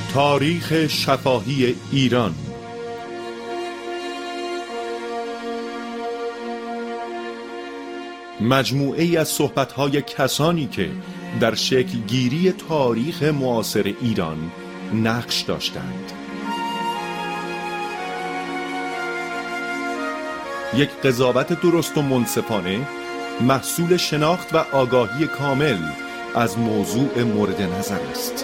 تاریخ شفاهی ایران. مجموعه‌ای از صحبت‌های کسانی که در شکل گیری تاریخ معاصر ایران نقش داشتند. یک قضاوت درست و منصفانه محصول شناخت و آگاهی کامل از موضوع مورد نظر است.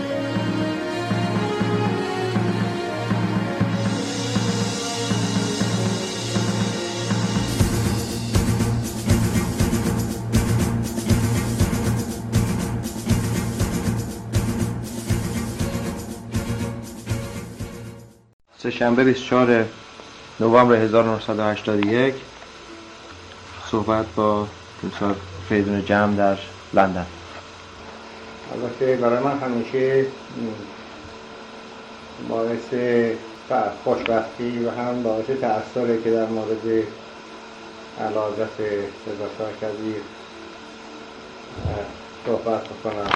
سه‌شنبه 24 نوامبر 1981 صحبت با دوستان فریدون جمع در لندن. البته برای من همیشه باعث خوشبختی و هم باعث تأثیری که در مورد اعلیحضرت رضا شاه کبیر صحبت بکنم،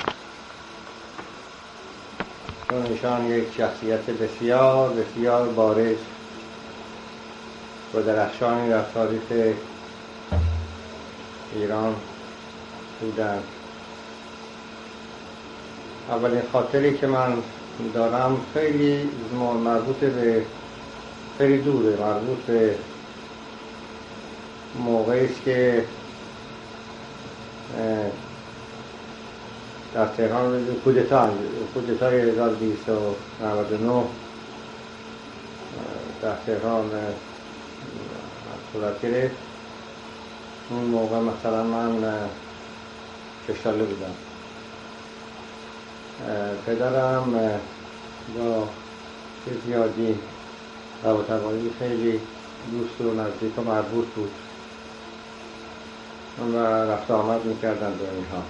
چون ایشان یک شخصیت بسیار بسیار بارز و درخشانی در تاریخ ایران بودند. اولین خاطری که من دارم خیلی مربوط به خیلی دوره، مربوط به موقعی است که در تهران کودتای 1299 در تهران صورت گرفت. اون موقع مثلا من 6 ساله بودم. پدرم با زیادی روابط خیلی دوست و نزدیک و مربوط بود و رفت آمد میکردن به اینها.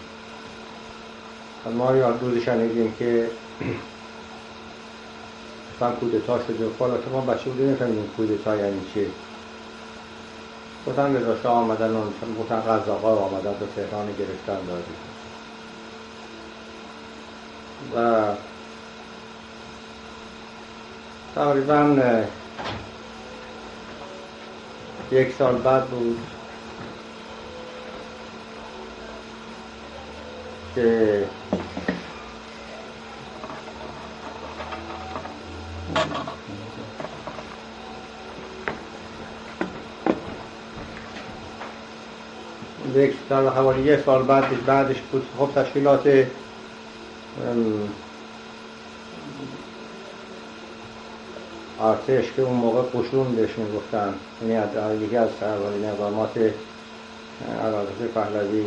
ما یاد روزی شنیدیم که مثلا کودتا شده و خلاصه ما بچه بودیم نفهمیدیم کودتا یعنی چی. گفتن رضا شاه آمدن و گفتن قزاق‌ها آمدن به تهران گرفتن دادی و تقریبا 1 سال بعد بود که حوالی 1 سال بعدش بود. خب تشکیلات ارتش که اون موقع قشون بهش میگفتن، یعنی یکی از اولین اقدامات اعلیحضرت پهلوی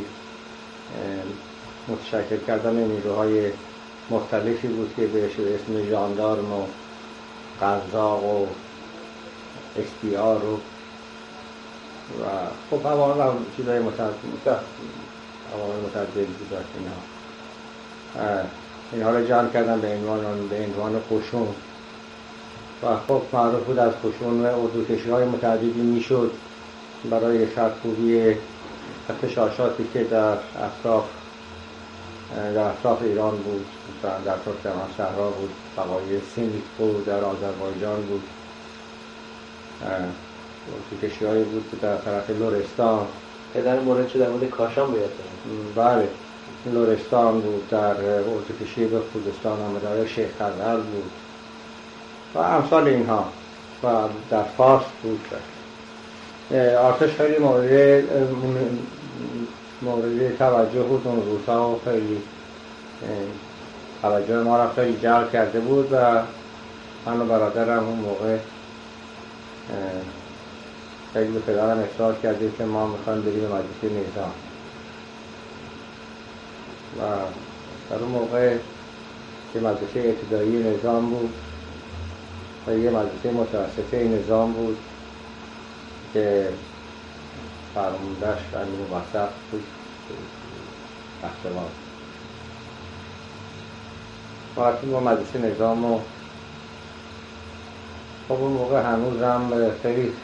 متشکل کردن نیروهای مختلفی بود که بهش اسم ژاندارم و قزاق و SPR و خب عوامل چیزای متعددی بود اینها رو جمع کردن به عنوان قشون و خب معروف بود از قشون و اردوکشی‌های متعددی میشد برای سرکوبی اغتشاشاتی که در اطراف ایران بود. مثلا در ترکمن صحرا بود، بقایای سیمیکو در آذربایجان بود، اردوکشی‌هایی بود که در طرف لرستان. پدر مورد شده در مورد کاشان بیاد. بله، لرستان بود، در اردوکشی به خوزستان آمده شیخ خزعل بود و امثال اینها و در فارس بود. ارتش خیلی مورد توجه بود اون روزها و خیلی توجه ما را خیلی جلب کرده بود و من و برادرم اون موقع خیلی به پدرم اصرار کردیم که ما میخوایم بریم به مدرسه نظام و در اون موقع یه مدرسه ابتدایی نظام بود و یه مدرسه متوسطه نظام بود که فرماندهش امیر مبسط بود بختوان. وقتی ما مدرسه نظام و خب اون موقع هنوزم خیلی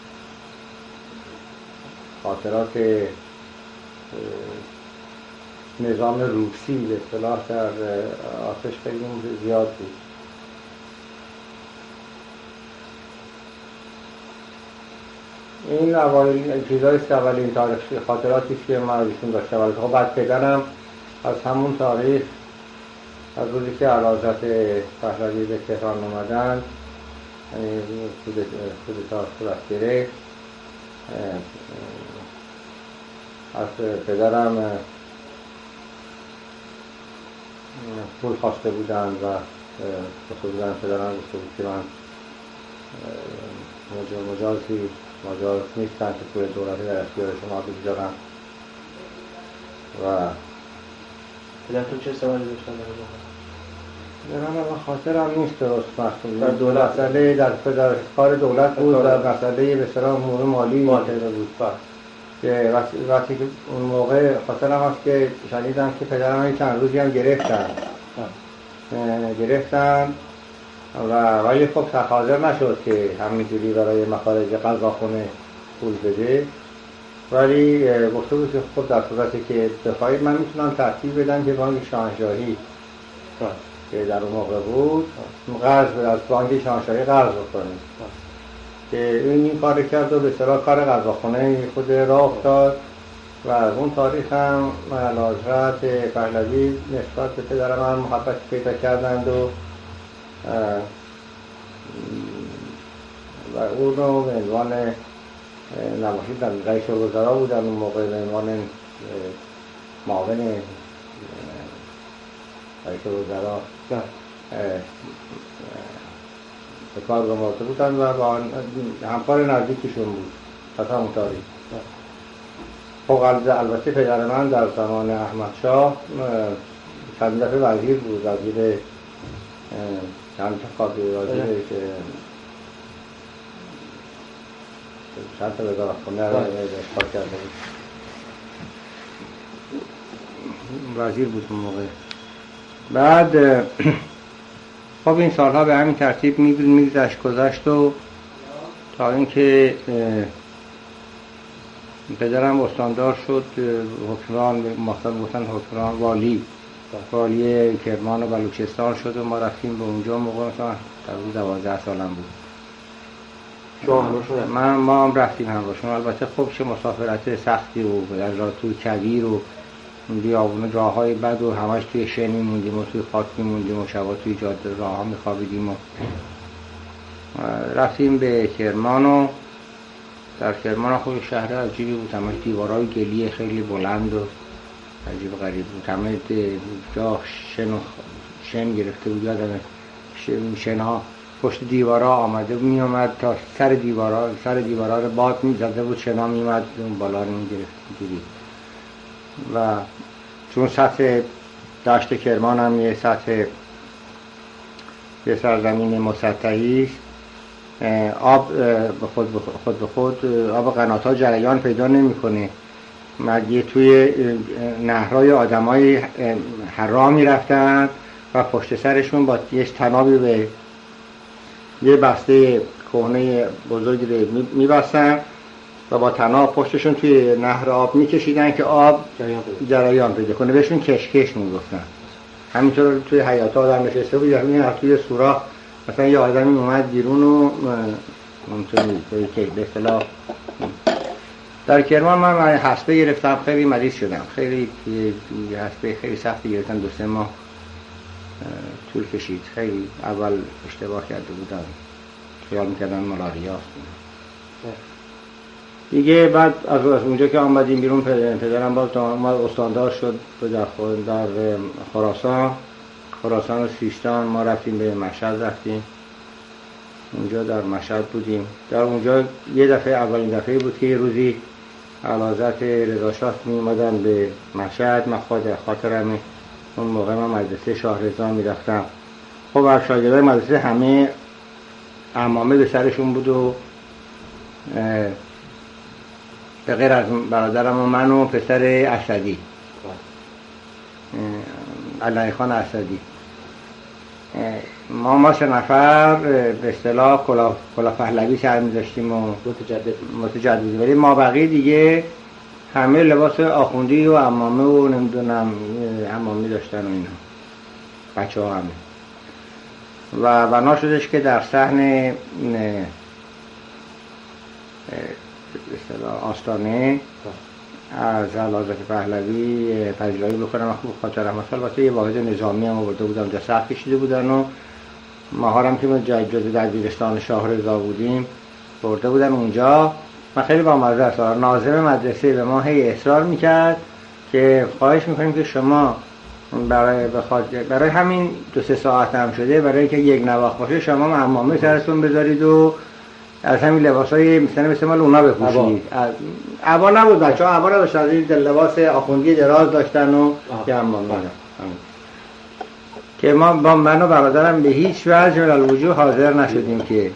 خاطرات نظام روسی به اصطلاح در آتش خیلی زیاد بود. این اوایل چیزایی است که اولین تاریخ خاطراتی است که من ازشون داشتم. ولی خب بعد پدرم از همون تاریخ، از روزی که اعلیحضرت پهلوی به تهران اومدن، یعنی کودتا صورت گرفت، از پدرم پول خواسته بودن و گفته بودن، پدرم گفته بود که من مجاز نیستن که پول دولتی در اختیار شما بگذارم. و پدرتون چه سوالی داشتن در من خاطرم نیست درست مسئول در دولت، مسئله در کار دولت بود، در مسئله به اصطلاح امور مالی بود. که وقتی که اون موقع خاطرم هست که شنیدم که پدرم چند روزی هم گرفتن و ولی خب حاضر نشد که همینجوری برای مخارج غذاخونه پول بده، ولی گفته بود که خب در صورتی که بخواهید من میتونم ترتیب بدم که بانک شاهنشاهی که در اون موقع بود قرض از بانک شاهنشاهی قرض بکنیم، که این کار کرد و به اصطلاح کار غذاخونه خود راه افتاد. و از اون تاریخ هم اعلیحضرت پهلوی نسبت به پدرم هم محبت پیدا کردند و اون رو به عنوان نمایشی رئیس الوزراء بودن اون موقع، به عنوان معاون رئیس الوزراء به کار گمارده بودن و با همکار نزدیکشون بود تا اون تاریخ. خب البته پدر من در زمان احمد شاه چند دفعه وزیر بود، وزیر چند تا وزیر که چند تا وزارت خونه رو اشغال کرده بود، وزیر بود اون موقع. بعد خب این سالها به همین ترتیب گذشت و تا اینکه پدرم استاندار شد، حکمران مثلا گفتن حکمران والی کرمان و بلوچستان شد و ما رفتیم به اونجا. موقع مثلا تقریبا 12 سالم بود. ما هم رفتیم همراهشون. البته خب چه مسافرت سختی و در راه توی کویر و بیابون راههای بد و همش توی شن میموندیم و توی خاک میموندیم و شبا توی جاده راه ها میخوابیدیم و رفتیم به کرمان. و در کرمان خود شهر عجیبی بود، همش دیوارهای گلی خیلی بلند و عجیب غریب بود، همه جا شن گرفته بود. یادمه شنها پشت دیوارها آمده می اومد تا سر دیوارها رو باد می زده بود، شنا می اومد اون بالا رو می گرفت دیدید. و چون سطح دشت کرمان هم یه سرزمین مسطحی است، آب خود به خود آب قنات‌ها جریان پیدا نمی‌کنه. مگه توی نهرهای آدمای حرام می‌رفتن و پشت سرشون با یه طنابی به یه بسته کهنه بزرگی رو می‌بستن و با طناب پشتشون توی نهر آب می‌کشیدن که آب جریان پیدا کنه. بهشون کشکش می‌گفتن. همینطور توی حیاط آدم نشسته بود، یعنی توی سوراخ مثلا یه آدمی اومد بیرون و ممکنه که به اصطلاح در کرمان من حسبه گرفتم، خیلی مریض شدم، خیلی حسبه خیلی سختی گرفتم، 2-3 ماه طول کشید. خیلی اول اشتباه کرده بودم، خیال میکردم مالاریا است دیگه. بعد از اونجا که آمدیم بیرون پدرم باز استاندار شد در خراسان و سیستان. ما رفتیم به مشهد، رفتیم اونجا در مشهد بودیم. در اونجا یه دفعه اولین دفعه بود که یه روزی اعلیحضرت رضا شاه می اومدن به مشهد. من خاطرمه اون موقع من مدرسه شاه رضا میرفتم. خب شاگردای مدرسه همه عمامه به سرشون بود و به غیر از برادرم و من و پسر اسدی، علای خان اسدی، ما 3 نفر به اصطلاح کلاه پهلوی سر می‌ذاشتیم و متجدد. ولی ما بقیه دیگه همه لباس آخوندی و عمامه و نمیدونم عمامی داشتن و اینا، بچه ها همه. و بنا شدش که در صحن آستانه از اعلیحضرت پهلوی پذیرایی بکنم خوب خاطر رحمت الله. البته یه واحد نظامی هم آورده بودم، جا سخت کشیده بودن و ما هم که ما جز دبیرستان شاه رضا بودیم برده بودن اونجا. من خیلی با مزه است. ناظم مدرسه به ما هی اصرار میکرد که خواهش میکنیم که شما برای همین 2-3 ساعت هم شده، برای اینکه یک نواخت باشه شما عمامه سرتون بذارید و از همین لباسای مثل مال اونا بپوشید. عبا نبود، بچه‌ها عبا نداشتن، از این لباس آخوندی دراز داشتن و که عمامه که ما با من و برادرم به هیچ وجه الوجوه حاضر نشدیم که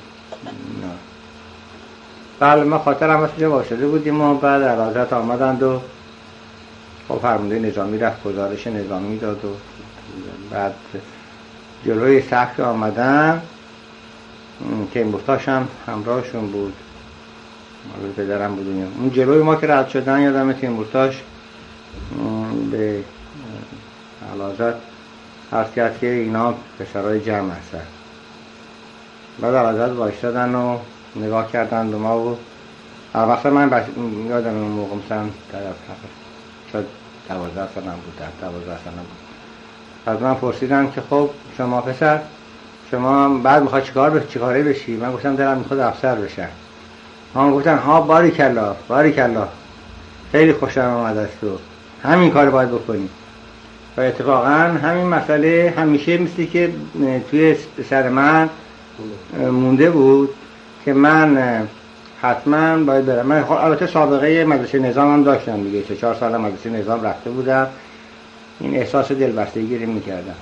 بله ما خاطر هم اصلا واسطه بودیم و بعد اعلیحضرت آمدند و خب فرمانده نظامی رفت گزارش نظامی داد و بعد جلوی سقف آمدن تیمورتاش هم همراهشون بود، پدرم بودیم. اون جلوی ما که رد شدن یادم تیمورتاش به اعلیحضرت عرض کرد که اینا پسرای جمع هستن. بعد اعلیحضرت وایستادن و نگاه کردن به ما و وقتا من یادم اون موقع مثلا شاید 12 سالم بود، 12 سالم بود. از من پرسیدن که خب شما پسر شما بعد میخواد چیکاره بشی؟ من گفتم دلم میخواد افسر بشم. ما گفتن ها باریکلا خیلی خوشم آمد از تو، همین کار باید بکنی. و اتفاقا همین مسئله همیشه مثلی که توی سر من مونده بود که من حتما باید برم. من البته سابقه مدرسه نظام هم داشتم دیگه، 3-4 سال مدرسه نظام رفته بودم، این احساس دلبستگی رو میکردم.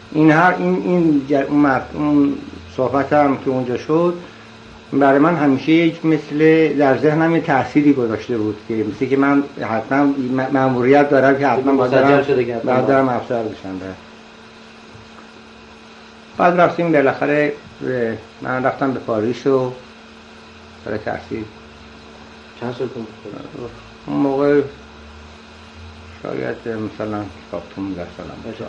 اون صحبت هم که اونجا شد برای من همیشه یک مثل در ذهنم یه تأثیری گذاشته بود که مثل که من حتما مأموریت دارم که حتما باید دارم افسر بشم. بعد رفتیم بالاخره من رفتم به پاریس و برای تحصیل. چند سال بود؟ اون موقع شاید مثلا 15 سالم.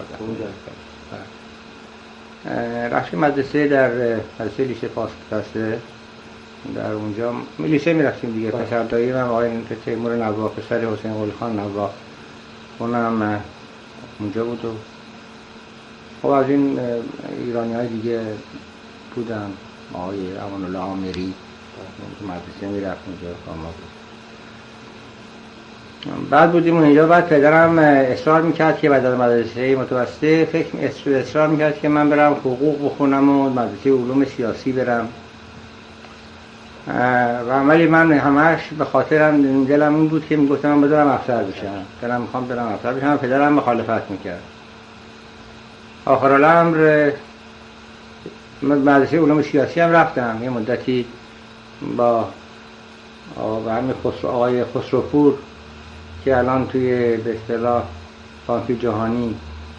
رفتیم مدرسه در مدرسه لیسه پاسکاسته، در اونجا لیسه میرفتیم دیگه. پسر دایی من آقای تیمور نوا، پسر حسین قلی خان نوا، اونم اونجا بود. و خب از این ایرانی های دیگه بودن، آقای امان الله عامری مدرسه میرفت اونجا کاما بود. بعد بودیم اونجا. بعد پدرم اصرار میکرد که بعد از مدرسه متوسطه اصرار میکرد که من برم حقوق بخونم و مدرسه علوم سیاسی برم. و عملی من همش به خاطرم دلم این بود که میگفتم من بدارم افسر بشم، دلم میخوام برم افسر بشم. پدرم مخالفت میکرد. آخر الامر مدرسه علوم سیاسی هم رفتم یه مدتی با همین آقای خسروپور که الان توی به اصطلاح بانک جهانی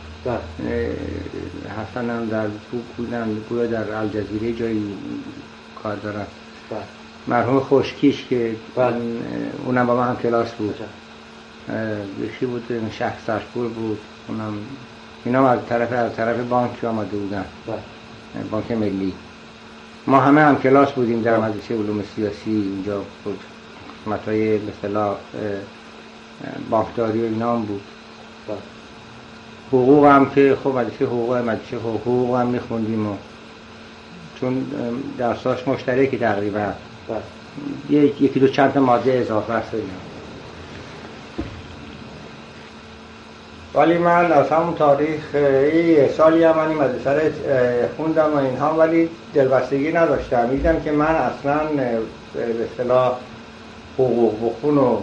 هستن، هم در بودن گویا در الجزیره جایی کار دارن. مرحوم خوشکیش که اونم با من هم کلاس بود، یکی بود شخص سرپور بود، اونم اینا از طرف بانک آمده بودن، بانک ملی. ما همه هم کلاس بودیم در مدرسه علوم سیاسی. اینجا بود مطای مثلا بانکداری و اینا هم بود. حقوق هم که خب مدرسه حقوق هم میخوندیم و چون درساش مشترکی تقریبا یکی دو چند تا ماده اضافه است اینا. ولی من از همون تاریخ سالی هم من این مدرسه رو خوندم و اینها، ولی دلبستگی نداشتم. میدیدم که من اصلا به اصطلاح حقوق بخون و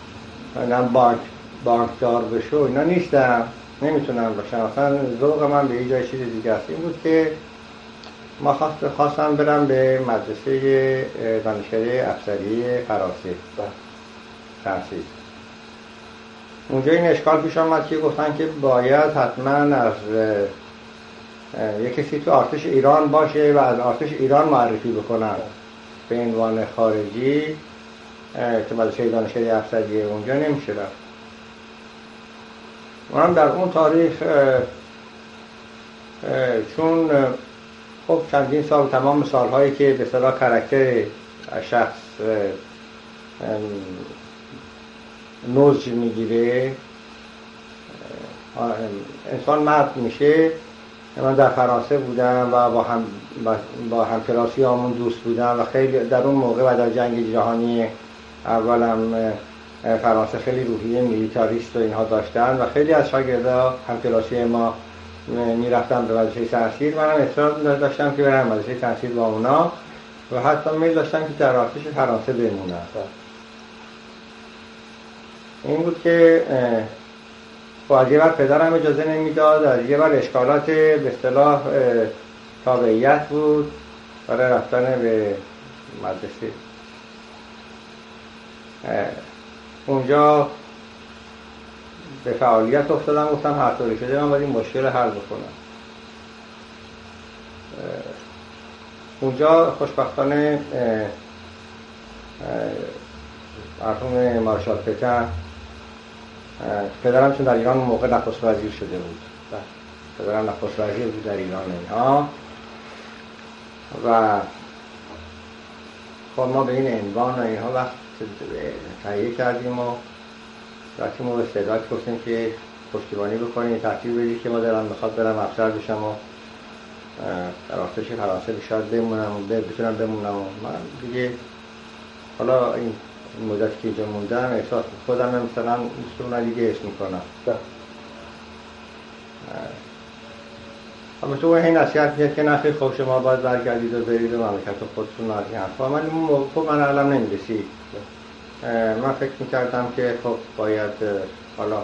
بانکدار بشه اینا نیستم، نمیتونم باشم. اصلا ذوق من به یه جای چیز دیگه است. این بود که ما خواستم برم به مدرسه دانشکده افسری فرانسه تحصیل. اونجا این اشکال پیش آمد که گفتن که باید حتما از یک کسی تو ارتش ایران باشه و از ارتش ایران معرفی بکنن به عنوان خارجی که مدرسه دانشگاهی افسریه اونجا نمیشه رفت. من در اون تاریخ چون خب چندین سال تمام سالهایی که به اصطلاح کاراکتر شخص نوز میگیره، انسان مرد میشه. من در فرانسه بودم و با همکلاسی همون دوست بودم و خیلی در اون موقع بعد از جنگ جهانی اولم فرانسه خیلی روحیه میلیتاریست و اینها داشتن و خیلی از شاگردا همکلاسی ما میرفتم به مدرسه تحصیل. منم اصرار داشتم که برم مدرسه تحصیل با اونا و حتی میل داشتم که در آتش فرانسه بمونم. این بود که از یه بر پدرم اجازه نمیداد، از یه بر اشکالات به اصطلاح تابعیت بود برای رفتن به مدرسه. اونجا به فعالیت افتادم، گفتم هر طوری شده من باید این مشکل حل بکنم. اونجا خوشبختانه مرحوم مارشال پتن، پدرم چون در ایران موقع نخست وزیر شده بود، پدرم نخست وزیر بود در ایران اینها، و خب ما به این عنوان و اینها وقت تهیه کردیم و رفتیم و به استعداد گفتیم که پشتیبانی بکنیم، ترتیب بدید که ما دلم میخواد برم افسر بشم و در ارتش فرانسه شاید بمونم و بتونم بمونم. و من دیگه حالا این مدتی که اینجا موندم احساس خودم مثلا اون دیگه اسم میکنم. اما تو این نصیحت میاد که نخیر خوب شما باید برگردید و برید و مملکت خودتون و از این حرفا. من اون موقع من علم نمیرسید. من فکر میکردم که خب باید حالا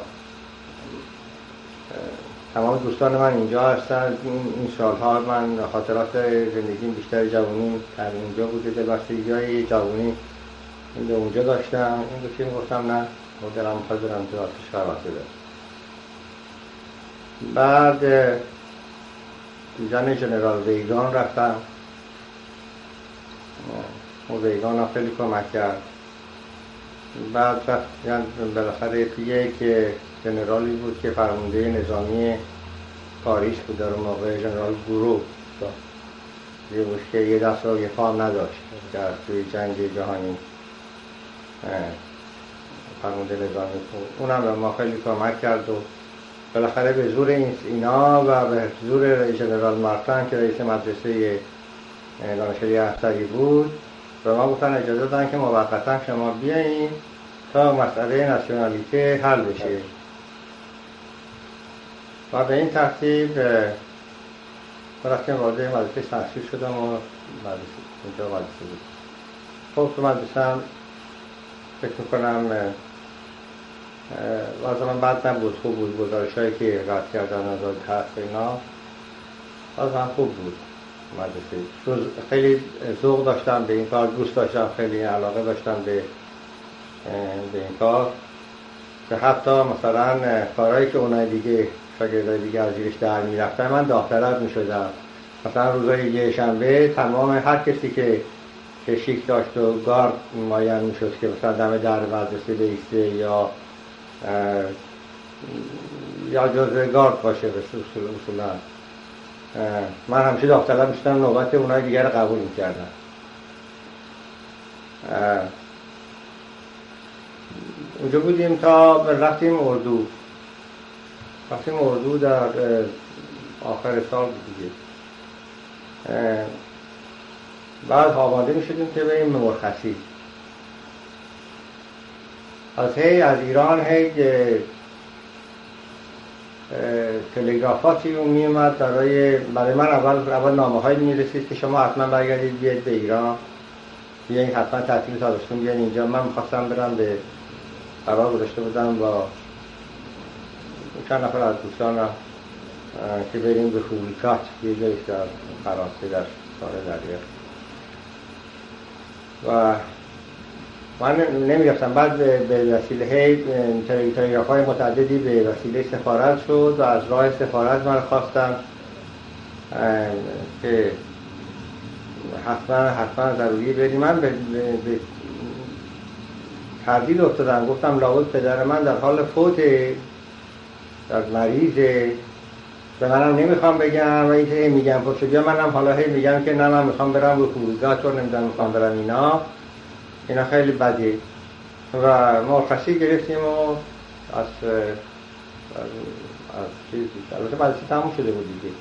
تمام دوستان من اینجا هستن. این سالها من خاطرات زندگیم بیشتر جوانی در اینجا بوده، دلبستگی‌های جوانی این اونجا داشتم. این دوشی میگفتم نه دلم میخواد برم تو آتش فرانسه برم. بعد دیدن ژنرال ویگان رفتم. ویگان هم خیلی کمک کرد. بعد رفتم بالاخره پیه که ژنرالی بود که فرمانده نظامی پاریس بود در اون موقع، ژنرال گورو یه بود که یه دست و یه پا نداشت در توی جنگ جهانی، فرمانده نظامی بود. اونم به ما خیلی کمک کرد و بالاخره به زور اینا و به زور ژنرال مارتن که رئیس مدرسه دانشگاهی افسری بود به ما گفتن اجازه دادن که موقتا شما بیایین تا مسئله ناسیونالیته حل بشه. و به این ترتیب رفتیم وارد مدرسه تحصیل شدم و اینجا مدرسه بود. خب تو مدرسه هم فکر میکنم واسه من بد نبود، خوب بود. گزارش‌هایی که رد کردن از هست اینا واسه من خوب بود. مدرسه خیلی ذوق داشتم به این کار، دوست داشتم، خیلی علاقه داشتم به این کار که حتی مثلا کارهایی که اونای دیگه شاگردای دیگه از زیرش در میرفتن من داوطلب میشدم. مثلا روزای یه شنبه تمام هر کسی که شیک داشت و گارد معین میشد که مثلا دم در مدرسه بیسته یا جزء گارد باشه اصولا من همیشه داوطلب میشدم، نوبت اونای دیگر رو قبول میکردم. اونجا بودیم تا رفتیم اردو در آخر سال دیگه. بعد آماده میشدیم که بریم به مرخصی. از ایران تلگرافاتی میومد برای من. اول نامه هایی میرسید که شما حتما برگردید بیاید به ایران، بیاین حتما تعطیل تابستون بیاین اینجا. من میخواستم برم به قرار گذاشته بودم با چند نفر از دوستانم که بریم به فولیکات، یه جایی در فرانسه در ساحل دریا، و من نمیرفتم. بعد به وسیله تلگراف‌های متعددی به وسیله سفارت شد و از راه سفارت من خواستم که حتما ضروری بریم. من تردید افتادم، گفتم لابد پدر من در حال فوته، در مریضه، به منم نمیخوام بگم و اینکه میگم پرسجا منم حالا هی میگم که نه من میخوام برم به فرودگاه تو نمیدونم میخوام برم اینا خیلی بده و مرخصی گرفتیم و از چیزی البته مدرسه تموم شده بود دیگه،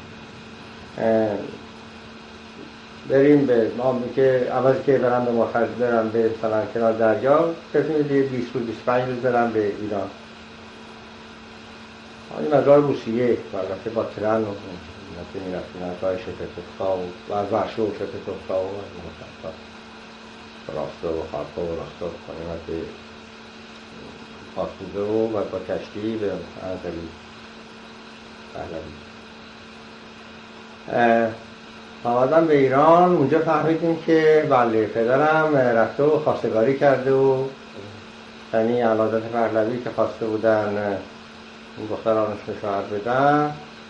بریم به ما که عوضی که برم به مرخصی برم به مثلا کنار دریا تصمیم دیگه 20 روز 25 روز برم به ایران. این مزار روسیه و البته با ترن و که میرفتیم از راه شپتوفسکا و از ورشو و شپتوفسکا و راستو و خارکو و راستو کنیم از به پاسپوزه و با کشتی به انزلی پهلوی آمدم به ایران. اونجا فهمیدیم که بله پدرم رفته و خواستگاری کرده و یعنی علادت پهلوی که خواسته بودن این دخترانش رو شوهر بدن.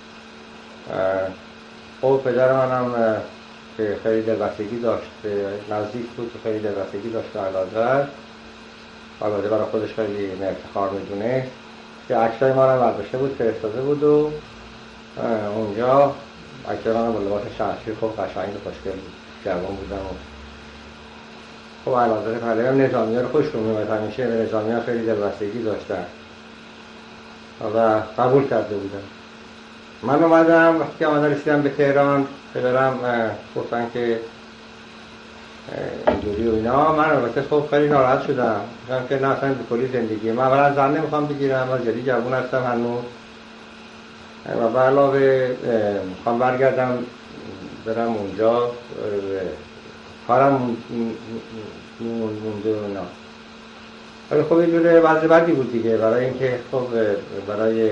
خب پدر منم که خیلی دلبستگی داشت، نزدیک بود و خیلی دلبستگی داشت به علادت، البته برای خودش خیلی افتخار میدونه که عکسای ما رو برداشته بود فرستاده بود و اونجا عکسای ما رو با لباس شمشیر خب قشنگ و خوشگل بود، جوان بودم و خب علادت پهلوی هم نظامی ها رو خوش می‌آمد، همیشه به نظامی ها خیلی دلبستگی داشتن و قبول کرده بودم. من اومدم، وقتی که آمدم رسیدم به تهران پدرم گفتن که اینجوری و اینا. من البته خب خیلی ناراحت شدم، گفتم که نه اصلا به کلی زندگی من اولا زن نمیخوام بگیرم، من جدی جوون هستم هنوز و به علاوه میخوام برگردم برم اونجا کارم مونده و اینا. ولی خب یه جوره وضع بدی بود دیگه، برای اینکه خب برای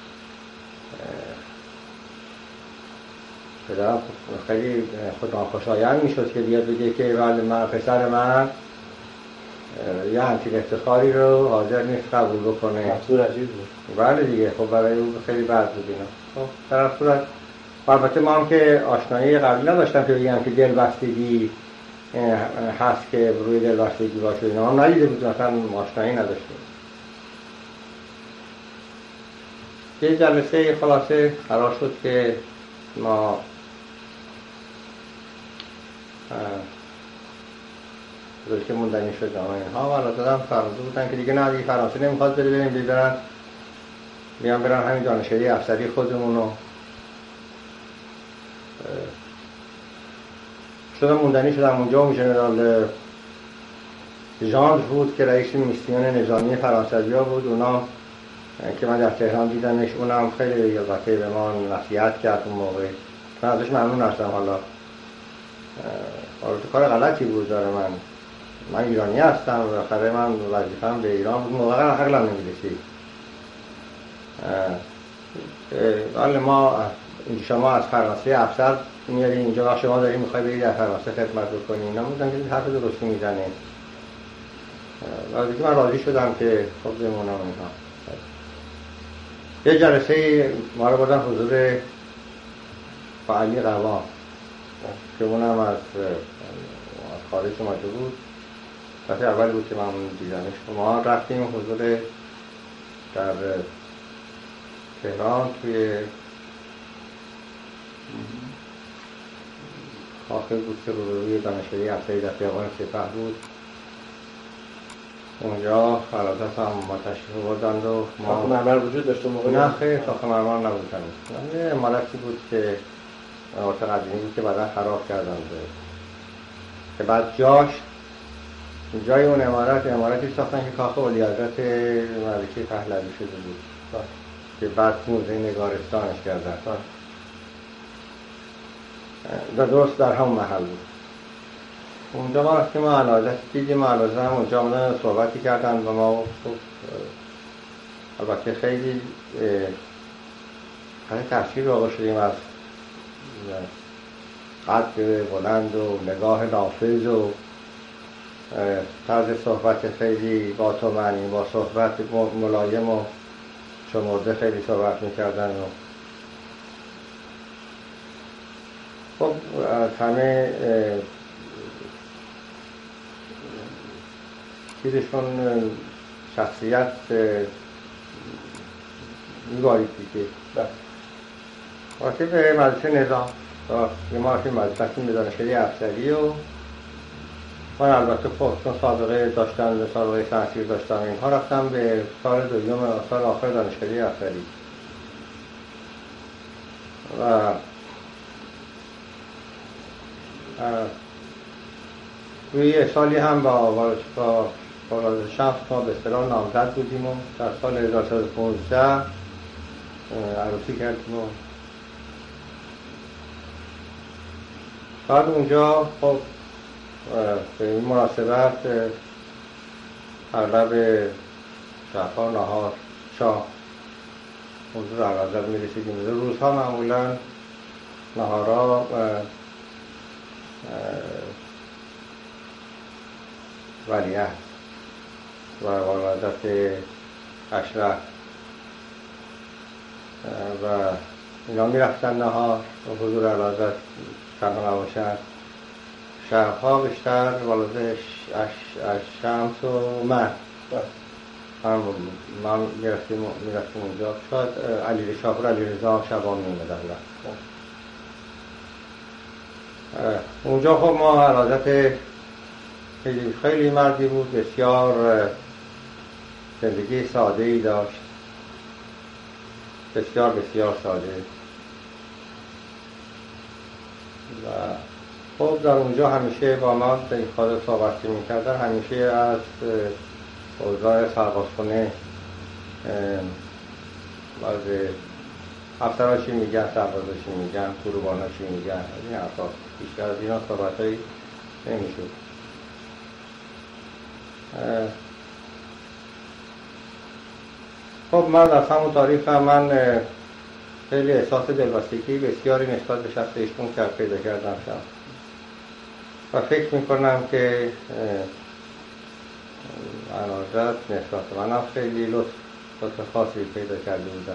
پدرم خیلی خودم خوشایند میشد که بیاد بگه که بله من پسر من یه همچین افتخاری رو حاضر نیست قبول بکنه. محصول عجیب بود. بله دیگه خب برای او خیلی بد بود اینا. خب در صورت البته ما هم که آشنایی قبلی نداشتم که بگم که دلبستگی هست که روی دلبستگی باشه اینا هم ندیده بود، مثلا آشنایی نداشتیم. یه جلسه خلاصه قرار شد که ما روزی که موندنی شد اینها و البته هم فرانسه بودن که دیگه نه دیگه فرانسه نمیخواد بده بریم برن همین دانشگاهی افسری خودمونو موندنی شدم اونجا. اون ژنرال ژاندر بود که رئیس میسیون نظامی فرانسوی ها بود، اونا که من در تهران دیدمش، اونم خیلی البته به ما نصیحت کرد اون موقع، من ازش ممنون هستم. حالا کار غلطی بود داره، من ایرانی هستم و بالاخره من وظیفه‌ام به ایران بود، موقع عقلم نمی‌رسید. ولی ما شما از فرانسه افسر میاری اینجا وقت شما داری میخوای بری در فرانسه خدمت بکنی، اینا بودن که حرف درستی میزنه و دیگه من راضی شدم که خب بمونم اینها. یه جلسه ما رو بردن حضور علی قوام که اونم از خارج اومده بود، دفعه اول بود که من دیدمش. ما رفتیم حضور در تهران توی خاخه بود که روی دانشگاهی افسری در خیابان سپه بود. اونجا فرادت هم ما تشریف بردند و شاخ مرمر وجود داشت اون موقع؟ نه خیلی شاخ مرمر نبود، یه امارتی بود که امارت قدیمی بود که بعدا خراب کردند که بعد جای اون امارتی ساختن که کاخ ولیعهد ملکه پهلوی شده بود که بعد موزه نگارستانش کردن. درست در همون محل بود. اونجا ما رفتیم و علازت دیدیم، علازت هم اونجا آمدن صحبتی کردن و ما البته خیلی تأثیر واقع شدیم از قد بلند و نگاه نافذ و طرز صحبت خیلی با تو معنی، با صحبت ملایم و شمرده خیلی صحبت میکردن و خب از همه چیزشون شخصیت میبارید دیگه. وقتی به مدرسه نظام یه ما رفتیم مدرسه به دانشکده افسری و من البته چون سابقه داشتم، سابقه سنسیر داشتم اینها، رفتم به سال دوم، سال آخر دانشکده افسری و روی یه سالی هم با شمس ما به اصطلاح نامزد بودیم و در سال 1915 عروسی کردیم و بعد اونجا خب به این مناسبت اغلب شب‌ها نهار شام حضور اعلیحضرت می‌رسیدیم. روزها معمولا نهارا ولیعهد و والدت اشرف و اینا میرفتن نهار و حضور اعلیحضرت تنها نباشند. شب‌ها بیشتر والدت شمس و من میرفتیم اونجا. شاید علیرضا علیرضا شبا میومدن. اونجا خب ما اعلیحضرت خیلی مردی بود، بسیار زندگی ساده‌ای داشت، بسیار بسیار ساده. و خب در اونجا همیشه با ما به این خاطر صحبت می‌کردن، همیشه از اوضاع سربازخونه از افسرها چی میگن، سربازها چی میگن، گروبان‌ها چی میگن، این حرفا بیشتر از اینا صحبتایی نمیشد. خب من در همون تاریخ من خیلی احساس دلبستگی بسیاری نسبت به شخص ایشون پیدا کردم و فکر میکنم که اعلیحضرت نسبت منم خیلی لطف خاصی پیدا کرده بودن.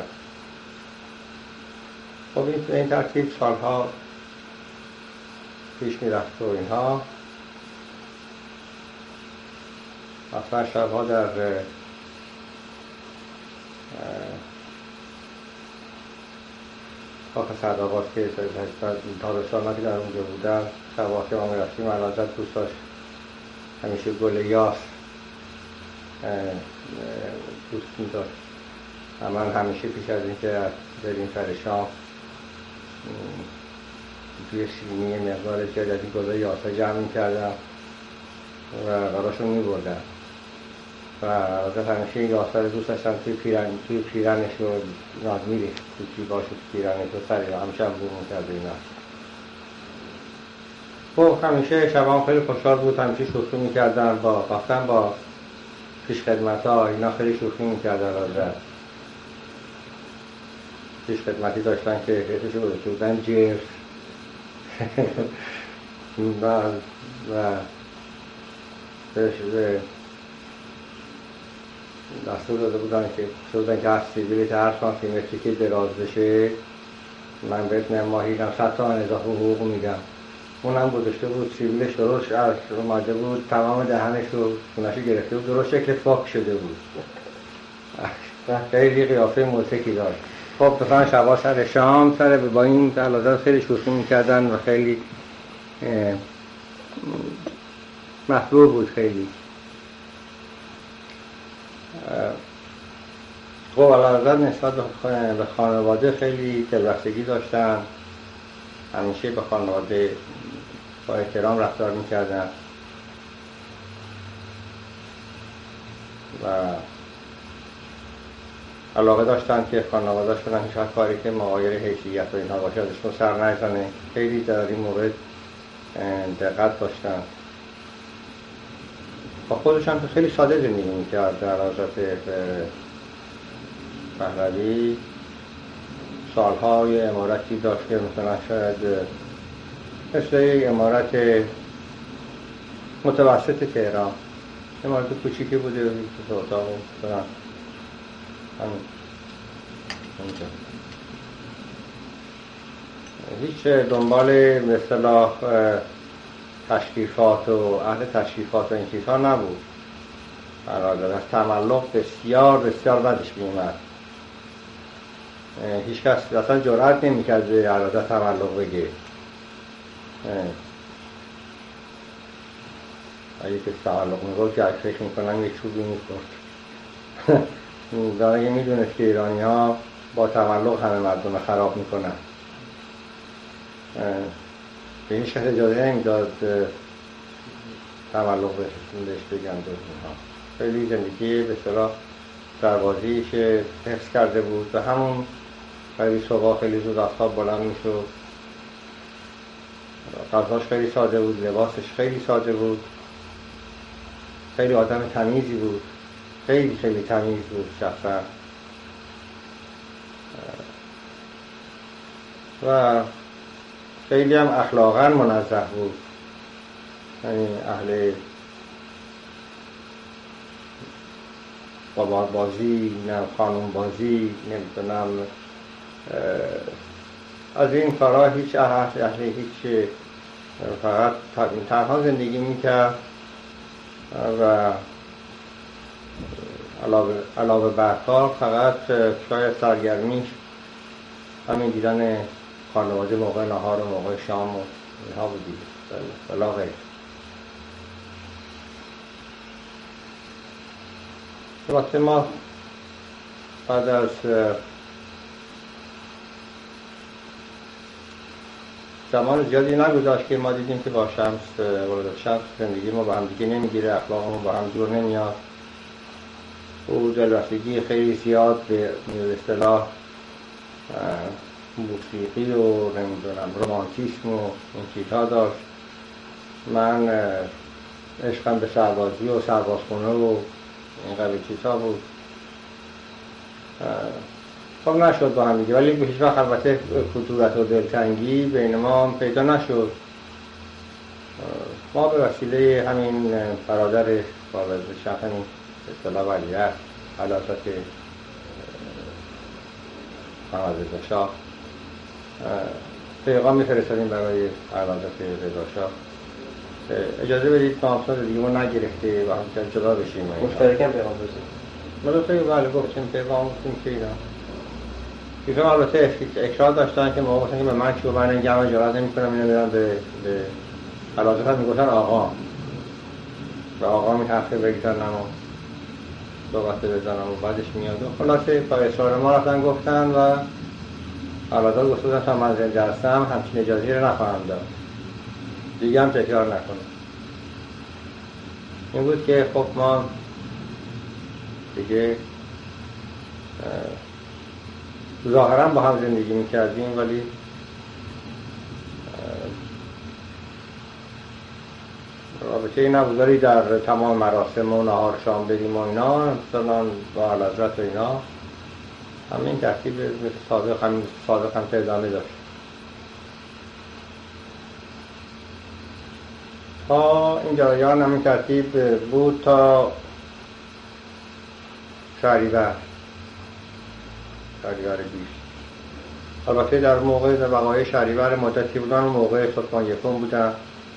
خب این ترتیب سالها پیش میرفت و اینها اصلا شبها در کاخ سعدآباد که تابستان که در اونجا بودن، شبها که ما میرفتیم اعلیحضرت دوست داشت همیشه گل یاس دوست می‌داشت و من همیشه پیش از اینکه بریم سر شام توی شیرینی مقدار زیادی از این گل‌های یاسا جمع می‌کردم و براشون می‌بردم و البته همیشه این یاسا رو دوست داشتم توی پیرنش رو می‌ریخت، توی جیباش و پیرنش رو سری همیشه هم بو می‌کرد اینا. خب همیشه شبام خیلی خوشحال بود، همیشه شوخی می‌کردن با پیش خدمت‌ها، اینا خیلی شوخی می‌کردن. پیش خدمتی داشتن که اسمشو گذاشته بودن جرس و دستور داده بودن که هر سیبیلی هر سانتیمتری که دراز بشه من بهت ماهی 100 تومن اضافه حقوق میدم. اونم گذاشته بود سیبیلش درست اومده بود، تمام دهنش رو خونشو گرفته بود، درست شکل فاک شده بود. خیلی قیافه موسیقی داشت. خب مثلا شبا سر شام با این اعلیحضرت خیلی شوخی میکردن و خیلی محبوب بود خیلی. خب اعلیحضرت نسبت به خانواده خیلی دلبستگی داشتن، همیشه به خانواده با احترام رفتار میکردن و علاقه داشتن که خانواده‌شون همیشه هر کاری که مغایر حیثیت و اینها باشه ازشون سر نزنه. خیلی در این مورد دقت داشتن. با خودشان که خیلی ساده زندگی میکرد. در حضرت پهلوی سالها یه عمارتی داشت که مثلا شاید مثل یه عمارت متوسط تهران، عمارت کوچیکی بوده و تو اتاق مثلا اونجا هیچ دنبال به اصطلاح تشریفات و اهل تشریفات و این چیزها نبود. قرار داد. از تملق بسیار بسیار بدش میومد. هیچ کس اصلا جرئت نمی‌کرد به ارادت تملق بگه. اگه که تملق میگفت که فکر میکنم یک چوبی میخورد. داره میدونست که ایرانی ها با تملق همه مردم خراب میکنن. به هیچ کس اجازه نمیداد تملق بهش بگن دوست اینها. خیلی زندگی به اصطلاح سربازی که حفظ کرده بود و همون خیلی صبح خیلی زود از خواب بلند میشد. غذاش خیلی ساده بود، لباسش خیلی ساده بود، خیلی آدم تمیزی بود، خیلی خیلی تمیز بود شخصا و خیلی هم اخلاقاً منزه بود. یعنی اهل قمار بازی، نه خانوم بازی، نمیدونم از این کارها هیچ اهل هیچ، فقط تنها زندگی میکرد و علاوه بر کار فقط شاید سرگرمیش همین دیدن خانواده موقع نهار و موقع شام و اینها بودی بلا غیر. وقتی ما بعد از زمان زیادی نگذاشت که ما دیدیم که با شمس زندگی ما با هم دیگه نمیگیره، اخلاقمون با هم جور نمیاد. او دلبستگی خیلی زیاد به اصطلاح موسیقی و نمیدونم رمانتیسم و این چیزها داشت. من عشقم به سربازی و سربازخونه و این قبیل چیزها بود. خب نشد با هم دیگه، ولی به هیچ وقت البته کدورت و دلتنگی بین ما پیدا نشد. ما به وسیله همین برادرش با همین اصطلاح ولیعهد حضرت محمد رضا شاه پیغام می‌فرستادیم برای حضرت رضا شاه اجازه بدید ما اصلا دیگه ما نگرفته و همچنان جدا بشیم. مشترکم پیغام برسید؟ ما دو تایی بله گفتیم پیغام گفتیم که اینا ایشون البته اکرار داشتن که ما گفتن که به من چی و من این جمع جرات نمی کنم اینو میرم به حضرت هم میگفتن آقا و آقا می حرفه بگذارنم و صحبت بزنم و بعدش میاد و خلاصه با اصرار ما رفتن گفتن و حضرت گفتن تا من زنده هستم همچین اجازی رو نخواهم داد دیگه هم تکرار نکنم. این بود که خب ما دیگه ظاهرا با هم زندگی میکردیم ولی رابطه نبوداری در تمام مراسم و نهار شام بریم و اینا مثلا با حضرت و اینا همین ترتیب مثل صادق هم ادامه داشت تا این جریان همین ترتیب بود تا شهریور 20. البته در موقع در وقایع شهریور مدتی بودن و موقع سلطان یکم بودن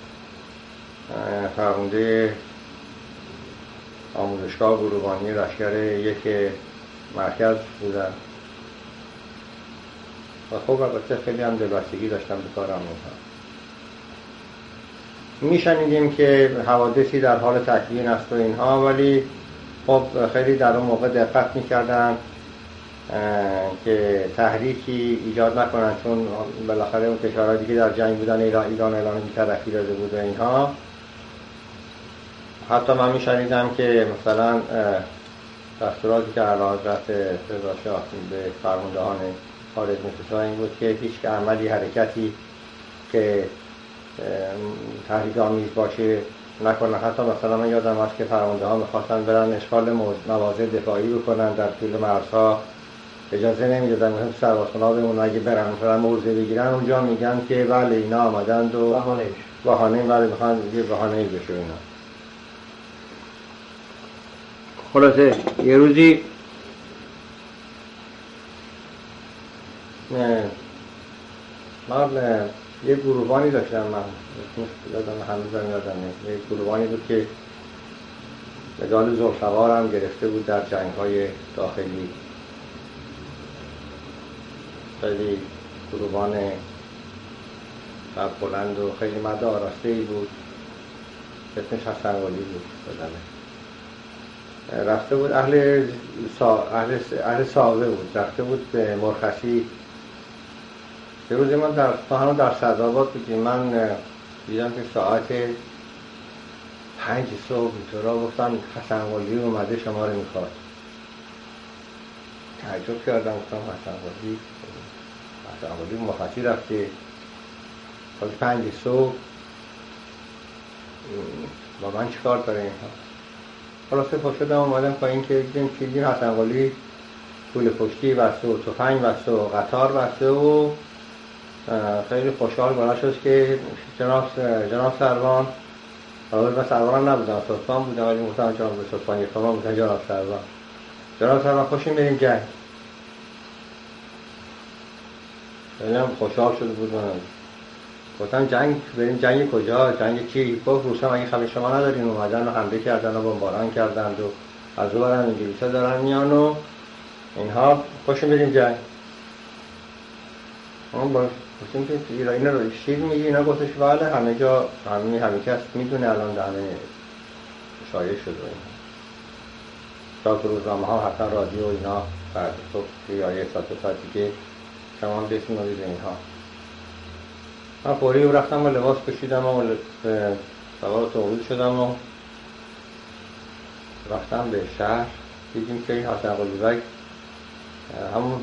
فرمانده آموزشگاه گروگانی لشکر یک مرکز بودن و خب البته خیلی هم دلبستگی داشتن به کارم بودن. میشنیدیم که حوادثی در حال تکوین است و اینها ولی خب خیلی در اون موقع دقت میکردن که تحریکی ایجاد نکنن چون بالاخره اون کشورهایی که در جنگ بودن ایران اعلان بی‌طرفی داده بود و اینها. حتی من میشنیدم که مثلا دستوراتی که اعلی حضرت رضا شاه به فرماندهان خارج می‌فرستاد این بود که هیچ عملی حرکتی که تحریک آمیز باشه نکنن. حتی مثلا من یادم هست که فرماندهان می‌خواستن برن اشغال مواضع دفاعی بکنن در طول مرزها اجازه نمیدادن مثلا سربازخونا بمونن اگه برن مثلا موضع بگیرن اونجا میگن که بله اینا آمدند و بهانه بله میخوان یه بهانه بشه اینا. خلاصه یه روزی من یه گروهبانی داشتم من یادم هنوزم یادمه یه گروهبانی بود که مدال ذوالفقار هم گرفته بود در جنگ‌های داخلی. خیلی گروبان بلند و خیلی مرد آراسته‌ای بود. اسمش حسن ولی بود. رفته بود اهل ساوه بود، رفته بود به مرخصی. یه روزی من در سعدآباد بودیم، من دیدم که ساعت 5 صبح اینطورا گفتن حسن ولی اومده شما رو میخواد. تعجب کردم، گفتم حسن ولی مرخصی رفته ساعت 5 صبح با من چیکار داره اینها؟ خلاصه پا شدم اومدم پایین که دیدیم حسن ولی پول پشتی بسته و تفنگ بسته و قطار بسته و خیلی خوشحال بنا شد که جناب سروان، من سروان نبودم، سلطان بودم، ولی گفتم جناب سلطان یکما بودم، جناب سروان خوشیم بریم جنگ. خیلی هم خوشحال شده بود. من گفتم بریم جنگ کجا؟ جنگ چی؟ گفت روسا مگه خبر شما ندارین اومدن و حمله کردن و بمباران کردن و از اون برن انگلیسا دارن میان و اینها، خوشیم بریم جنگ. گفتیم که اینا رو شیر میگی؟ اینا گفتش بله، همه جا همه کس میدونه، الان همه شایع شده اینا. تا تو روزنامه ها حتی رادیو اینا بعد صبح یا یه ساعتی که شما بسیم رو بیده اینها. من فوری رفتم و لباس کشیدم و سوار اتومبیل شدم و رفتم به شهر. دیدیم که حسن قلیبک همون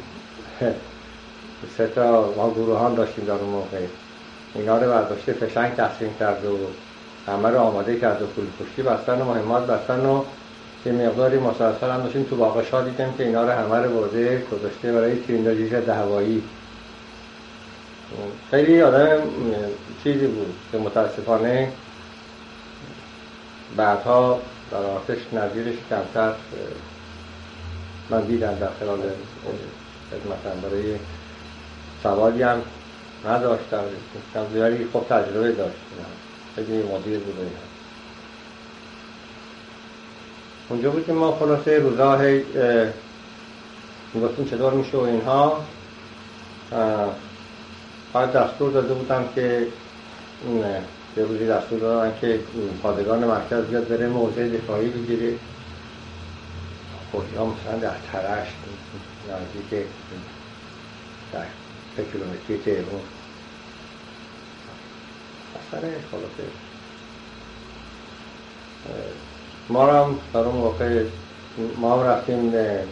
3 تا ما گروهان داشتیم در اون موقع، اینا رو برداشته فشنگ تقسیم کرد و همه رو آماده کرد و پول پشتی بستن و مهمات بستن و یه مقداری مسلسل هم داشتیم تو باغشا. دیدیم که اینا رو همه رو برده گذاشته برای تیراندازی هوایی. خیلی آدم چیزی بود که متاسفانه بعدها در آتش نظیرش کمتر من دیدم در خلال خدمتم. برای سوالی هم نداشتم، ولی خب تجربه داشت، خیلی مدیر بود اینها. اونجا بود که ما خلاصه روزا میگفتیم چطور میشه و اینها. بعد دستور داده بودم که یه روزی دستور دادن که پادگان مرکز بیاد بره موضع دفاعی بگیره. خودیا مثلا در ترش نزدیک 3 کیلومتری تهران اثر. خلاصه ما هم در اون موقع ما هم رفتیم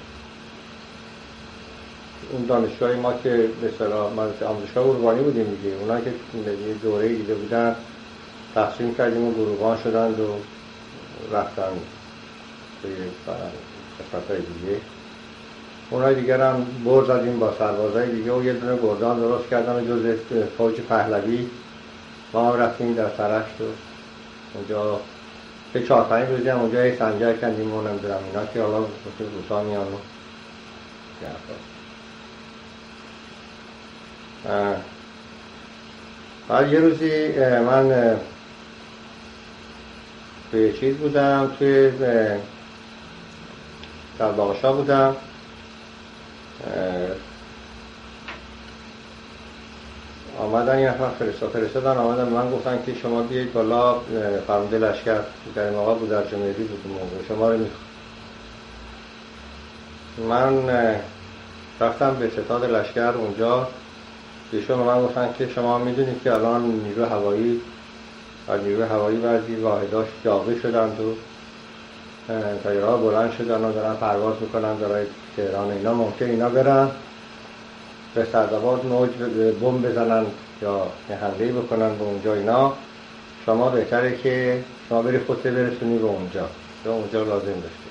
اون دانشگاه ما که به اصطلاح آموزشگاه اوربانی بودیم دیگه، اونا که یه دوره دیده بودن تقسیم کردیم و گروهان شدند و رفتن به قسمت‌های دیگه. اونای دیگر هم بر زدیم با سربازای دیگه و یه دونه گردان درست کردن و جز فوج پهلوی ما هم رفتیم در سرشت و اونجا به 4-5 روزی هم اونجا یه سنجر کندیم و نمیدونم اینا که حالا روسا میان و بعد یه روزی من توی چیز بودم، توی در باغشا بودم. آمدن یه نفر فرستادن آمدن من گفتن که شما بیایید بالا، فرمانده لشکر در این موقع بود، در جمهوری بود موقع، شما رو میخواد. من رفتم به ستاد لشکر اونجا. ایشون من گفتن که شما میدونید که الان نیروی هوایی بعضی واحداش جابه شدند و طیاره‌ها بلند شدن و دارن پرواز میکنن برای تهران. اینا ممکن اینا برن به سعدآباد موج بمب بزنن یا حمله بکنن به اونجا. اینا شما بهتره که شما بری خودت برسونی به اونجا یا اونجا لازم داشته.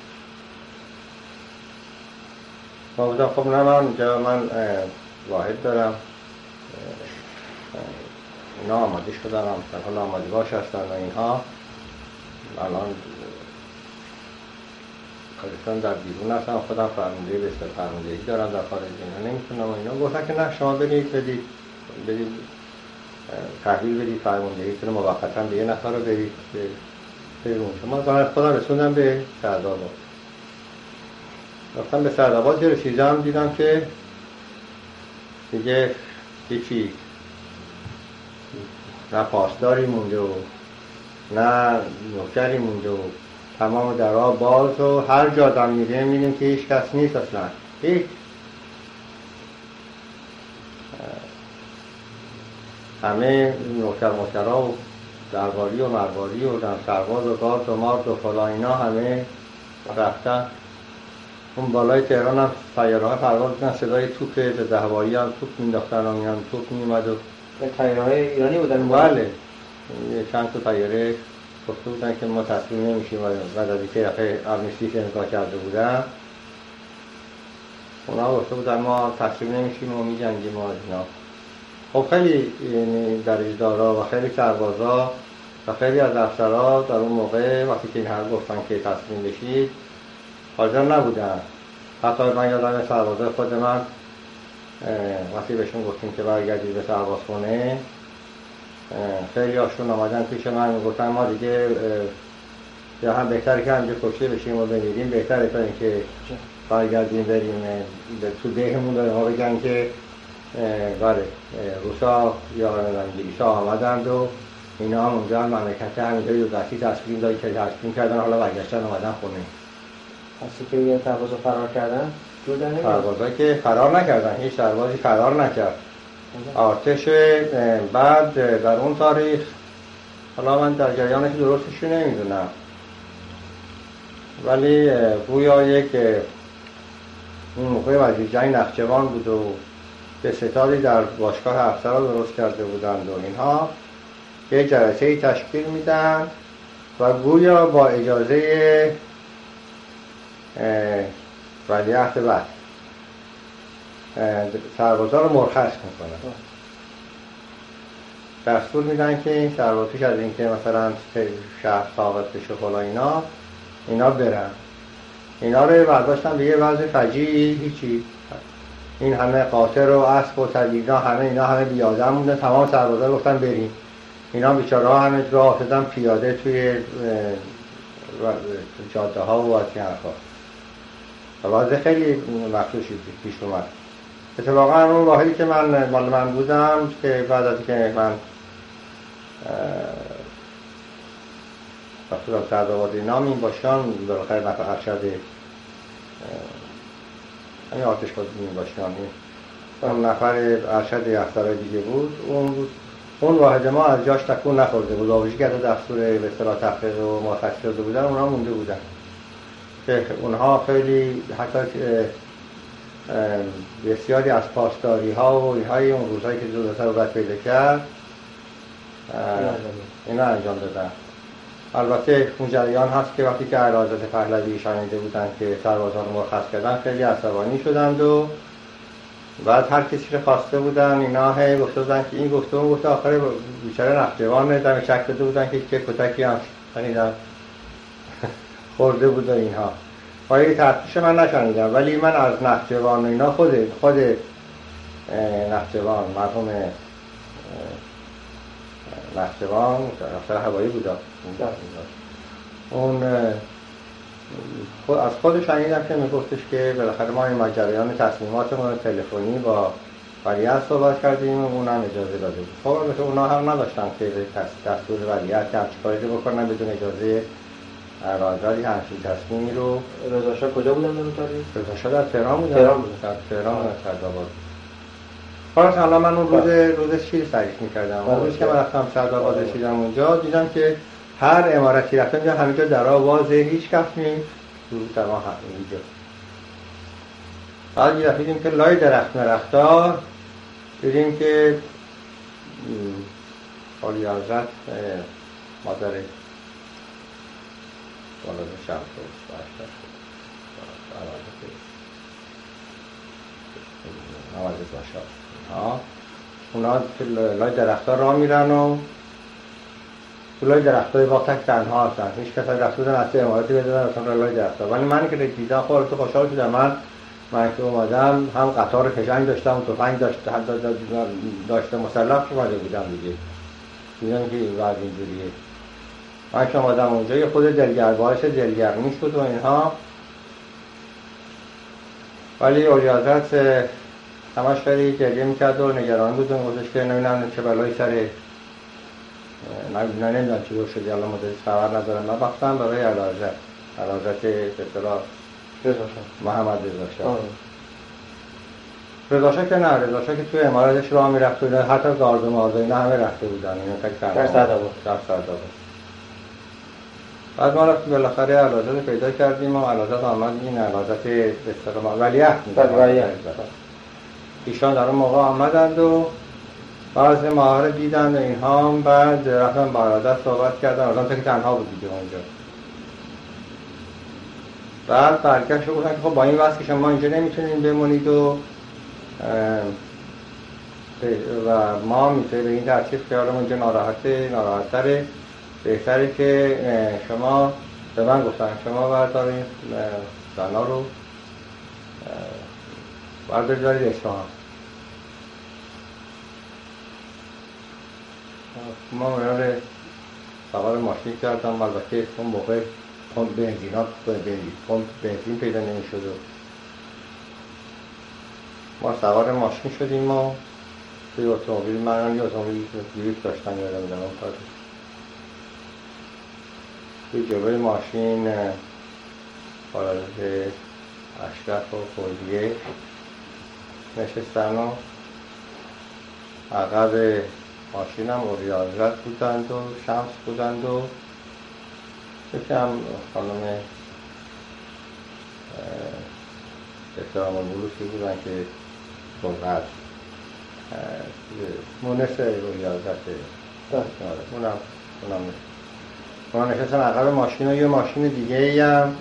ما بودم خب نه، من واحد دارم، اینا آماده شدن، در حال آماده باش هستن و اینها. الان کارستان در بیرون هستم، خودم فرمانده به فرماندهی دارم در خارج، اینا نمیتونم. اینا گفتن که نه شما بدید تحویل بدید فرماندهیتون موقتا به یه نفر رو برید پیرون شما من خودم رسوندم به سعدآباد. رفتم به سعدآباد که رسیدم دیدم که دیگه هیچی، نه پاسداری مونده و نه نوکری مونده و تمام درها باز و هر جا آدم میره میبینیم که هیچ کس نیست اصلا، هیچ. همه نوکر مکرها و درباری و مرباری و سرباز و گارد و مارد و فلان اینا همه رفتن. اون بالای تهران هم طیاره ها پرواز می‌کردن، صدای توپ دهواری هم توپ مینداختن و میان توپ میومد و طیاره های ایرانی بودن. بله چند تا طیاره گفته بودن که ما تسلیم نمیشیم بعد از اینکه آمنیستی امضا کرده بودن اونا گفته بودن ما تسلیم نمیشیم و میجنگیم و اینا. خب خیلی درجه‌دارا و خیلی سربازا و خیلی از افسرها در اون موقع وقتی که این حرف گفتن که تسلیم بشید حاضر نبودن. حتی من یادم سربازای خود من وقتی بهشون گفتیم که برگردید به سربازخونه خیلی هاشون آمدن پیش من گفتن ما دیگه یا هم بهتره که همینجا کشته بشیم و بمیریم، بهتره تا اینکه برگردیم بریم تو دهمون داره ها بگن که بله روسا یا انگلیسا آمدند و اینا هم اونجا مملکت همینجا دو دستی تصمیم داری که تصمیم کردن حالا برگشتن آمدن خونه. هستی که یه سربازا فرار کردن؟ سربازا که فرار نکردن، هیچ سربازی فرار نکرد. ارتش بعد در اون تاریخ حالا من در جریانش درستشو نمیدونم ولی گویا یک اون موقع وزیر جنگ نخچوان بود و به ستادی در باشگاه افسرها درست کرده بودند و اینها یک جلسه‌ای تشکیل میدن و گویا با اجازه ولیعهد بعد سربازا رو مرخص میکنن. دستور میدن که این سرباز پیش از اینکه مثلا شهر ثابت بشه فلان اینا برن. اینا رو برداشتن به یه وضع فجیعی، هیچی. این همه قاطر و اسب و تدینا اینا همه بیادم موندن. تمام سربازا گفتن بریم. اینا بیچاره‌ها همه راه افتادن پیاده توی جاده ها و از این حرفا. وضع خیلی مخصوصی پیش اومد. اتفاقا اون واحدی که مال من بودم که بعد از که من رفتم سعدآباد اینا این باشگاه بالاخره مثلا ارشد همین آتش بازی این باشگاه اون نفر ارشد افسرهای دیگه بود. اون واحد ما از جاش تکون نخورده بود. آویزی که دستور به اصطلاح تحقیق و مرخصی داده بودن اونها مونده بودن که اونها خیلی حتی بسیاری از پاسداری ها و اینهای اون روزهایی که دولت ثروت پیدا کرد اینا انجام دادن. البته اون جریان هست که وقتی که اعلیحضرت پهلوی شنیده بودن که سربازان مرخص کردن خیلی عصبانی شدند و بعد هر کسی رو خواسته بودن اینا هی گفته بودن که این گفته اون گفته آخر بیچاره نخجوان دم شک داده بودن که چه کتکی هم شنیدن خورده بود و اینها. پای تفتیش من نشنیدم ولی من از نخجوان و اینا خود نخجوان مرحوم نخجوان افسر هوایی بود اون از خود شنیدم که میگفتش که بالاخره ما این جریان تصمیماتمون تلفنی با ولیعهد صحبت کردیم و اونم اجازه داده بود. خب البته اونا هم نداشتن که دستور ولیعهد که همچی کاری رو بکنن بدون اجازه اعلیحضرت همچین تصمیمی رو. رضا شاه کجا بودن در اون تاریخ؟ رضا شاه در تهران بودن. در تهران و سعدآباد. خلاص حالا من اون روزش چیزی تعریف می‌کردم. اون روز که من رفتم سعدآباد رسیدم اونجا دیدم که هر عمارتی رفتم همینجا درها بازه، هیچ کس نیست تو تمام اینجا. بعد یه دیدیم که لای درختار دیدیم که عالی حضرت مادر والد شمس و باشتر نوازه باشد اونا لای درختار راه میرن و لای درختای وقتک تنها هستن. هیچ کس رفته بودن از اماراتی بدونن اصلا لای درختار. ولی من که دیدم خب تو خوشحال شدم. من که اومدم هم قطار کشنگ داشتم و تفنگ داشته مسلح اومده بودم دیگه. دیدم که بعد اینجوریه. من که آمدم اونجا یه خود باعث دلگرمی شد و اینها، ولی اولی حضرت همش خیلی گریه میکرد و نگران بود و گفتش که نمیدونم چه بلایی سر نمیدونم چی رو شدی، الان مدرس خبر ندارم. من بختم برای علاجت به اصطلاح محمد رضا شاه. رضا شاه که نه، رضا شاه که توی اماراتش راه میرفت و حتی گارد و مازه نه همه رفته بودن، اینو فکر کردم در سرداباد. بعد ما رفتیم بالاخره علاجت پیدا کردیم و علاجت آمد. این علاجت به اصطلاح ولیعهد می‌کنه. ایشان در اون موقع آمدند و بعضی ماها رو دیدن و اینها، بعد رفتن با علاجت صحبت کردن، آدم که تنها بود دیگه اونجا. بعد برگشت و گفتن که خب با این وضع که شما اینجا نمیتونین بمونید و ما میتونیم به این ترتیب خیالمون اینجا ناراحت‌تره، بهتره که شما به من گفتن شما بردارید زنها رو بردارید اصفهان. ما مراره سوار ماشین کردم، البته اون موقع پمپ بنزین پیدا نمی‌شد و ما سوار ماشین شدیم و توی اتومبیل، من یه اتومبیل لیف داشتم یادم میاد اون کار، توی جلوی ماشین حالت اشرف و فوزیه نشستن و عقب ماشین هم اولی حضرت بودند و شمس بودند و یکم خانم احترام الملوکی بودن که بلغت مونس اولی حضرت اونم نشستن عقب ماشین و یه ماشین دیگه ای هم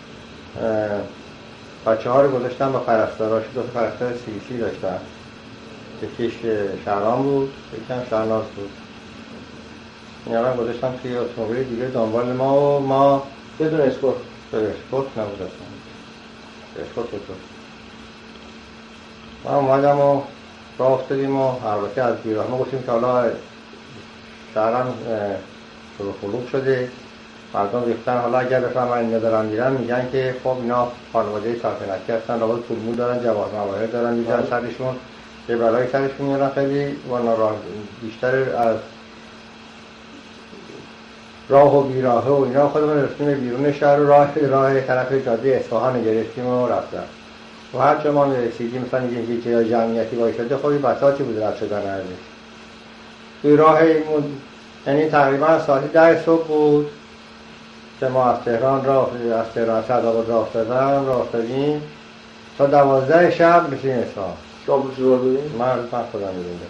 بچه ها رو گذاشتن با پرستاراش، دو تا پرستار سیسی داشتن، یکیش شهرام بود یکیش شهرناز بود. این هم گذاشتن توی اتومبیل دیگه دنبال ما و ما بدون اسکورت نبود اصلا، اسکورت بود. ما اومدم و راه افتادیم و البته از بیراه ما گفتیم که حالا شهرم شروع خلوق شده، مردم ریختن، حالا اگر بفهمن اینا دارن میرن میگن که خب اینا خانواده سلطنتی هستن، لابد پولمول دارن، جواهر موارد دارن، میذارن سرشون یه بلای سرشون میارن، خیلی راه بیشتر از راه و بیراهه و اینا. خودمون رفتیم بیرون شهر و راه طرف جاده اصفهان گرفتیم و رفتم و هر جا ما رسیدیم مثلا یه جای جمعیتی وایساده، خب بساطی بود رد شدن ارزش توی راه، یعنی تقریبا ساعت 10 صبح بود که ما از تهران سرداباد راه افتادیم تا 12 شب رسیدیم اصفهان. شما بزرگ بودین؟ من خودم می‌دونم.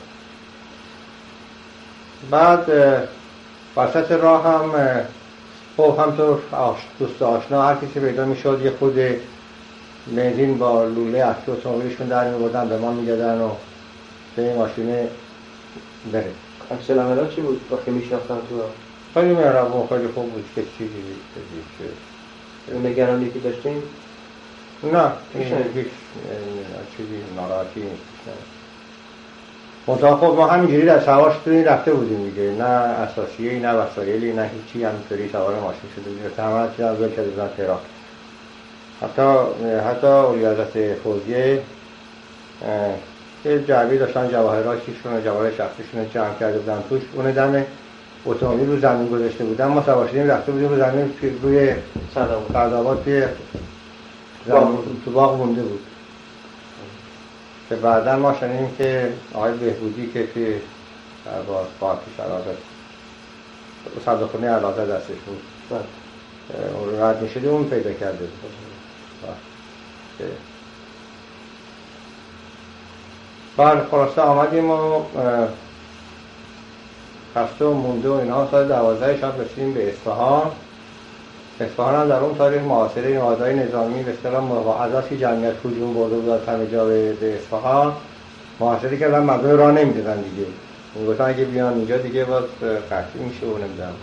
بعد وسط راه هم خب همطور دوست آشنا هر کسی پیدا میشد یه خود بنزین با لوله از اتومبیلشون در می‌بردن به ما می‌دادن و به این ماشینه بره. عکس العملا چی بود وقتی میشناختن تو راه؟ خیلی مهربون، خیلی خوب بود که چیزی اون نگرانی که داشتین؟ نه هیچ چیزی ناراحتی نیست. منطقه خب ما همینجوری در سوارش توی رفته بودیم دیگه، نه اساسیه‌ای نه وسایلی نه هیچی، همینطوری سوار ماشین شده بودیم، تمام چیز از ول کرده بودن تهران. حتی اولی حضرت فوزیه یه جعبه‌ای داشتن جواهراتشون و جواهر شخصیشون جمع کرده بودن توش، اون دم اتومبیل رو زمین گذاشته بودن، ما سوار شدیم رفته بودیم رو زمین روی سرداباد توی تو باغ مونده بود که بعداً ما شنیدیم که آقای بهبودی که توی باز پارکش علازت صداخونه علازت دستش بود اون رد میشده اون پیدا کرده بود. بعد خلاصه آمدیم و خسته و مونده و اینها ساعت 12 شب رسیدیم به اصفهان. اصفهان هم در اون تاریخ معاصره نهادهای نظامی به اصطلاح از از که جمعیت هجوم برده بود از همه جا به اصفهان محاصره کردن، مردم راه نمیدادن دیگه، میگفتن اگه بیان اینجا دیگه باز قحطی میشه و نمیدونم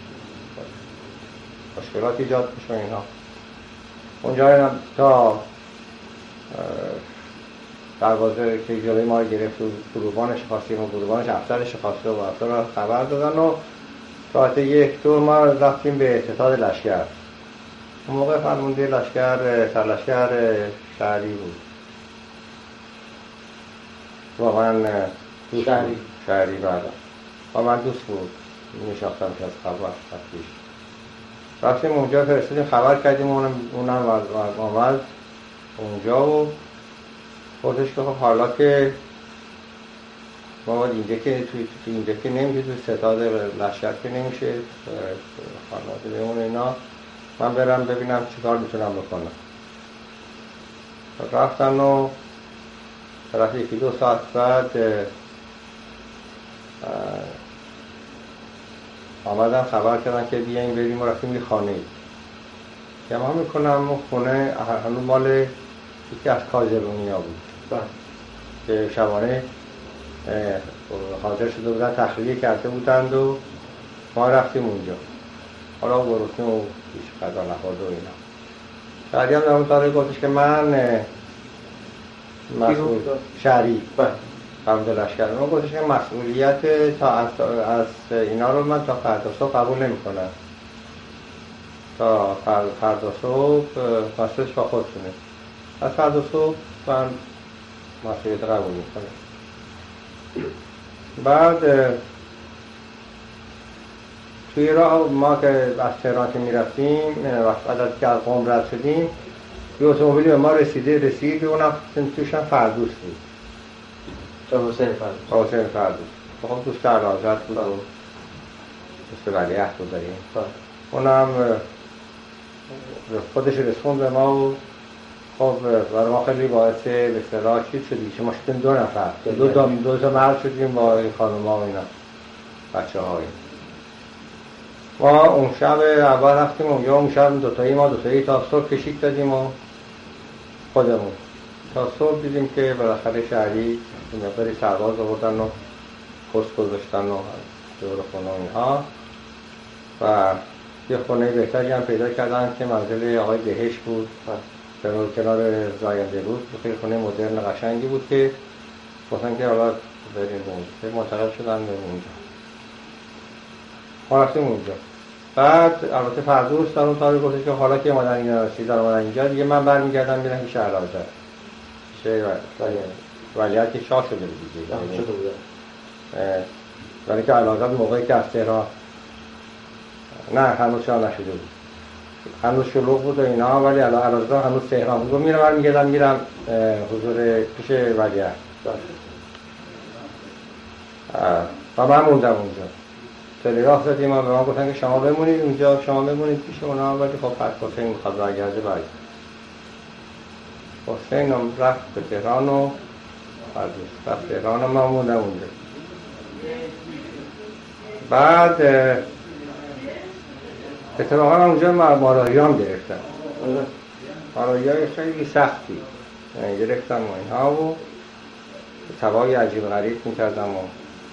مشکلات ایجاد میشه و اینها. اونجا هم تا دروازه که جلوی ما رو گرفت و گروبانش خواستیم و گروبانش افسرش خواسته و افسر خبر دادن و ساعت 1 دو ما رفتیم به ستاد لشکر. اون موقع فرمانده لشکر سرلشکر شهری بود با من دوست بود. شهری بعد با من دوست بود، میشناختم که از خبر پیش رفتیم اونجا، فرستادیم خبر کردیم، اونم آمد اونجا و گفتش که خب حالا که ما اینجا که اینجا که نمیشه، تو ستاد لشکر که نمیشه خانواده بمونه اینا، من برم ببینم چیکار میتونم بکنم. رفتن و طرف 1-2 ساعت بعد آمدن خبر کردن که بیاین بریم و رفتیم یه خانه ای که ما میکنم خونه هنوز مال یکی از کاظمونیا بود که شبانه حاضر شده بودن تخلیه کرده بودند و ما رفتیم اونجا. حالا گرسنه و هیچ غذا نخورده و اینا. شهری هم در اون طاره گفتش که من مسئول شهری فرمانده لشکر ما گفتش که مسئولیت تا از اینا رو من تا فردا صبح قبول نمی کنم، تا فردا صبح مسئولش با خودشونه، از فردا صبح من مسئولیت قبول می کنم. بعد توی راه ما که از تهران که می رفتیم بعد از که از قم رد شدیم یه اتومبیلی به ما رسید اونم توش هم فردوس بود، حسین فردوس. خب دوست اعلیحضرت بود و دوست ولیعهد بود داریم. اونم خودش رسوند به ما و خب برای ما خیلی باعث به اصطلاح چیز شدی که ما شدیم 2 نفر، دو تا مرد شدیم با این خانوما و اینا بچه های. ما اون شب اول رفتیم اونجا، اون شب دوتایی تا صبح کشید دادیم و خودمون تا صبح دیدیم که بالاخره شهری مقداری سرباز آوردن و پست گذاشتن و دور خونه اینها و یه خونه بهتری هم پیدا کردن که منزل آقای دهش بود کنار زاینده بود. خیلی خونه مدرن قشنگی بود که گفتن که حالا بریم اونجا، منتقل شدن به اونجا. ما رفتیم اونجا. بعد البته فردوس در اون تاریخ گفتش که حالا که اومدن اینا رسیدن اومدن اینجا دیگه من برمیگردم میرم این شهر آزاد ولیعهد که شاه شده بود دیگه شده بود. ولی که علازاد موقعی که از تهران نه هنوز شاه نشده بود، هنوز شلوغ بود و اینا، ولی علازاد هنوز تهران بود. میرم حضور پیش ولیعهد و من موندم اونجا. تلگراف زدیم و به من گفتن که شما بمونید اونجا، شما بمونید پیش اونا، ولی خب حسین میخواد برگرده برگرد. حسین هم رفت به تهران و رفت تهران و من موندم اونجا. بعد اتفاقا اونجا مالایی هم گرفتن، مالایی های خیلی سختی گرفتم و اینها و تبایی عجیب غریب میکردم و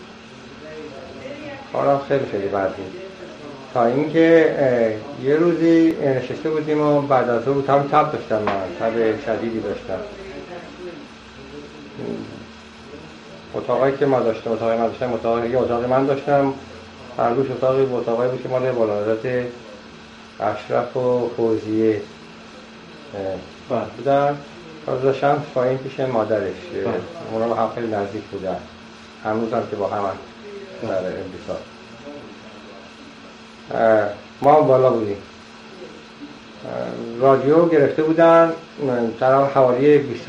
کارم خیلی بد بود. تا اینکه یه روزی نشسته بودیم و بعد از اون تب داشتم، من تب شدیدی داشتم. اتاقی که ما داشتم یه اتاق من داشتم، هر روش اتاقی با اتاقی بود که مال بالاحضرت اشرف و فوزیه بودن. داشتم پایین پیش مادرش، اونا با هم خیلی نزدیک بودن، هنوز هم که با هم در انبساط. ما هم بالا بودیم، رادیو گرفته بودن، طرف حوالی 21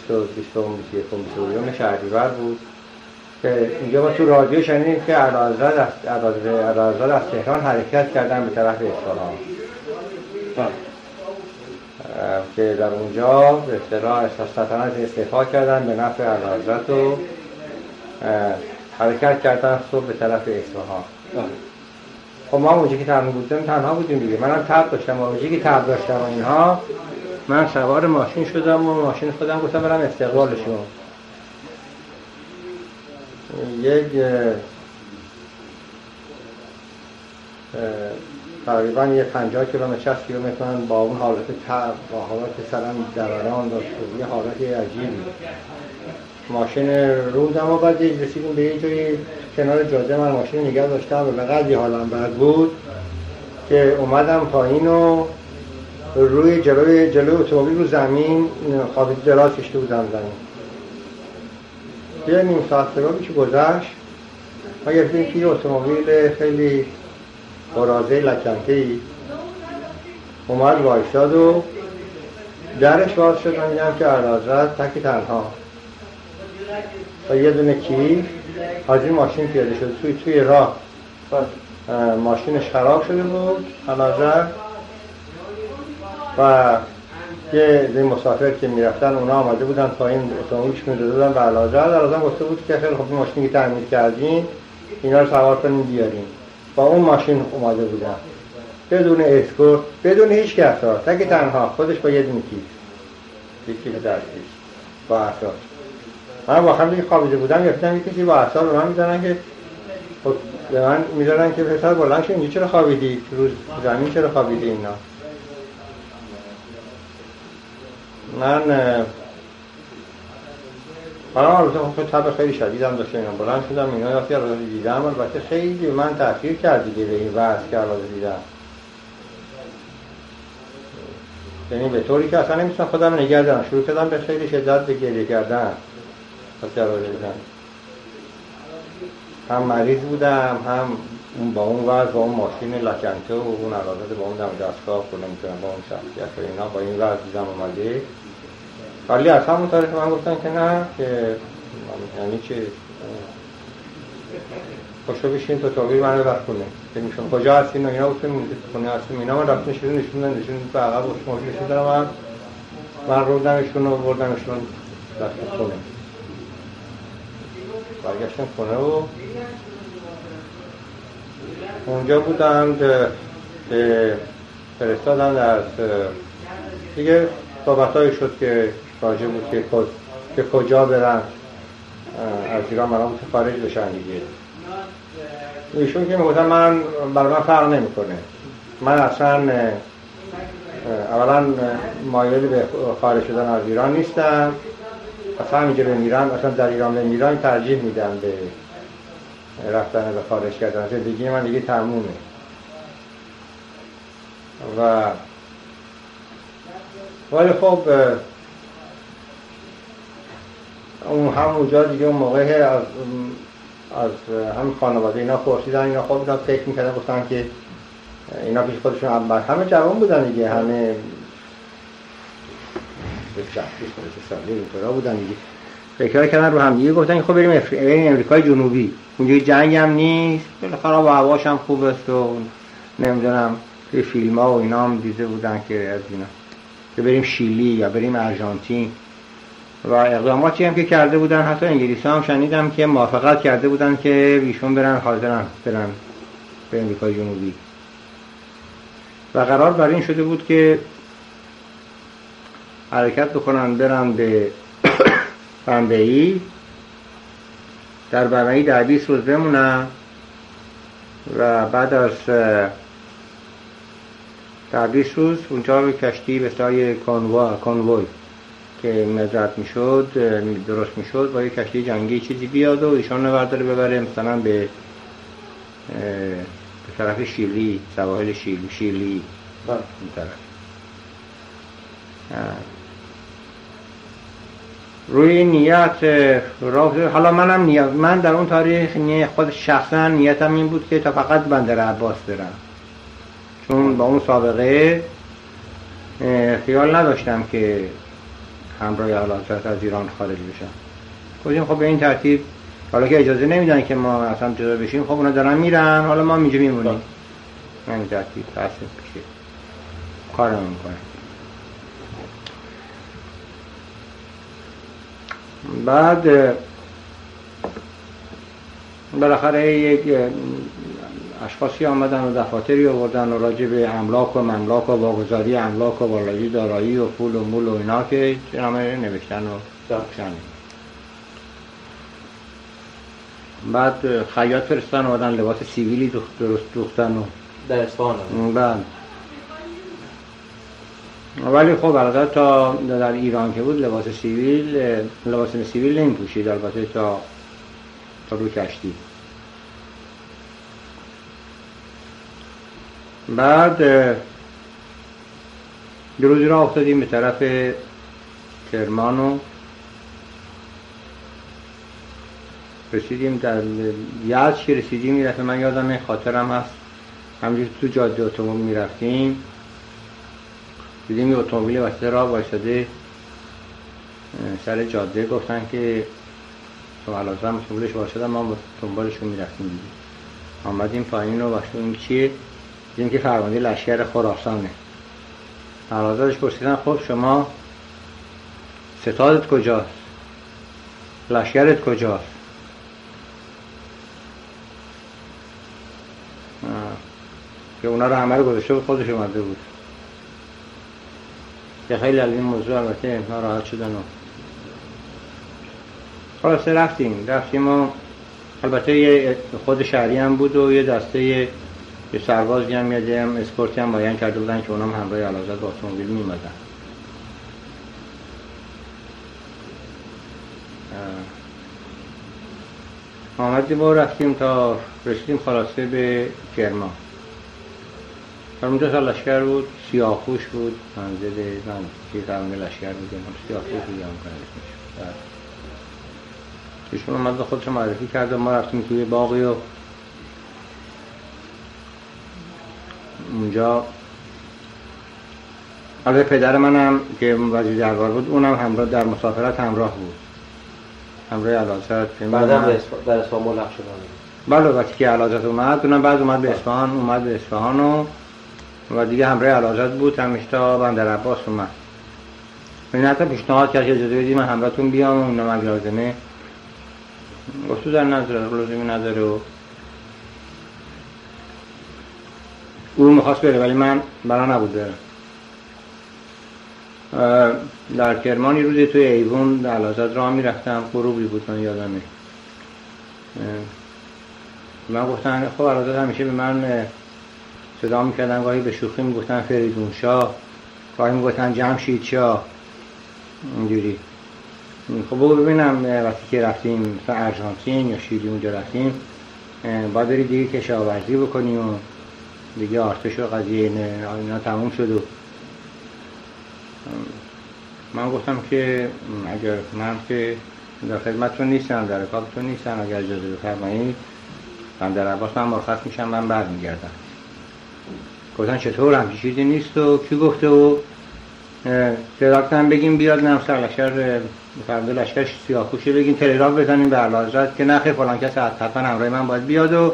شهریور بود که اینجا ما تو رادیو شنیدیم که اعلیحضرت از تهران حرکت کردن به طرف اصفهان که در اونجا به اصطلاح سلطنت استعفا کردن به نفع اعلیحضرت و حرکت کردن صبح به طرف اصفهان. خب ما اونجا که تنها بودیم دیگه، منم تب داشتم و اونجا که تب داشتم و اینها من سوار ماشین شدم و ماشین خودم گفتم برم استقلالشون. یک تقریبا 50 کیلومتر 60 کیلومتر با اون حالت تب، با حالت سرم دوران داشت، یه حالت عجیبی. ماشین روندم و بعد رسیدیم به یه جایی کنار جاده. من ماشین نگه داشتم و به قدری حالم بد بود که اومدم پایین و روی جلوی اتومبیل رو زمین خوابیده دراز کشیده بودم زمین. یه نیم ساعت سبابی که گذشت ما گفتیم که یه اتومبیل خیلی قرازه لکنته‌ای اومد وایساد و درش باز شد. من میگم که اعلیحضرت تکی تنها و یه دونه کیف از این ماشین پیاده شد توی راه. ماشینش خراب شده بود اعلیحضرت و یه مسافر که میرفتن اونا آمده بودن پایین اتومبیلشون رو دادن به اعلیحضرت گفته بود که خیلی خوب این ماشینی که تعمیر کردین اینا رو سوار کنین بیارین. با اون ماشین اومده بودن بدون اسکورت بدون هیچ کس تک تنها خودش با یه دونه کیف دستش با احساس. من واقعا دیگه خوابیده بودم گفتم یه کسی با احساس به من می‌ذارن که خب به من می‌ذارن که پسر بلند شو اینجا چرا خوابیدی روز زمین چرا خوابیدی اینا. من البته خب تب خیلی شدیدم داشته اینا بلند شدم اینا وقتی رو دیدم البته خیلی من تأثیر کرد دیگه به این وضع که الان دیدم. یعنی به طوری که اصلا نمیتونم خودم نگه دارم شروع کردم به خیلی شدت به گریه کردن. هم مریض بودم هم با اون وضع با اون ماشین لکنته و اون علاقه با اون دم دستگاه کنم میتونم با اون شخصیت و اینا با این وضع دیدم اومده. ولی از همون تاریخ من گفتن که نه که یعنی که خوشو بشین تو اتومبیل من ببر خونه که میشون کجا هستین و اینا گفتم خونه هستیم اینا. من رفتم نشون به عقب و ماشینشون دارم من روندمشون و بردمشون دست خونه. برگشتم خونه و اونجا بودم که فرستادن از دیگه صحبت‌هایی شد که راجع بود که کجا برن از ایران برام خارج بشن دیگه. ایشون که میگفتن برای من فرق نمیکنه. من اصلا اولا مایل به خارج شدن از ایران نیستم. اصلا اینجا بمیرم اصلا در ایران بمیرم ترجیح میدم به رفتن به خارج کردن. زندگی من دیگه تمومه و ولی خب اون همونجا دیگه اون موقع از همین خانواده اینا پرسیدن اینا خب اینا فکر میکردن گفتن که اینا پیش خودشون همه جوان بودن دیگه همه 20 ساله اینطورا بودن دیگه فکر کردن رو هم دیگه گفتن خب بریم امریکای جنوبی اونجا جنگ هم نیست بالاخره با هواش هم خوب است و نمیدونم توی فیلم ها و اینا هم دیده بودن که از اینا که بریم شیلی یا بریم آرژانتین و اقداماتی هم که کرده بودن حتی انگلیسی هم شنیدم که موافقت کرده بودن که ایشون حاضرن برن به امریکای جنوبی و قرار بر این شده بود که حرکت بکنن برن به بمبئی در بمبئی 10-20 روز بمونن و بعد از 10-20 روز اونجا به کشتی به سای کانوای که مزرعت میشد درست میشد با یک کشتی جنگی چیزی بیاد و ایشان رو برداره ببره مثلا به طرف شیلی سواحل شیلی این طرف روی نیت حالا من در اون تاریخ خود شخصا نیتم این بود که تا فقط بندر عباس برم چون با اون سابقه خیال نداشتم که همراه اعلیحضرت از ایران خارج بشم. گفتیم خب به این ترتیب حالا که اجازه نمیدن که ما اصلا جدا بشیم خب اونا دارن میرن حالا ما اینجا میمونیم. من این ترتیب پس پیشه کارم میکنم. بعد بالاخره یک اشخاصی آمدن و دفاتری آوردن و راجع به املاک و مملاک و واگذاری املاک و والایی دارایی و پول و مول و اینا که همه نوشتن و داشتن. بعد خیاط فرستن آمدن لباس سیویلی درست دوختن و در اصفهان. بعد ولی خب البته تا در ایران که بود لباس سیویل نمی پوشید، البته تا رو کشتی. بعد یه روزی راه افتادیم به طرف کرمان و رسیدیم در یزد که رسیدیم. یه دفعه من یادم خاطرم هست همینجور تو جاده اتومبیل میرفتیم، دیدیم یه اتومبیل وسط راه وایساده سر جاده. گفتن که تو علازم اتومبیلش وایسادن، ما دنبالشون میرفتیم. دیدیم آمدیم پایین و باشیم چیه؟ دیدیم که فرمانده لشکر خراسانه. علازش پرسیدن خب شما ستادت کجاست؟ لشکرت کجاست؟ که اونا رو همه رو گذاشته بود، خودش اومده بود. که خیلی از این موضوع البته ناراحت شدن و خلاصه رفتیم و البته یه خود شهری هم بود و یه دسته یه سربازی هم یه اسکورتی هم معین کرده بودن که اونام همراه علازت با اتومبیل می‌اومدن. آمدیم و رفتیم تا رسیدیم خلاصه به کرمان. در اونجا لشکر بود، سیاه‌پوش بود، منزل من که فرمانده لشکر بود، سیاه‌پوش بود هم کنه. ایشون اومد به خودش معرفی کرد و ما رفتیم توی باغی و اونجا البته پدر منم که وزیر دربار بود اونم همراه در مسافرت همراه بود، همراه علازت. بعدم در اصفهان ملحق شدن. بله وقتی که علازت اومد اونم بعد اومد به اصفهان و دیگه همراه علازت بود همیشه تا بندرعباس اومد. این حتی پیشنهاد کرد که اجازه بدید من همراهتون بیام و اونم اگه لازمه گفتو در لازمی نداره و او میخواست بره ولی من برا نبود برم. در کرمان یه روزی توی ایوون در علازت راه میرفتم، غروبی بود من یادمه. من گفتن خب علازت همیشه به من صدا میکردن، گاهی به شوخی میگفتن فریدون شاه، گاهی میگفتن جمشید شاه، اینجوری. خب ببینم وقتی که رفتیم مثلا ارژانتین یا شیلی اونجا رفتیم باید بری دیگه کشاورزی بکنیم و دیگه آرتش و قضیه اینا تموم شد و من گفتم که اگر من که در خدمتتون نیستم، در رکابتون نیستم، اگر اجازه بفرمایید بندرعباس من مرخص میشم، من برمیگردم. گفتن چطور همچین چیزی نیست و کی گفته و تراکتن بگیم بیاد نم سرلشکر فرمانده لشکر سیاه‌پوشه بگیم تلگراف بزنیم به اعلیحضرت که نخیر فلان کس حتما همراه من باید بیاد و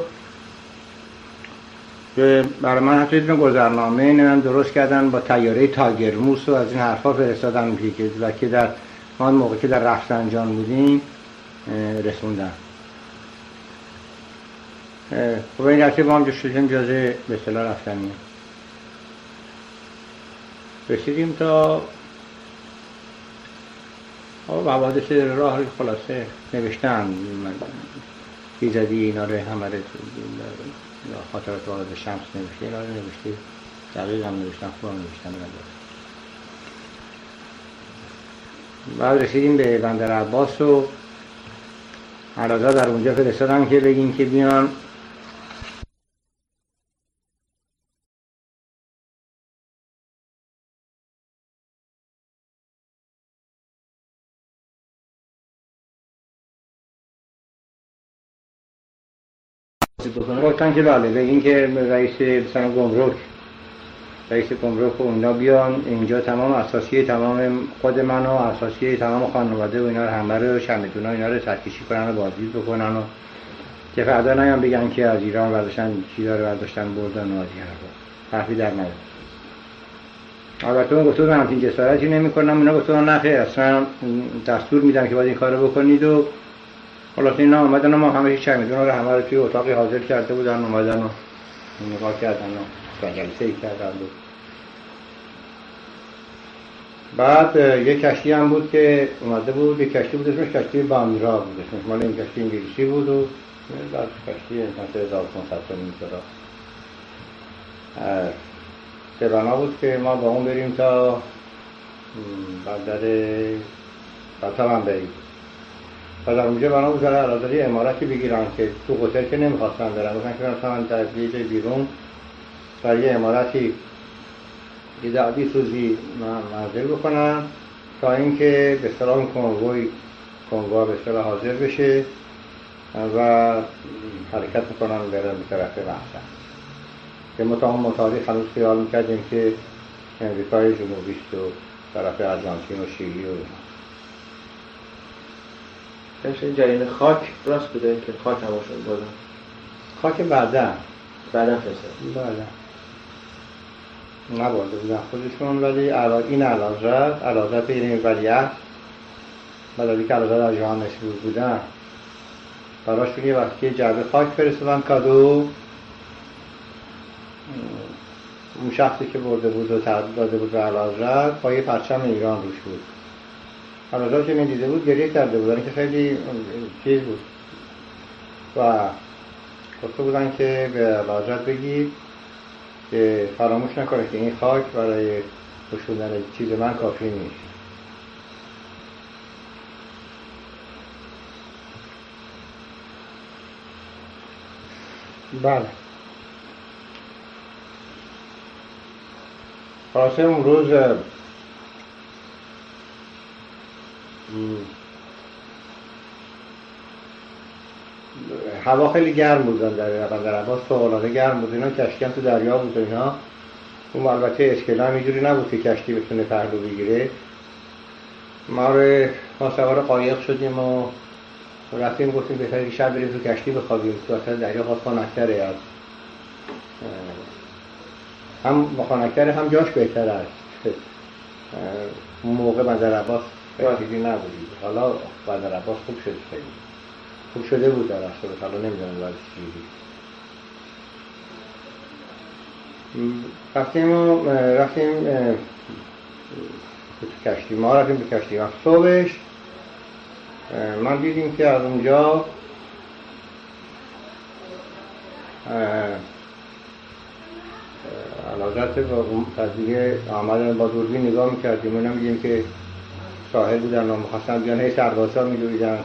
برای من حتی یه گذرنامه نمیدونم درست کردن با طیاره تاگرموس و از این حرفا فرستادن و که در ما موقع که در رفسنجان بودیم رسوندن. خب این رفته با هم جشتیم جازه به اصطلاح رفتنیم. رسیدیم تا حوادث راه خلاصه نوشتن ایزدی اینا رو همه خاطرات وارد شمس نوشته، اینا رو نوشته دقیق هم نوشتن، خوب هم نوشتن. بعد رسیدیم به بندرعباس و علازت در اونجا فرستادن که بگیم که بیان گفتن که بله بگین که رئیس مثلا رئیس گمرک و اینا بیان اینجا تمام اساسیه تمام خود من و اساسیه تمام خانواده و اینا رو همه رو شمدونا اینا رو سرکشی کنن و بازدید بکنن و که فردا نیان بگن که از ایران برداشتن چیزا رو برداشتن بردن و از این حرفی در نیاد. البته اون گفتن من همچین جسارتی نمی‌کنم، اینا گفتن نه خیر اصلا دستور میدم که باید این کارو بکنید و خلاص اینا اومدن و ما همه چمیدونا رو همه رو توی اتاقی حاضر کرده بودن، اومدن و نگاه کردن و جلسه‌ای کردن. بعد یک کشتی هم بود که اومده بود، یک کشتی بود اسمش کشتی بامیرا بود، اسمش مال این کشتی انگلیسی بود و بعد کشتی مثلا 1500 تا میلیون. که بنا بود که ما با اون بریم تا بندر بریم و در اونجا بنا بود علازالی امارتی بگیرن که تو هتل که نمیخواستن برن، گفتن که مثلا در یه جای بیرون در یه امارتی یه دعوی سوزی منزل بکنن تا اینکه به اصطلاح کنگوها به اصطلاح حاضر بشه و حرکت میکنن برن به طرف مقصد. که ما تا اون تاریخ هنوز خیال میکردیم که امریکای جنوبی است و طرف آرژانتین و شیلی و اینا. این جریان خاک راست بوده که خاک هماشون بودن؟ خاک بعدا فرستاد؟ بله نبرده بودن خودشون، ولی این علازت این ولیعت مداری که علازت از جوهانسبورگ بودن براشون یه وقتی جعبه خاک فرستادن کادو. اون شخصی که برده بود و تحویل داده بود به علازت با یه پرچم ایران روش بود. علازت که میدیده بود گریه کرده بودن که خیلی چیز بود و گفته بودن که به علازت بگید که فراموش نکنه که این خاک برای پوشوندن چیز من کافی نیست. بله خلاصه اون روز هوا خیلی گرم بودن در بندر عباس، فوق‌العاده گرم بود. اینا کشتی هم تو دریا بود و اینا. اون البته اسکله هم اینجوری نبود که کشتی بتونه پهلو بگیره. ما سوار قایق شدیم و رفتیم گفتیم بهتره شب بریم تو کشتی بخوابیم. تو اصلا دریا خنک‌تره، از هم خنک‌تره هم جاش بهتر است. اون موقع بندر عباس خیلی نبودی. حالا بندر عباس خوب شده، خیلی خوب شده بود در اصل. حالا نمیدونم ولی چیزی رفتیم تو کشتی. ما رفتیم به کشتی. صبحش من دیدیم که از اونجا علازت با تدبیر آمدن با دوربین نگاه میکردیم و نمیدیم که ساحل بودن و میخواستن بیان. هی سربازها میدویدن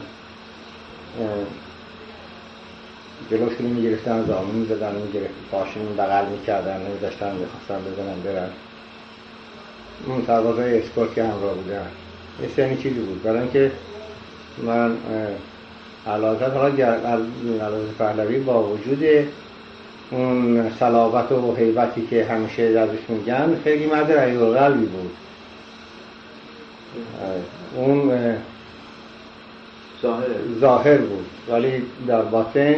جلوشونی میگرفتن، زامن میزدن، پاشون بغل میکردن، نمیداشتن میخواستن بزنن برن. اون سربازهای اسکورت که همراه بودن یه سنی چیزی بود. برای اینکه من علازت پهلوی با وجود اون صلابت و هیبتی که همیشه ازش میگن خیلی مرد رعیل القلبی بود. اون ظاهر بود ولی در باطن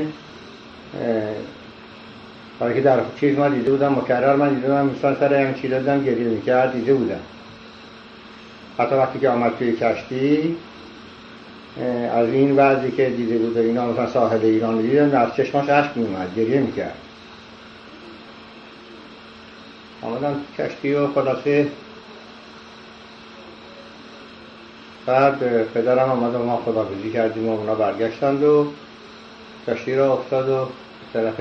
برای که در چیز من دیده بودم، مکرر من دیده بودم مثلا سر همین چیز دادم گریه میکرد، دیده بودم. حتی وقتی که آمد توی کشتی از این وضعی که دیده بود اینا مثلا ساحل ایران دیدم از چشماش اشک میومد، گریه میکرد. آمدم کشتی و خلاصه بعد پدرم آمد و ما خداحافظی کردیم و اونا برگشتند و کشتی را افتاد و طرف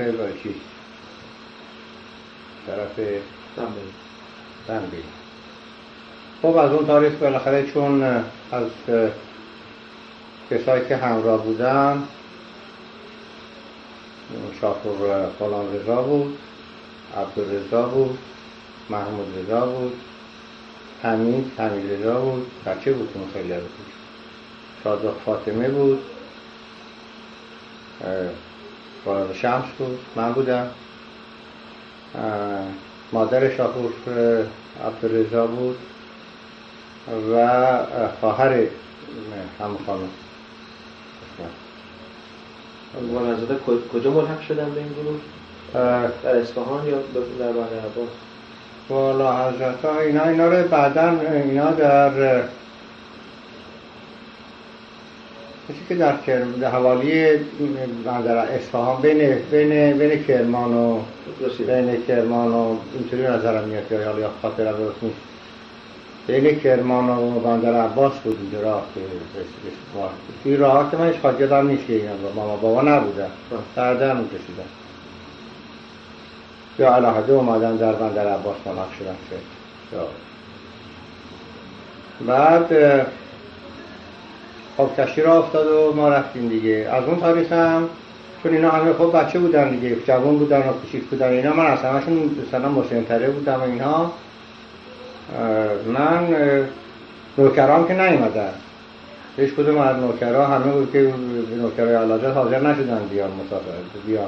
بنبی. خب از اون تاریخ بالاخره چون از کسایی که همراه بودن شاپور غلام رضا بود، عبدالرضا بود، محمود رضا بود، حمید رضا بود، بچه بود اون خیلی بود، صادق فاطمه بود، بارد شمس بود، من بودم، مادر شاپور عبدالرضا بود و خواهر همون خانم. والازاده کجا ملحق شدن به این گروه؟ در اصفهان یا در بندر عباس؟ والا حضرت ها اینا رو بعدن اینا در کسی که در حوالی بندر اصفهان بین کرمان و اینطوری نظرم میاد که حالا یا خاطر درست نیست، بین کرمان و بندر عباس بود اینجا راه توی راه که من هیچ خاطر یادم نیست که اینا ماما بابا نبودن، سردن میکشیدن. یا علاهده اومدن در بندر عباس ملحق شدن یا بعد خب کشتی را افتاد و ما رفتیم دیگه. از اون تاریخ هم چون اینا همه خب بچه بودن دیگه، جوان بودن و کوچیک بودن اینا، من اصلا همشون مثلا مسن‌تره بودم و اینا. من نوکرام که نیومدن، هیچ کدوم از نوکرها همه بود که نوکرای اعلیحضرت حاضر نشدن بیان مسافرت بیان.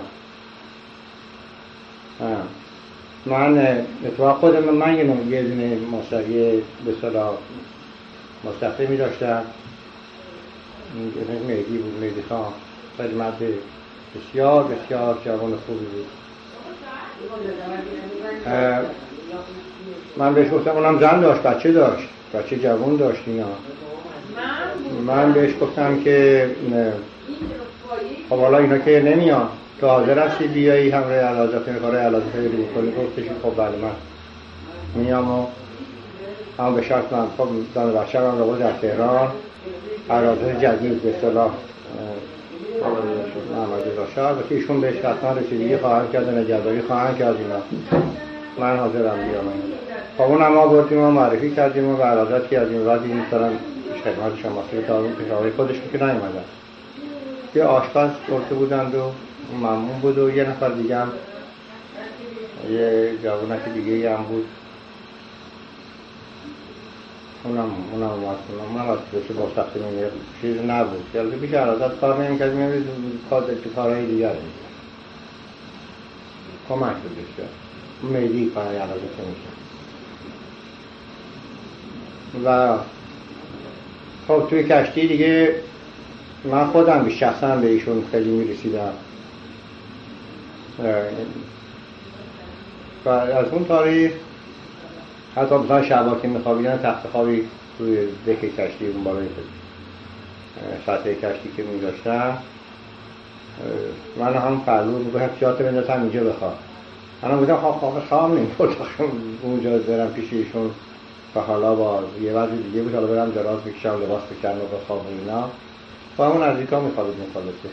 من اتفاق خودم من یه دونه مصریه به صلاح مستخدمی داشتم، مهدی بود، مهدی خان، خیلی مرد بسیار بسیار جوان خوبی بود. من بهش گفتم، اونم زن داشت، بچه جوان داشت اینا. من بهش گفتم که خب حالا اینا که نمیان، تو حاضر هستی بیایی همراه اعلیحضرت این کارهای اعلیحضرت رو بکنی؟ گفتش خب بله من میام و هم به شرط من خب زن بچه هم رو در تهران اعلیحضرت جدید به اصطلاح محمد رضا شاه و که ایشون بهش حتما رسیدگی خواهند کرد و نگهداری خواهند کرد اینا، من حاضرم بیام. خب اونم ما بردیم و معرفی کردیم و به اعلیحضرت که از این بعد این مثلا خدمت شماسه تاون پیشاوری خودش که نیومدن، یه آشپز برده بودند و ممنون بود و یه نفر دیگه هم یه جوانک دیگه هم بود، اونم از بسه با سختی نمیاد چیز نبود که البته پیش اعلیحضرت کار نمی‌کرد، می‌بید کارهای دیگر کمک بود بسیار مهدی کارهای اعلیحضرت نمی‌کرد. و خب توی کشتی دیگه من خودم به شخصا به ایشون خیلی می‌رسیدم و از اون تاریخ حتی مثلا شبا که می‌خوابیدن تخت خوابی روی دک کشتی اون بالای سطح کشتی که می‌داشتم، من هم پهلو میگویم جات بندازم اینجا بخواب. من بودم خواب نمی‌برد اونجا برم پیش ایشون و حالا با یه وضع دیگه بود، حالا برم دراز بکشم لباس بکنم و بخواب و اینا و همون نزدیکا می‌خوابید مخالطه.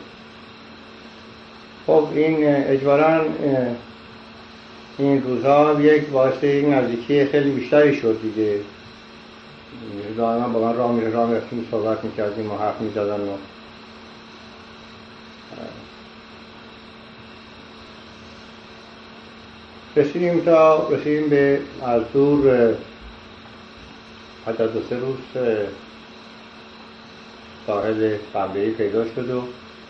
خب این اجباراً این روزها یک باعث این نزدیکی خیلی بیشتری شد دیگه. دائما با من راه میرفتیم صحبت میکردیم و حرف میزدن و رسیدیم به از دور حتی 2-3 روز ساحل قبله‌ای پیدا شد و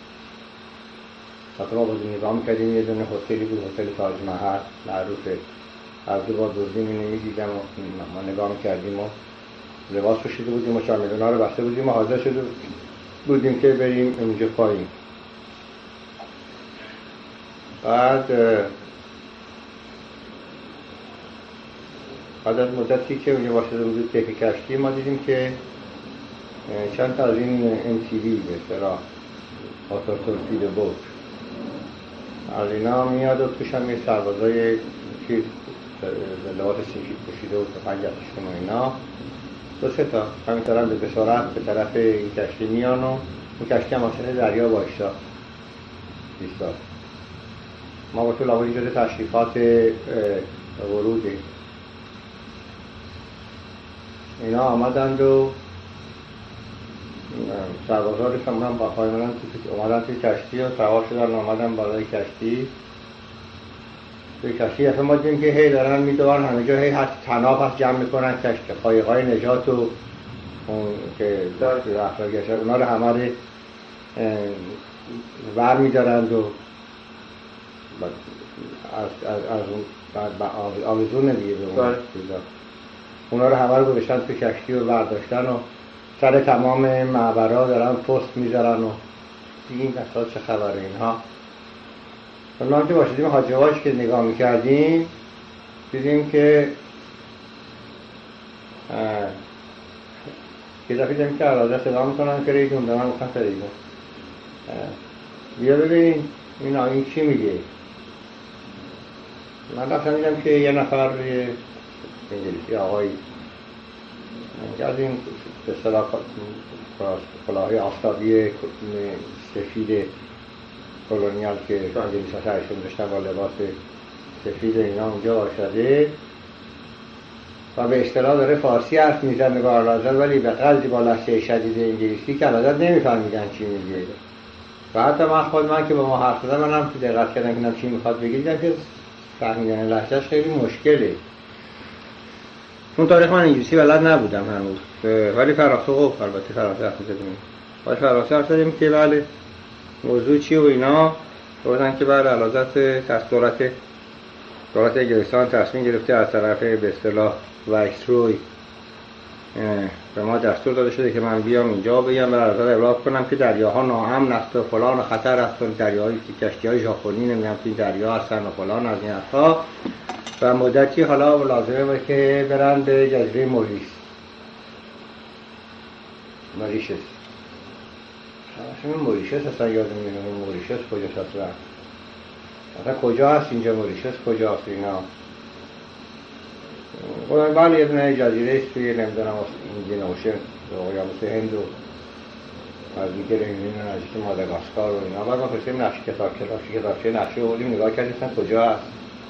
حتی ما بازی نگاه میکردیم، یه دونه هتلی بود، هتل تاج محل معروفه، از دو با دوربین نمیدیدم و ما نگاه میکردیم و لباس پوشیده بودیم و چارمیدونا رو بسته بودیم و حاضر شده بودیم که بریم اونجا پایین. بعد از مدتی که اونجا واسطه بود تک کشتی ما دیدیم که چند تا از این MTV به اصطلاح آتورپیدو بوت از اینا میاد و توش هم یه سربازای چیز لباس سفید پوشیده و تفنگشون و اینا 2-3 تا همین طرف به بسارت به طرف این کشتی میان و اون کشتی هم واسه دریا باشتا ایستاد. ما با تو لابدی جده تشریفات ورودی اینا آمدند و سربازها داشتن هم با پای منم اومدن توی کشتی و سوار شدن آمدن بالای کشتی. توی کشتی اصلا ما دیدیم که هی دارن میدوان همه جا هی هست تناب هست جمع میکنن کشتی قایقای نجات و اون که رفتار گشت اونا رو همه رو ور میدارند و از اون آویزون دیگه به اون اونا رو همه رو گذاشتن توی کشتی و برداشتن و سر تمام معبرها دارن پست میذارن و این اساس چه خبره اینها. اونا که باشدیم حاجواش که نگاه میکردیم دیدیم که یه دفعه دیدیم که عراضه صدا میکنن که ریدون دارن میکنن که ریدون بیا ببین این چی میگه. من رفتم دیدم که یه نفر انگلیسی آقایی که از این به اصطلاح کلاهی آفتابی سفید کلونیال که انگلیس‌ها سرشون داشتن با لباس سفید اینا اونجا واشده و به اصطلاح داره فارسی حرف میزنه با اعلیحضرت، ولی به قدری با لهجه شدید انگلیسی که اعلیحضرت نمیفهمیدن چی میگه. و حتی من که با ما حرف زدم منم تو دقت کردم که چی میخواد بگه، دیدم که فهمیدن لهجهش خیلی مشکله. اون تاریخ من انگلیسی بلد نبودم هنوز، ولی فرانسه البته فرانسه حرف زدیم. باید فرانسه حرف زدیم که بله موضوع چی و اینا. گفتن که بله اعلیحضرت دولت انگلستان تصمیم گرفته از طرف به اصطلاح وایسروی به ما دستور داده شده که من بیام اینجا بگم به اعلیحضرت ابلاغ کنم که دریاها ناامن است و فلان خطر است و دریاهایی که کشتی‌های ژاپنی نمیدونم توی دریا هستن و فلان از این حرفا. و مدتی حالا لازمه که برن به جزیره موریشس. موریشس اصلا یادم نمیاد موریشس کجاست اصلا کجا هست اینجا، موریشس کجاست اینا. بله یه دونه جزیره است توی نمیدونم ایندین اوشن اقیانوس هند و نزدیک رینین و نزدیک ماداگاسکار و اینا. بعد ما فرستیم نقشه کتابچه نقشه بودیم نگاه کردیم اصلا کجا هست.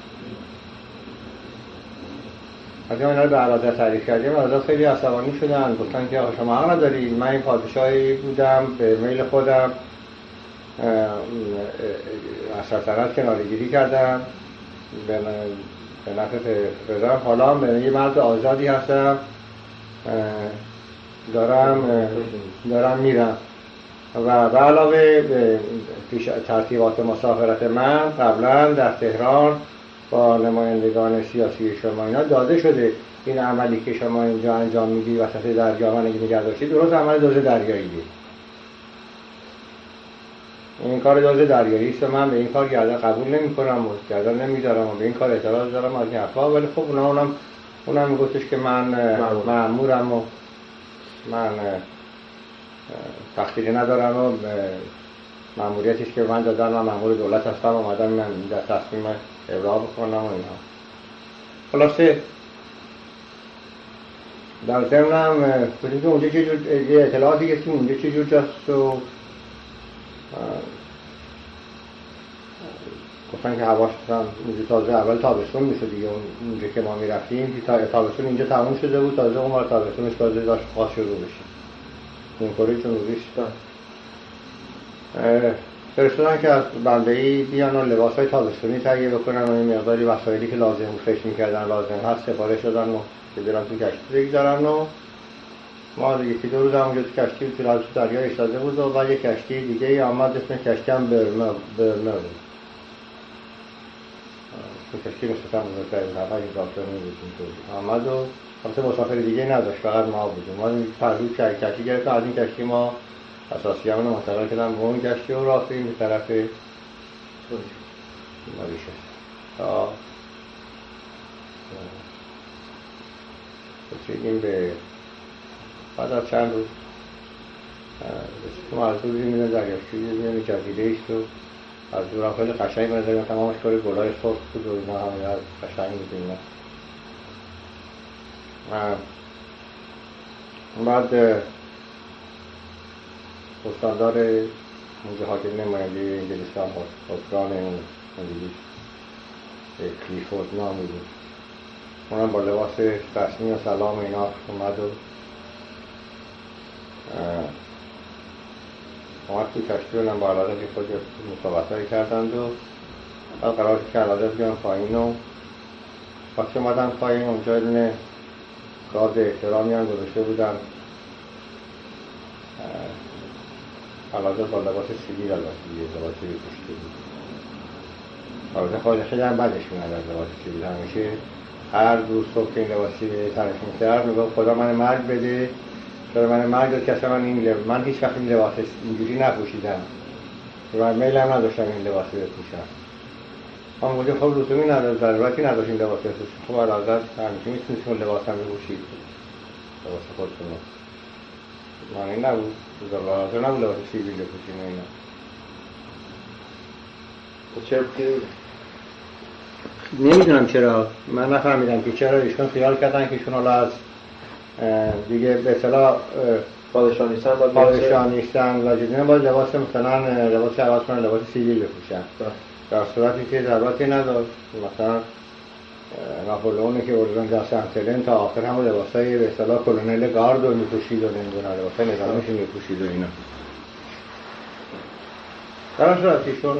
از اینا رو به اعلیحضرت تعریف کردیم. اعلیحضرت خیلی عصبانی شدن، گفتن که شما حق ندارید، من این پادشاهی بودم به میل خودم از سلطنت کناره‌گیری کردم به نفع رضام، حالا من یه مرد آزادی هستم دارم میرم. و به علاوه پیش ترتیبات مسافرت من قبلا در تهران با نمایندگان سیاسی شما اینا داده شده این عملی که شما اینجا انجام میدی وسط دریا من نگه داشتی درست عمل دزد دریاییه. این کار دزد دریایی است. من به این کار گردن قبول نمی‌کنم و گردن نمی‌ذارم و به این کار اعتراض دارم از این حرفا. ولی خب اونم میگفتش که من مأمورم و من تقصیری ندارم و مأموریتش که من دادن من مأمور دولت هستم و اومدم من در تصمیم ابراز بکنم و اینا. خلاصه در ضمنم گفتیم که اونجا چه جور اطلاعاتی گرفتیم اونجا چه جور جاست و گفتن که هواش اونجا تازه اول تابستون میشه دیگه. اونجا که ما میرفتیم تابستون اینجا تموم شده بود، تازه اون بار تابستونش تازه داشت خواست شروع بشه. این کاری جنوبیش فرستادن که از بنده‌ای بیان و لباس‌های تابستونی تهیه بکنن و این مقداری وسایلی که لازم فکر می‌کردن لازم هست سفارش دادن و که برن تو کشتی بگذارن. و ما یکی دو روز هم اونجا تو کشتی تو دریا ایستاده بود و بعد یک کشتی دیگه آمد اسم کشتی هم برنر بود. تو کشتی مستقیم بزرگتری بود، هفت داکتر بود آمد و البته مسافر دیگه نداشت، فقط ما بودیم. ما پرلو کشتی گرفتیم، از این کشتی ما اساسی همون منتقل کردن به اون کشتی و رفتیم به طرف موریشس تا رسیدیم به بعد از چند روز ما از دور میدن دریاچه میدن جزیره است و از دور هم خیلی قشنگ بنظریم تمامش کاری گلای سرخ بود و اینا همه از قشنگ میدونیم. بعد استاندار موزه حاکم نماینده انگلستان حکران انگلیس کلیفورد نامی بود. اونم با لباس رسمی و سلام اینا اومد و اومد توی کشتی و با اعلیحضرت که خود مصاحبت‌هایی کردند و بعد قرار شد که اعلیحضرت بیان پایین و وقتی اومدن پایین اونجا دونه گارد احترامی هم گذاشته بودن. اعلیحضرت با لباس سیویل لباس پوشیده بود. البته خیلی هم بدش میاد از لباس سیویل. همیشه هر روز صبح که این لباسی به تنش می‌کرد میگفت خدا من مرگ بده، چرا من مرگ داد که اصلا من هیچ وقت این لباس اینجوری نپوشیدم و من میلم نداشتم این لباس بپوشم. ما گفتیم خب لزومی نداره، ضرورتی نداشت این لباس بپوشید. خب اعلیحضرت همیشه میتونید اون لباس هم بپوشید، لباس خودتون. معنی نبود ضرورت نبود لباس سیویل بپوشید اینا. نمیدونم چرا، من نفهمیدم که چرا ایشون خیال کردن که ایشون حالا از دیگه به اصطلاح پادشاه نیستن و جدیدن باید لباس مثلا لباس عوض کنن لباس سیویل بپوشن. در صورتی که ضرورتی نداشت. مثلا ناپولئونی که اردن در سنتلن تا آخر همون لباسای به اصطلاح کلونل گارد رو می‌پوشید و نمیدونم لباسای نظامیش می‌پوشید و اینا. در صورتی چون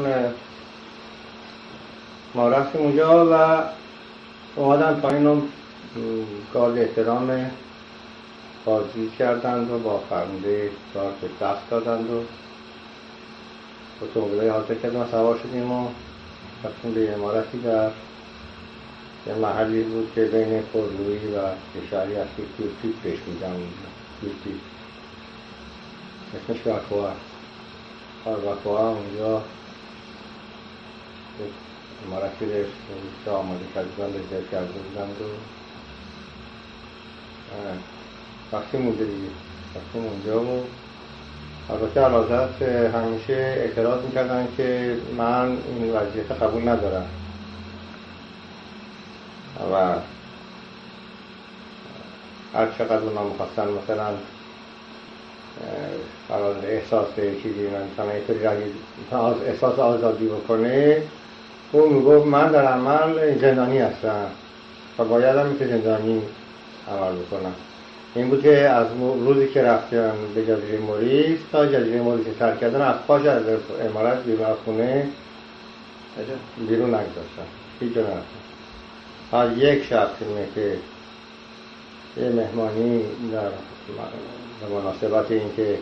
ما رفتیم اونجا و اومدن پایین و گارد احترام بازی کردند و با فرمانده گارد دست دادند و اتومبیلای حاضر کردیم و سوار شدیم و رفتیم به عمارتی در یه محلی بود که بین پورلویی و یه شهری هست که تیوتیپ بهش میگن اونجا. تیوتیپ اسمش بارباکوآ. بارباکوآ اونجا عمارتی داشت که آماده کردن رزرو کرده بودند و رفتیم اونجا دیگه. رفتیم اونجا و البته اعلیحضرت همیشه اعتراض میکردن که من این وضعیت قبول ندارم و هر چقدر اونا میخواستن مثلا قرار احساس به چیزی مثلا یه طوری احساس آزادی بکنه، اون میگفت من در عمل زندانی هستم و باید هم که زندانی عمل بکنم. این بود که از روزی که رفتن به جزیره موریس تا جزیره موریس ترک کردن از پاش از امارت بیرون از خونه بیرون نگذاشتن، هیچ جا نرفتن. هر یک شب که یه مهمانی در مناسبت این که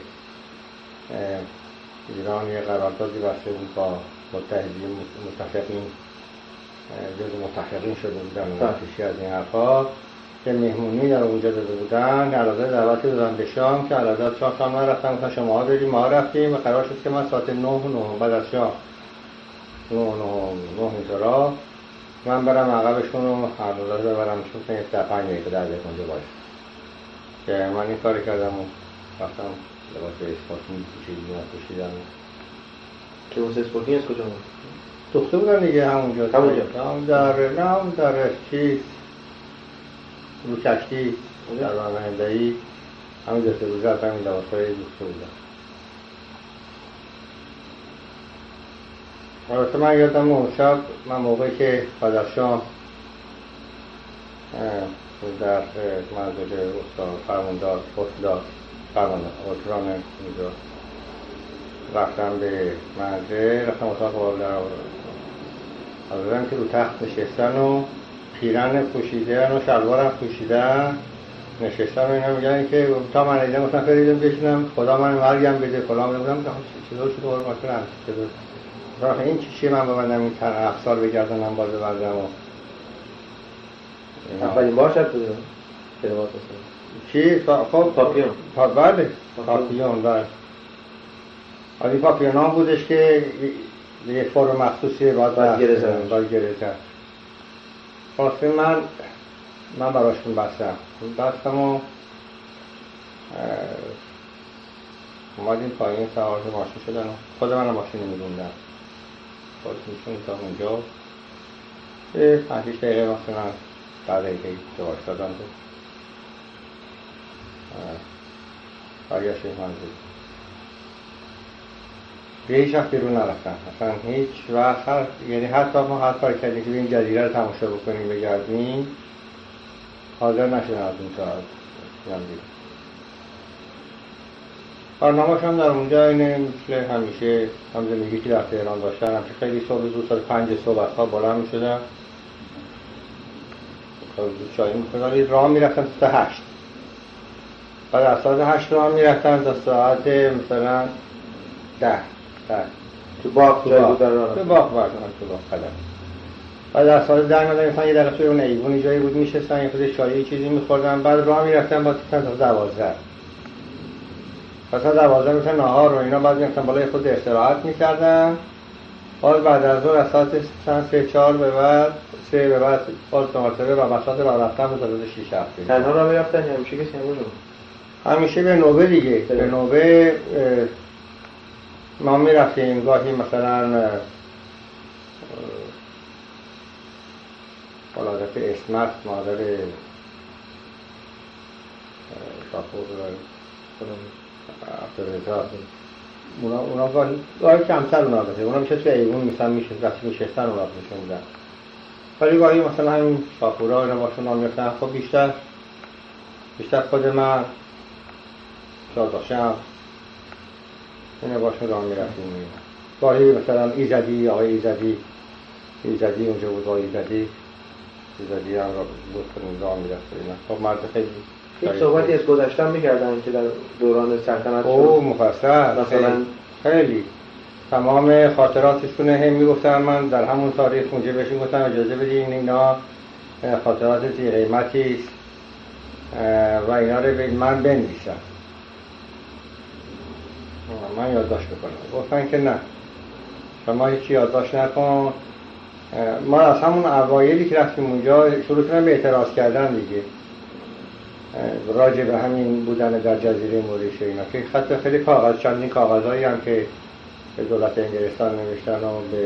ایران یه قراردادی بسته بود با متفقین جز متفقین شده بودن پیشی از این حرفا که مهمونی در اونجا داده بودن. علاوه دعوتی دادن به شام که علاوه چهار شام رفتم گفتن شما ها بریم، ما رفتیم و قرار شد که من ساعت 9 بعد از شام 9 اینطورا من برم عقبشون و علاوه ببرم چون یه 5 دقیقه در دقیقه اونجا باشه که من این کاری کردم و رفتم لباس اسپورتینگ پوشیدم. لباس اسپورتینگ از کجا بود؟ دوخته بودن دیگه همونجا در چیز رو کشتی در راه هندایی همین دسته روزه از همین لباسای دوخته بودن. البته من یادم اون شب من موقعی که بعد از شام در منزل استاد فرماندار اتران اینجا رفتم به منزل، رفتم اتاق باب در آوردم که رو تخت نشستن و پیرن پوشیدن و شلوارم پوشیدن نشستن و اینا میگن که تا من ایدم مثلا فریدم بشینم خدا من مرگم بده فلان بودم چطور شده بار ماشون هم چطور راه این چیه من ببندم این افسار بگردنم باز ببندم و اولین بار شد بوده کلمات مثلا چی؟ خب پاپیون بله پاپیون بله این پاپیون هم بودش که یه فرم مخصوصی باید گرزن خواسته من براشون بستم و اومدیم پایین سوار ماشین شدن و خود من ماشین می‌روندم خودشون تا اونجا 5-6 دقیقه مثلا 10 دقیقه جواش دادن و برگشتیم منزل. به هیچ وقت بیرون نرفتن اصلا هیچ وقت، یعنی حتی ما هر کاری کردیم که این جزیره رو تماشا بکنیم بگردیم حاضر نشدن از اون تا بیرون. برنامه‌ش هم در اونجا اینه مثل همیشه هم زندگی که در تهران داشتن هم که خیلی صبح زود ساعت 5 صبح از خواب بلند می‌شدن زود چای می‌خوردن راه می‌رفتن تا 8 بعد از ساعت 8 راه می‌رفتن تا ساعت مثلا 10 تو باغ جای بود در راه تو باغ قدم بعد از ساعت 10 می‌دن مثلا یه دقیقه توی اون ایوونی جایی بود می‌شستن یه خورده چای چیزی می‌خوردن بعد راه می‌رفتن با تا 12 پس از 12 می‌شن نهار و اینا بعد می‌رفتن بالای خود استراحت می‌کردن باز بعد از ظهر از ساعت 3-4 به بعد 3 به بعد باز مرتبه و مسافت راه رفتن بود تا 6 هفته. تنها راه می‌رفتن همیشه کسی نبود؟ همیشه به نوبه دیگه به نوبه ما می‌رفتیم گاهی مثلا ولادت اسمت مادر شاپور عبدالرزا اونا گاهی کمتر اونا بده، اونا میشه توی ایوون میشستن اونا بهشون میدن، ولی گاهی مثلا همین شاپورا اینا باشون نام میفتن. خب بیشتر خود من شاداشم اینا باشون راه میرفتیم. گاهی مثلا ایزدی، آقای ایزدی اونجا بود، آقای ایزدی هم را بود کنیم راه میرفت اینا. خب مرد خیلی این صحبتی از گذشتن میکردن که در دوران سلطنت شد مفصل مثلا خیلی تمام خاطراتشونه هم میگفتن. من در همون تاریخ اونجا بهشون گفتم اجازه بدین اینا خاطرات زی قیمتی است و اینا رو من بنویسم، من یادداشت بکنم. گفتن که نه، شما هیچی یادداشت نکن. ما از همون اوایلی که رفتیم اونجا شروع کردن به اعتراض کردن دیگه راجع به همین بودن در جزیره موریش اینا، که خط خیلی چندین کاغذایی هم که به دولت انگلستان نوشتن و به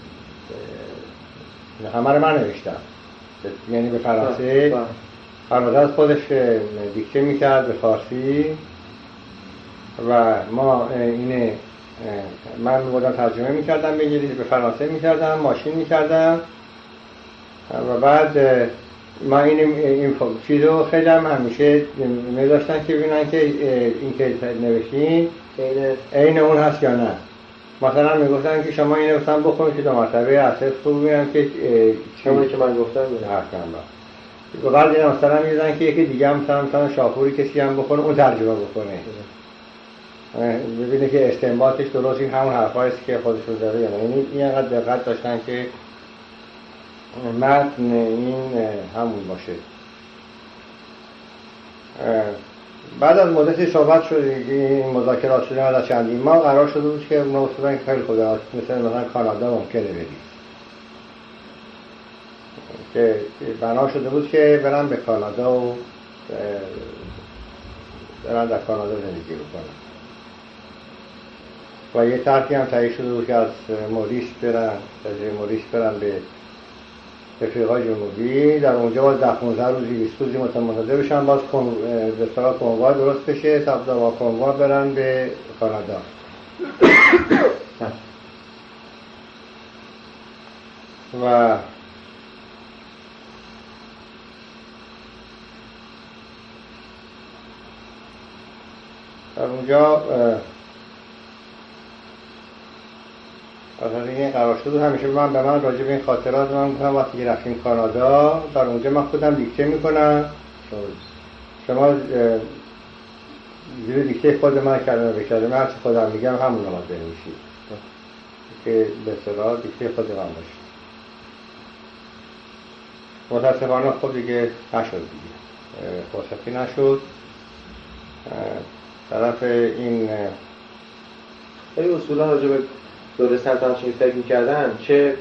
همه رو من نوشتم، یعنی به فرانسه. فرانسه از خودش دیکته میکرد به فارسی و ما اینه من بودم ترجمه میکردم به فرانسه میکردم، ماشین میکردم و بعد ما این چیزو خیلی هم همیشه می‌داشتن که ببینن که این که نوشتین عین اون هست یا نه. مثلا میگفتن که شما این نوشتن بخونید که دو مرتبه اصلا خوب ببینم که چیزی که من گفتم و بعد اینا مثلا می‌دادن که یکی دیگه هم مثلا شاپوری کسی هم بخونه اون ترجمه بکنه، ببینه که استنباطش درست این همون حرفایی است که خودشون داره یا نه. یعنی اینقدر دقت داشتن که متن این همون باشه. بعد از مدتی صحبت شد، این مذاکرات شده از چندین ماه قرار شده بود که اونا اصلا خیلی خدا مثلا کانادا ممکنه برید، که بنا شده بود که برن به کانادا و برن در کانادا زندگی بکنن و یه طرحی هم تهیه شده بود که از موریس برن به افریقای جنوبی، در اونجا باز 10-15 روزی 20 روزی منتظر بشن، باز به سراغ کنوای درست بشه تا با کنوای برن به کانادا. و در اونجا از این قرار شد. همیشه به من راجع به این خاطرات من گفتم وقتی که رفتیم کانادا در اونجا من خودم دیکته میکنم، شما زیر دیکته خود من کلمه هرچی خودم میگم همون رو بنویسید که به اصطلاح دیکته خود من باشه. متاسفانه خب دیگه نشد دیگه، فرصتی نشد. طرف این اصولا راجع به دوره سلطنت فکر می‌کردن چه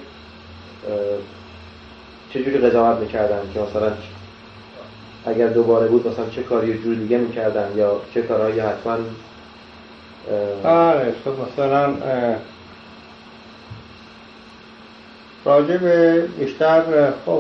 جوری قضاوت می‌کردن که مثلا اگر دوباره بود مثلا چه کاری جور دیگه می‌کردن یا چه کارهایی حتما خب مثلا راجع به بیشتر خب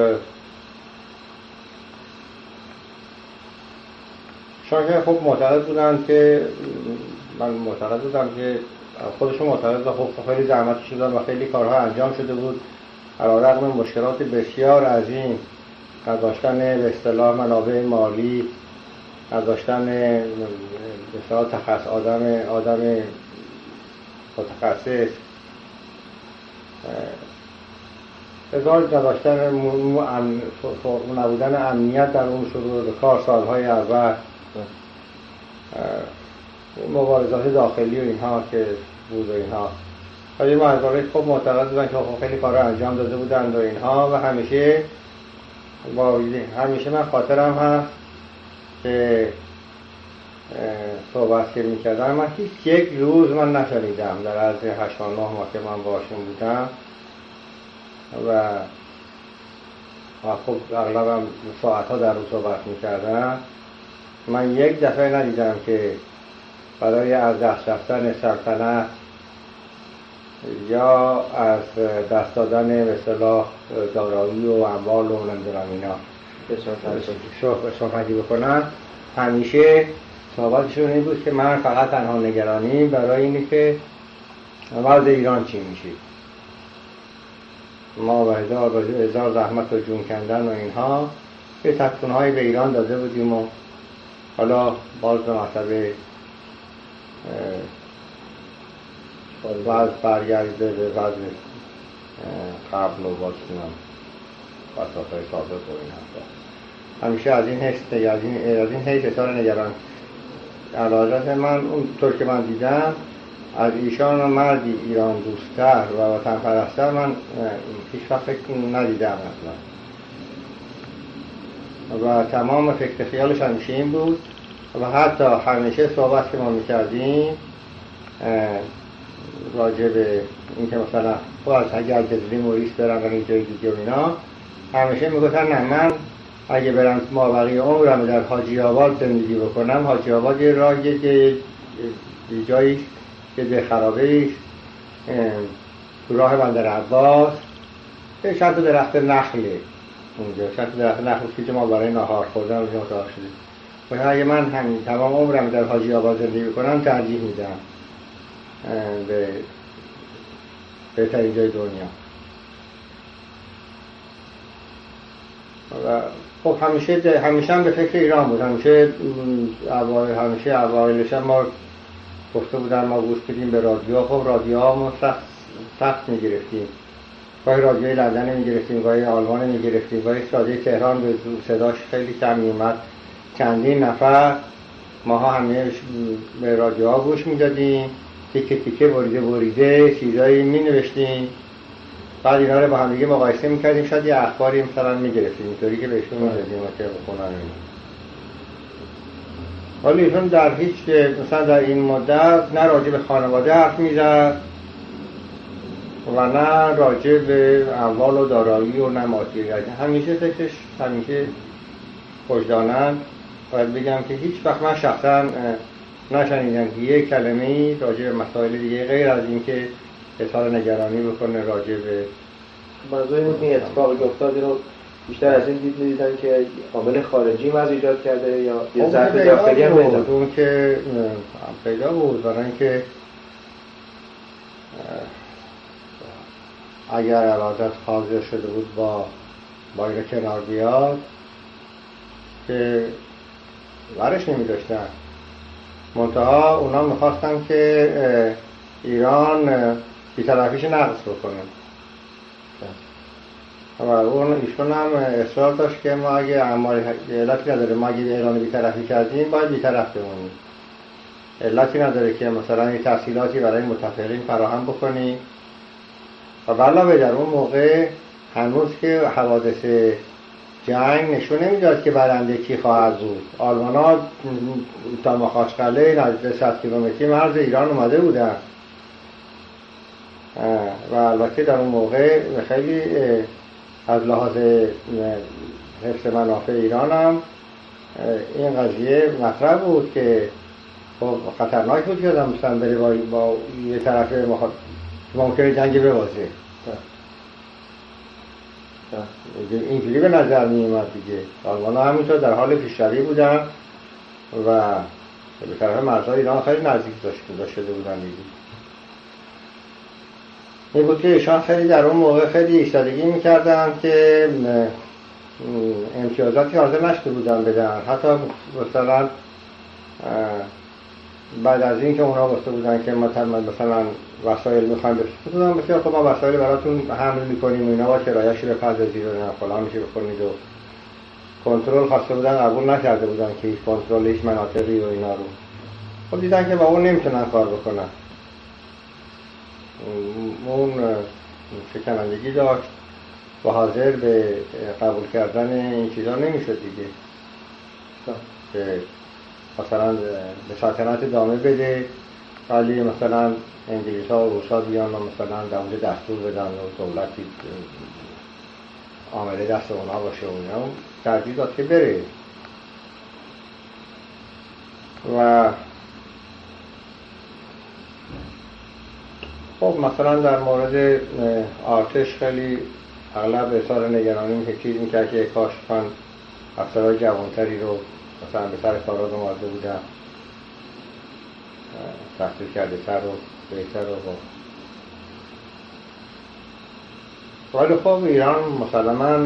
شاید خب معتقد بودن که من معتقد بودم که خودشون معتقد خب خیلی زحمت شدن و خیلی کارها انجام شده بود علیرغم مشکلات بسیار عظیم، نداشتن به اصطلاح منابع مالی، نداشتن به اصطلاح آدم متخصص، نداشتن نبودن امنیت در اون شروع به کار سالهای اول، مبارزات داخلی و اینها که بود و اینها. ولی معذرت خب معتقد بودن که خیلی کارا انجام داده بودند و اینها و همیشه من خاطرم هست که صحبت که میکردم من یک روز من نشنیدم در عرض 8-9 ماه که من باشون بودم و خب اغلبم ساعتها در روز صحبت میکردم. من یک دفعه ندیدم که برای از دست رفتن سلطنت یا از دست دادن به اصطلاح دارایی و اموال و نمیدونم اینا صحبتی بکنن، همیشه صحبتشون این بود که من فقط تنها نگرانی برای اینه که وضع ایران چی میشه. ما به هزار زحمت و جون کندن و اینها یه تکتون‌هایی به ایران داده بودیم و حالا باز به مرتبه وضع برگرده به وضع قبل و باز کنم بساطهای سابق و این حرفا. همیشه از این حیث اظهار نگران. علاوه من اونطور که من دیدم از ایشان مردی ایران دوستتر و وطن پرستر من هیچ وقت فکر ندیدم اصلا. و تمام فکر خیالش همیشه این بود و حتی همیشه صحبت که ما میکردیم راجع به این که مثلا اگر جزیره موریس برم و این جای دیگه و اینا همیشه میگفتن نه، من اگه برم مابقی عمرم در حاجی آباد زندگی بکنم، حاجی آباد یه راه یه جایی که ده خرابه تو راه بندر عباس یه چند تا درخت نخله اونجا، چند تا درخت نخل که ما برای ناهار خوردن اونجا متوقع شدیم. و اگه من همین تمام عمرم در حاجی آباد زندگی بکنم ترجیح میدم به بهترین جای دنیا. و خب همیشه هم به فکر ایران بود. همیشه اوایلش ما گفته بودن ما گوش بدیم به رادیو. خب رادیوها ما سخت میگرفتیم، گاهی رادیوی لندن میگرفتیم، گاهی آلمان میگرفتیم، گاهی رادیوی تهران به صداش خیلی کم میومد. چندین نفر ماها همه به رادیوها گوش میدادیم، تیکه تیکه بریده چیزایی مینوشتیم، بعد اینا رو با هم دیگه مقایسه میکردیم، شاید یه اخباری مثلا میگرفتیم اینطوری که بهشون میدادیم که بخونن اینا. ولی ایشون در هیچ مثلا در این مدت نه راجع به خانواده حرف میزد و نه راجع به اموال و دارایی و نه مادیات. همیشه فکرش همیشه وجدانن. باید بگم که هیچ وقت من شخصا نشنیدم که یک کلمه‌ای راجع به مسائل دیگه غیر از این که اظهار نگرانی بکنه راجع به منظور این که اتفاقی که افتاد رو بیشتر از این دیدن که عامل خارجی از ایجاد کرده یا یه ضعف داخلی هم بود. اون که پیدا بود برای اینکه اگر علازت حاضر شده بود با اینا کنار بیاد که ورش نمی داشتن. منتها اونا میخواستن که ایران بی‌طرفیش نقض بکنه و اون ایشون هم اصرار داشت که ما اگه علتی نداره، ما اگه ایران بی‌طرفی کردیم باید بی‌طرف بمونیم. علتی نداره که مثلا یه تحصیلاتی برای متفقین فراهم بکنیم. و علاوه در اون موقع هنوز که حوادث جنگ نشون نمیداد که برنده کی خواهد بود. آلمان‌ها تا مخاچقله نزدیک 100 کیلومتری مرز ایران اومده بودن و البته در اون موقع خیلی از لحاظ حفظ منافع ایران هم این قضیه مطرح بود که خطرناک بود که آدم مثلا بره با یه طرف ممکنه جنگ ببازه. اینجوری به نظر می اومد دیگه. آلمان‌ها همینطور در حال پیشروی بودن و به طرف مرزهای ایران خیلی نزدیک داشته بودن دیگه. این بود که ایشان خیلی در اون موقع خیلی ایستادگی میکردن که امتیازاتی حاضر نشده بودن بدن. حتی مثلا بعد از این که اونا گفته بودن که مثلا وسایل میخوایم بفرستیم، بسیار خب ما وسایل براتون حمل میکنیم و اینا با کرایه‌اش رو بپردازید و فلان میشه بکنید و کنترل خواسته بودن، قبول نکرده بودن که هیچ کنترل هیچ مناطقی و اینا رو. خب دیدن که با اون نمیتونن کار بکنن. اون شکنندگی داشت و حاضر به قبول کردن این چیزا نمیشد دیگه که مثلا به سلطنت ادامه بده ولی مثلا انگلیس ها و روس ها بیان و مثلا در اونجا دستور بدن و دولتی عامله دست اونا باشه و اینا ترجیح داد که بره. و خب مثلا در مورد ارتش خیلی اغلب اظهار نگرانی میکرد میکرد که کاش افسرهای جوانتری رو مثلا به سر کارا آورده بودن تحصیل کرده تر و بهتر و ولی خب ایران مسلماً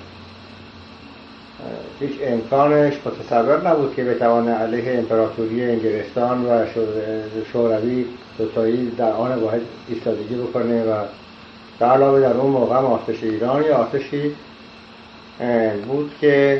هیچ امکانش متصور نبود که بتوانه علیه امپراتوری انگلستان و شوروی دوتایی در آن واحد ایستادگی بکنه و به علاوه در اون موقع آتش ایران یا آتشی بود که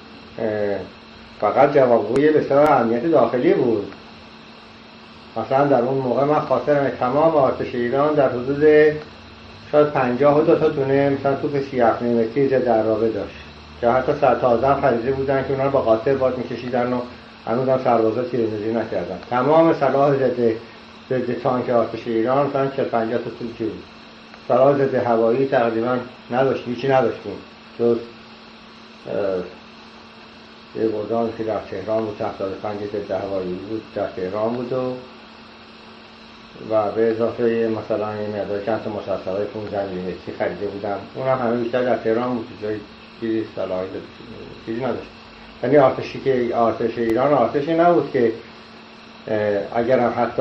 فقط جوابگوی به سبب امنیت داخلی بود. مثلا در اون موقع من خاطرم تمام آتش ایران در حدود شاید 52 تا دونه مثلا توپ 3.5 متری ضد عرابه داشت که حتی تازه هم خریده بودن که اونا رو با قاطر باد میکشیدن و هنوز هم سربازا تیراندازی نکردن. تمام سلاح ضد تانک آتش ایران مثلا 40-50 تا توپ بود. سلاح ضد هوایی تقریبا نداشتیم، هیچی نداشتیم جز یه گودان که در تهران بود 75 ضد هوایی بود در تهران بود و به اضافه مثلا این مقدار چند تا مسلسل‌های 15 میلیمتری خریده بودم، اونم همه بیشتر در تهران بود، جای چیزی صلاحی چیزی نداشت. یعنی آتشی که آتش ایران آتشی نبود که اگر هم حتی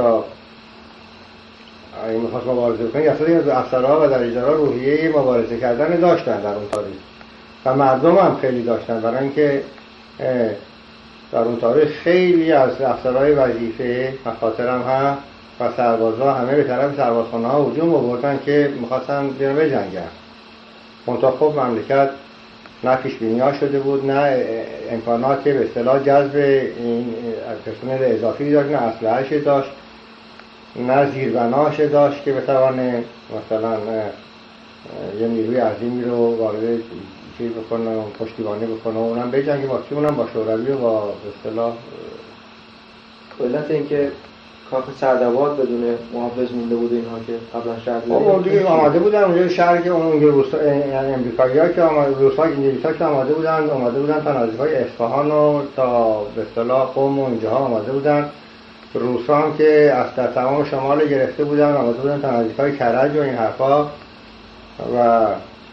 این می‌خواست مبارزه کنه یا خیلی از افسرها و درجه‌دارا روحیه مبارزه کردن داشتن در اون تاریخ و مردم هم خیلی داشتن، برای اینکه در اون تاریخ خیلی از افسرهای وظیفه مخاطرم هم و سربازها همه به طرف سربازخانه ها هجوم آوردن که می‌خواستن بیان بجنگن. منتها خب مملکت نه پیش بینی ها شده بود، نه امکانات به اصطلاح جذب این پرسنل اضافی داشت، نه اسلحه‌اش داشت، نه زیربناش داشت که بتوانه مثلا یه نیروی عظیمی رو وارد چیز بکنه و پشتیبانی بکنه و اونم بجنگه با کی، اونم با شوروی و با به اصطلاح علت اینکه کاخ سعدآباد بدون محافظ مونده بود اینها که قبلا شهر اون دیگه آماده بودن اونجا شهر که اون روسا یعنی امریکایی‌ها که انگلیس‌ها که آماده بودن تا نزدیکای اصفهان و تا به اصطلاح قم و اینجاها آماده بودن. روسا هم که از در تمام شمال گرفته بودن آماده بودن تا نزدیکای کرج و این حرفا و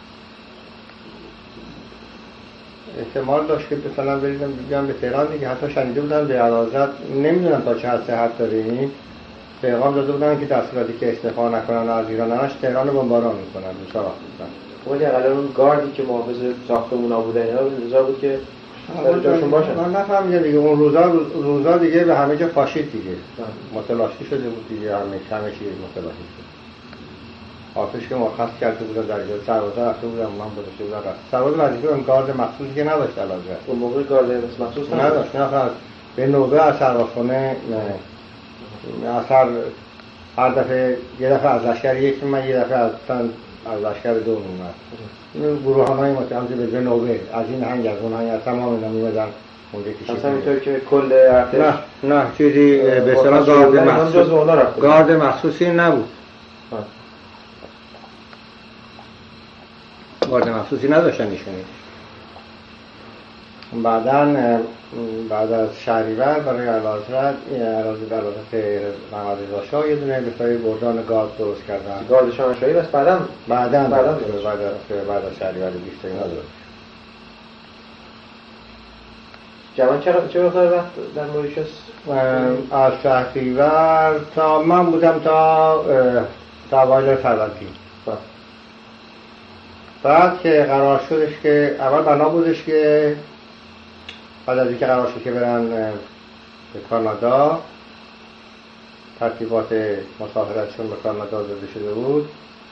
احتمال داشت که مثلا بیان به تهران دیگه. حتی شنیده بودن به علازت نمیدونم تا چه حد صحت داره این پیغام داده بودن که در صورتی که استعفا نکنن از ایران نرن تهران رو بمباران میکنن. روسا وقت بودن ولی اقلا اون گاردی که محافظ ساختمونا بودن اینا روزا بود که جاشون باشن. من نفهمیدم دیگه اون روزا دیگه به همه جا فاشید دیگه متلاشی شده بود دیگه، همه چیز متلاشی شد. آتش که مرخص کرده بودن در جا سربازا رفته بودن من گذاشته بودن رفت. سرباز وظیفه اون گارد مخصوصی که نداشت علاوه اون موقع گارد مخصوص نداشت. نه فقط به نوبه از سربازخونه اثر هر دفعه یه دفعه از لشکر یک من یه دفعه از لشکر دو اومد. این گروهان‌های متعامل به نوبه از این هنگ از اون هنگ از تمام اینا میمدن اونجا کشیدن. اصلا اینطور که کل ارتش نه چیزی به اصطلاح گارد مخصوصی نبود. گارد مخصوصی نداشتن ایشونی. بعد از شهریور برای اعلیحضرت محمد رضا شاه یه دونه بسای گردان گارد درست کردن. گارد شاهنشاهی بس بعد از شهریور 20 اینا درست. جوان چه وقت در موریشیس؟ از شهریور تا من بودم تا اوایل فروردین. بعد که قرار شدش که اول بنا بودش که بعد از اینکه قرار شد که برن به کانادا، ترتیبات مسافرتشون به کانادا داده شده بود،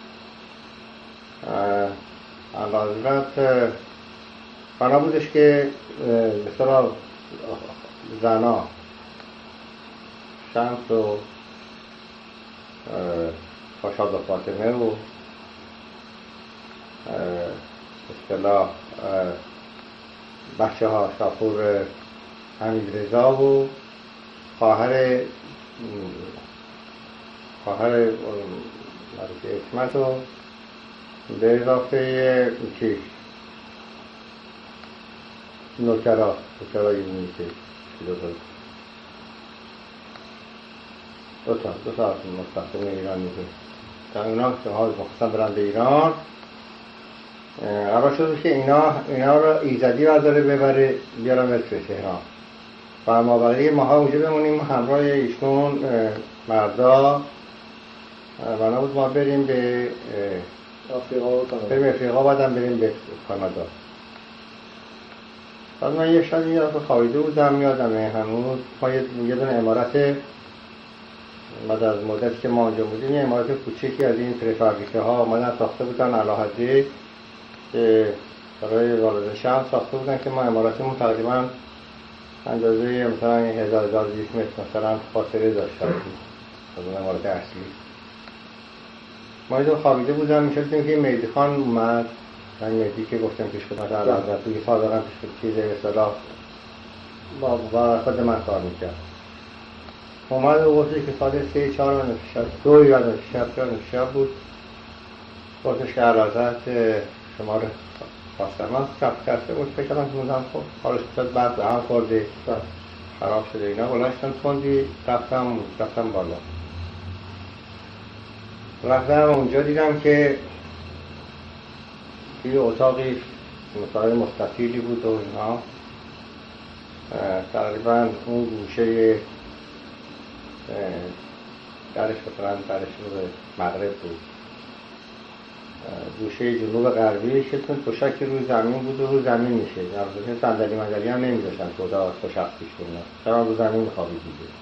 اعلیحضرت بنا بودش که مثلا زنا شمس و خوشاد و فاطمه و اصطلاح بچه ها شاپور حمید رضا و خواهر معروف اسمت و به اضافه چیز نوکرای میشه دو تا از مستخدم ایران میگه تا اونا که ها مخصوصا برند ایران قرار شد که اینا رو ایزدی برداره ببره بیارم به تهران. و مابقی ماها اونجا بمونیم همراه ایشون مردا. بنا بود ما بریم به افریقا بعدم بریم به کانادا. بعد من یه شب یه دفعه خوابیده بودم، یادمه هنوز ما یه دونه عمارت بعد از مدتی که ما اونجا بودیم یه عمارت کوچیکی از این پرفابریکه ها اومدن ساخته بودن علاحده که برای والد شمس ساخته بودن که ما عمارتمون تقریبا اندازه مثلا 1200 متر مثلا فاصله داشت از اون عمارت اصلی. ما یه دو خوابیده بودم میشدیم که مهدی خان اومد، من مهدی که گفتم پیش خدمت علامت توی سابقا پیش چیز به اصطلاح با خود من کار میکرد. اومد و گفتی که سال 3-4 شب بود. گفتش که علازت شما رو خواستم. من کف کرده بود فکر کردم که موندم خب حالش بسید بعد به هم خورده خراب شده اینا. بلاشتم تندی رفتم بالا. رفتم اونجا دیدم که توی اتاقی مثلا مستطیلی بود و اینا تقریبا اون گوشه درش مثلا درش رو به مغرب بود، گوشه جنوب غربی شکل تشکی روی زمین بود و روی زمین میشه در صندلی مندلی هم نمیداشتن که اتاق تشک پیش کنن، تمام روی زمین میخوابید دیگه.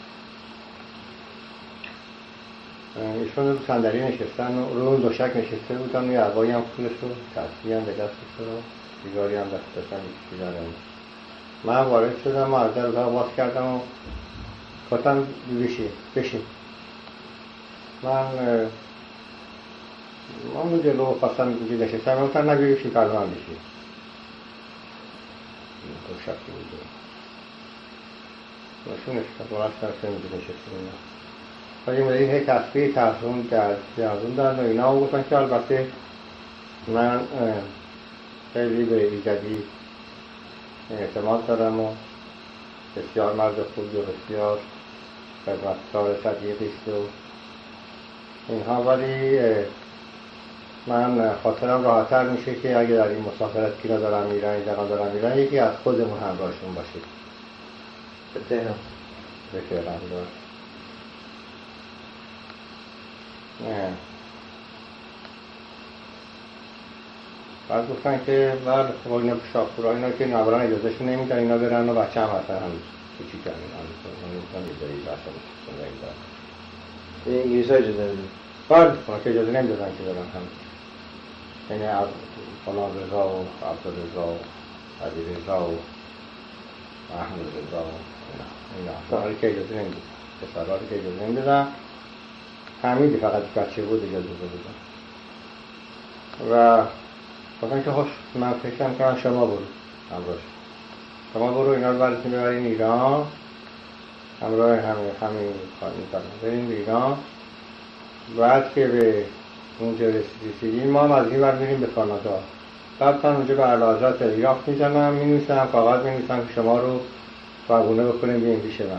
ایشون رو صندلی نشستن و روی اون دوشک نشسته بودن و یه عبایی هم خودش رو تسبیح هم به دستش رو سیگاری هم دست داشتن میکشیدن. من وارد شدم و از در اتاق باز کردم و گفتم بشین. من اون جلو خواستم اینجا نشستم و گفتم نبی بشین فردا هم بشین. دوشکی بوده نشونش که بلند شدم شدم اینجا نشستیم. ولی مدیر هی تصفیه جرزوندن و اینا و گفتن که البته من خیلی به ایزدی اعتماد دارم و بسیار مرد خوبی و بسیار خدمتکار صدیقیست و اینها، ولی من خاطرم راحت‌تر میشه که اگه در این مسافرت که دارم میرن این جنان دارم میرن یکی از خودمون همراهشون باشه. به تهران داشت. بعد گفتن که بله خب اینا شاپورا اینا که نبران اجازهشون نمیدن اینا برن و بچه هم هستن هم کوچیک هم نمیتونن ایجایی بچه هم این انگلیس ها اجازه نمیدن. بله که اجازه نمیدادن که برن هم، یعنی از فلان رضا و عبدالرضا و علی رضا و احمد رضا و اینا فقط که اجازه نمیدن، پسرهایی که اجازه نمیدادن حمیدی فقط بچه بود اجازه دادن. و گفتن که خوش من فکرم کنم شما برو همراهش، شما برو اینا رو براتون ببرین ایران همراه همین خانمی برین ایران. بعد که به اونجا رسیدیم ما هم از این بر میریم به کانادا. بعد من اونجا به اعلیحضرت تلگراف میزنم مینویسم کاغذ مینویسم که شما رو فرمونه بکنیم بیاین پیش من.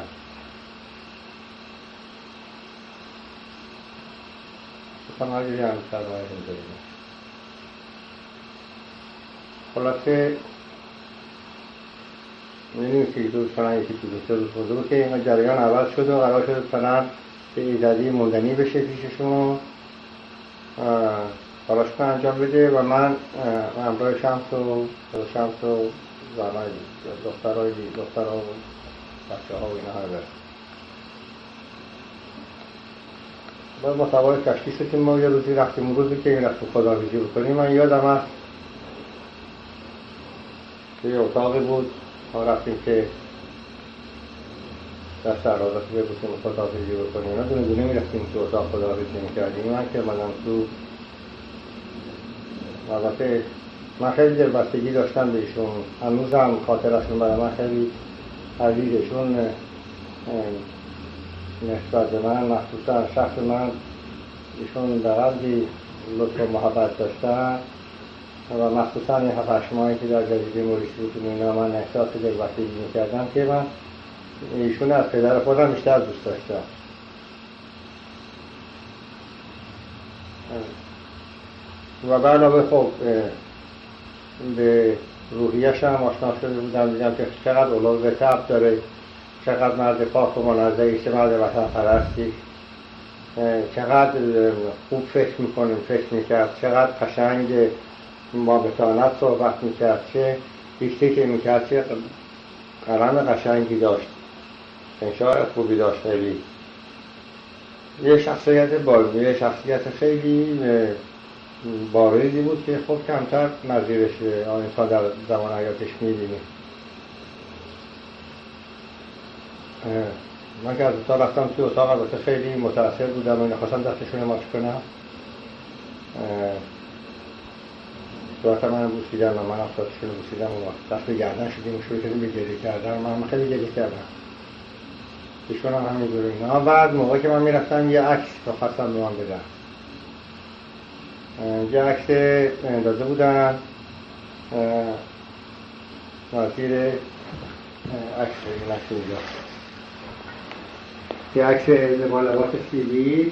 بکنم هر جوری هم سرمایه اینطوری خلاصه می‌دونید که دوست کنن یکی تو روز بوده بود که این جریان عوض شد و قرار شد کنن به ایزدی موندنی بشه پیششون کاراشون انجام بده و من همراه شمس و زنای دخترها و بچه ها و اینا ها برد. باید ما سوار کشتی شدیم. ما یه روزی رفتیم روزی که این رفتیم خداحافظی بکنیم. من یادم هست یه اتاقی بود ما رفتیم که دست عراضاتی بگوشیم و خداحافظی بکنیم. اینا دونه دونه میرفتیم تو اتاق خداحافظی میکردیم. من که منم تو البته من خیلی دلبستگی داشتم بهشون، هنوز هم خاطرشون برای من خیلی عزیزشون نسبت به من مخصوصا شخص من ایشون در قدری لطف و محبت داشتن و مخصوصا این 7-8 ماهی که در جزیره موریس بودیم اینا من احساس دلبستگی میکردم که من ایشون از پدر خودم بیشتر دوست داشتم. و به علاوه خب به روحیش هم آشنا شده بودم، دیدم که چقدر علو طبع داره، چقدر مرد پاک و منزهی، چه مرد وطن پرستی، چقدر خوب فکر میکرد، چقدر قشنگ با بتانت صحبت میکرد، چه دیکته که میکرد، چه قلم قشنگی داشت، انشاء خوبی داشت. خیلی یه شخصیت خیلی بارزی بود که خب کمتر نظیرش انسان در زمان حیاتش میبینیم. من که از اتاق رفتم توی اتاق، البته خیلی متأثر بودم و نخواستم دستشون ماچ کنم، صورت من بوسیدن و من صورتشون بوسیدم و دست به گردن شدیم و شروع کردیم به گریه کردن. من خیلی گریه کردم، ایشون هم همینجوری اینا. بعد موقعی که من میرفتم یه عکس رو خواستم به من بدن، یه عکس داده بودن نظیر عکس اینجا، یه عکس با لباس سیویل،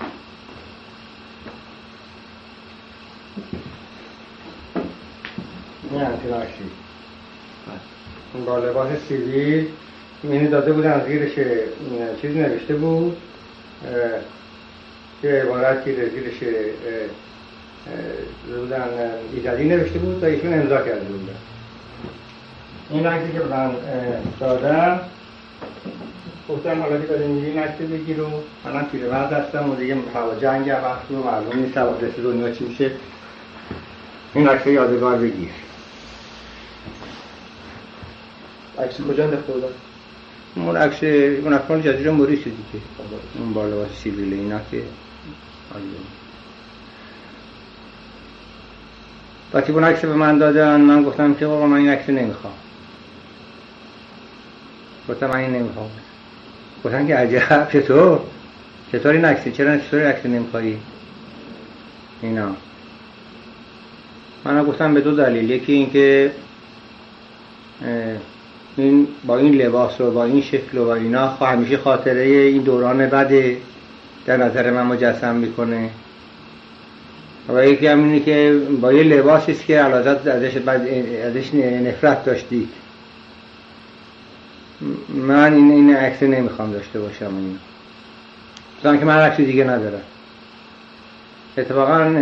نه همچین عکسی با لباس سیویل، اینو داده بودن، زیرش چیزی نوشته بود، یه عبارتی زیرش بودن ایتالی نوشته بود و ایشون امضا کرده بودن. این عکسی که من دادم گفتم حالا که داریم میگیم عکس بگیر، و منم پیرمرد هستم و دیگه هوا جنگ هم هست و معلوم نیست حوادث دنیا چی میشه، این عکس یادگار بگیر. عکس کجا انداخته بودن؟ اون عکس اون اکران جزیره موریس دیگه، اون با لباس سیویل اینا که وقتی اون عکس به من دادن، من گفتم که آقا من این عکس نمیخوام. گفتم من این نمیخوام. گفتن که عجب، چطور این عکس، چرا عکس نمیخوایی اینا؟ من گفتم به دو دلیل. یکی این که این با این لباس و با این شکل و با اینا همیشه خاطره این دوران بده در نظر من مجسم میکنه، و یکی هم اینه که با یه لباسی است که علازت ازش نفرت داشتید. من این عکس نمیخوام داشته باشم اینو، مثلا که من عکس دیگه ندارم. اتفاقا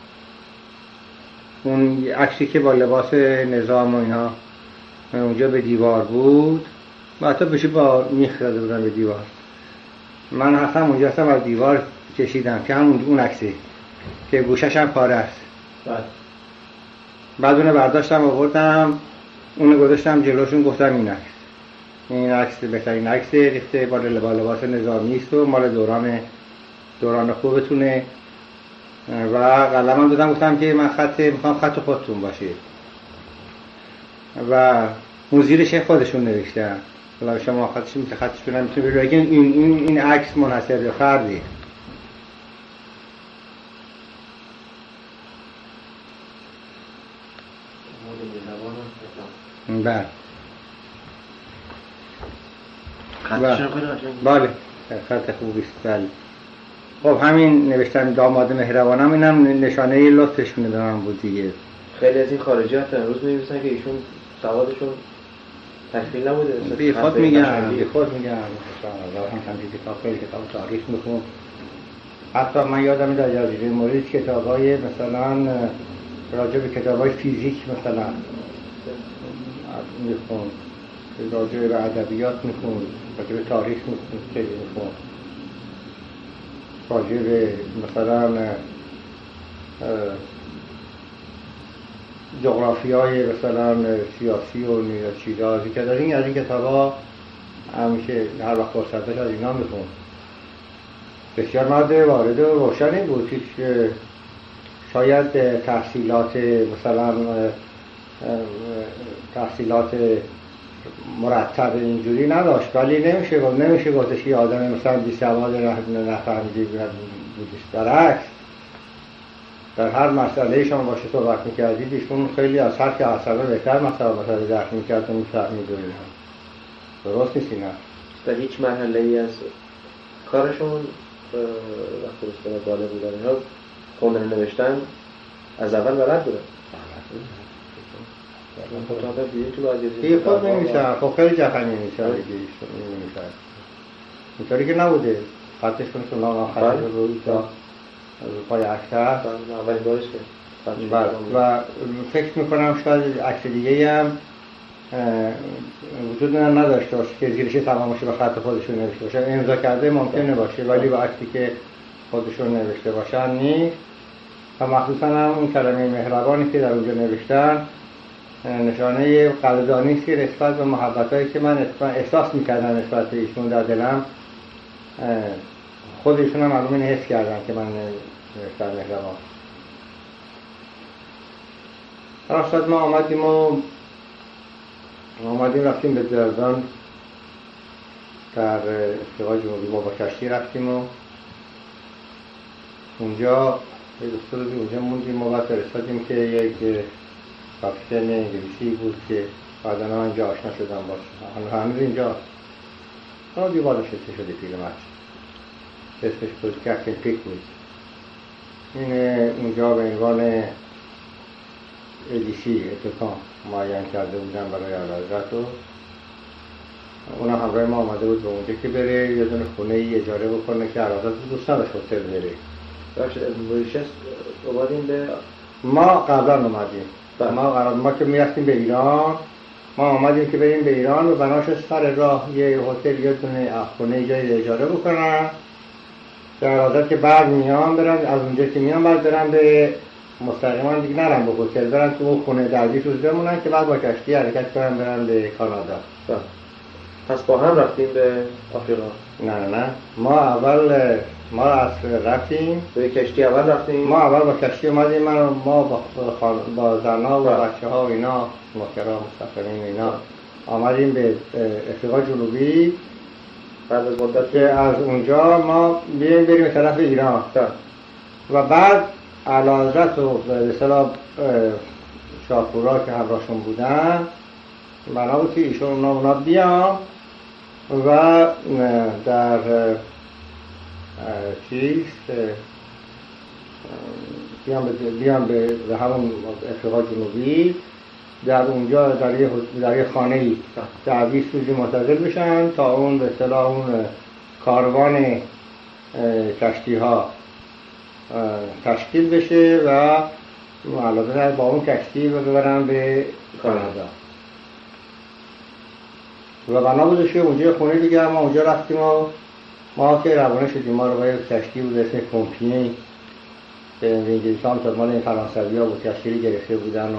اون عکسی که با لباس نظام و اینا اونجا به دیوار بود و حتی بشه با میخ زده بودن به دیوار، من هم اونجا هستم از دیوار کشیدم که همون اون عکسی که گوشش هم پاره است. بعد اونو برداشتم آوردم، اونو گذاشتم جلوشون، گفتم این عکس بهترین عکس ریخته با لباس نظامی است و مال دوران خوبتونه، و قلمم دادم، گفتم که من میخوام خط خودتون باشه، و اون زیرش خودشون نوشتم، حالا شما خطشون هم میتونید بگید این عکس منحصر به فردی. بله بله خط خوبی است. بله خب همین نوشتن داماد مهربانم، اینم نشانه لطفشونه به من بود دیگه. خیلی از این خارجی‌ها امروز می‌نویسن که ایشون سوادشون تکمیل نبوده. بی خود میگم مثلا کتاب خیلی کتاب تاریخ میخون. حتی من یادم میاد در جزیره موریس کتابای مثلا راجع به کتابای فیزیک مثلا میخون، راجع به ادبیات میخون، راجع به تاریخ میخون، راجع به مثلا جغرافیای مثلا سیاسی و چیزا که داریم. از این کتابا همیشه هر وقت فرصت داشت از اینا میخون. بسیار مرد وارد و روشنی بود که شاید تحصیلات مثلا تحصیلات مرتب اینجوری نداشت، ولی نمیشه گفتش که آدم مثلا بی سواد نفهمیده بودش. برعکس در هر مسئله شما باشه صحبت میکردید ایشون خیلی از هر که اصلا بهتر مسئله درک میکرد و میفهمید و اینا. درست نیست اینا. در هیچ مرحله ای از کارشون وقتی رسول بالا بودن اینا خوندن نوشتن از اول بلد بودن. مطابق دیگه تو بعضی دیگه خود نمیشن. خب خیلی جفنی میشن دیگه نمیشن. اینطوری که نبوده خطش کنه که نام خطش روی تا پای اکتر اولین بارش که و فکر میکنم شاید عکس دیگه هم وجود نداشته باشه که زیرش تمامش به خط خودشون نوشته باشه. امضا کرده ممکنه باشه ولی با عکسی که خودشون نوشته باشن نیست. و مخصوصا هم اون کلمه مهربانی که در اونجا نوشتن نشانه قدردانی است که نسبت به محبتایی که من احساس میکردم نسبت به ایشون در دلم، خودشون هم معلومه اینو حس کردن که من نوشتم مهربان. راستاد ما آمدیم رفتیم به دردان در افریقای جنوبی. ما با کشتی رفتیم و اونجا اونجا موندیم. ما بعد فرستادیم که یک کاپیتان انگلیسی بود که بعدا من اینجا آشنا شدم باشه. هنوز اینجا دیوارش شده پیرمرد، اسمش بود کپتن پیک بود. این اونجا به عنوان ادیسی اتکان معین کرده بودن برای اعلیحضرت و اونا همراه ما آمده بود به اونجا که بره یه دونه خونه ای اجاره بکنه که اعلیحضرت دوست نداشت هتل بره. موریشیس اومدیم به ما قبلا اومدیم. ما که میرفتیم به ایران، ما آمدیم که بریم به ایران و بناش سر راه یه هتل یه دونه خونه جای اجاره بکنن در عادت که بعد میان برن، از اونجا که میان بعد برن به مستقیما دیگه نرن به هتل، برن تو اون خونه در 20 روز بمونن که بعد با کشتی حرکت کنن برن به کانادا. پس با هم رفتیم به آفریقا؟ نه ما اول رفتیم به کشتی اول رفتیم. ما اول با کشتی اومدیم. ما با زنها و بچه‌ها و اینا مکرا مسافرین اینا آمدیم به افریقای جنوبی. بعد از مدت که از اونجا ما بریم به طرف ایران و بعد اعلیحضرت و به اصطلاح شاپورا که همراهشون بودن بنا بود که ایشون اونا بیان و در بیان به همون افریقای جنوبی، در اونجا در یه خانه‌ای در 20 روزی منتظر بشن تا اون به اصطلاح اون کاروان کشتی ها تشکیل بشه و علاوه با اون کشتی ببرن به کانادا. و بنا بودش که اونجا خونه دیگه ما اونجا رفتیم و ما که روانه شدیم. ما رو با یک کشتی بود اسم کمپینی به انگلیسی هم تا مال این فرانسوی ها بود، کشتی گرفته بودن و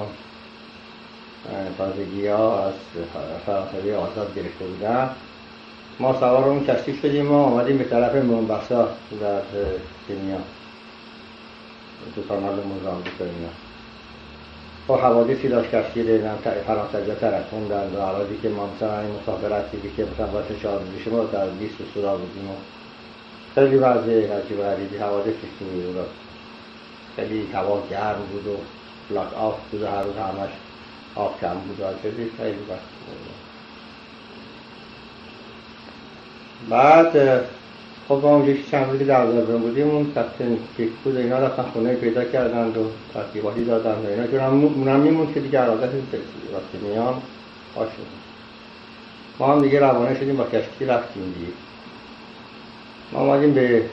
تازگی ها از فرانسوی آزاد گرفته بودن. ما سوار اون کشتی شدیم و آمدیم به طرف مونباسا در کنیا، تو کانال موزامبیک و اینا. با حوادثی داشت کشتی فرانسوی ها ترکوندن و علاوه که ما مثلا این مسافرتی که مثلا باید 4 روزی شما در 20 سورا بودیم و خیلی وضع عجیب و غریبی حوادثی که بود. خیلی هوا گرم بود و بلاک آف بود و هر روز همش آب کم بود و خیلی وقت بود. بعد خب ما اونجا چند روزی در آزاربایجان بودیم، اون کپتن پیک بود اینا رفتن خونه پیدا کردند و ترتیباتی دادن و اینا که اونم میموند که دیگه عادت وقتی میان آشون. ما هم دیگه روانه شدیم با کشتی رفتیم دیگه. ما آمدیم به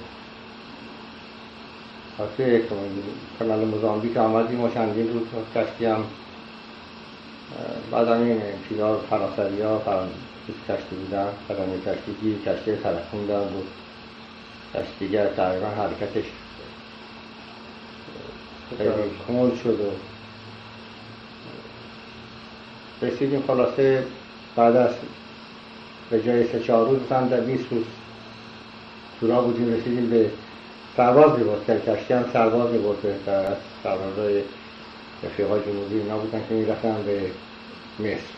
خاطر کانال موزامبیک آمدیم و چندین روز کشتی هم بعد هم این پیلار فرانسوی ها کشتی بودن، قدمی کشتی ترکوندن بود. کشتیگر تقریبا حرکتش خیلی کند شد و رسیدیم. خلاصه بعد از به جای 3-4 روز هم در 20 روز تورا بودیم، رسیدیم به سرباز می‌برد که کشتی هم سرباز می‌برد از سربازای افریقای جنوبی اینا بودن که می‌رفتن به مصر.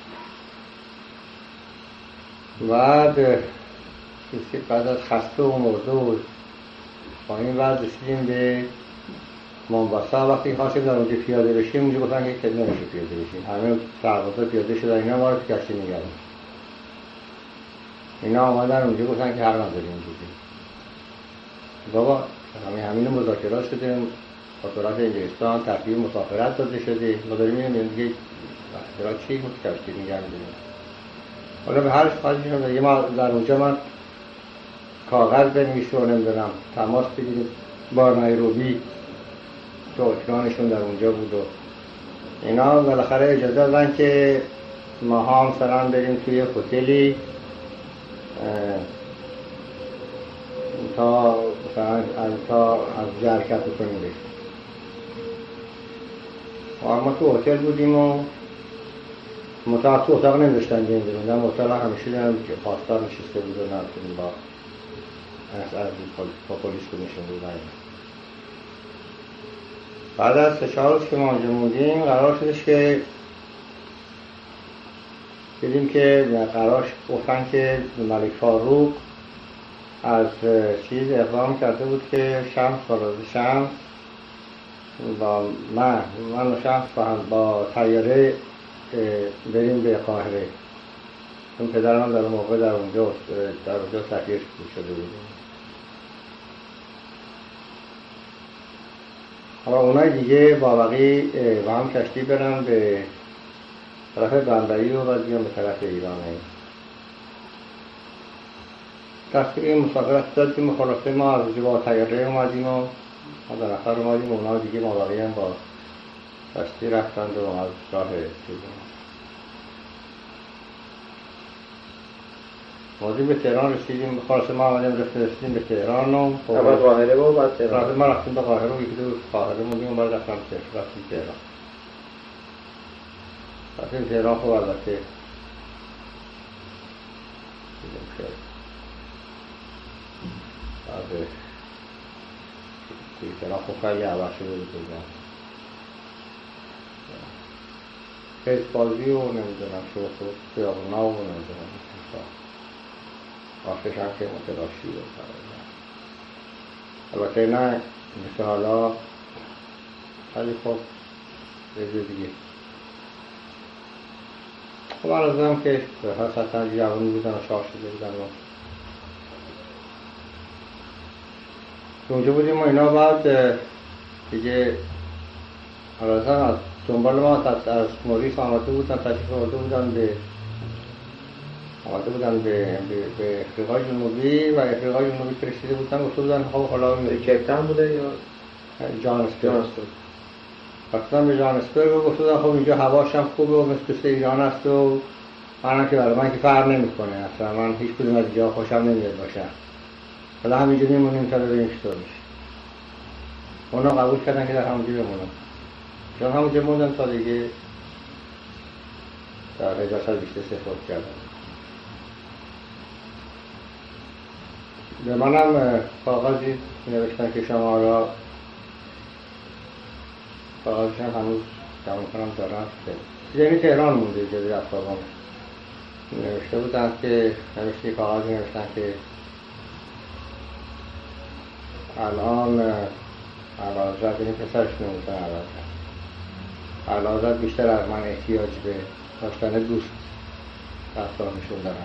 بعد از خسته و مرده و با این وضع رسیدیم به مونباسا. وقتی خواستیم در اونجا پیاده بشیم اونجا گفتن که نمیشه پیاده بشیم، همه سربازا پیاده شدن اینا ما رو تو کشتی نگردن. اینا آمدن اونجا گفتن که حق نداریم اینجوری. بابا همین مذاکرات شده با دولت انگلستان ترتیب مسافرت داده شده. ما داریم می‌بینیم دیگه اختراع چی کشتی میگن دیگه. حالا به هر حال دیگه ما در اونجا من کاغذ بنویسیم و نمیدونم تماس بگیریم با نایروبی که اوکراینشون در اونجا بود و اینا. بالاخره اجازه دادن که ما ها مثلا بریم توی هتلی تا مثلا از جرکت بکنیم بشیم. ما تو هتل بودیم و متعرض تو اتاق نمیداشتن جنگ بریم. اتاق همیشه دارم که پاسدار نشسته بود و نمیتونیم با پلیس کنیشون بود. بعد از 3-4 روز که ما اونجا موندیم قرار شدش که دیدیم که قرار گفتن که ملک فاروق از چیز اقدام کرده بود که شمس با من و شمس با طیاره بریم به قاهره، چون پدرم در اون موقع در اونجا سفیر شده بود. اما اونای دیگه با بقیه با هم کشتی برن به طرف بندری و بعد بیان به طرف ایرانه. تصویر مسافرت دادیم و خلاصه ما از با طیاره اومدیم و ما در نفر اومدیم و اونا دیگه ما بقیه هم با کشتی رفتند و از راه چیزیم موضوع به تهران رسیدیم. خلاصه ما آمدیم رسیدیم به تهران و اول قاهره و بعد تهران. ما رفتیم به قاهره و یکی دو قاهره موندیم و بعد رفتیم تهران. رفتیم تهران خب البته بعد تهران خب خیلی عوض شده بود. حزب بازی و نمیدونم شوخ و خیابونا و نمیدونم آخرش هم که متلاشی و البته نه مثل حالا خیلی خوب رزه دیگه. خب من روزم که حسطا جوانی بودن و شاه شده بودن و اونجا بودیم و اینا. بعد دیگه حالا از دنبال ما از موریس آمده بودن، تشریف آمده بودن به افریقای جنوبی و افریقای جنوبی که رسیده بودن گفته بودن خب حالا کیپتاون بوده یا جانسبرگ. رفتن به جانسبرگ و گفته بودن خب اینجا هواش هم خوبه و مثل ایران است و منم که برای من که فرق نمی‌کنه، اصلا من هیچ کدوم از اینجا خوشم نمیاد باشم، حالا همینجا میمونیم تا ببینیم چطور میشه. اونا قبول کردن که در همونجا بمونم، چون همونجا موندن تا دیگه در 1923 فوت کردن. به منم کاغذی نوشتن که شما را کاغذش هم هنوز جمع کنم دارم، یعنی تهران مونده جدی افغان نوشته بودن که نوشته کاغذی نوشتن که الان علازت، یعنی پسرش نموندن علازت بیشتر از من احتیاج به داشتن دوست رفتارشون دارن،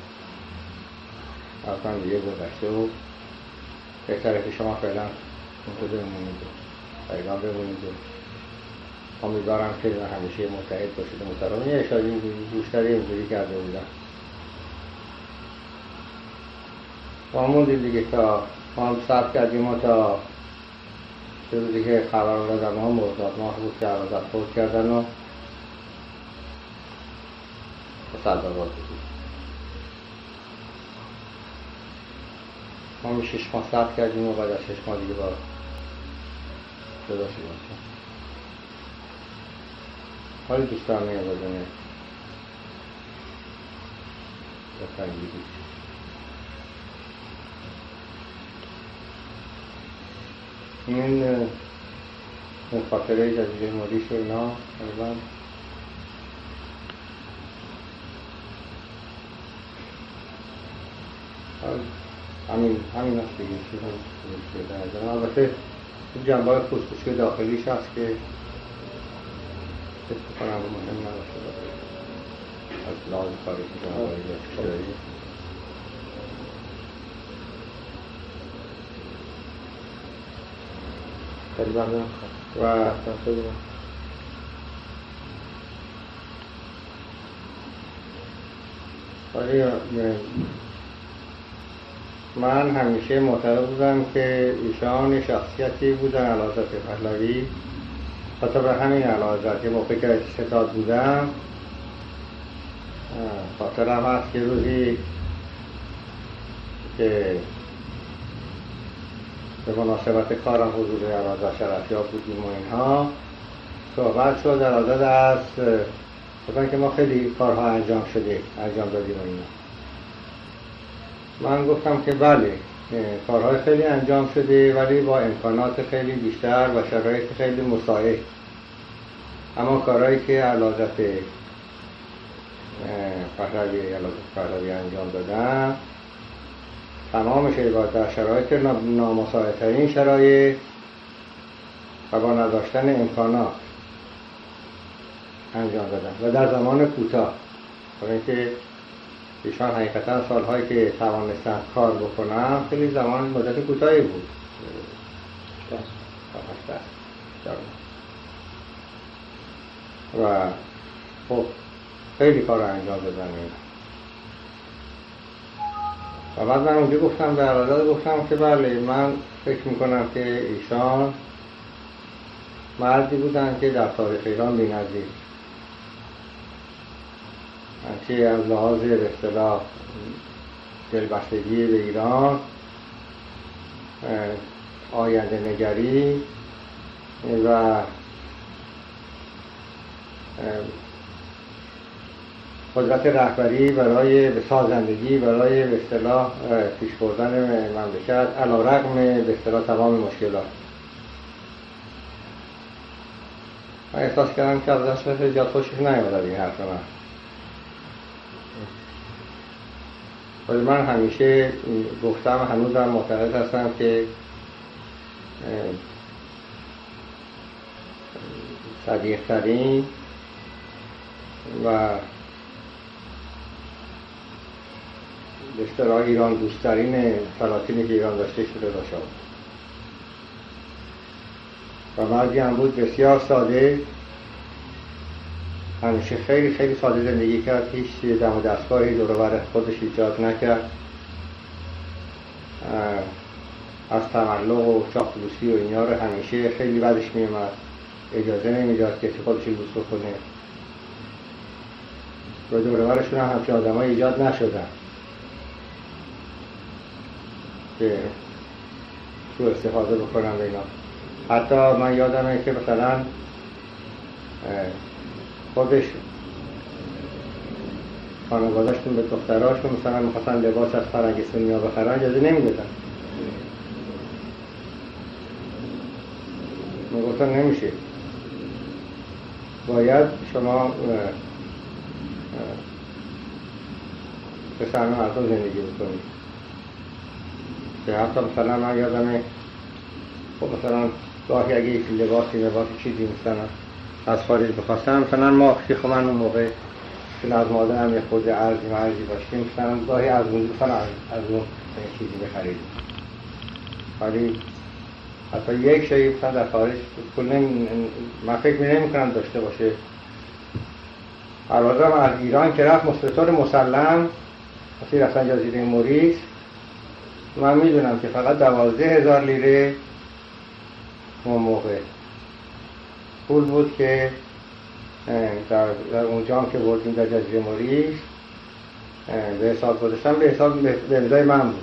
اصلا دیگه گذشته و بهتره که شما فعلا منتظر بمونید و ایران بمونید و امیدوارم که همیشه متحد باشید و محترم. یه اشاره بیشتری اینجوری کرده بودن. ما موندیم دیگه تا ما هم صبر کردیم و تا سه روزی که خبر دادن ما مرداد ماه بود که علازت فوت کردن و سلباز بودیم. ما 6 ماه صبر کردیم و بعد از 6 ماه دیگه با جدا شدیم. حالی دوست دارم این بازنه بفرنگی بود. این خاطره جزیره موریس و اینا همین هست دیگه چیز هم البته جنبه خصوصی داخلیش هست که فکر کنم مهم نباشه از لحاظ کاری که جنبه داری. خیلی ممنون. و ولی من همیشه معتقد بودم که ایشان شخصیتی بودن اعلیحضرت پهلوی. حتی به همین اعلیحضرت که موقعی که ستاد بودم خاطرم هست که روزی که به مناسبت کارم حضور اعلیحضرت شرفیاب بودیم و اینها صحبت شد اعلیحضرت از گفتن که ما خیلی کارها انجام دادیم و اینا. من گفتم که بله کارهای خیلی انجام شده ولی با امکانات خیلی بیشتر و شرایط خیلی مساعد. اما کارهایی که اعلیحضرت پهلوی انجام دادن تمامش در شرایط نامساعدترین شرایط و با نداشتن امکانات انجام دادن و در زمان کوتاه. برای اینکه ایشان حقیقتا سالهایی که توانستن کار بکنن خیلی زمان مدت کوتاهی بود. و خب خیلی کار انجام دادن. و بعد من اونجا گفتم به اعلیحضرت گفتم که بله من فکر میکنم که ایشان مردی بودن که در تاریخ ایران بی‌نظیر، چه از لحاظ به اصطلاح دلبستگی به ایران، آینده نگری و قدرت رهبری برای سازندگی برای به اصطلاح پیش بردن مملکت علیرغم به اصطلاح تمام مشکلات. من احساس کردم که از دست زیاد خوشش نیامد این حرف من. ولی من همیشه گفتم هنوزم معتقد هستم که صدیق‌ترین و به اصطلاح ایران دوست‌ترین سلاطینی که ایران داشته شده رضا شاه و مردی هم بود بسیار ساده. همیشه خیلی خیلی ساده زندگی کرد، هیچ دم و دستگاهی دور و بر خودش ایجاد نکرد. از تملق و چاپلوسی و اینا رو همیشه خیلی بدش میومد، اجازه نمیداد کسی خودش لوس بکنه. و دور و برشون هم همچین آدم‌های ایجاد نشدن که سوء استفاده بکنن به اینا. حتی من یادمه که مثلا خودش خانواده‌شون به دختراشون مثلا می‌خواستن لباس از فرنگستونیا بخرن اجازه نمیدادن. میگفتن نمیشه، باید شما به سهم مردم زندگی بکنید. که حتی مثلا من یادمه خب مثلا گاهی اگه یک لباسی چیزی مثلا از خارج بخواستم، مثلا ما خیخ من اون موقع که از مادرم یه خود ارزی داشتیم مثلا گاهی از اون چیزی بخرید. ولی حتی یک شایی مثلا در خارج من فکر نمی کنم داشته باشه. البته از ایران که رفت به طور مسلم وقتی رفتن جزیره موریس، من میدونم که فقط 12,000 لیره اون موقع پول بود که در اونجا هم که بردیم در جزیره موریس به حساب گذاشتم، به حساب به امضای من بود.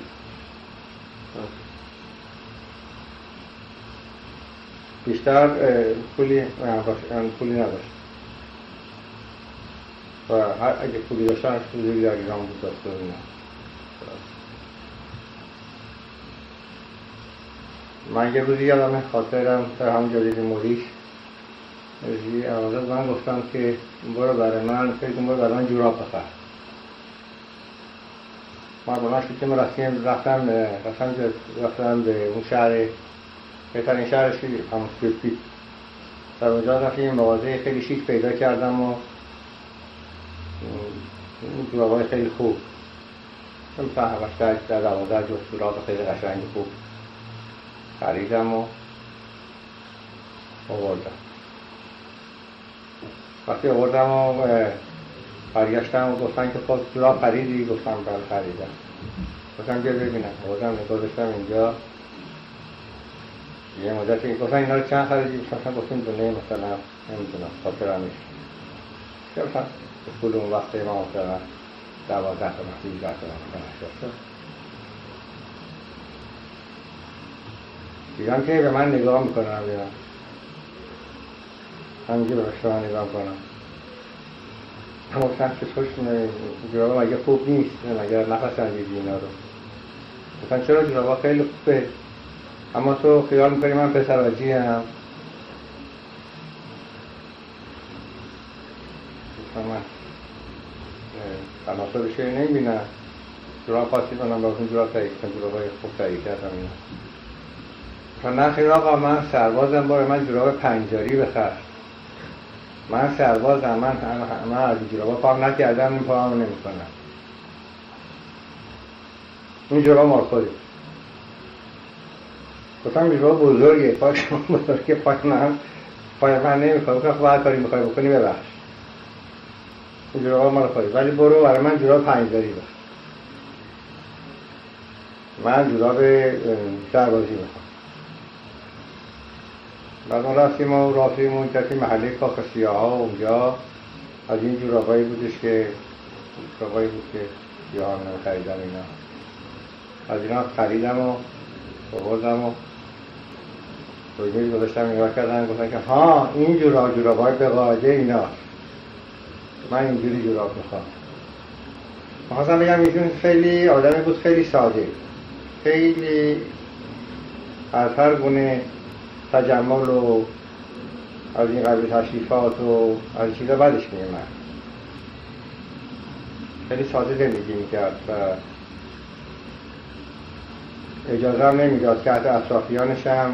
بیشتر پولی نداشت و اگه پولی داشتن پولی در ایران بود داشته بودیم. من یه روزی یادم خاطرم در همون جزیره موریس من گفتم که برو برای من جوراب بخر. من بلند شد که رفتم به اون شهر بهترین شهرش همون سویفی. در اونجا رفتیم مغازه خیلی شیک پیدا کردم و جورابای خیلی خوب مثلا 7-8 در 12 جفت جوراب خیلی قشنگ خوب خریدم و آوردم. وقتی آوردم و برگشتم و گفتن که خب جوراب خریدی؟ گفتم بله خریدم. گفتم بیا ببینم. آوردم نگذاشتم اینجا. یه مدتی گفتن اینا رو چند خریدی؟ گفتم دونه مثلا نمیدونم خاطرم نیست. گفتم پول اون وقت ما مثلا 12 تا 13 تا مثلا دیدم که به من نگاه میکنم، همینجا به شما نگاه کنم. اما گفتم که خوشونه جورابا مگه خوب نیست؟ مگه نپسندیدی اینا رو؟ گفتن چرا جورابا خیلی خوبه، اما تو خیال میکنی من پسراجی هم. گفتم من تناسبش نمیبینم، جوراب خاصی کنم با اون جوراب تایید کنم، جورابای خوب تایید کردم اینا. گفتم نه خیلی آقا من سربازم، باره من جوراب پنجاری بخر. من سربازم، من از جورابا پام نکردم، این پامو نمیکنم. این جورابا مال خودی. گفتم جوراب بزرگه، پای شما بزرگه، پای من نمیخواد. گفتم خب هر کاری میخوای بکنی ببخش، این جورابا مال خودی، ولی برو برای من جوراب پنجاری بخر. من جوراب سربازی میخوام. بعد ما رفتیم اون کسی محله کاخ سیاها، اونجا از این جورابایی بودش که جورابایی بود که سیاها هم خریدم اینا. از اینا خریدم و آوردم و روی گذاشتم نگاه کردن، گفتن که ها این جورابای به قاعده اینا، من اینجوری جوراب میخوام. میخواستم بگم ایشون خیلی آدمی بود، خیلی ساده، خیلی از هر گونه تجمل و از این قبیل تشریفات و از این چیزا بدش میومد. خیلی ساده زندگی میکرد و اجازه هم نمیداد که حتی اطرافیانش هم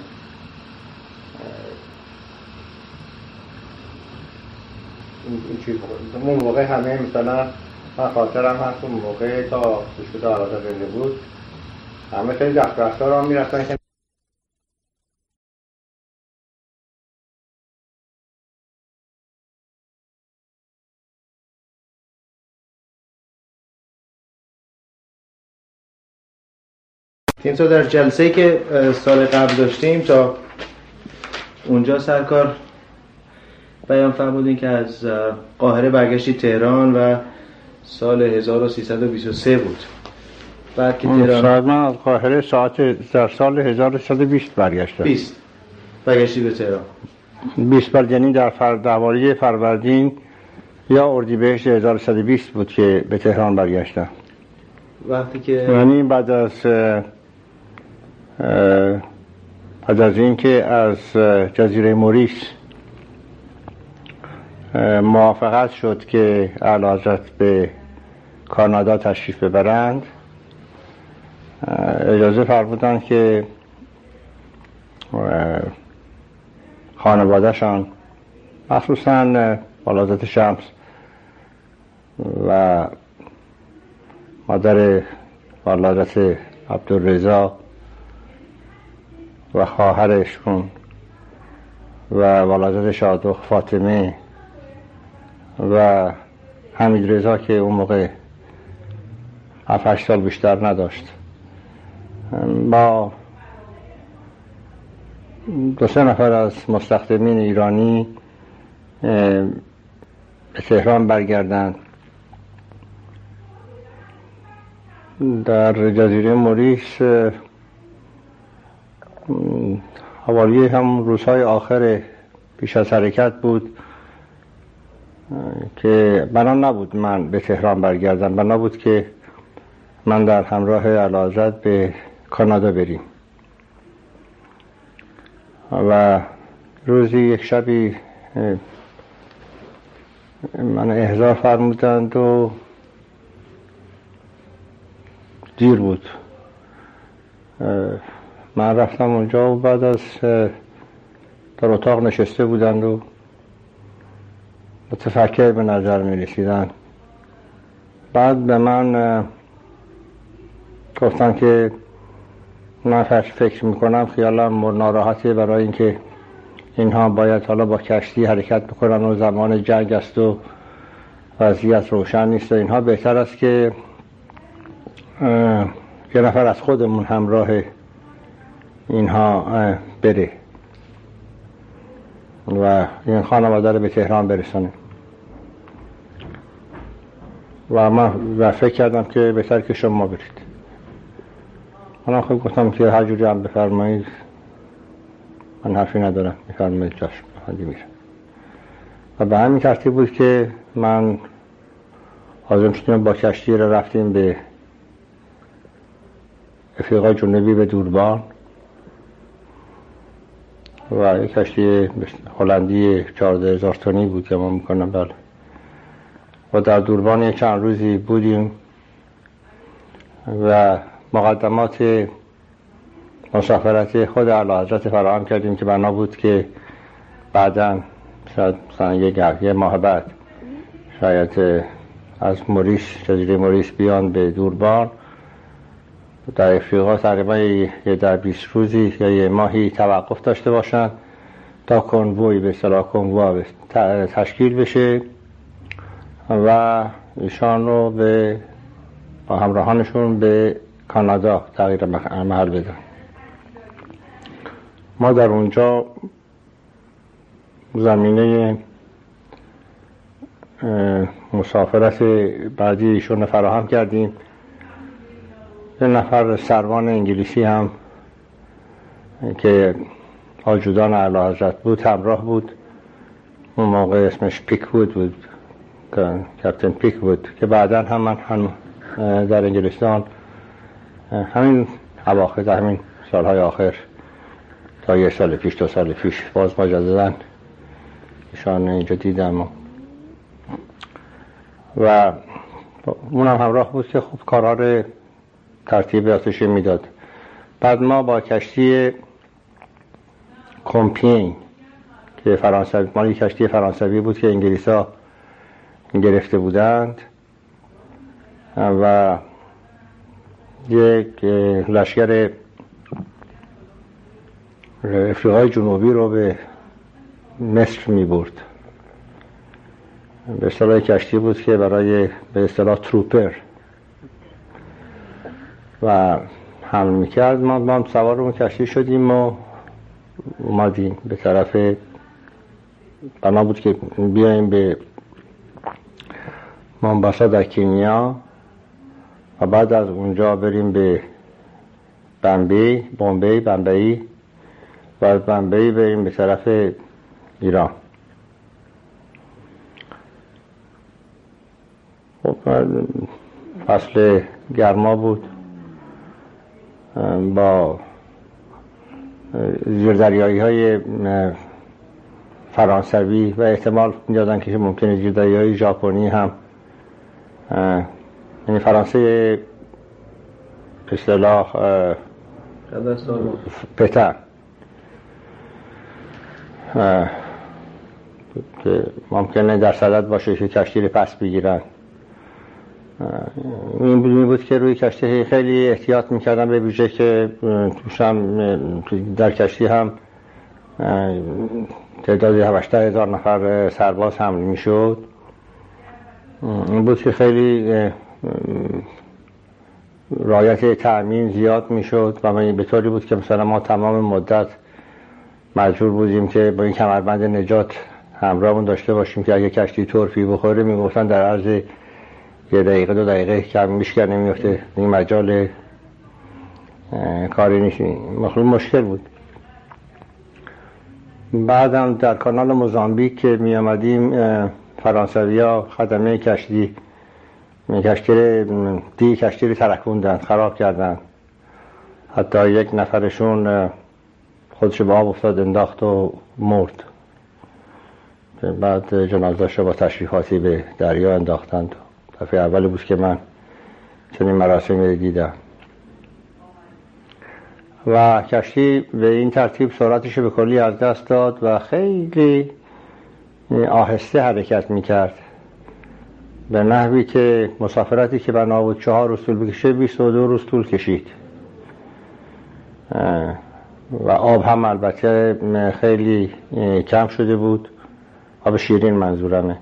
این چیز بود. اون موقع همه مثلا من خاطرم هست اون موقع تا شده آرادا زنده بود همه خیلی دفترها را میرفتن که اینطور در جلسه‌ای که سال قبل داشتیم تا اونجا سرکار بیان فرمودین که از قاهره برگشتی تهران و سال 1323 بود. بعد که تهران من از قاهره در سال 1320 برگشتم. 20 برگشتی به تهران. 20 یعنی در درباره فروردین یا اردیبهشت 1120 بود که به تهران برگشتم. وقتی که یعنی بعد از این که از جزیره موریس موافقت شد که اعلیحضرت به کانادا تشریف ببرند، اجازه فرمودند که خانواده‌شان مخصوصاً اعلیحضرت شمس و مادر اعلیحضرت عبدالرضا و خواهرشون و اعلیحضرت شادخ فاطمه و حمید رضا که اون موقع 7-8 سال بیشتر نداشت، با 2-3 نفر از مستخدمین ایرانی به تهران برگردند. در جزیره موریس حوالی هم روزهای آخر پیش از حرکت بود که بنا نبود من به تهران برگردم، بنا بود که من در همراه اعلیحضرت به کانادا بریم. و روزی یک شبی من احضار فرمودند و دیر بود. من رفتم اونجا و بعد از در اتاق نشسته بودند و متفکر به نظر می رسیدن. بعد به من گفتن که من فکر میکنم خیالم ناراحته برای اینکه اینها باید حالا با کشتی حرکت بکنن و زمان جنگ است و وضعیت روشن نیست و اینها، بهتر است که یه نفر از خودمون همراه اینها بره و این خانواده رو به تهران برسانه. و من فکر کردم که بهتر که شما برید. من خب گفتم که هر جوری هم بفرمایید، من حرفی ندارم، بفرمایید جاش بخوندی میرم. و به همین ترتیب بود که من حاضر شدیم با کشتی رو رفتیم به افریقای جنوبی، به دوربان، و یک کشتی هلندی 14,000 تنی بود که ما میکنم. بله. و در دوربان چند روزی بودیم و مقدمات مسافرت خود اعلیحضرت فراهم کردیم که بنا بود که بعداً شاید مثلا یه ماه بعد شاید از موریس، جزیره موریس بیان به دوربان، در افریقا تقریبا در 20 روزی یا یه ماهی توقف داشته باشن تا کنووی به اصطلاح کنووا تشکیل بشه و ایشان رو با همراهانشون به کانادا تغییر محل بدن. ما در اونجا زمینه مسافرت بعدی ایشون فراهم کردیم. یه نفر سروان انگلیسی هم که آجودان اعلیحضرت بود همراه بود. اون موقع اسمش پیکوود بود، کپتن پیکوود، که بعداً هم من در انگلستان همین اواخر، در همین سالهای آخر تا یه سال پیش، 2 سال پیش باز مجدداً ایشان اینجا دیدم و اونم همراه بود که خب کارها رو ترتیباتش میداد. بعد ما با کشتی کمپین که فرانسوی، مالی کشتی فرانسوی بود که انگلیسا گرفته بودند و یک لشکر افریقای جنوبی رو به مصر می برد. به اصطلاح کشتی بود که برای به اصطلاح تروپر و حمل میکرد. ما سوار اون کشتی شدیم و اومدیم به طرف، بنا بود که بیاییم به مامباسا در کنیا و بعد از اونجا بریم به بمبئی و از بمبئی بریم به طرف ایران. خب فصل گرما بود با زیردریایی های فرانسوی و احتمال میدادن که ممکنه زیردریایی های ژاپنی هم، یعنی فرانسه به اصطلاح پتر که ممکنه در صدد باشه که کشتی رو پس بگیرن. این بود که روی کشتی خیلی احتیاط میکردن، به ویژه که توش هم در کشتی هم تعدادی 18,000 نفر سرباز حمل میشد. این بود که خیلی رعایت تأمین زیاد میشد و به طوری بود که مثلا ما تمام مدت مجبور بودیم که با این کمربند نجات همراهمون داشته باشیم که اگه کشتی ترفی بخوره میگفتن در عرض 1 دقیقه 2 دقیقه کم میشکر نمیفته، این مجال کاری نیست. مشکل بود. بعدم در کانال موزامبیک که می آمدیم فرانسویا خدمه کشتی رو ترکوندن، خراب کردن. حتی یک نفرشون خودش به آب افتاد، انداخت و مرد. بعد جنازه‌اش رو با تشریفاتی به دریا انداختند. دفعه اولی بود که من چنین مراسمی رو دیدم و کشتی به این ترتیب سرعتش به کلی از دست داد و خیلی آهسته حرکت میکرد، به نحوی که مسافرتی که بنا بود 4 روز طول بکشه 22 روز طول کشید. و آب هم البته خیلی کم شده بود، آب شیرین منظورمه،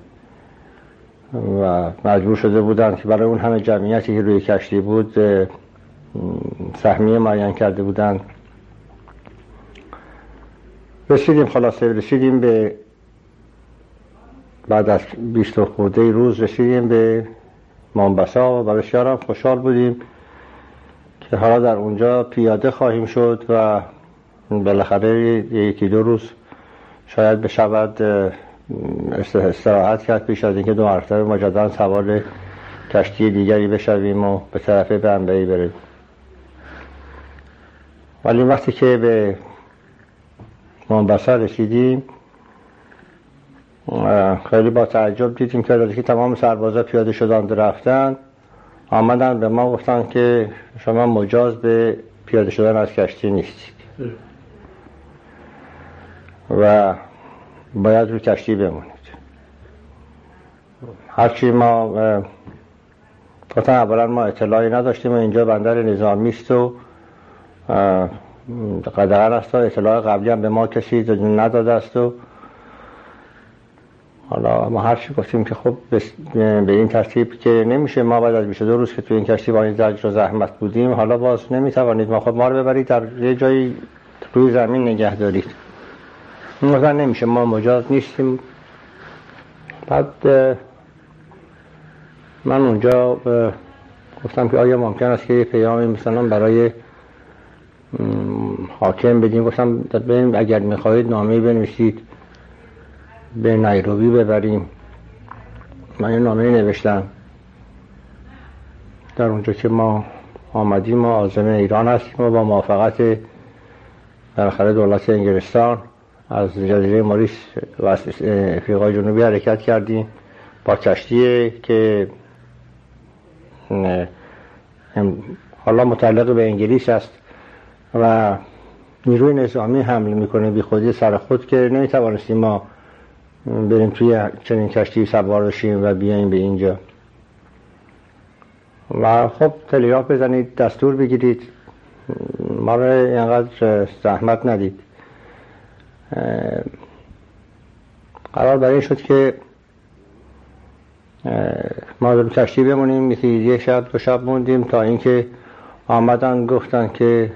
و مجبور شده بودن که برای اون همه جمعیتی که روی کشتی بود سهمیه معین کرده بودن. رسیدیم به بعد از 20 خورده روز رسیدیم به مامباسا و بسیار خوشحال بودیم که حالا در اونجا پیاده خواهیم شد و بالاخره یکی دو روز شاید بشود استراحت کرد پیش از اینکه 2 مرتبه مجددا سوار کشتی دیگری بشویم و به طرف بمبئی بریم. ولی وقتی که به مامباسا رسیدیم خیلی با تعجب دیدیم که تمام سربازا پیاده شدند رفتن، آمدن به ما گفتن که شما مجاز به پیاده شدن از کشتی نیستید و باید روی کشتی بمونید. هرچی ما گفتن اولا ما اطلاعی نداشتیم و اینجا بندر نظامی است و قدغن است و اطلاع قبلی هم به ما کسی نداده است و حالا ما هرچی گفتیم که خب به این ترتیب که نمیشه، ما بعد از 22 روز که تو این کشتی با این زجر و زحمت بودیم حالا باز نمیتوانید ما رو ببرید در یه جایی روی زمین نگه دارید. مثلا نمیشه، ما مجاز نیستیم. بعد من اونجا گفتم که آیا ممکن است که یه پیامی مثلا برای حاکم بدیم. گفتم اگر میخواهید نامه‌ای بنویسید به نیروبی ببریم. من یه نامه‌ای نوشتم در اونجا که ما آمدیم و عازم ایران هستیم و با موافقت بالاخره دولت انگلستان از جزیره موریس و افریقای جنوبی حرکت کردیم با کشتی که حالا متعلق به انگلیس است و نیروی نظامی حمله میکنه بی خودی سر خود که نمیتوانستیم ما بریم توی چنین کشتی سوار بشیم و بیاییم به اینجا. و خب تلگراف بزنید، دستور بگیرید، ما رو اینقدر زحمت ندید. قرار برای این شد که ما در کشتی بمونیم. یه شب 2 شب موندیم تا اینکه آمدن گفتن که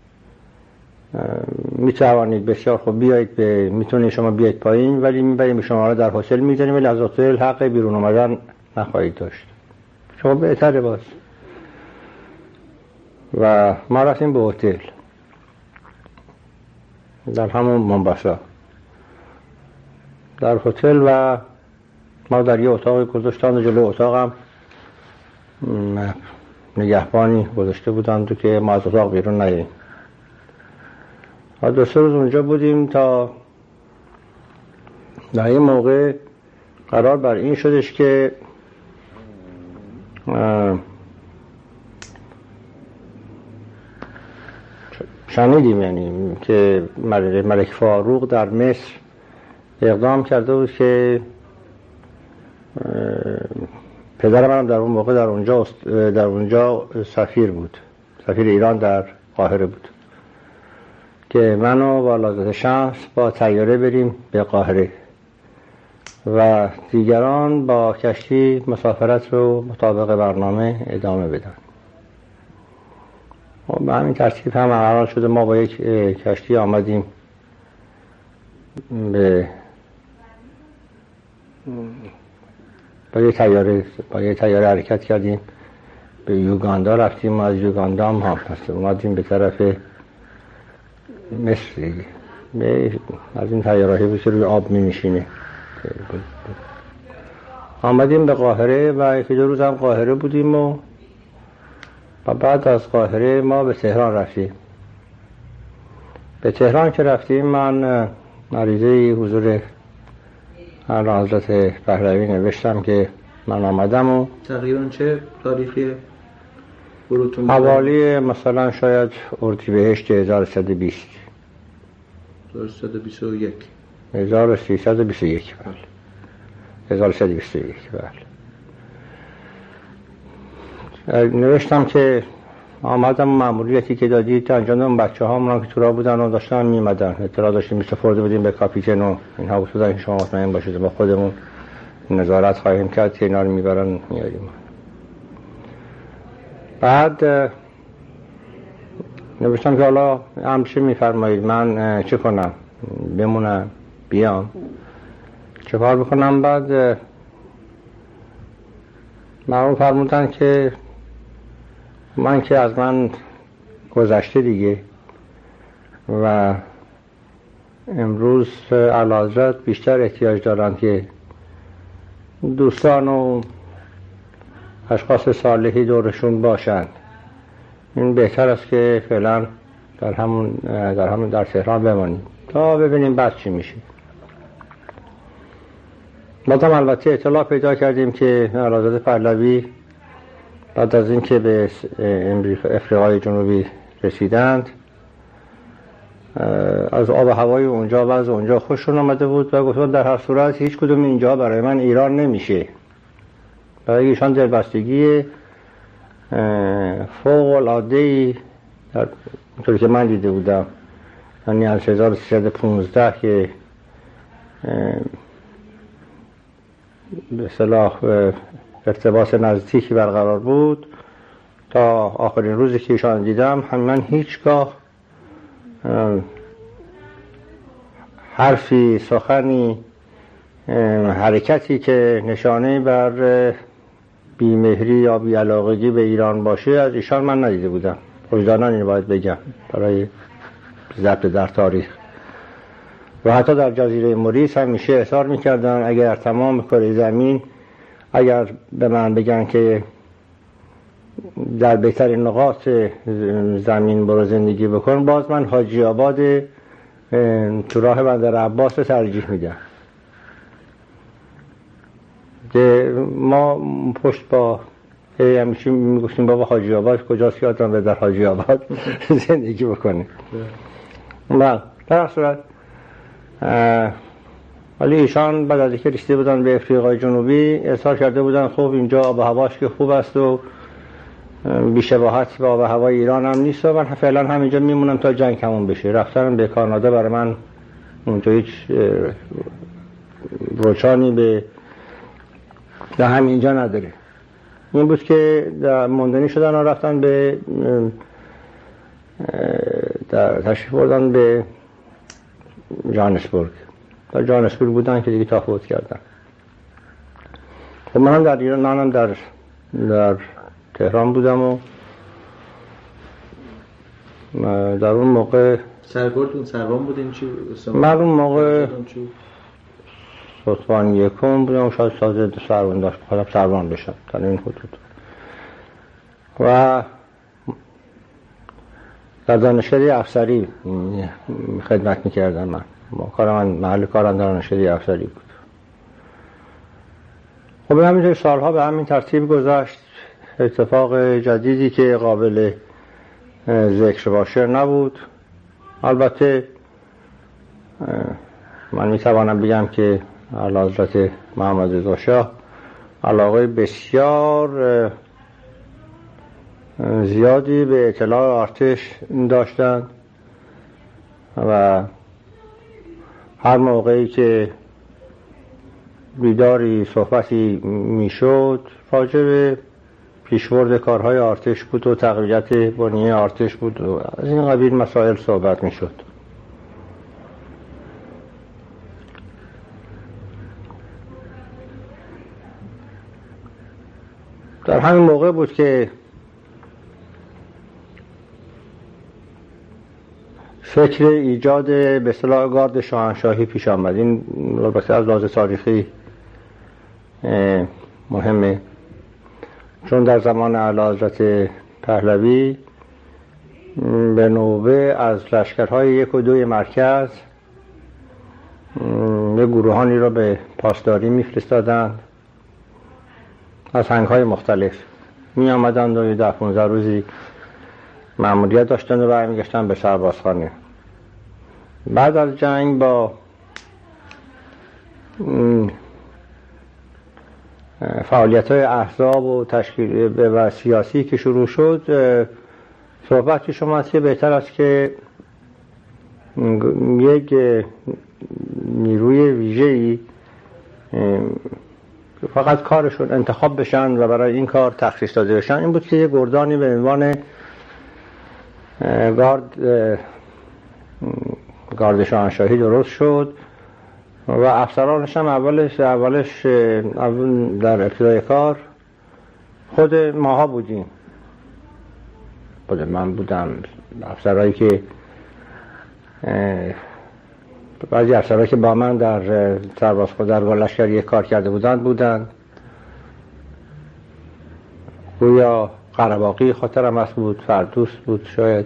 میتوانید بسیار خوب بیایید، میتونید شما بیایید پایین ولی میبریم شما را در هتل میذاریم ولی از هتل حق بیرون اومدن نخواهید داشت. شما بهتره باز. و ما رفتیم به هتل در همون مامباسا، در هتل، و ما در یه اتاقی گذاشتن و جلو اتاقم نگهبانی گذاشته بودند که ما از اتاق بیرون نیاییم. 2-3 روز اونجا بودیم تا در این موقع قرار بر این شدش که شنیدیم یعنی که ملک فاروق در مصر اقدام کرده بود که پدر منم در اون موقع در اونجا سفیر بود، سفیر ایران در قاهره بود، که منو با لازمه شخص با طیاره بریم به قاهره و دیگران با کشتی مسافرت رو مطابق برنامه ادامه بدن. و به همین ترتیب هم قرار شده ما با یک کشتی آمدیم با یه طیاره حرکت کردیم به یوگاندا، رفتیم و از یوگاندا هم اومدیم به طرف مصر. از این طیاره‌ای بود که روی آب می‌نشینه. آمدیم به قاهره و 1-2 روز هم قاهره بودیم و بعد از قاهره ما به تهران رفتیم. به تهران که رفتیم من عریضه حضور اعلی حضرت پهلوی نوشتم که من آمدم و تقریبا چه تاریخی ورودتون؟ حوالی مثلا شاید اردیبهشت 1120 1321 1321 بله 1121 بله. نوشتم که آمدم مأموریتی که دادید انجام دادم. بچه ها که تو راه بودن و داشتن میمدن، اطلاع داشتیم مثل فرده بودیم به کاپیتان و اینها بودن که شما مطمئن باشید ما خودمون نظارت خواهیم کرد که اینا رو میبرن میاریم. بعد نوشتم که حالا همچه میفرمایید من چه کنم، بمونم بیام چه کار بکنم؟ بعد من فرمودن که من که از من گذشته دیگه و امروز اعلیحضرت بیشتر احتیاج دارن که دوستان و اشخاص صالحی دورشون باشند. این بهتر است که فعلا در تهران بمانیم تا ببینیم بعد چی میشه. بعدم البته اطلاع پیدا کردیم که اعلیحضرت پهلوی بعد از اینکه به افریقای جنوبی رسیدند از آب و هوای اونجا و از اونجا خوششون آمده بود و گفتن در هر صورت هیچ کدوم اینجا برای من ایران نمیشه. برای ایشان دلبستگی فوق العاده‌ای اونطوری که من دیده بودم، یعنی از 1315 که به اصطلاح ارتباط نزدیکی برقرار بود تا آخرین روزی که ایشان دیدم من هیچگاه حرفی، سخنی، حرکتی که نشانه بر بیمهری یا بیعلاقگی به ایران باشه از ایشان من ندیده بودم. وجداناً اینو باید بگم برای ضبط در تاریخ. و حتی در جزیره موریس همیشه اصرار میکردن اگر تمام کره زمین اگر به من بگن که در بهترین نقاط زمین برو زندگی بکن، باز من حاجی آباد تو راه بندر عباس رو ترجیح میدم. ما پشت با همیشه میگفتیم بابا حاجی آباد کجاست که آدم به در حاجی آباد زندگی بکنه. بله در صورت ولی ایشان بعد از اینکه رسیده بودن به افریقای جنوبی اظهار کرده بودن خب اینجا آب و هواش که خوب است و بی‌شباهت به آب و هوای ایران هم نیست و من فعلا همینجا میمونم تا جنگ تموم بشه. رفتن به کانادا برای من اونجا هیچ روچانی به همینجا نداره. این بود که موندنی شدن و رفتن به تشریف بردن به جانسبورگ. در جانسبورگ بودن که دیگه تفاوت کردن. خب منم در ایران، منم در تهران بودم و در اون موقع سرگردون سروان بودین چی؟ من اون موقع ستوان یکم بودم و شاید ساز سروان داشت خواهد سروان بشم در این حدود و در دانشکده افسری خدمت میکردم. من محل کارم دانشکده افسری بود. خب به همین سالها به همین ترتیب گذشت. اتفاق جدیدی که قابل ذکر باشه نبود. البته من میتوانم بگم که اعلیحضرت محمد رضا شاه علاقه بسیار زیادی به اطلاع ارتش داشتند و هر موقعی که بیداری صحبتی میشد راجع به پیشبرد کارهای ارتش بود و تقویت بنیه ارتش بود و از این قبیل مسائل صحبت میشد. در همین موقع بود که فکر ایجاد به اصطلاح گارد شاهنشاهی پیش آمد. این البته از لحاظ تاریخی مهمه، چون در زمان اعلیحضرت پهلوی به نوبه از لشکرهای 1 و 2 مرکز یه گروهانی را به پاسداری میفرستادند. از هنگ‌های مختلف می آمدند و 10-15 روزی مأموریت داشتند و برمیگشتند به سربازخانه. بعد از جنگ با فعالیت‌های احزاب و تشکیل و سیاسی که شروع شد، صحبت پیش اومد که بهتر است که یک نیروی ویژه‌ای فقط کارشون انتخاب بشن و برای این کار تخصیص داده بشن. این بود که یه گردانی به عنوان گارد شاهنشاهی درست شد و افسرانش هم اولش در ابتدای کار خود ماها بودیم. خود من بودم، افسرهایی که بعضی افسرهایی که با من در سربازخودرگاه لشکری کار کرده بودند. گویا قره‌باقی خاطرم هست بود، فردوس بود شاید،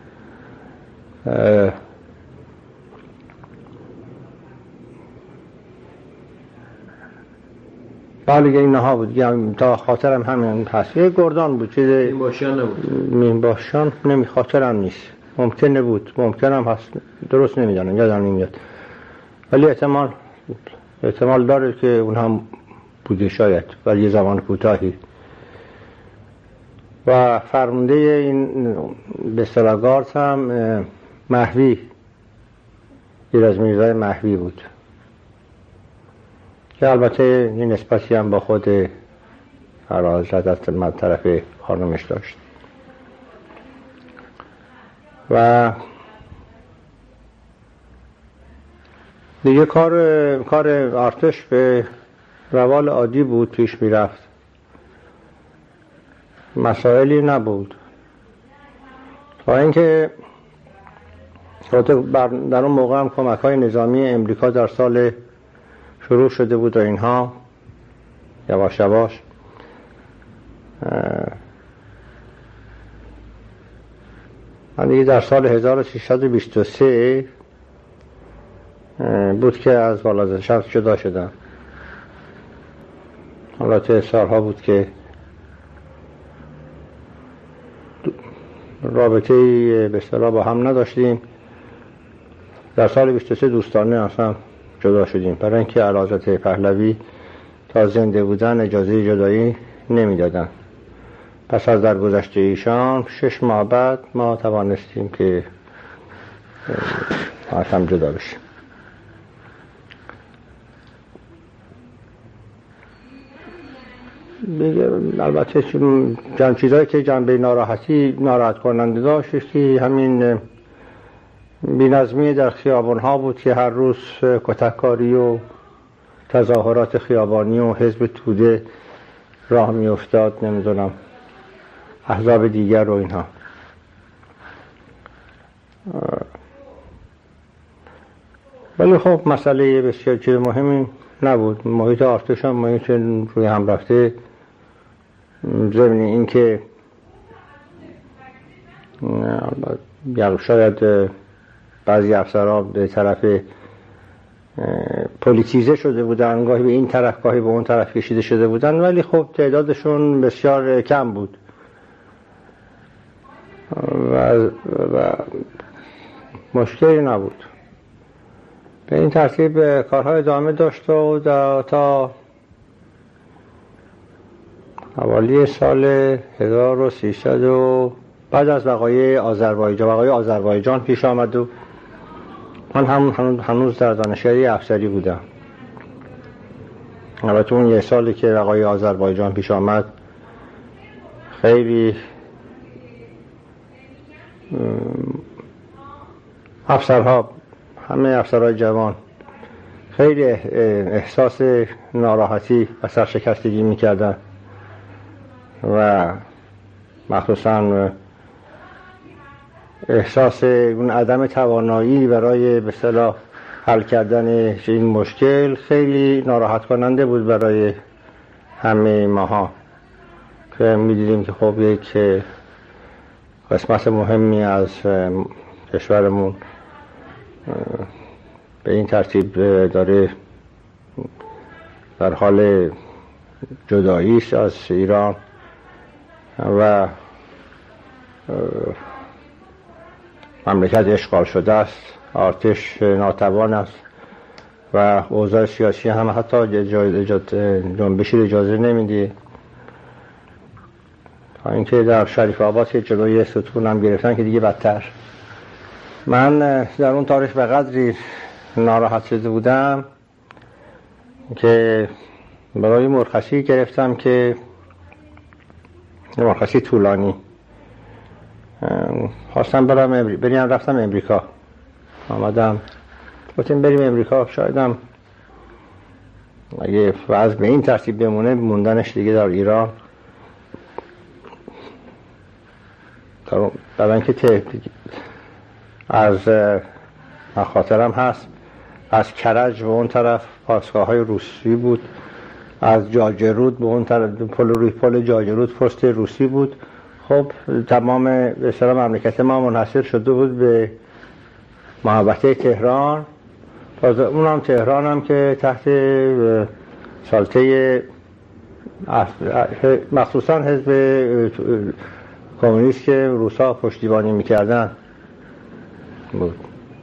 بله اینها بود. تا خاطرم همین هست. یه گردان بود، چیز مینباشیان نبود. مینباشیان خاطرم نیست، ممکنه بود، ممکنم هست، درست نمیدانم، یادم نمیاد، ولی احتمال داره که اون هم بوده شاید، ولی یه زمان کوتاهی. و فرمانده این به اصطلاح گارد هم مهوی، ایرج میرزای مهوی بود که البته این نسبتی هم با خود اعلیحضرت از من طرف خانمش داشت. و دیگه کار ارتش به روال عادی بود، پیش میرفت، مسائلی نبود. تا اینکه در اون موقع هم کمک‌های نظامی امریکا در سال شروع شده بود و اینها یواش یواش من دیگه در سال 1323 بود که از والد شمس جدا شدم. البته سالها بود که رابطه‌ای به اصطلاح با هم نداشتیم. در سال 23 دوستانه اصلا جدا شدیم، برای اینکه اعلیحضرت پهلوی تا زنده بودن اجازه جدایی نمیدادن. پس از درگذشت ایشان 6 ماه بعد ما توانستیم که از هم جدا بشیم. البته چیزایی که جنبه ناراحت کننده داشت که همین بی‌نظمی در خیابان‌ها بود که هر روز کتککاری و تظاهرات خیابانی و حزب توده راه می‌افتاد، نمیدونم احزاب دیگر و اینها. ولی خب مسئله بسیار چیز مهمی نبود. محیط ارتش هم محیط روی هم رفته، ضمن این که شاید بعضی افسرها به طرف پلیتیزه شده بودن، گاهی به این طرف گاهی به اون طرف کشیده شده بودن، ولی خب تعدادشون بسیار کم بود و مشکلی نبود. به این ترتیب کارهای ادامه داشت و تا حوالی سال 1300 و بعد از وقایع آذربایجان پیش آمد و من هنوز در دانشگاهی افسری بودم. البته اون یه سالی که وقایع آذربایجان پیش آمد خیلی افسرها، همه افسرهای جوان خیلی احساس ناراحتی و سرشکستگی میکردن و مخصوصا احساس اون عدم توانایی برای به اصطلاح حل کردن این مشکل خیلی ناراحت کننده بود برای همه ماها که می‌دیدیم که خب یک قسمت مهمی از کشورمون به این ترتیب داره در حال جدایی است از ایران و مملکت اشغال شده است، ارتش ناتوان است و اوضاع سیاسی هم حتی جنبشی اجازه نمیده. تا اینکه در شریف آباد که جلوی ستونم گرفتن که دیگه بدتر. من در اون تاریخ به قدری ناراحت شده بودم که برای مرخصی گرفتم که مرخصی طولانی خواستم رفتم امریکا. آمدم گفتیم بریم امریکا، شایدم اگه وضع به این ترتیب بمونه موندنش دیگه در ایران. برای اینکه از خاطرم هست از کرج به اون طرف پاسگاه‌های روسی بود، از جاجرود به اون طرف پل جاجرود پست روسی بود. خب تمام به اصطلاح مملکت ما منحصر شده بود به محوطه تهران. اونم تهران هم که تحت سلطه مخصوصا حزب کمونیست که روسا پشتیبانی میکردن بود.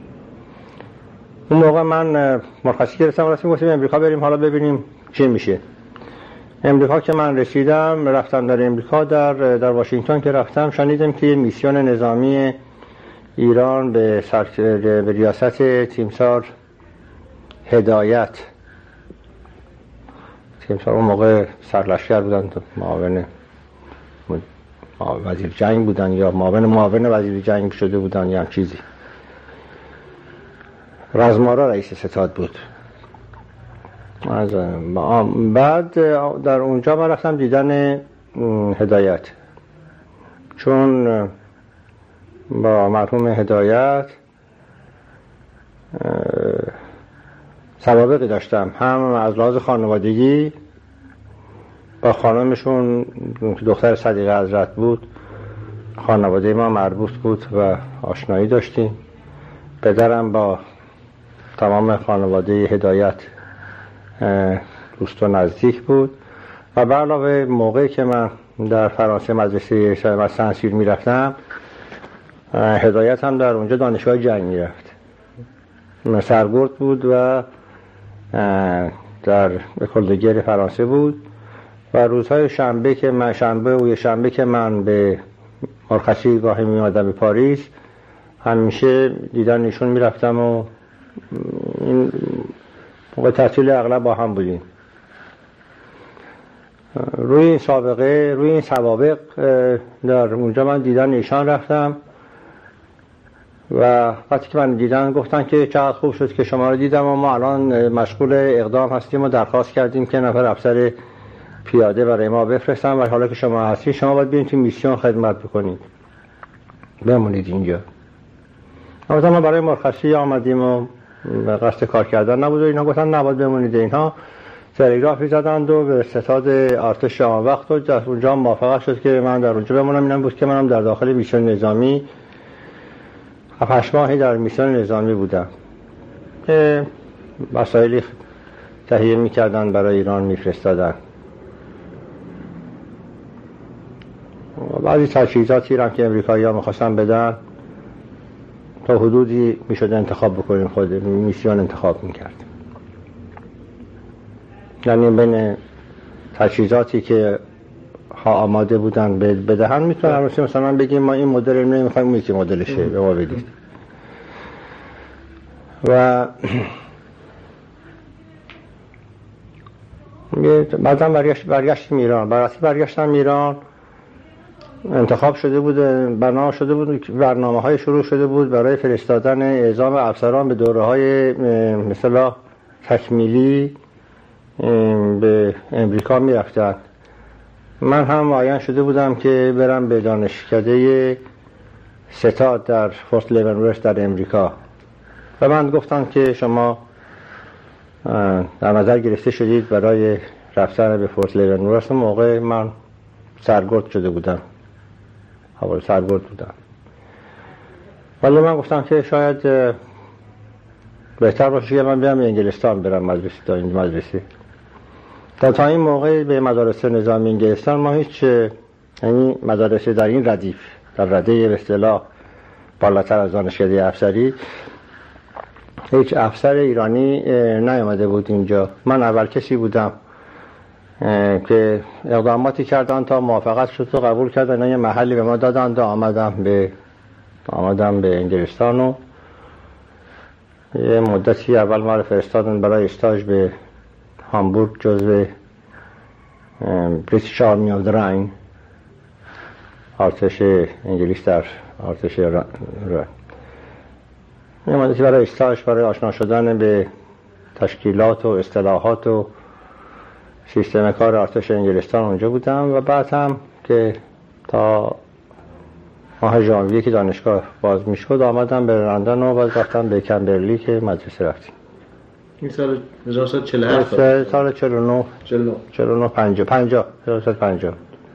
اون موقع من مرخصی گرفتم و رفتیم گفتیم امریکا بریم حالا ببینیم چی میشه. امریکا که من رسیدم رفتم در امریکا، در واشنگتن که رفتم شنیدم که یه میسیون نظامی ایران به ریاست تیمسار هدایت، تیمسار اون موقع سرلشکر بودن، معاون وزیر جنگ بودن یا معاون وزیر جنگ شده بودن یا چیزی. رزمارا رئیس ستاد بود. بعد در اونجا من رفتم دیدن هدایت، چون با مرحوم هدایت سوابقی داشتم، هم از لحاظ خانوادگی با خانمشون که دختر صدیقه حضرت بود خانواده ما مربوط بود و آشنایی داشتیم. پدرم با تمام خانواده هدایت دوست و نزدیک بود و به علاوه موقعی که من در فرانسه مدرسه سنسیر می رفتم هدایت هم در اونجا دانشگاه جنگ می رفت، سرگرد بود و در اکولدگر فرانسه بود و روزهای شنبه که من به مرخصی گاهی می اومدم به پاریس همیشه دیدن ایشون می رفتم و این موقع تعطیل اغلب با هم بودیم. روی این سوابق در اونجا من دیدن ایشان رفتم و وقتی که من دیدن گفتن که چقدر خوب شد که شما رو دیدم و ما الان مشغول اقدام هستیم و درخواست کردیم که نفر افسر پیاده برای ما بفرستن و حالا که شما هستید شما باید بیاین تو میسیون خدمت بکنید، بمونید اینجا. اما ما برای مرخصی آمدیم و قصد کار کردن نبود و اینا گفتن نباید بمونید. اینها تلگرافی زدند و به ستاد ارتش آن وقت و در اونجا موافقت شد که من در اونجا بمونم. اینم بود که منم در داخل میسیون نظامی 7 ماهی در میسیون نظامی بودم که وسایلی تهیه میکردن برای ایران میفرستادن. بعضی تجهیزاتی هم که امریکایی‌ها می‌خواستن بدن تا حدودی میشد انتخاب بکنیم، خود میسیون انتخاب میکرد. یعنی بین تجهیزاتی که ها آماده بودن بدهن میتونن مثلا بگیم ما این مدل رو نمیخوایم، اون یکی مدلشه به ما بدید. و بعدم برگشتم ایران. انتخاب شده بود، برنامه شده بود، برنامه‌های شروع شده بود برای فرستادن اعزام افسران به دوره‌های مثلا تکمیلی به امریکا می‌رفتند. من هم معین شده بودم که برم به دانشکده ستاد در فورت لیونورث در امریکا و من گفتم که شما در نظر گرفته شدید برای رفتن به فورت لیونورث. موقع من سرگرد شده بودم، حوالی سرگرد بودم، ولی من گفتم که شاید بهتر باشه که من بیام انگلستان برم مدرسه. تا این موقع به مدارس نظامی انگلستان ما هیچ یعنی مدارس در این ردیف در رده به اصطلاح بالاتر از دانشکده افسری هیچ افسر ایرانی نیامده بود اینجا. من اول کسی بودم که اقداماتی کردن تا موافقت شد و قبول کردن یه محلی به ما دادن و آمدم به انگلستان و یه مدتی اول ما رو فرستادن برای استاژ به هامبورگ جزو بریتیش آرمی آف راین، ارتش انگلیس در ارتش یه مدتی برای استاژ، برای آشنا شدن به تشکیلات و اصطلاحات و سیستم کار ارتش انگلستان اونجا بودم و بعد هم که تا ماه ژانویه که دانشگاه باز میشد آمدم به لندن و بعد رفتم به کمبرلی که مدرسه رفتیم. این سال 1947 سال 49 50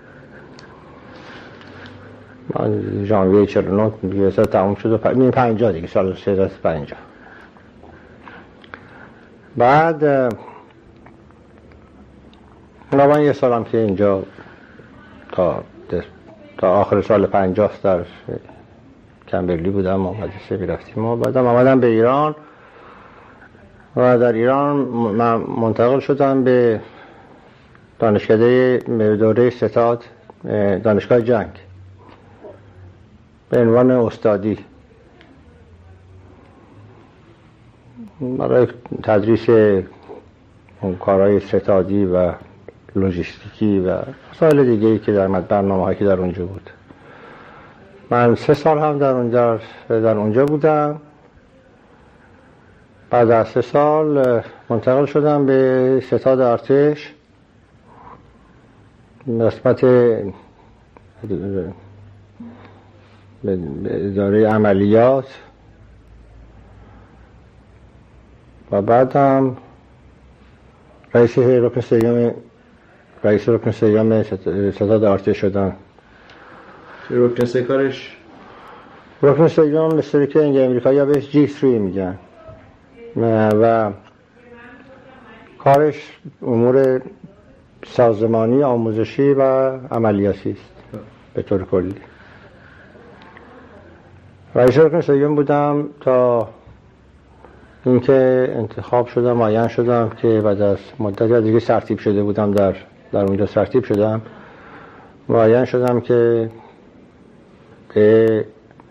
من ژانویه 49 دیگه سال تموم شد و 50 دیگه سال 50. بعد من یه سالم که اینجا تا آخر سال 50 در کمبرلی بودم و مدرسه میرفتیم و بعدم آمدم به ایران و در ایران من منتقل شدم به دانشکده دوره ستاد، دانشگاه جنگ، به عنوان استادی برای تدریس کارهای ستادی و لوجستیکی و مسائل دیگه‌ای که در برنامه‌هایی که در اونجا بود. من 3 سال هم در اونجا بودم. بعد از 3 سال منتقل شدم به ستاد ارتش، قسمت اداره عملیات و بعد هم رئیس رکن سیوم ستاد ارتش شدم. رکن سه کارش؟ رکن سیوم مثل که امریکایی ها بهش G3 میگن و کارش امور سازمانی، آموزشی و عملیاتی است به طور کلی. رئیس رکن سیوم بودم تا اینکه انتخاب شدم، معین شدم که بعد از مدتی دیگه سرتیپ شده بودم، در اونجا سرتیپ شدم، معین شدم که به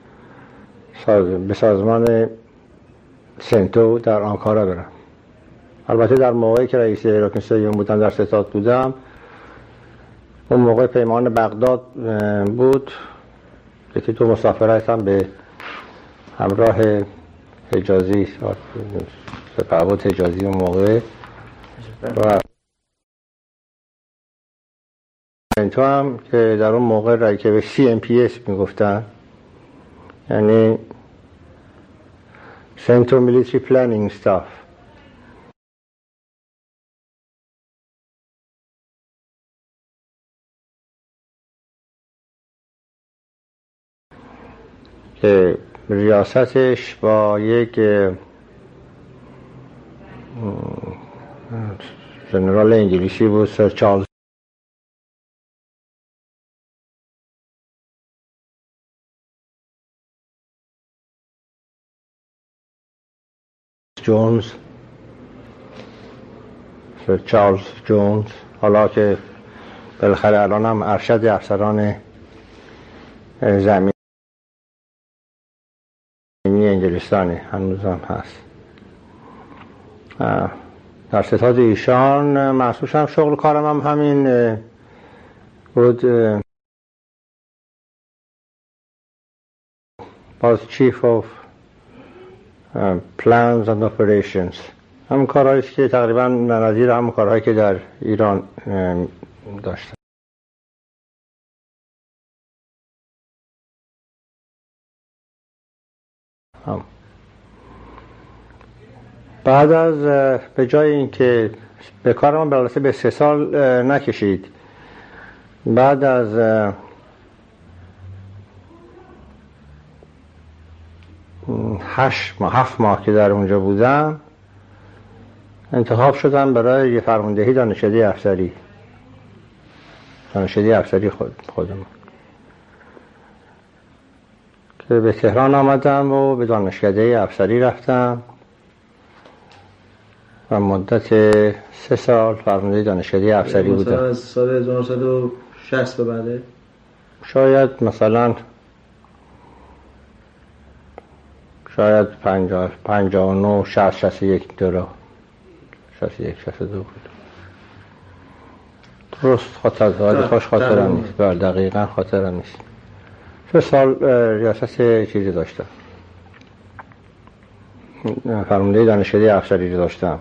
سازمان سنتو در آنکارا برم. البته در موقعی که رئیس رکن سیوم بودم در ستاد بودم، اون موقع پیمان بغداد بود، یکی 2 مسافرت هم به همراه حجازی، سپهبد حجازی اون موقع و سنتو هم که در اون موقع رایی که به CMPS میگفتن، یعنی Central Military Planning Staff، که ریاستش با یک ژنرال انگلیسی بود، سر چارلز جونز، حالا که بالاخره الان هم ارشد افسران زمینی انگلستانی هنوزم هست. در ستاد ایشان محسوسم شغل کارم هم همین بود، باز Chief of Plans and Operations، همون کارهایی که تقریبا نظیر همون کارهایی که در ایران داشتم. بعد از به جای اینکه به کارم بالاتر به 3 سال نکشید، بعد از 7 ماه که در اونجا بودم انتخاب شدم برای یه فرماندهی دانشکده افسری خودم که به تهران آمدم و به دانشکده افسری رفتم و مدت 3 سال فرمانده دانشکده افسری بودم. مثلا از سال 1960 به بعده؟ شاید مثلا 59 60 61 دورا 61 62 بود. درست خاطرم نیست. بله دقیقاً خاطرم نیست. 3 سال ریاست چیزی داشتم، فرمانده دانشکده افسری داشتم.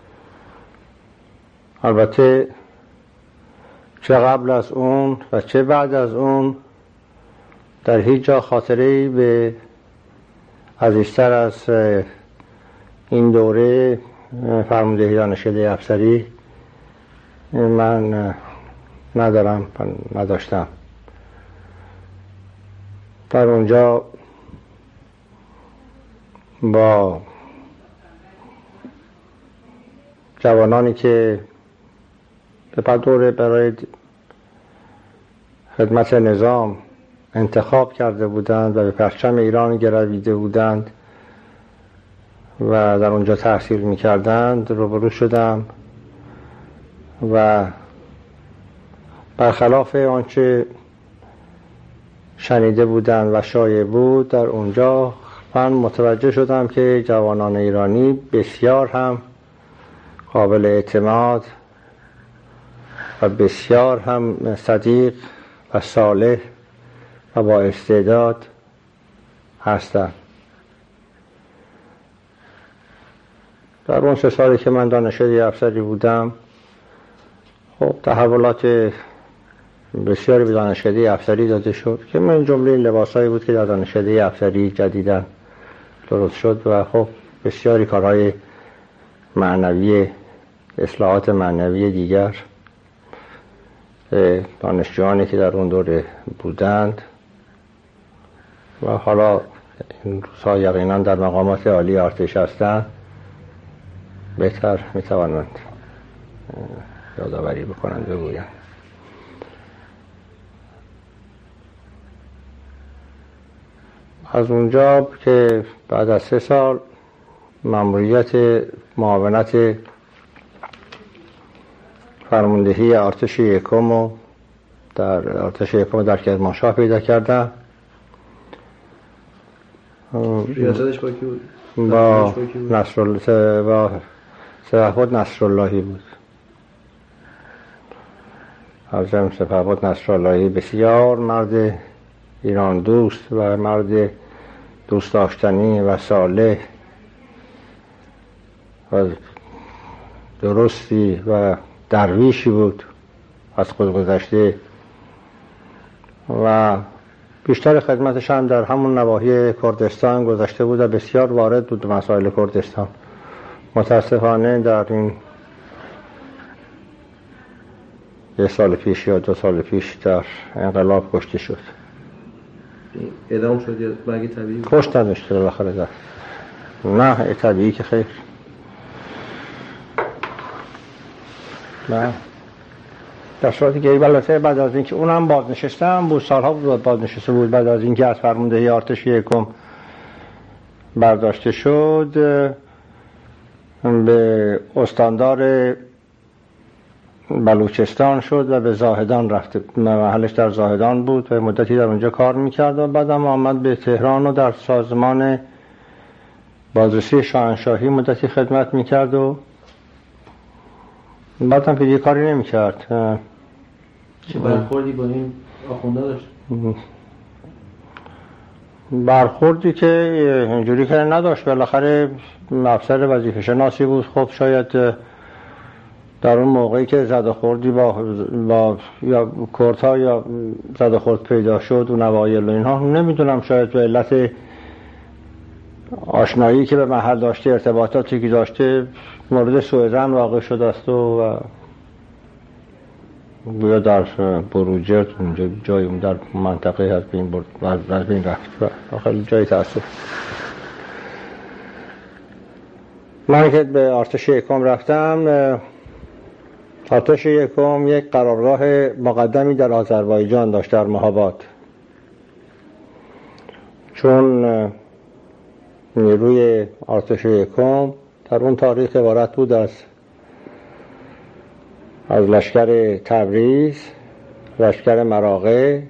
البته چه قبل از اون و چه بعد از اون در هیچ جا خاطره‌ای به عزیزتر از این دوره فرماندهی دانشکده افسری من نداشتم. در اونجا با جوانانی که به دوره برای خدمت نظام انتخاب کرده بودند و به پرچم ایران گرویده بودند و در اونجا تحصیل می‌کردند روبرو شدم و برخلاف آنچه شنیده بودند و شایع بود در اونجا من متوجه شدم که جوانان ایرانی بسیار هم قابل اعتماد و بسیار هم صدیق و صالح و با استعداد هستند. در اون 3 سالی که من دانشکده افسری بودم خب تحولات بسیاری به دانشکده افسری داده شد که من جمله لباسایی بود که در دانشکده افسری جدیداً درست شد و خب بسیاری کارهای معنوی، اصلاحات معنوی دیگر دانشجویانی که در اون دوره بودند و حالا این روزها یقینا در مقامات عالی ارتش هستند بهتر میتوانند یادآوری بکنند بگویند. از اونجا که بعد از 3 سال مأموریت معاونت فرماندهی ارتش یکم در ارتش یکم در کرمانشاه پیدا کردم. ریاستش با کی بود؟ با نصرالله و سپهبد نصراللهی بود. حضرت سپهبد نصراللهی بسیار مرد ایران دوست و مرد دوست داشتنی و صالح و درستی و درویشی بود از خود گذشته و بیشتر خدمتش هم در همون نواحی کردستان گذشته بود و بسیار وارد بود به مسائل کردستان. متاسفانه در این 1 سال پیش یا 2 سال پیش در انقلاب کشته شد. اعدام شد یا مرگ طبیعی؟ کشت نداشته بالاخره در نه طبیعی که خیر. نه در صورتی که البته بعد از اینکه اونم بازنشستم بود، سالها بود بازنشسته بود، بعد از اینکه از فرماندهی ارتش یکم برداشته شد به استاندار بلوچستان شد و به زاهدان رفت. محلش در زاهدان بود و مدتی در اونجا کار میکرد و بعدم آمد به تهران و در سازمان بازرسی شاهنشاهی مدتی خدمت میکرد و بعدم که دیگه کاری نمیکرد. چه برخوردی با این آخونده داشت؟ برخوردی که اینجوری که نداشت، بالاخره افسر وظیفه شناسی بود. خب شاید در اون موقعی که زد و خوردی با یا کردها یا زد و خورد پیدا شد و نوایل و اینها، نمیدونم شاید به علت آشنایی که به محل داشته، ارتباطاتی که داشته، مورد سوء ظن واقع شده است و گویا در بروجرد اونجا جای اون در منطقه از بین رفت و خیلی جای تأسف. من که به ارتش یکم رفتم، ارتش یکم یک قرارگاه مقدمی در آذربایجان داشت در مهاباد، چون نیروی ارتش یکم در اون تاریخ عبارت بود از لشکر تبریز، لشکر مراغه،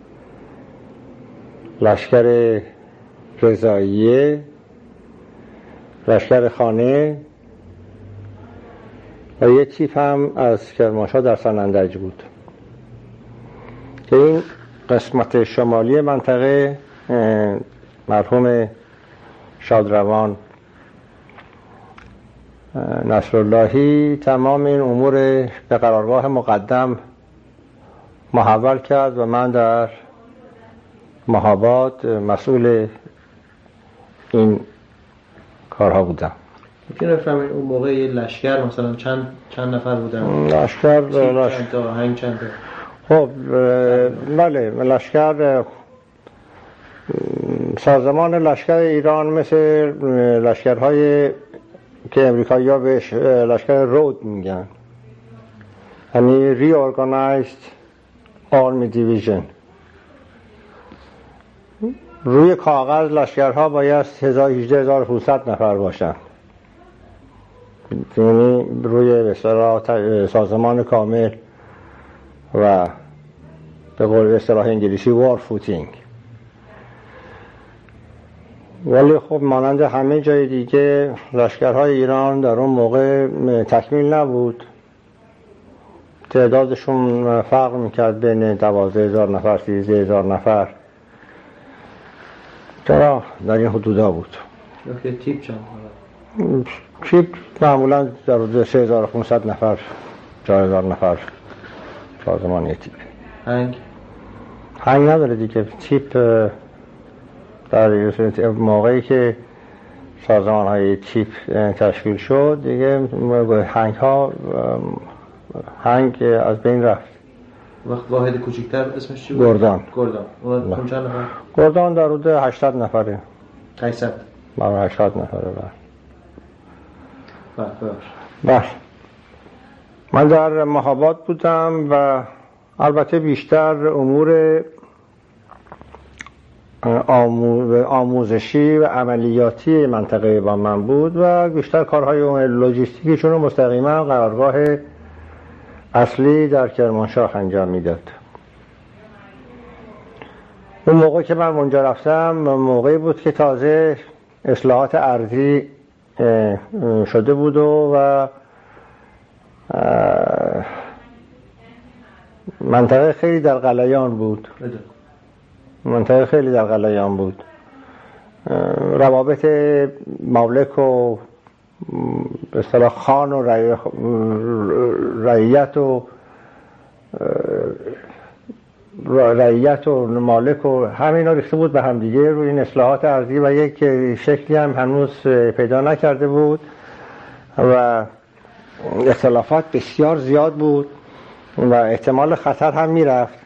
لشکر رضاییه، لشکر خانه و یک تیپ هم از کرمانشاه در سنندج بود که این قسمت شمالی منطقه مرحوم شادروان نصراللهی تمام این امور به قرارگاه مقدم محول کرد و من در مهاباد مسئول این کارها بودم. میتونه بفهمید اون موقع یه لشکر مثلا چند نفر بودن؟ لشکر چند تا آهنگ چند تا؟ خب بله، لشکر سازمان لشکر ایران مثل لشکرهای که امریکایی‌ها بهش لشکر رود میگن، یعنی Reorganized Army Division. روی کاغذ لشکرها باید 18,500 نفر باشن، یعنی روی به اصطلاح سازمان کامل و به قول اصطلاح انگلیسی وار فوتینگ. ولی خب مانند همه جای دیگه لشکرهای ایران در اون موقع تکمیل نبود، تعدادشون فرق میکرد بین 12,000 نفر 13,000 نفر در این حدودا بود. تیپ چند؟ تیپ معمولا در حدود 3,500 نفر 4,000 نفر سازمان تیپ. هنگ نداره دیگه. تیپ در موقعی که سازمان های تیپ تشکیل شد دیگه هنگ از بین رفت. وقت واحد کوچکتر اسمش چی بود؟ گردان. اون چند نفر؟ گردان در حدود 800 نفره. 800 برای 800 نفره. بله. من در مهاباد بودم و البته بیشتر امور آموزشی و عملیاتی منطقه با من بود و بیشتر کارهای لوجستیکی چون مستقیما قرارگاه اصلی در کرمانشاه انجام میداد. اون موقع که من اونجا رفتم موقعی بود که تازه اصلاحات ارضی شده بود و منطقه خیلی در غلیان بود. روابط مملک و به اصطلاح خان و رعیت و مالک و همینا ریخته بود به هم دیگه روی این اصلاحات ارضی و یک شکلی هم هنوز پیدا نکرده بود و اختلافات بسیار زیاد بود و احتمال خطر هم میرفت.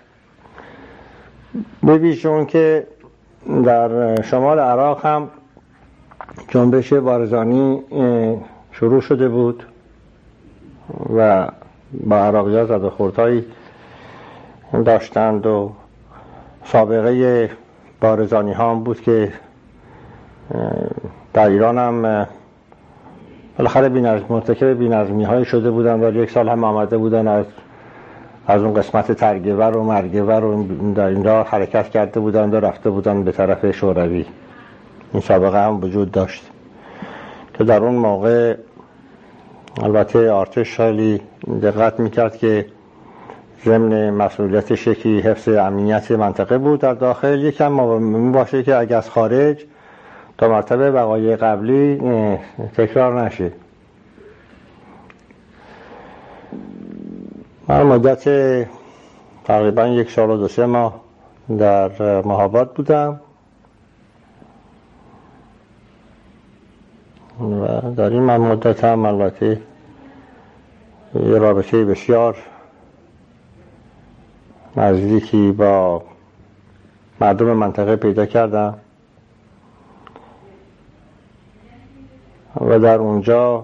ببینید که در شمال عراق هم جنبش بارزانی شروع شده بود و با عراقی‌ها زد و خوردهایی داشتند و سابقه بارزانی ها هم بود که در ایران هم بالاخره مرتکب بی‌نظمی های شده بودن و یک سال هم آمده بودن از اون قسمت ترگور و مرگور و در این راه حرکت کرده بودند و رفته بودند به طرف شوروی. این سابقه هم وجود داشت که در اون موقع البته ارتش خیلی دقت میکرد که ضمن مسئولیتش یکی حفظ امنیت منطقه بود در داخل، یکم باشه که اگه از خارج تا مرتبه وقایع قبلی تکرار نشه. من مدت تقریبا 1 سال و 2-3 ماه در مهاباد بودم و در این مدت هم البته یه رابطه بسیار نزدیکی با مردم منطقه پیدا کردم و در اونجا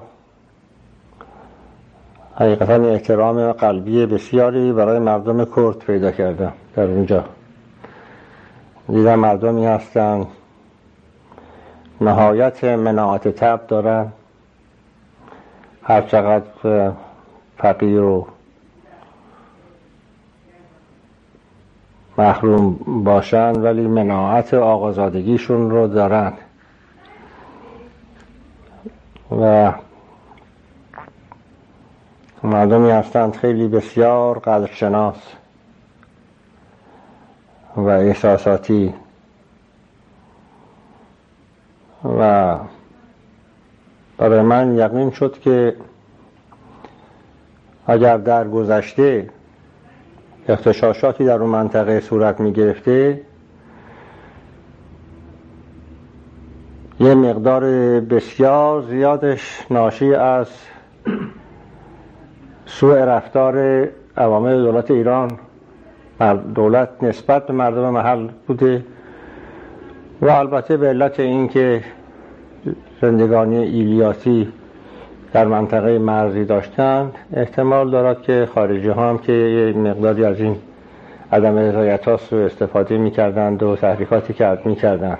حقیقتا احترام قلبی بسیاری برای مردم کرد پیدا کردم. در اونجا دیدم مردمی هستن نهایت مناعت طبع دارن هر چقدر فقیر و محروم باشن ولی مناعت آقازادگیشون رو دارن و مردمی هستند خیلی بسیار قدرشناس و احساساتی و برای من یقین شد که اگر در گذشته اغتشاشاتی در اون منطقه صورت می گرفته یه مقدار بسیار زیادش ناشی از سوء رفتار عوامل دولت ایران دولت نسبت به مردم محل بوده و البته به علت این که زندگانی ایلیاتی در منطقه مرزی داشتند احتمال دارد که خارجی ها هم که یه مقداری از این عدم رضایت ها رو استفاده می کردند و تحریکاتی که می کردند.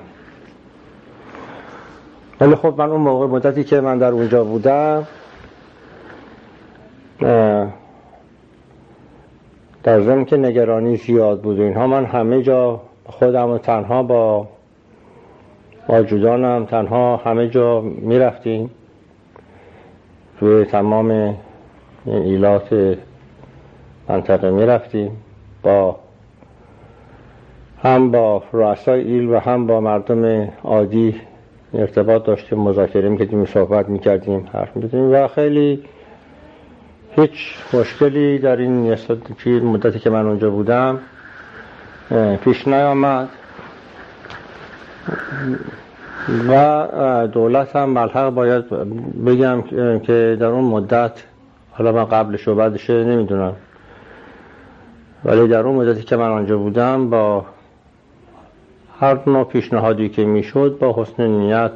ولی خب من اون موقع مدتی که من در اونجا بودم در ضمن که نگرانی زیاد بود اینها من همه جا خودم و تنها با موجودانم تنها همه جا می رفتیم توی تمام این ایلات منطقه می رفتیم هم با رؤسای ایل و هم با مردم عادی ارتباط داشتیم، مذاکره می کردیم، صحبت می کردیم، حرف می زدیم و خیلی هیچ مشکلی در این مدتی که من اونجا بودم پیش نیامد و دولت هم ملحق باید بگم که در اون مدت، حالا من قبلش و بعدش نمیدونم، ولی در اون مدتی که من آنجا بودم با هر نوع پیشنهادی که میشد با حسن نیت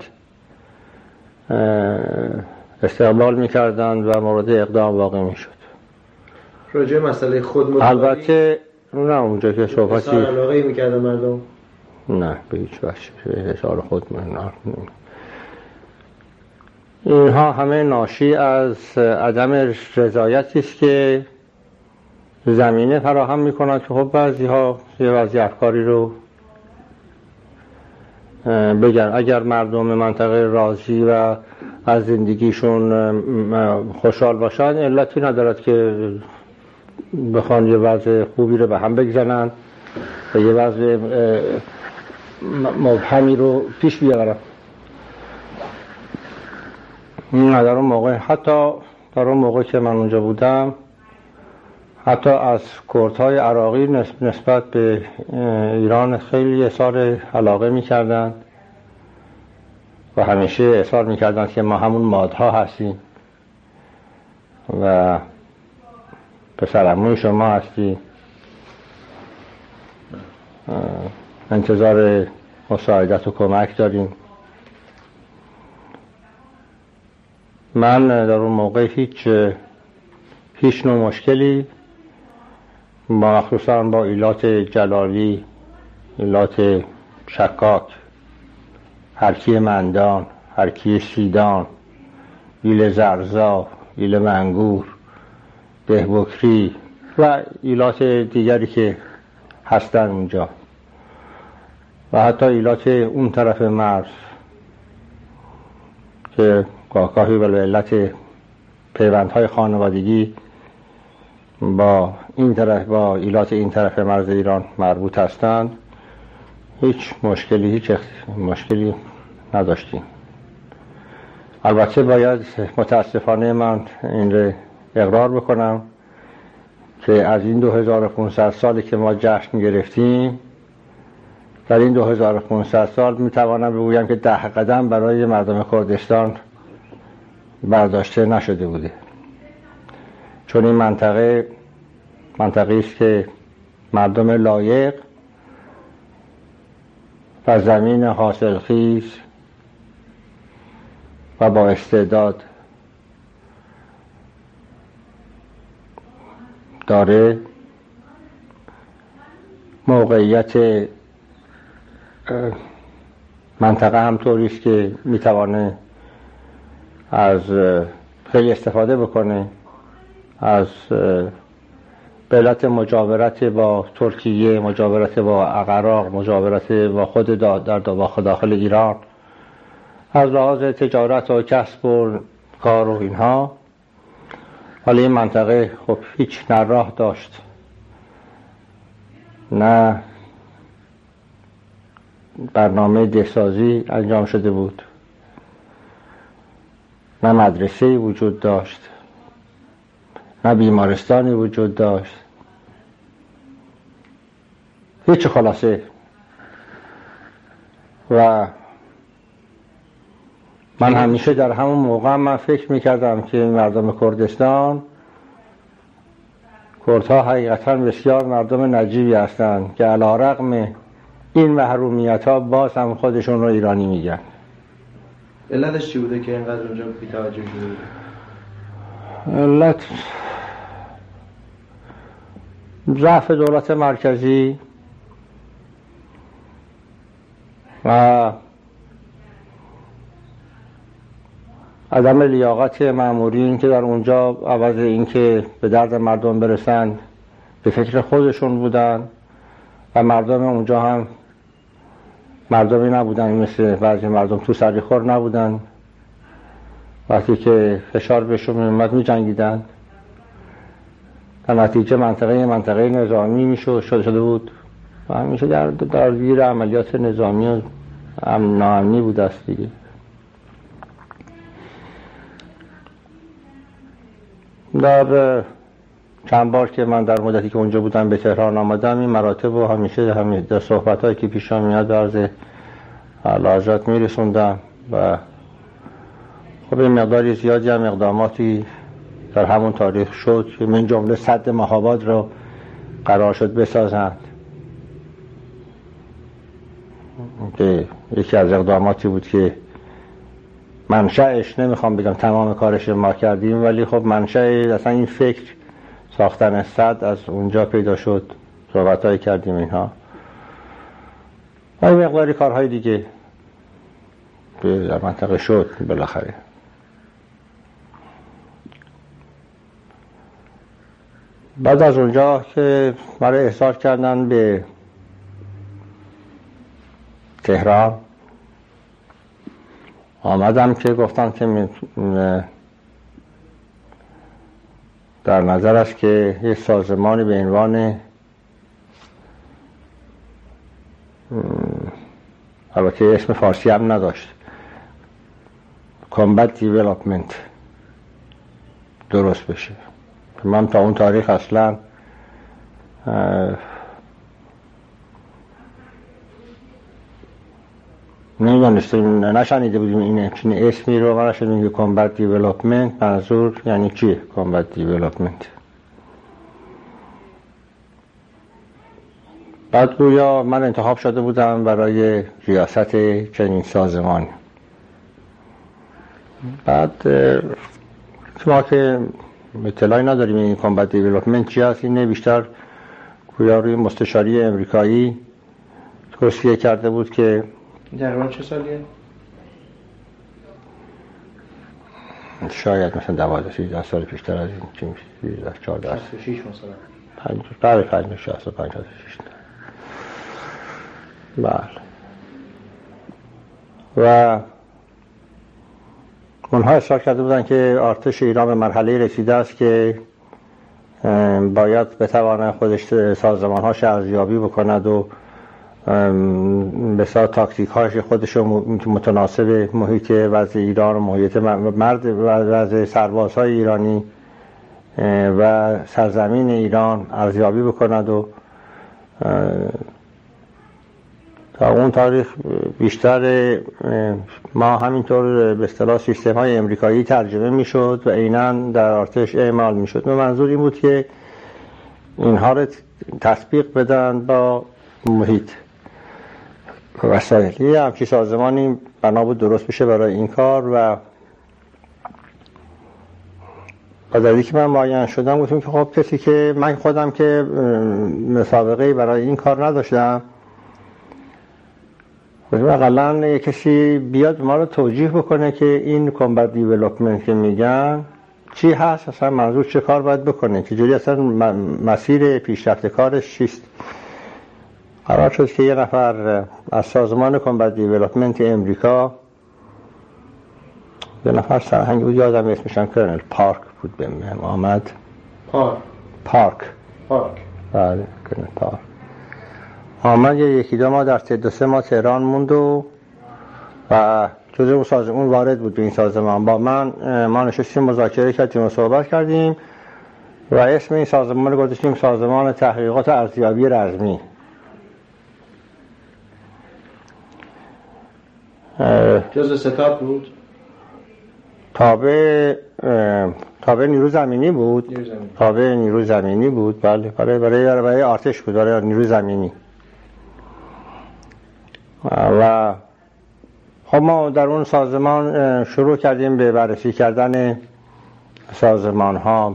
استقبال میکردند و مورد اقدام واقع میشد. راجع مسئله خودمختاری البته نه اونجا که صحبتی علاقه میکردن مردم، نه به هیچ وجه اشاره خود من اینها همه ناشی از عدم رضایتی است که زمینه فراهم میکنند که خب بعضی ها یه بعضی افکاری رو بگن. اگر مردم منطقه راضی و از زندگیشون خوشحال باشن علتی ندارد که بخوان یه وضع خوبی رو به هم بگذارن و یه وضع مبهمی رو پیش بیارن. در اون موقع، حتی در اون موقع که من اونجا بودم، حتی از کردهای عراقی نسبت به ایران خیلی اظهار علاقه می‌کردند و همیشه اظهار می‌کردند که ما همون مادها هستیم و پسرعموی شما هستیم، انتظار مساعدت و کمک داریم. من در اون موقع هیچ نوع مشکلی مخصوصا با ایلات جلالی، ایلات شکاک، هرکی مندان، هرکی سیدان، ایل زرزا، ایل منگور، دهبکری و ایلات دیگری که هستن اونجا و حتی ایلات اون طرف مرز که گاهی به علت پیوندهای خانوادگی با این طرف، با ایلات این طرف مرز ایران مربوط هستند، هیچ مشکلی نداشتیم. البته باید متاسفانه من این رو اقرار بکنم که از این 2500 سالی که ما جشن گرفتیم، در این 2500 سال میتوانم بگویم که 10 قدم برای مردم کردستان برداشته نشده بوده، چون این منطقه است که مردم لایق و زمین حاصلخیز و با استعداد داره. موقعیت منطقه هم طوری است که میتوانه از خیلی استفاده بکنه از به مجاورت با ترکیه، مجاورت با عراق، مجاورت با خود داخل ایران، از لحاظ تجارت و کسب و کار و اینها. ولی این منطقه خب هیچ نه راه داشت، نه برنامه دهسازی انجام شده بود، نه مدرسه‌ای وجود داشت، نه بیمارستانی وجود داشت، هیچ. خلاصه و من همیشه در همون موقع من فکر میکردم که مردم کردستان، کردها حقیقتا بسیار مردم نجیبی هستند که علی‌رغم این محرومیت ها باز هم خودشون رو ایرانی میگن. علتش چی بوده که اینقدر اونجا بی‌توجهی شده؟ علت ضعف دولت مرکزی و عدم لیاقت مامورین که در اونجا عوض اینکه به درد مردم برسن به فکر خودشون بودن و مردم اونجا هم مردمی نبودن مثل بعضی مردم تو سریخور نبودن. وقتی که فشار بهشون میومد می‌جنگیدن. در نتیجه منطقه نظامی شده بود و همیشه در گیر عملیات نظامی و ناامنی بود است دیگه. در چند بار که من در مدتی که اونجا بودم به تهران آمدم، این مراتب و همیشه در صحبت‌هایی که پیش میاد به عرض اعلیحضرت میرسوندم و خب این مقداری زیادی هم اقداماتی در همون تاریخ شد که من جمله سد مهاباد رو قرار شد بسازند که یکی از اقداماتی بود که منشأش، نمیخوام بگم تمام کارش ما کردیم، ولی خب منشأ اصلا این فکر ساختن سد از اونجا پیدا شد. صحبت‌هایی کردیم اینها و این مقداری کارهای دیگه در منطقه شد. بالاخره بعد از اونجا که مرا احضار کردن به تهران، آمدم که گفتن که در نظر است که یک سازمانی به عنوان، البته اسم فارسی هم نداشت، Combat Development درست بشه. من تا اون تاریخ اصلا نشنیده بودیم این چنین اسمی رو. من شدیم که Combat Development منظور یعنی چیه Combat Development. بعد گویا من انتخاب شده بودم برای ریاست چنین سازمانی. بعد ما که اطلاعی نداریم این Combat Development چی هست، این بیشتر گویا روی مستشاری امریکایی توصیه کرده بود که تقریبا چه سالیه؟ شاید مثلا 12 سال پیشتر از این، چی میشه 14 66 مثلا 56 بله. و اونها اصرار کرده بودن که ارتش ایران به مرحله رسیده است که باید بتواند خودش سازمان‌هاش ارزیابی بکند و بسیار تاکتیک‌هاش خودش متناسب محیط وضع ایران و محیط وضع سربازهای ایرانی و سرزمین ایران ارزیابی بکند و تا اون تاریخ بیشتر ما همینطور به اصطلاح سیستم‌های امریکایی ترجمه میشد و عیناً در ارتش اعمال میشد. و منظور این بود که اینها رو تطبیق بدن با محیط وسایلی. همچین سازمانی بنا بود درست بشه برای این کار. و بعد از اینکه من معین شدم گفتم که خب کسی که من خودم که مسابقه برای این کار نداشتم، اقلن کسی بیاد ما رو توجیه بکنه که این Combat Development که میگن چی هست، اصلا منظور چه کار باید بکنه، چجوری اصلا مسیر پیشرفت کارش چیست. قرار شد که یه نفر از سازمان کامبت دیولپمنت امریکا، یه نفر سرهنگ بود، یادم اسمشم کرنل پارک بود، به من آمد. پارک بله، کرنل پارک آمد. یکی دو ماه در دو سه ماه تهران موند و جزء اون سازمان وارد بود به این سازمان. با ما نشستیم مذاکره کردیم و صحبت کردیم و اسم این سازمان رو گذاشتیم سازمان تحقیقات ارزیابی رزمی. جزء ستاد بود، تابع نیرو زمینی بود. تابع نیرو زمینی بود، بله، برای ارتش بود، برای نیرو زمینی. و خب ما در اون سازمان شروع کردیم به بررسی کردن سازمان ها،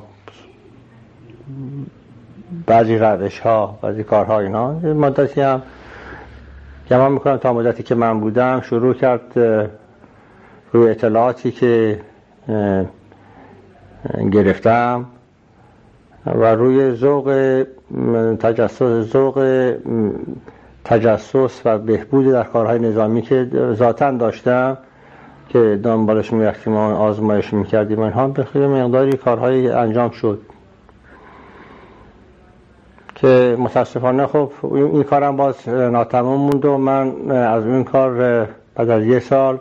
بعضی روش ها، بعضی کارها. اینا مدتی هم گمان میکنم تا مدتی که من بودم شروع کرد روی اطلاعاتی که گرفتم و روی ذوق تجسس و بهبود در کارهای نظامی که ذاتاً داشتم که دنبالش می‌رفتیم و آزمایش می‌کردیم، اینها به خیلی مقداری کارهای انجام شد که متاسفانه خب این کارم باز ناتمام موند و من از این کار بعد از یک سال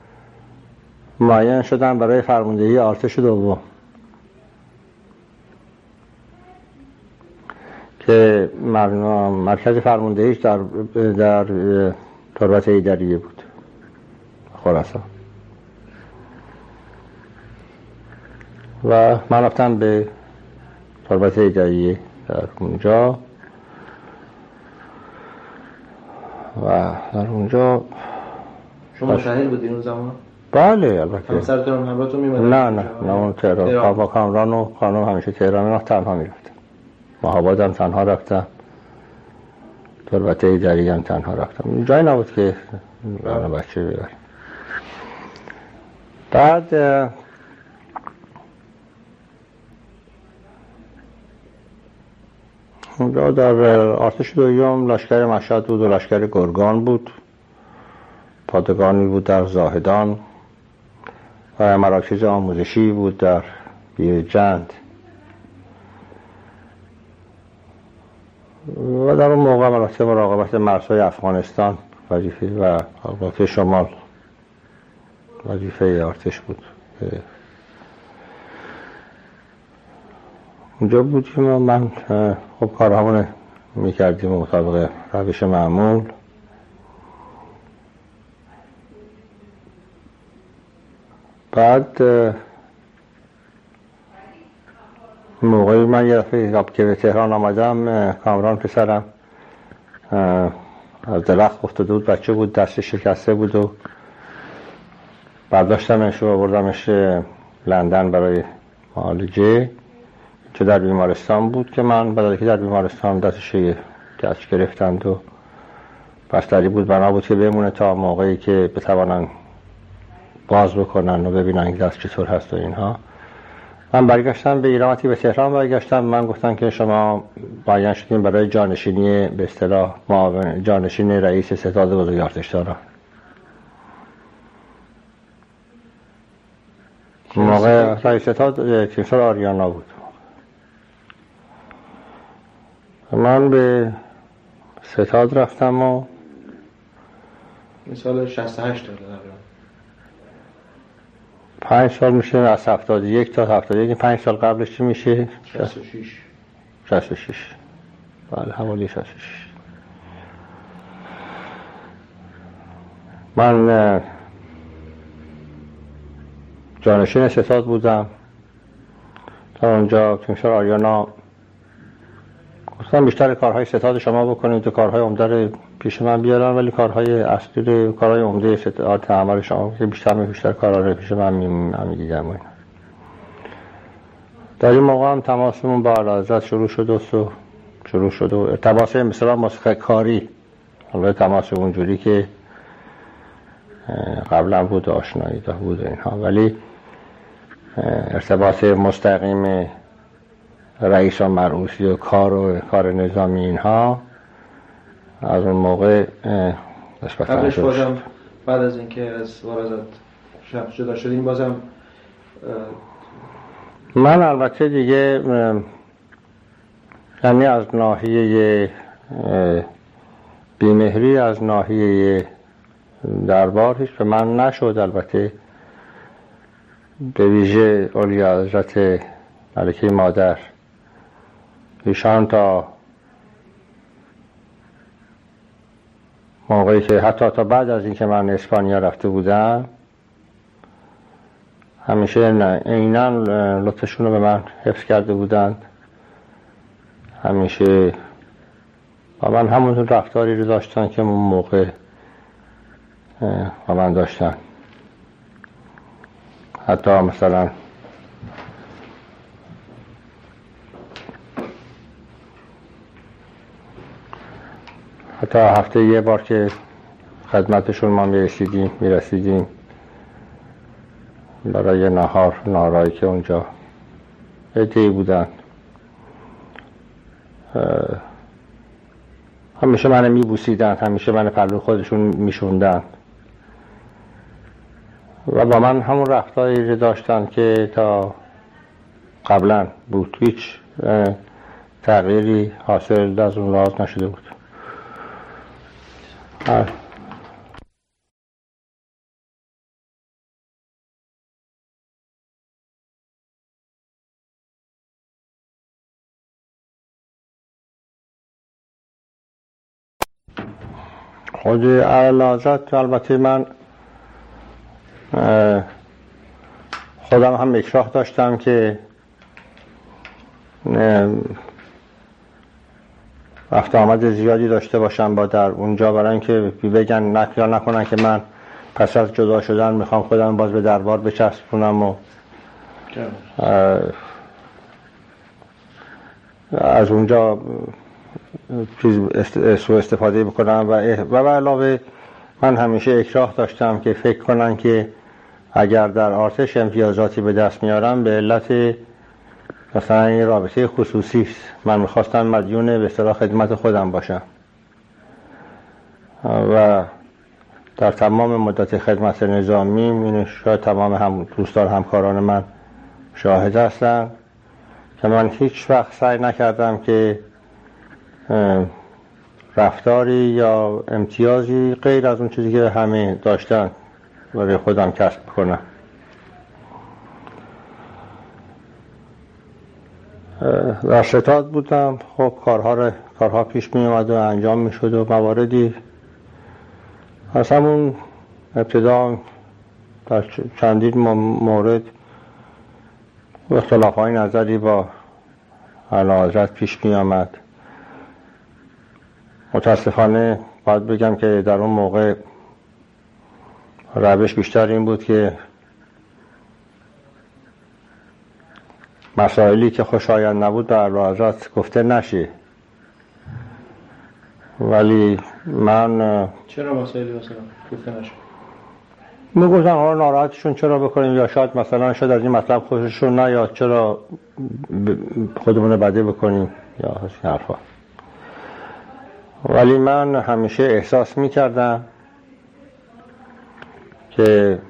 معین شدم برای فرماندهی ارتش دوم که مرکز فرماندهیش در تربت ایدریه بود، خراسان. و من رفتم به تربت ایدریه در اونجا و در اونجا. شما شاهد بودین اون زمان؟ بله البته. همسرتون هم همراهتون می‌اومد؟ نه اون تهران با کامران و خانم همیشه تهران. من تنها میرفتم، مهاباد هم تنها رفتم، تربت ایدریه هم تنها رفتم. جایی نبود که بچه ببرم. بعد اونجا در ارتش دوم لشکر مشهد بود و لشکر گرگان بود، پادگانی بود در زاهدان و مراکز آموزشی بود در بیرجند. و در اون موقع مراقبت مرزهای افغانستان وظیفه و البته شمال وظیفه ارتش بود. اونجا بودیم و من خب کارهامون میکردیم مطابق روش معمول. بعد موقعی من یه دفعه که به تهران آمدم، کامران پسرم از درخت افتاده بود، بچه بود، دست شکسته بود و برداشتمش و بردمش لندن برای معالجه که در بیمارستان بود. که من بعد از که در بیمارستان دستش گچ گرفتند و بستری بود، بنا بود که بمونه تا موقعی که بتوانن باز بکنن و ببینن دست چطور هست و اینها. من برگشتم به ایران، به تهران برگشتم. من گفتن که شما معین شدین برای جانشینی به اصطلاح معاون جانشین رئیس ستاد بزرگ ارتشداران. موقع رئیس ستاد تیمسار آریانا بود. من به ستاد رفتم و سال 68 داره 5 سال میشه، از 71 تا 71. 5 سال قبلش چی میشه؟ 66. بله حوالی 66. من جانشین ستاد بودم تا اونجا تیمسار آریانا گفتم بیشتر کارهای ستاد شما بکنید و کارهای عمده رو پیش من بیارم، ولی کارهای اصلی، کارهای عمده ستاد تعامل شما که بیشتر کارها رو پیش من میدیدم. در این موقع هم تماسمون با اعلیحضرت شروع شد و ارتباط مثلا مسخ کاری، حالا تماس اونجوری که قبلا بود، آشنایی بود اینها. ولی ارتباط مستقیم رئیس و مرعوسی و کار نظامی اینها از اون موقع قبلش بازم بعد از اینکه از وارزات جدا شدیم بازم من البته دیگه یعنی از ناحیه بیمهری از ناحیه دربار هیچ به من نشد. البته به ویژه اولیا حضرت ملکه مادر، ایشان تا موقعی که حتی تا بعد از اینکه من اسپانیا رفته بودم همیشه عیناً لطفشون رو به من حفظ کرده بودند. همیشه با من همون رفتاری رو داشتن که اون موقع با من داشتن. حتی مثلا هفته یه بار که خدمتشون ما میرسیدیم برای نهارایی که اونجا عده‌ای بودن، همیشه من میبوسیدن، همیشه من پلو خودشون میشوندن و با من همون رفتاری داشتن که تا قبلا بود. هیچ تغییری حاصل از اون لحاظ نشده بود. خود اعلیحضرت البته من خودم هم اکراه داشتم که رفت آمد زیادی داشته باشم با در اونجا، برای اینکه بگن نکنن که من پس از جدا شدن میخوام خودم باز به دربار بچسبونم و از اونجا سوء استفاده بکنم و به علاوه من همیشه اکراه داشتم که فکر کنن که اگر در ارتش امتیازاتی به دست میارم به علت مثلا این رابطه خصوصی است. من میخواستم مدیون به اصطلاح خدمت خودم باشم و در تمام مدت خدمت نظامی این شاید تمام دوستان همکاران من شاهد هستن که من هیچ وقت سعی نکردم که رفتاری یا امتیازی غیر از اون چیزی که همه داشتن برای خودم کسب کنم. در ستاد بودم، خب کارها پیش می اومد و انجام می شد و مواردی از همون ابتدا در چندین مورد اختلاف‌های نظری با اعلیحضرت پیش می آمد. متاسفانه باید بگم که در اون موقع روش بیشتر این بود که مسائلی که خوشایند نبود به اعلیحضرت گفته نشه، ولی من چرا مسائلی مثلا گفته نشه؟ میگفتن حالا ناراحتشون چرا بکنیم، یا شاید مثلا شاید از این مطلب خوششون نیاد چرا خودمون بده بکنیم یا از این حرفا. ولی من همیشه احساس میکردم که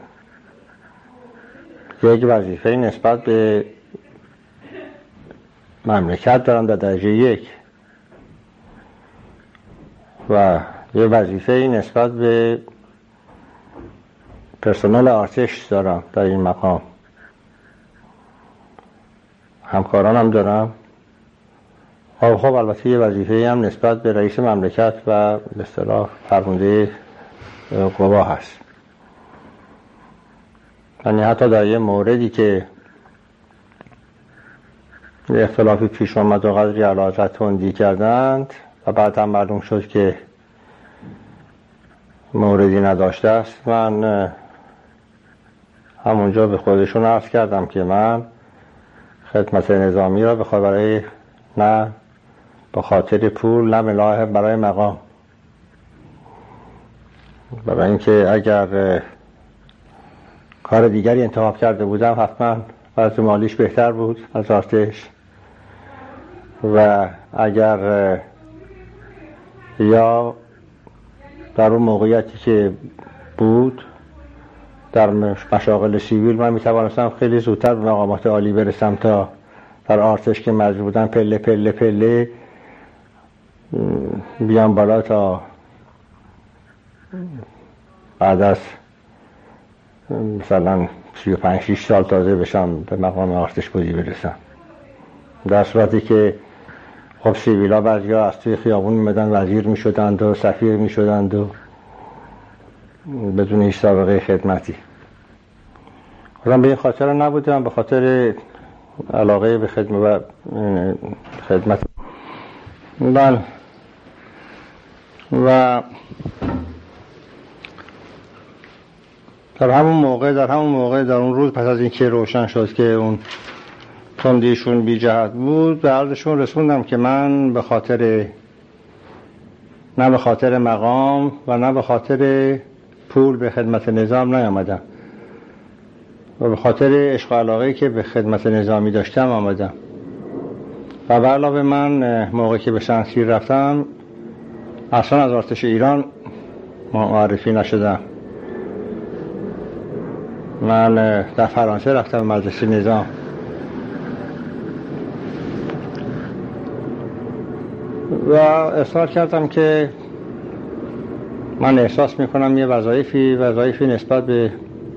یک وظیفه نسبت به مملکت دارم در درجه یک و یه وظیفه نسبت به پرسنل ارتش دارم در این مقام، همکارانم دارم. خب البته یه وظیفه هم نسبت به رئیس مملکت و به اصطلاح فرمانده قوا هست. یعنی حتی در یه موردی که یه اختلافی پیش آمد و قدری اعلیحضرت تندی کردند و بعد هم معلوم شد که موردی نداشته است، من همونجا به خودشون عرض کردم که من خدمت نظامی را بخواه برای نه به خاطر پول نه ملاحه برای مقام، برای اینکه اگر کار دیگری انتخاب کرده بودم حتما وضع مالیش بهتر بود از ارتش و اگر یا در اون موقعیتی که بود در مشاغل سیویل من میتوانستم خیلی زودتر به مقامات عالی برسم تا در ارتش که مجبور بودن پله پله پله بیام بالا تا بعد از مثلا 35-6 سال تازه بشم به مقام ارتش بودی برسم. در صورتی که خب سیویلا بعضیا از توی خیابون میمدن وزیر میشدند و سفیر میشدند و بدون هیچ سابقه خدمتی. خودم به این خاطر نبودم، به خاطر علاقه به خدمت بله. و در همون موقع در اون روز پس از اینکه روشن شد که اون تندیشون بی جهت بود به عرضشون رسوندم که من نه به خاطر مقام و نه به خاطر پول به خدمت نظام نیامدم و به خاطر عشق و علاقه‌ای که به خدمت نظامی داشتم آمدم و به علاوه من موقعی که به شمشیر رفتم اصلا از ارتش ایران معرفی نشدم. من در فرانسه رفتم مدرسه نظام و اصرار کردم که من احساس میکنم یه وظایفی نسبت به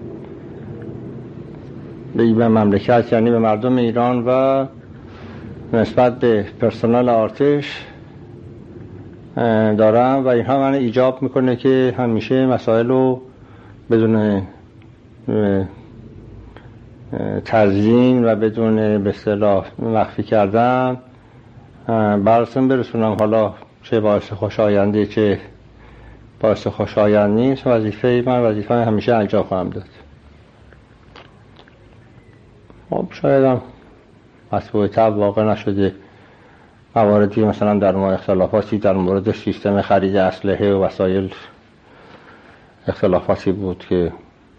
مملکت یعنی به مردم ایران و نسبت به پرسنل ارتش دارم و اینها من ایجاب میکنه که همیشه مسائل رو بدون تزیین و بدون به اصطلاح مخفی کردن براتون برسونم. حالا چه باعث خوشاینده چه باعث خوشایند نیست، وظیفه همیشه انجام خواهم داد. خب شاید هم مسئول طب واقع نشده مواردی مثلا در مورد اختلافاتی در مورد سیستم خرید اسلحه و وسایل اختلافاتی بود که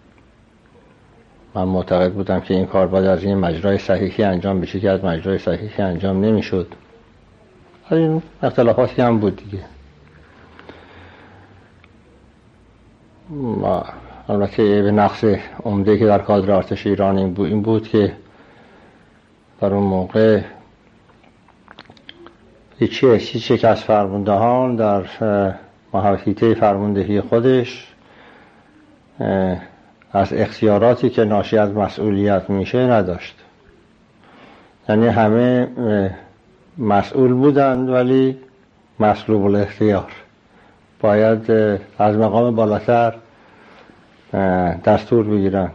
من معتقد بودم که این کار باید از این مجرای صحیحی انجام بشه که از مجرای صحیحی انجام نمیشد. این اختلافاتی هم بود دیگه. البته به نقص عمده که در کادر ارتش ایران این بود که در اون موقع هیچ یک از فرماندهان در محوطه فرماندهی خودش از اختیاراتی که ناشی از مسئولیت میشه نداشت. یعنی همه مسئول بودند ولی مسلوب الاختیار، باید از مقام بالاتر دستور بگیرند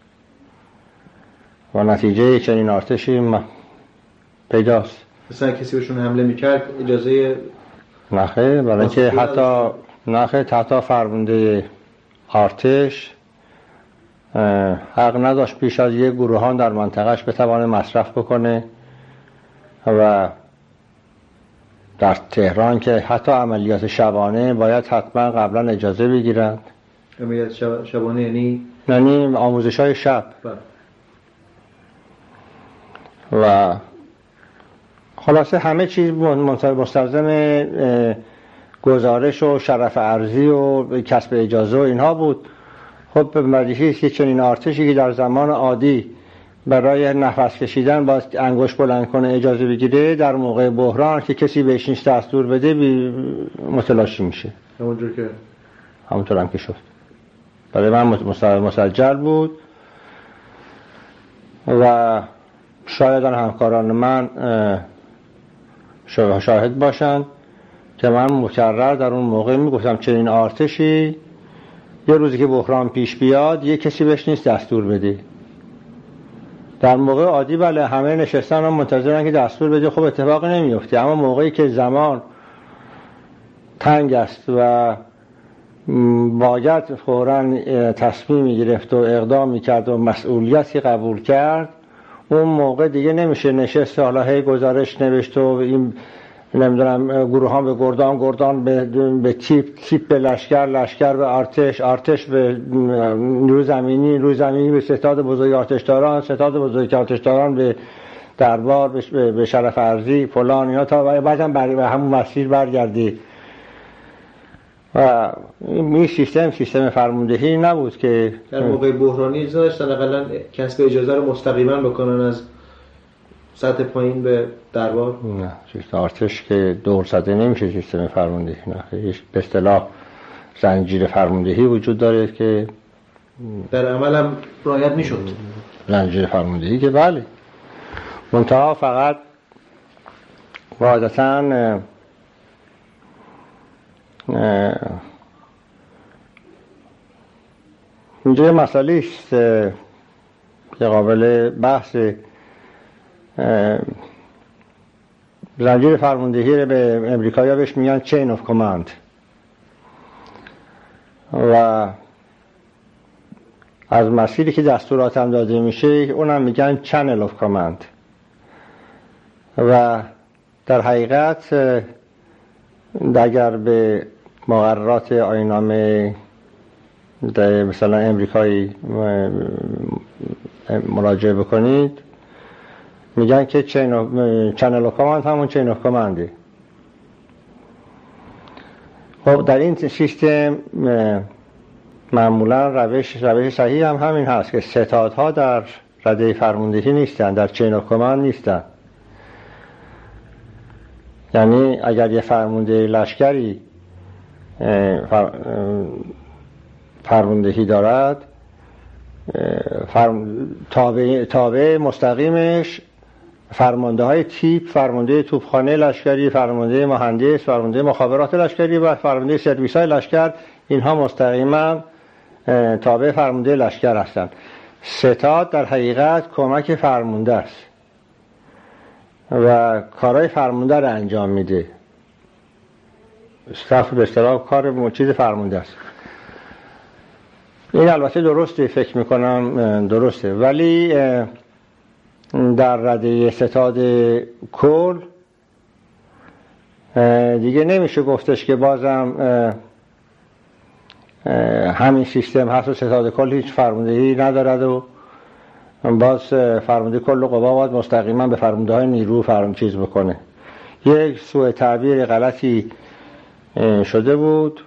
و نتیجه چنین ارتشی پیداست. مثلا کسی بهشون حمله میکرد اجازه نخه، برای اینکه حتی فرمانده ارتش حق نداشت پیش از یک گروهان در منطقهش بتوانه مصرف بکنه و در تهران که حتی عملیات شبانه باید حتما قبلا اجازه بگیرند. عملیات شبانه یعنی آموزش های شب و خلاصه همه چیز مستلزم گزارش و شرف ارضی و کسب اجازه و اینها بود. خب به مدیحی است که چنین ارتشی که در زمان عادی برای نفس کشیدن باید انگشت بلند کنه اجازه بگیره، در موقع بحران که کسی بهش نیست دستور بده متلاشی میشه. همونطور هم که شد. برای من مسجل بود و شاید همکاران من شاهد باشند که من مکرر در اون موقع میگفتم چنین ارتشی یه روزی که بحران پیش بیاد یه کسی بهش نیست دستور بده. در موقع عادی بله همه نشستن و منتظرن که دستور بده، خب اتفاق نمیفته. اما موقعی که زمان تنگ است و باید فوراً تصمیمی گرفت و اقدامی کرد و مسئولیتی قبول کرد، اون موقع دیگه نمیشه نشست حالا هی گزارش نوشت و این نمیدونم گروهان به گردان به تیپ به لشکر به ارتش به نیروی زمینی به ستاد بزرگ ارتشداران، ستاد بزرگ ارتشداران به دربار، به شرف ارضی فلان، اینا تا بعدم به همون مسیر برگردی. و این سیستم فرماندهی نبود که در موقع بحرانی اجازه داشتن اقلا کسب اجازه رو مستقیما بکنن از سطح پایین به دربار؟ نه، سیستم ارتش که دور زده نمیشه سیستم فرماندهی. نه، به اصطلاح زنجیره فرماندهی وجود داره که در عمل هم رعایت میشد. زنجیره فرماندهی که بله، منتها فقط قاعدتاً اینجا مسئله است که قابل بحث. زنجیره فرماندهی رو به امریکایی‌ها بهش میگن چین آف کماند و از مسیری که دستورات هم داده میشه اونم میگن چنل آف کماند. و در حقیقت اگر به مقررات آیین‌نامه مثلا امریکایی مراجعه بکنید میگن که چنل آف کماند همون چین آف کمانده. خب در این سیستم معمولا روش صحیح هم همین هست که ستادها در رده فرماندهی نیستن، در چین آف کماند نیستن. یعنی اگر یه فرمانده لشکری فرماندهی دارد، تابع مستقیمش فرمانده های تیپ، فرمانده توپخانه لشکری، فرمانده مهندس، فرمانده مخابرات لشکری و فرمانده سرویس های لشکر، اینها مستقیما تابع فرمانده لشکر هستند. ستاد در حقیقت کمک فرمانده است و کارهای فرمانده رو انجام میده. استاف به اصطلاح کار چیز فرمانده است. این البته درسته، فکر میکنم درسته، ولی در رده ستاد کل دیگه نمیشه گفتش که بازم همین سیستم هست و ستاد کل هیچ فرماندهی ندارد و باز فرمانده کل قوا باید مستقیما به فرمانده های نیرو چیز بکنه. یک سوء تعبیر غلطی شده بود.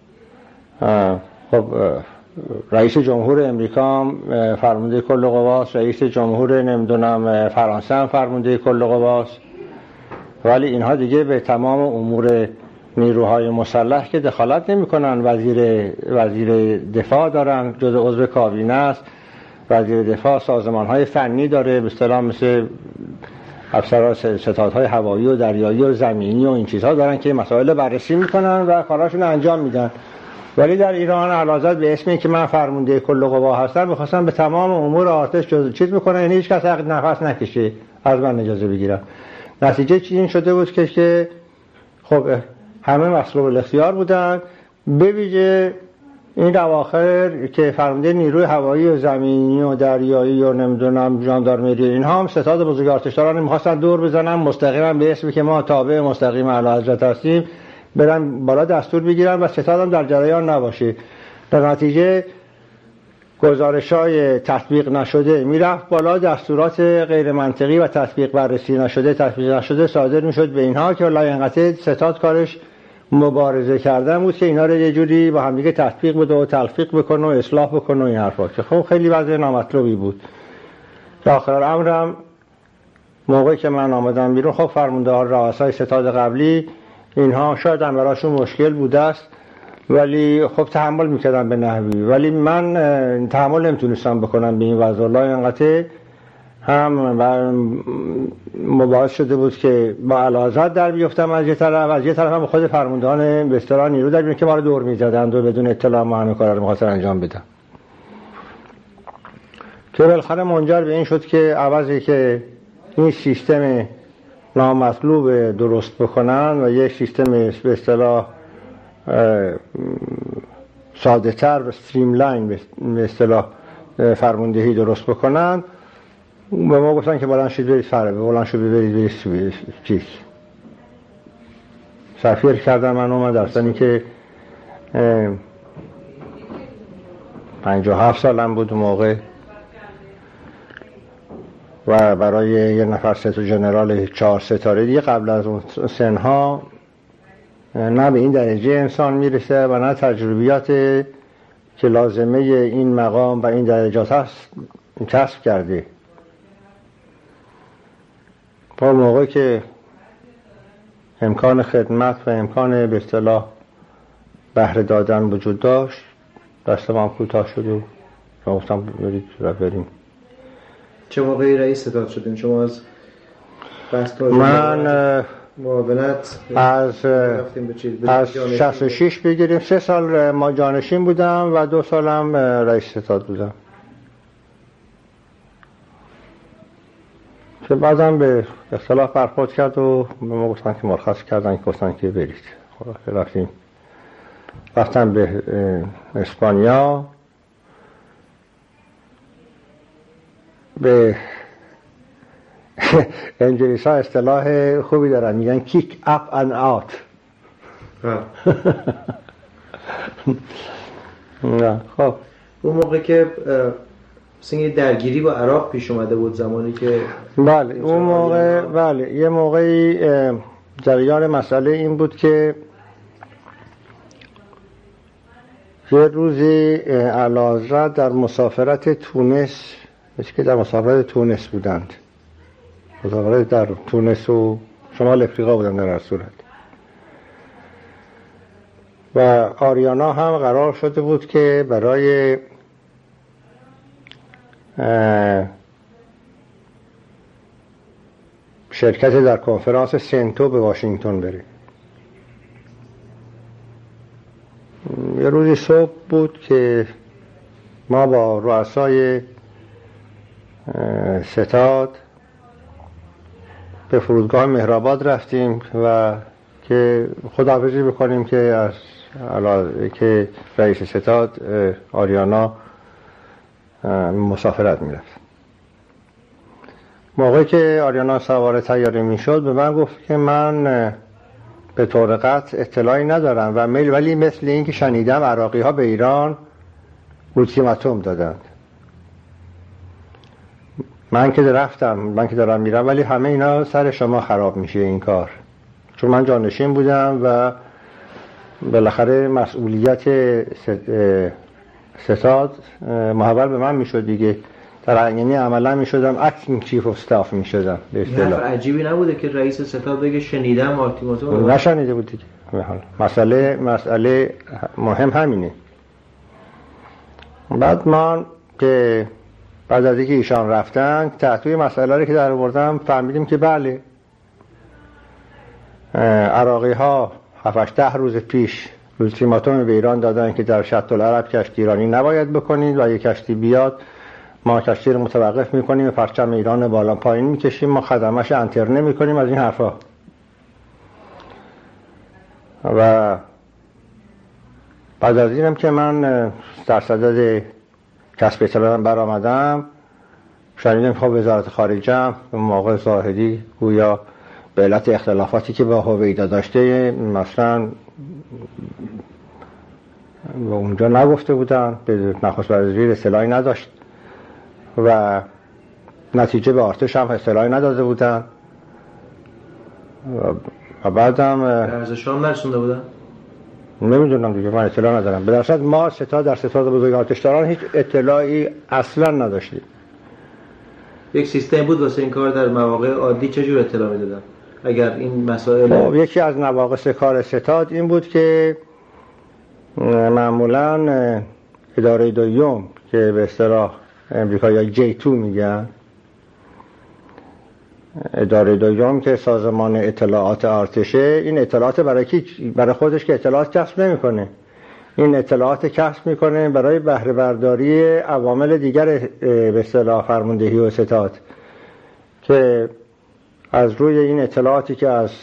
خب رئیس جمهور امریکا فرمانده کل قواست، رئیس جمهور نمیدونم فرانسه هم فرمانده کل قواست، ولی اینها دیگه به تمام امور نیروهای مسلح که دخالت نمی کنن. وزیر دفاع دارن، جزء عضو کابینه است. وزیر دفاع سازمان‌های فنی داره، به اصطلاح مثل افسران ستادهای هوایی و دریایی و زمینی و این چیزها دارن که مسائل بررسی میکنن و کاراشون انجام میدن. ولی در ایران علاوه به اسمی که من فرمانده کل قوا هستم می‌خواستم به تمام امور ارتش چیز میکنن، یعنی هیچ کس حق نفس نکشه از من اجازه بگیرم. نتیجه چی این شده بود که خب همه مصلوب الاختیار بودن، به ویژه این اواخر که فرمانده نیروی هوایی و زمینی و دریایی و نمیدونم ژاندارمری اینها هم ستاد بزرگ ارتشداران می‌خواستن دور بزنن مستقیما به اسمی که ما تابع مستقیم اعلیحضرت هستیم، برن بالا دستور بگیرن و ستاد هم در جریان نباشه. در نتیجه گزارش‌های تطبیق نشده میرفت بالا، دستورات غیر منطقی و تطبیق بررسی نشده صادر میشد به اینها که لاینقطع ستاد کارش مبارزه کردن بود که اینا رو یه جوری با هم دیگه تطبیق بده و تلفیق بکنه و اصلاح بکنه و این حرفا، که خب خیلی وضع نامطلوبی بود. در آخر الامرم موقعی که من آمدم بیرون، خب فرماندهان رؤسای ستاد قبلی اینها شاید هم براشون مشکل بوده است، ولی خب تحمل میکردن به نحوی، ولی من تحمل نمیتونستم بکنم به این وضع. لاینقطع هم مباحث شده بود که با الاحظت در بیفتم از یه طرف هم به خود فرماندهان به اصطلاح نیرو در بیان که ما رو دور میزدند و بدون اطلاع ما همه کارا رو می‌خواستن انجام بدن، که بالاخره منجر به این شد که عوضی که این سیستم نامطلوب درست بکنن و یک سیستم به اصطلاح ساده تر و استریملاین به اصطلاح فرماندهی درست بکنن، به ما گفتن که بلند شید برید فربه، بلند شید برید چیز سفیر کردن من اومد در سنی که 57 سالم بود موقع و برای یه نفر ستو جنرال 4 ستاره دیگه قبل از اون سنها نه به این درجه انسان میرسه و نه تجربیات که لازمه این مقام و این درجات هست کسب کرده. با موقع که امکان خدمت و امکان به اصطلاح بهره دادن وجود داشت دست ما کوتاه شد و گفتم برید و بریم. چه موقعی رئیس ستاد شدین شما؟ از من معاونت از 66 بگیریم 3 سال ما جانشین بودم و 2 سالم رئیس ستاد بودم که بعدم به اختلاف برخورد کرد و به ما گفتن که مرخص کردن که گفتن که برید. رفتم به اسپانیا. به انگلیس ها اصطلاح خوبی دارن میگن kick up and out. خب اون موقع که مثلا درگیری با عراق پیش اومده بود زمانی که بله اون موقع بله یه موقعی جریان مسئله این بود که یه روزی اعلیحضرت در مسافرت تونس که در مسافرت تونس بودند، مسافرت در تونس و شمال افریقا بودند در هر صورت، و آریانا هم قرار شده بود که برای شرکت در کنفرانس سنتو به واشنگتن بره. یه روزی صبح بود که ما با رؤسای ستاد به فرودگاه مهرآباد رفتیم و که خداحافظی بکنیم که از که رئیس ستاد آریانا مسافرت میرفت. موقعی که آریانا سوار طیاره میشد به من گفت که من به طور قطع اطلاعی ندارم ولی مثل این که شنیدم عراقی ها به ایران اولتیماتوم دادند. من که دارم میرم ولی همه اینا سر شما خراب میشه این کار، چون من جانشین بودم و بالاخره مسئولیت ستاد محول به من میشد دیگه. در یعنی عملا میشدم اکتینگ چیف اف استاف میشدم به اصطلاح. عجیبی نبوده که رئیس ستاد بگه شنیدم اولتیماتوم؟ نشنیده بود دیگه. مسئله مهم همینه. بعد ما که بعد از اینکه ایشان رفتن تحتوی مسئله رو که در آوردم فهمیدیم که بله عراقی ها 7-8 روز پیش اولتیماتوم به ایران دادن که در شط العرب کشتی ایرانی نباید بکنید و یک کشتی بیاد ما کشتی رو متوقف میکنیم و پرچم ایران بالا پایین میکشیم، ما خدمش انترنه میکنیم، از این حرفا. و بعد از اینم که من در صدد کسب اطلاعات برآمدم شنیدم خب وزارت خارجه به موقع زاهدی گویا به علت اختلافاتی که با هویدا داشته مثلا و اونجا نگفته بودن، به نخست وزیر اطلاعی نداشت و نتیجه به ارتش هم اطلاعی نداده بودن و بعدم ارزشان نرسونده بودن. نمیدونم دیگه، من اطلاع ندارم. به درصد ما در ستاد بزرگ ارتشداران هیچ اطلاعی اصلا نداشتیم. یک سیستم بود واسه این کار در مواقع عادی چجور اطلاع میدادن اگر این مسائل؟ یکی از نواقص کار ستاد این بود که معمولا اداره دوم که به اصطلاح امریکا یا J2 میگن، اداره دوم که سازمان اطلاعات ارتشه، این اطلاعات برای خودش که اطلاعات کسب نمیکنه، این اطلاعات کسب میکنه برای بهره برداری عوامل دیگر به اصطلاح فرماندهی و ستاد، که از روی این اطلاعاتی که از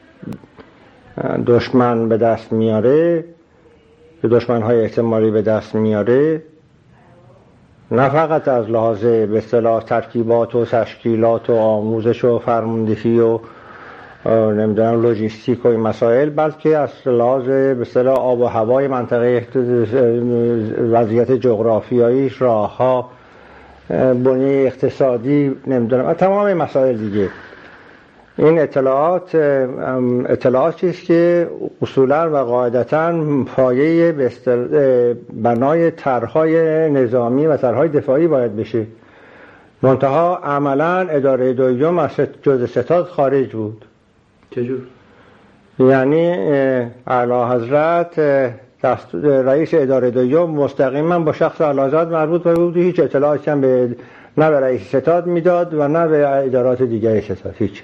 دشمن به دست میاره، که دشمن‌های احتمالی به دست میاره، نه فقط از لحاظ به اصطلاح ترکیبات و تشکیلات و آموزش و فرماندهی و نمیدونم لوجیستیک و این مسائل، بلکه از لحاظ به اصطلاح آب و هوای منطقه، وضعیت جغرافیایی، راهها، بنیه اقتصادی، نمیدونم تمام مسائل دیگه. این اطلاعاتی است که اصولا و قاعدتاً پایه بنای طرح‌های نظامی و طرح‌های دفاعی باید بشه. منتها عملاً اداره دوم از جزء ستاد خارج بود. چجور؟ یعنی اعلی حضرت رئیس اداره دوم مستقیما با شخص اعلی حضرت مربوط بود، هیچ اطلاعاتی هم نه به رئیس ستاد میداد و نه به ادارات دیگه ستاد، هیچ.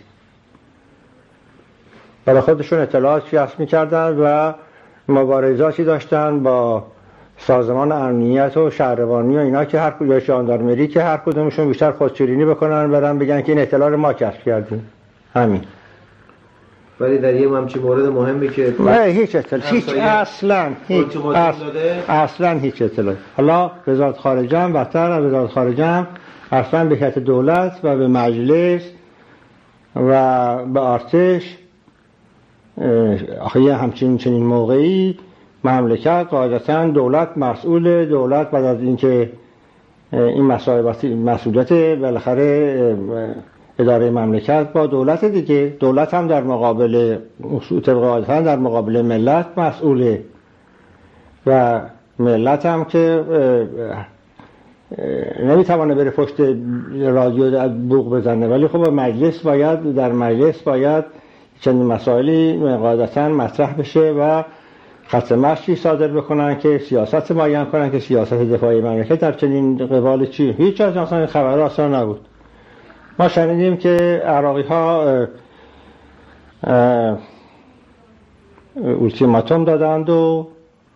برای خودشون اطلاعات کسب می‌کردن و مبارزاتی داشتن با سازمان امنیت و شهربانی و اینا که یا ژاندارمری که هر کدومشون بیشتر خودشیرینی بکنن، برن بگن که این اطلاع رو ما کسب کردیم. همین. ولی در یه همچین مورد مهمی که هیچ اطلاع، اصلا هیچ اطلاع. حالا وزارت خارجه هم بدتر، از وزارت خارجه هم اصلا به هیئت دولت و به مجلس و به ارتش آخه همچنین موقعی مملکت قاعدتاً دولت مسئول، دولت بعد از اینکه این مسئولیت بالاخره اداره مملکت با دولت دیگه، دولت هم در مقابل طبق قاعدتاً در مقابل ملت مسئوله و ملت هم که نمیتوانه بره پشت رادیو بوق بزنه، ولی خب مجلس باید، در مجلس باید چنین مسائلی قاعدتاً مطرح بشه و خط مشی صادر بکنن که سیاست معین کنن که سیاست دفاعی مملکت در چنین قبال چی. هیچ از اصلا خبرها اصلا نبود. ما شنیدیم که عراقی ها اولتیماتوم دادند و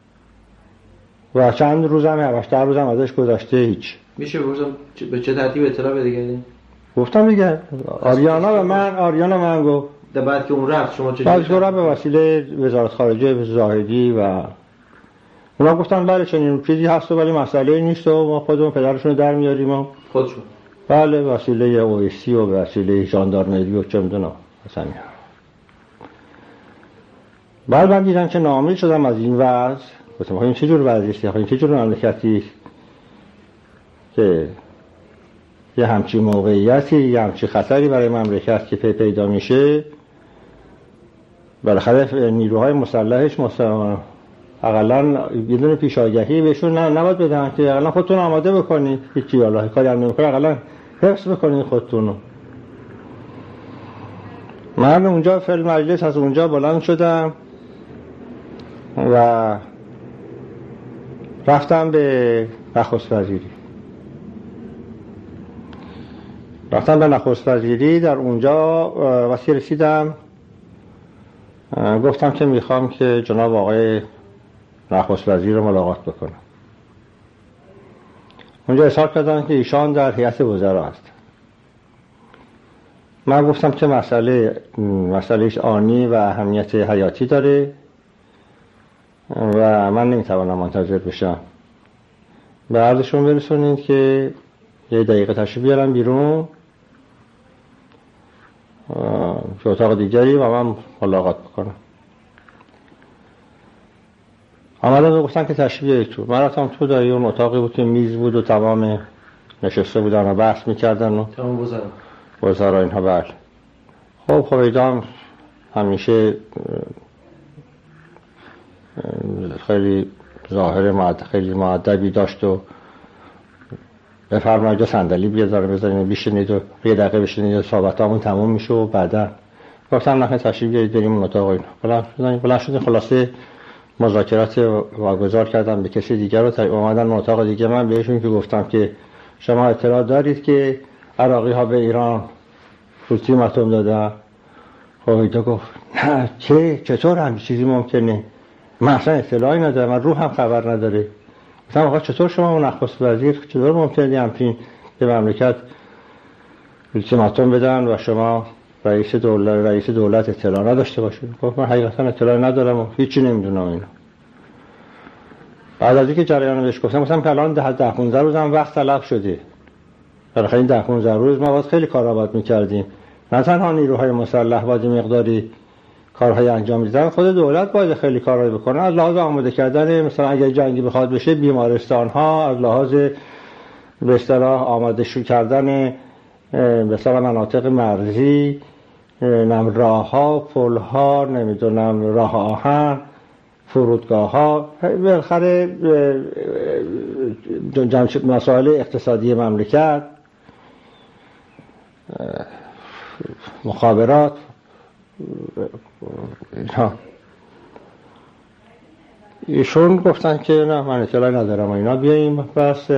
چند روز هم 18 روز هم ازش گذشته هیچ. میشه به چه ترتیب اطلاع بده کردین؟ گفتم دیگه آریانا من گفت بعد که اون رفت شما چه به وسیله وزارت خارجه زاهدی و اونا گفتن بله چنین چیزی هست ولی مسئله نیست و ما خودمون پدرشون در میاریم و خودشون بله وسیله اویسی و وسیله ژاندارمری و چه میدونم مثلا. بعد من دیدم که ناامید شدم از این وضع. گفتم این چه جور وضعی است؟ این چه جور مملکتی است که یه همچین موقعیتی، یه همچین خطری برای مملکت که پیدا میشه، بالاخره نیروهای مسلحش اقلا یه دونه پیشاگهی بهشون نباید بدن که اقلا خودتون آماده بکنید، هیچی الله کاری هم نمیکنه، اقلا حفظ بکنید خودتونو. من اونجا فعل مجلس از اونجا بلند شدم و رفتم به نخست وزیری. در اونجا وقتی رسیدم گفتم که میخوام که جناب آقای نخست وزیر رو ملاقات بکنم. اونجا اظهار کردن که ایشان در هیئت وزرا هست. من گفتم که مسئلهش آنی و اهمیت حیاتی داره و من نمیتوانم منتظر بشم. به عرضشون برسونید که یه دقیقه تشریف بیارم بیرون تو اتاق دیگری و من ملاقات بکنم. آمدن گفتن که تشریف بیارید تو. من رفتم تو، در اون اتاقی بود که میز بود و تمام نشسته بودن و بحث میکردن و تمام وزرا اینها. بله خب ایدام همیشه خیلی ظاهر خیلی مؤدبی داشت و بفرمایید صندلی بذاریم بشینید و یه دقیقه بشینید و صحبتامون تموم میشه و بعدا گفتم نه تشریف بیارید بریم اون اتاق. اینا بلند شدیم، خلاصه مذاکرات واگذار کردم به کسی دیگر رو. اومدن اون اتاق دیگه، من بهشون که گفتم که شما اطلاع دارید که عراقی ها به ایران اولتیماتوم دادن؟ خب اینا گفت نه چطور همین چیزی ممکنه؟ من اصلا اطلاعی ندارم، من روحم خبر نداره. گفتم آقا چطور شما اون نخست وزیر چطور ممکنه همچین به مملکت اولتیماتوم بدن و شما رئیس دولت اطلاع نداشته باشید؟ گفت من حقیقتا اطلاع ندارم و هیچی نمیدونم اینا. بعد از اینکه جریان بهش گفتم که الان 10-15 روز هم وقت طلب شده. بالاخره این 10-15 روز ما باید خیلی کارا باید می‌کردیم نه تنها نیروهای مسلح باید مقداری کارهای انجام میدن، خود دولت باید خیلی کارهای بکنه، از لحاظ آماده کردن مثلا اگر جنگی بخواد بشه بیمارستان ها، از لحاظ به اصطلاح آماده شو کردن مثلا مناطق مرزی، راه ها، پل ها، نمیدونم راه آهن، فرودگاه ها، بالاخره مسائل اقتصادی مملکت، مخابرات، اینها. ایشون گفتن که نه من اطلاعی ندارم و اینا، بیاییم بس.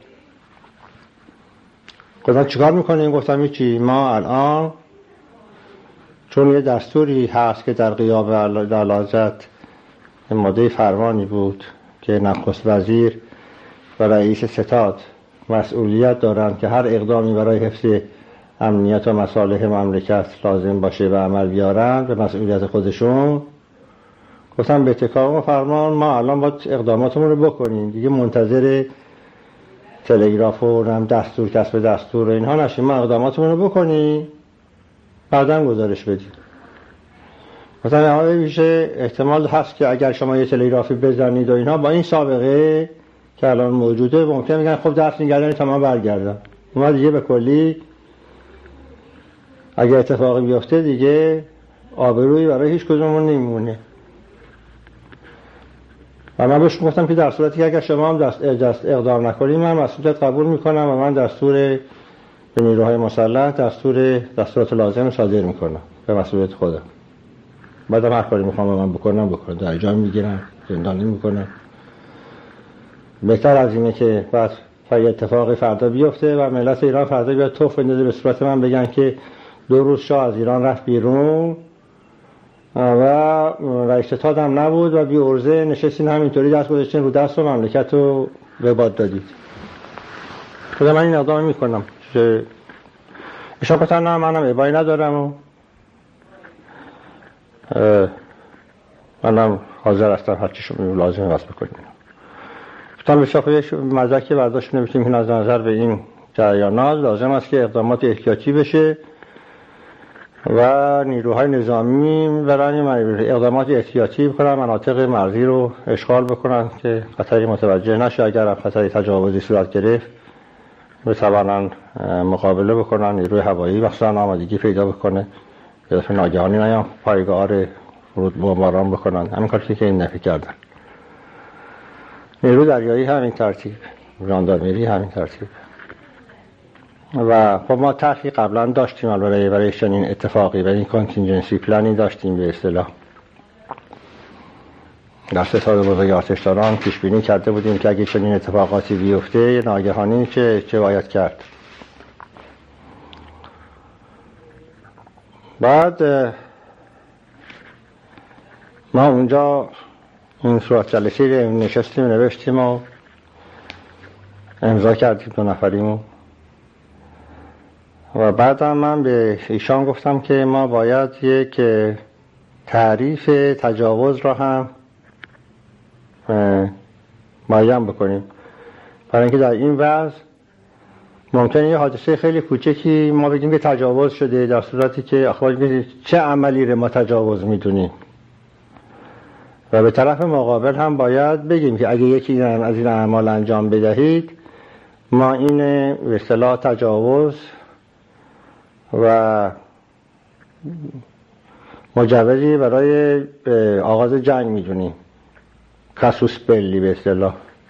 گفتن چیکار میکنیم؟ گفتم هیچی، ما الان چون یه دستوری هست که در غیاب اعلیحضرت ماده فرمانی بود که نخست وزیر و رئیس ستاد مسئولیت دارند که هر اقدامی برای حفظ امنیت و مصالح مملکت لازم باشه و عمل بیارن به مسئولیت خودشون. گفتم به اتکا فرمان ما الان باید اقداماتمون رو بکنیم دیگه، منتظر تلگراف و دستور کسب دستور و اینها نشیم، ما اقداماتمون رو بکنیم بعداً گزارش بدیم. مثلا میشه احتمال هست که اگر شما یه تلگرافی بزنید و اینها با این سابقه که الان موجوده ممکن میگن خب دست نگردنی تا من برگردم، ما دیگه به کلی اگر اتفاقی بیفته دیگه آبرویی برای هیچ کدوممون نمیمونه. و من بهش گفتم که در صورتی که اگر شما هم دست اقدام نکنید من مسئولیت قبول میکنم و من دستور به نیروهای مسلح دستورات لازم صادر میکنم به مسئولیت خودم. بعدم هر کاری میخوام من بکنم در جا میگیرم، زندانی میکنم. بهتر از اینه که بعد اتفاقی فردا بیفته و ملت ایران فردا بیاد توف بندازه به صورت من بگن که 2 روز شاه از ایران رفت بیرون و رئیس ستاد هم نبود و بی عرضه نشستین همینطوری دست گذاشتین رو دست و مملکت رو به باد دادید. خدا من این اقدام میکنم. ایشان گفتن نه منم ابایی ندارم و منم حاضر هستم هر چی شما لازم است بکنیم. گفتم به شاخه مدرک برداشت نمیتونیم که نظر به این جریانات لازم است که اقدامات احتیاطی بشه و نیروهای نظامی برای اقدامات احتیاطی بکنن، مناطق مرزی رو اشغال بکنن که خطری متوجه نشه، اگر هم خطری تجاوزی صورت گرفت بتوانن مقابله بکنن. نیروی هوایی مثلا آمادگی پیدا بکنه یه دفعه ناگهانی نیان پایگاه رو فرود بمباران بکنن، همین کاری که این دفعه کردن. نیرو دریایی همین ترتیب، ژاندارمری همین ترتیب. و خب ما طرحی قبلا داشتیم برای چنین اتفاقی و این کانتینجنسی پلانی داشتیم به اصطلاح. در ستاد بزرگ آتشداران پیش بینی کرده بودیم که اگه چنین اتفاقاتی بیفته ناگهانی چه باید کرد. بعد ما اونجا این صورت جلسه رو نشستیم نوشتیم و امضا کردیم 2 نفریمو و بعد هم من به ایشان گفتم که ما باید یک تعریف تجاوز را هم معین بکنیم، برای اینکه در این وضع ممکنه یه حادثه خیلی کوچکی ما بگیم که تجاوز شده، در صورتی که آخه چه عملی رو ما تجاوز میدونیم. و به طرف مقابل هم باید بگیم که اگه یکی از این اعمال انجام بدهید ما این به اصطلاح تجاوز و مجوزی برای آغاز جنگ میدونیم، کاسوس بلی به اصطلاح.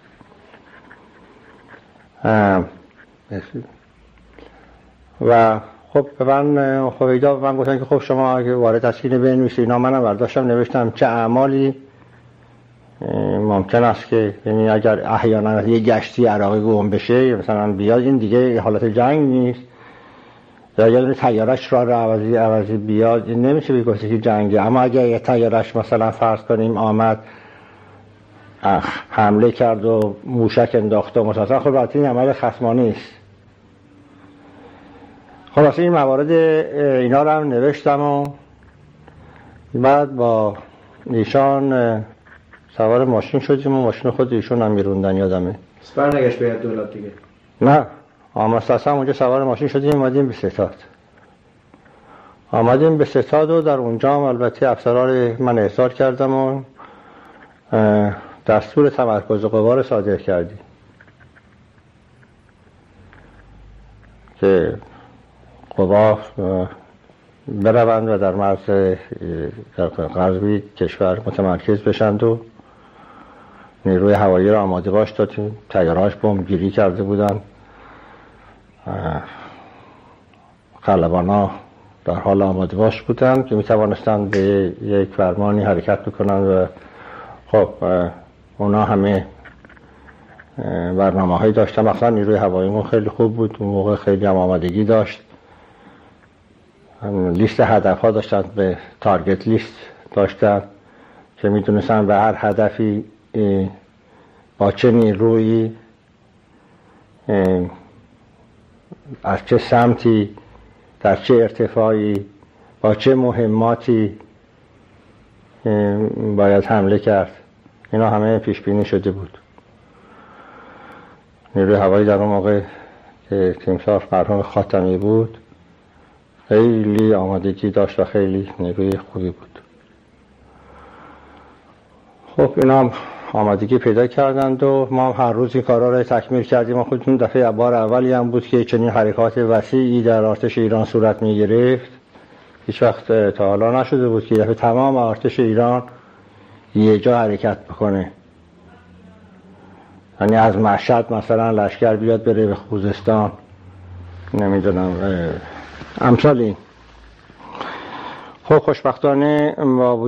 و خب من خویدا به من گفتن که خب شما اگه وارد تسکین بنویسید اینا، منم برداشتم نوشتم چه اعمالی ممکن است که یعنی اگر احیانا یه گشتی عراقی گم بشه مثلا بیاد، این دیگه حالت جنگ نیست، یا یه طیارش را عوضی بیاد، این نمیشه بگوید که جنگه. اما اگر یه طیارش مثلا فرض کنیم آمد حمله کرد و موشک انداخت و مثلا خب البته این عمل خصمانه است. خلاصه این موارد اینا رو هم نوشتم و بعد با ایشان سوار ماشین شدیم و ماشین خود ایشون هم میروندن یادمه. سپر نگشت به دولت دیگه؟ نه، اما اساسا اونجا سوار ماشین شدیم اومدیم به ستاد. آمدیم به ستاد و در اونجا هم البته افسران من احضار کردم و دستور تمرکز قوا رو صادر کردیم که قوا بروند و در مرز غربی کشور متمرکز بشند و نیروی هوایی را آماده باش دادیم. طیارهاش بمبگیری کرده بودند، خلبانا در حال آماده باش بودند که می توانستند به یک فرمانی حرکت بکنند و خب اونا همه برنامه هایی داشتن. مثلا نیروی هواییمون خیلی خوب بود، اون موقع خیلی هم آمادگی داشت، لیست هدف ها داشتن، به تارگت لیست داشتن که می دونستن به هر هدفی با چه نیرویی از چه سمتی در چه ارتفاعی با چه مهماتی باید حمله کرد. اینا همه پیش بینی شده بود. نیروی هوایی در اون موقع که تیمسار مرحوم خاتمی بود خیلی آمادگی داشت و خیلی نیروی خوبی بود. خب اینا هم آمادگی پیدا کردند و ما هر روز این کارا رو تکمیل کردیم. ما خودمون دفعه بار اولی هم بود که چنین حرکات وسیعی در ارتش ایران صورت می گرفت. هیچ وقت تا حالا نشده بود که دفعه تمام ارتش ایران یه جا حرکت بکنه. یعنی از مشهد مثلا لشکر بیاد بره به خوزستان، نمیدونم امثال این. خب خوشبختانه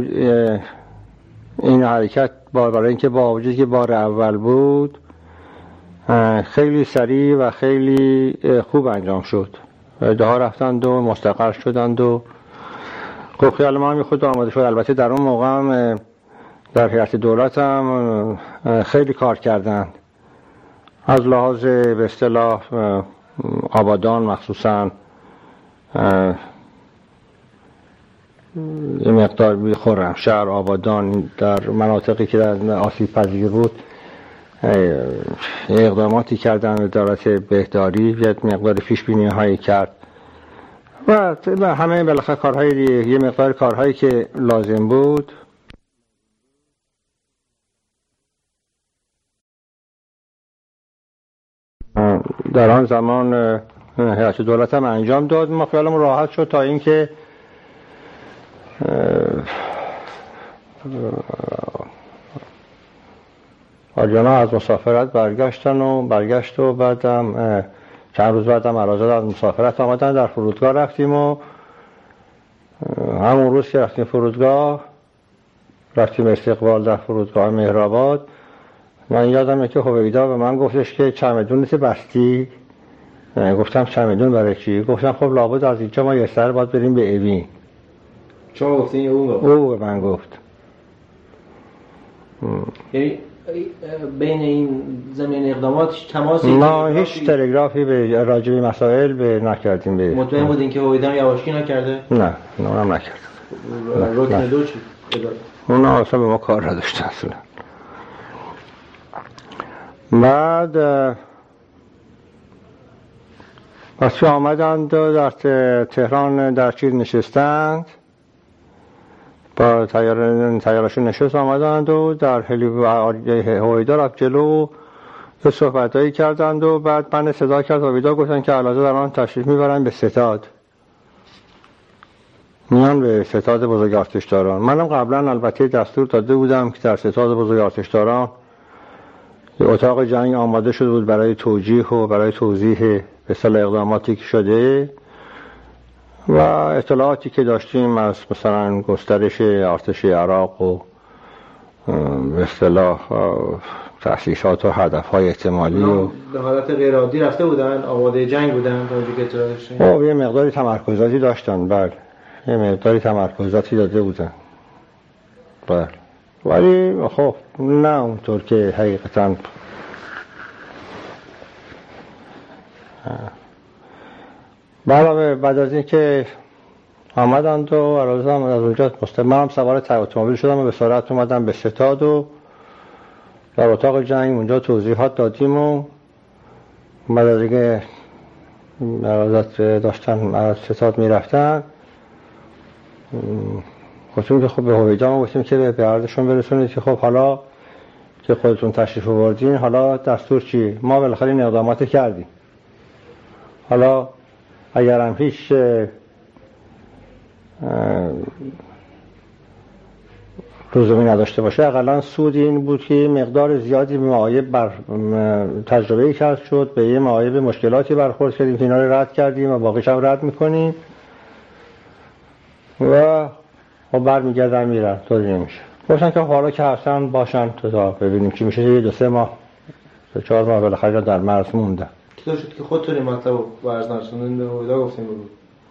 این حرکت برای اینکه با وجودی که بار اول بود خیلی سریع و خیلی خوب انجام شد. ده رفتند و مستقر شدند و خب خیال ما هم خود آماده شد. البته در اون موقع هم در هیئت دولت هم خیلی کار کردند از لحاظ به اصطلاح آبادان، مخصوصا یه مقدار خرمشهر، آبادان، در مناطقی که در آسیب پذیر بود اقداماتی کردن. وزارت بهداری یه مقدار پیشبینی هایی کرد و همه بالاخره کارهای یه مقدار کارهایی که لازم بود در آن زمان هیئت دولت هم انجام داد. ما خیالمون راحت شد تا اینکه آریانا از مسافرت برگشت و بعدم چند روز بعدم علاوه از مسافرت آمدن. در فرودگاه رفتیم و همون روز که رفتیم فرودگاه رفتیم استقبال در فرودگاه مهرآباد. من یادمه که هویدا به من گفتش که چمدونت بستی؟ گفتم چمدون برای چی؟ گفتم خب لابد از اینجا ما یه سر باید بریم به اوین. شما گفتین یا او به من گفت. یعنی بین این زمین اقدامات تماسی ما هیچ تلگرافی به راجبی مسائل به نکردیم. به مطمئن بودین که هویدا یواشکی نکرده؟ نه اونم نکرد. رکن دو چی؟ اونا اصلا به ما کار نداشتن اصلا. بعد وقتی آمدند در تهران در چیز نشستند، با تیارشون نشست آمدند و در هویدا رفت جلو و صحبتایی کردند و بعد من صدا کرد هویدا گفتن که علاوه در آن تشریف میبرن به ستاد، میان به ستاد بزرگ ارتشداران. منم قبلا البته دستور داده بودم که در ستاد بزرگ ارتشداران اتاق جنگ آماده شده بود برای توجیه و برای توضیح به اصطلاح اقداماتی که شده و اطلاعاتی که داشتیم از مثلا گسترش ارتش عراق و به اصطلاح تأسیسات و هدف‌های احتمالی و به حالت غیر عادی رفته بودن، آماده جنگ بودن. تا اونجا که اطلاع داشتیم یه مقداری تمرکزاتی داشتن. بله یه مقداری تمرکزاتی داده بودن. بله ولی خب نه اونطور که حقیقتاً بعد از این که آمدند و عرض هم از اونجا منم سوار اتومبیل شدم و به سرعت اومدم به ستاد و در اتاق جنگ اونجا توضیحات دادیم و بعد از اینکه عرضت داشتن از ستاد میرفتن گفتیم که خب به هویدا ما گفتیم که به عرضشون برسونید که خب حالا که خودتون تشریف آوردین حالا دستور چی؟ ما بالاخره این اقدامات کردیم، حالا اگر هم هیچ لزومی نداشته باشه اقلا سود این بود که مقدار زیادی معایب بر تجربه کسب شد، به یه معایب مشکلاتی برخورد کردیم که اینا رو رد کردیم و باقیش هم رد میکنیم و خب برمیگردن میرن، طوری نمیشه. گفتن که حالا که هستن باشن تا ببینیم چی میشه. یه 2-3 ماه 4 ماه بالاخره در مرز موندن. چطور شد که خودتون این مطلب رو عرض نرسوندین به هویدا گفتیم بود؟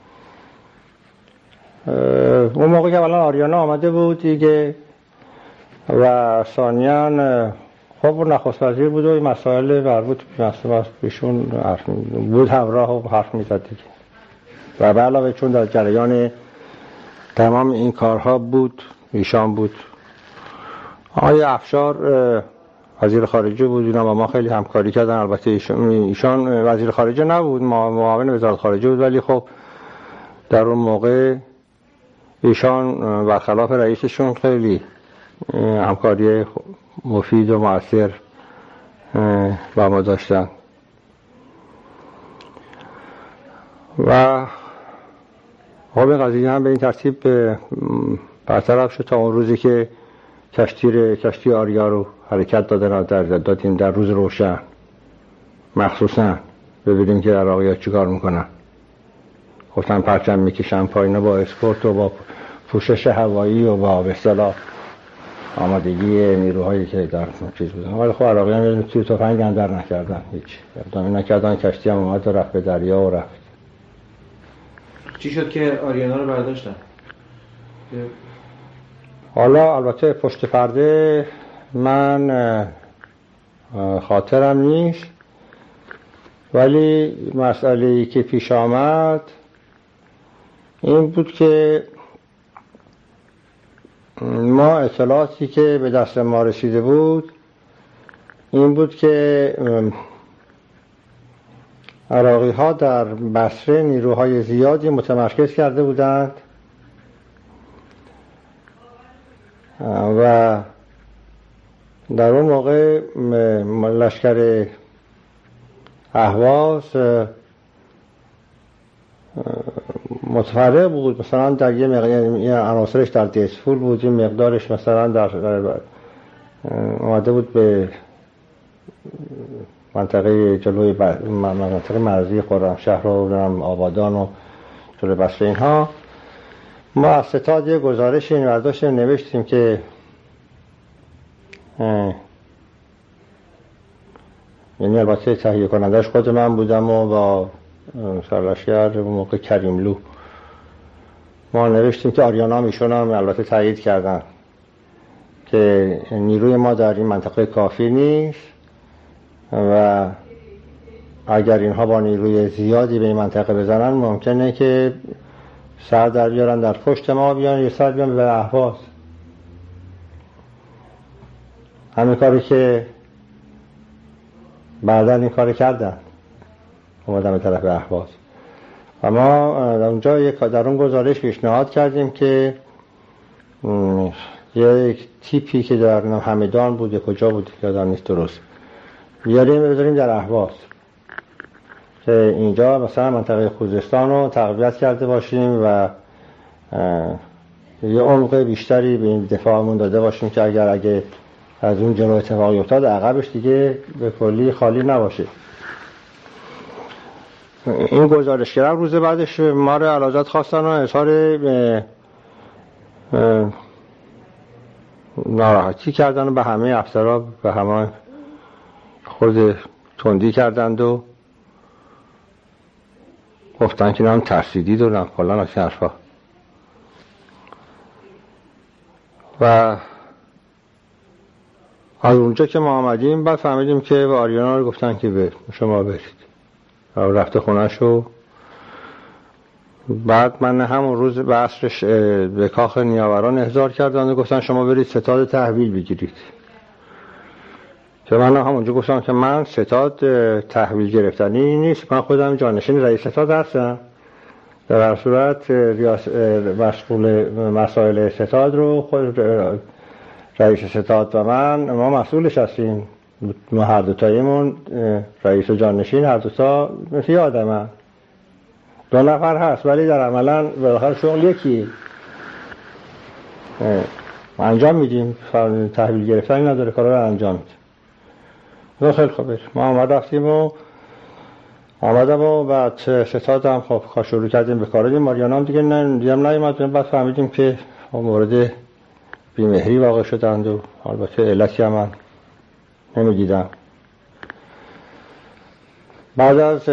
اون موقع که اولا آریانا آمده بود دیگه و ثانیاً خب نخست وزیر بود و این مسائل مربوط به ایشون بود همراه و حرف میزد دیگه و به علاوه چون در جریان تمام این کارها بود ایشان بود. آقای افشار وزیر خارجه بود، اینا با ما خیلی همکاری کردن. البته ایشان وزیر خارجه نبود، معاون وزارت خارجه بود، ولی خب در اون موقع ایشان برخلاف رئیسشون خیلی همکاری مفید و مؤثر با ما داشتن و خب این قضیه هم به این ترتیب برطرف شد تا اون روزی که کشتی آریا رو حرکت دادیم در روز روشن، مخصوصا ببینیم که عراقی‌ها چیکار میکنن. گفتن پرچم میکشن پایین با اسکورت و با پوشش هوایی و با به اصطلاح آمادگی نیروهایی که در چیز بودن، ولی خب عراقی‌ها می‌دونن توی تفنگ اندر نکردن، هیچ اقدامی نکردن. کشتی هم اومد و رفت به دریا و رفت. چی شد که آریانا رو برداشتن؟ حالا البته پشت پرده من خاطرم نیست، ولی مسئله‌ای که پیش آمد این بود که ما اطلاعاتی که به دست ما رسیده بود این بود که عراقی ها در بصره نیروهای زیادی متمرکز کرده بودند و در اون موقع لشکر اهواز متفرق بود. مثلا در یه عناصرش در دیسفول بود، یه مقدارش مثلا در اومده بود به منطقه جلوی منطقه مرزی خرمشهر و آبادان و جلوی بصره اینها. ما از ستاد یه گزارش این برداشت نوشتیم که یعنی البته تهیه کنندش خود من بودم و با سرلشکر موقع کریملو ما نوشتیم که آریانا میشون هم البته تایید کردن که نیروی ما در این منطقه کافی نیست و اگر اینها با نیروی زیادی به این منطقه بزنن ممکنه که سر در بیارن در پشت ما بیان یا سر بیان به اهواز. همین کاری که بعدا این کار کردن، اومدن به طرف اهواز. و ما در اونجا در اون گزارش پیشنهاد کردیم که یک تیپی که در همدان بود یا کجا بود یادم نیست درست بیاریم بذاریم در اهواز که اینجا مثلا منطقه خوزستان رو تقویت کرده باشیم و یه عمق بیشتری به این دفاعمون داده باشیم که اگه از اون جلو اتفاقی افتاد عقبش دیگه به کلی خالی نباشه. این گزارشگر روز بعدش ما رو علاجات خواستن و اظهار ناراحتی کردن و به همه افسرها به همه خود تندی کردند و گفتن که هم ترسیدید و کلا از حرفا. و از اونجا که ما آمدیم بعد فهمیدیم که به آریانا رو گفتن که به شما برید و رفته خونه‌ش و بعد من همون روز به عصرش به کاخ نیاوران احضار کردن و گفتن شما برید ستاد تحویل بگیرید که من همونجا گفتم که من ستاد تحویل گرفتنی نیست، من خودم جانشین رئیس ستاد هستم در هر صورت مسئول مسائل ستاد رو خود رئیس ستاد و ما مسئولش هستیم. ما هر دوتاییمون رئیس و جانشین هر دوتا مثل یه آدم دو نفر هست، ولی در عملا بالاخره شغل یکی انجام میدیم. تحویل گرفتنی نداره، کارا رو انجام میدیم. خیلی خوبه. ما آمدم و بعد ستاد هم خب شروع کردیم به کار. ماریانا هم دیگه نیومد. بعد فهمیدیم که مورد بیمهری واقع شدند و البته علتی هم من نمیدیدم. بعد از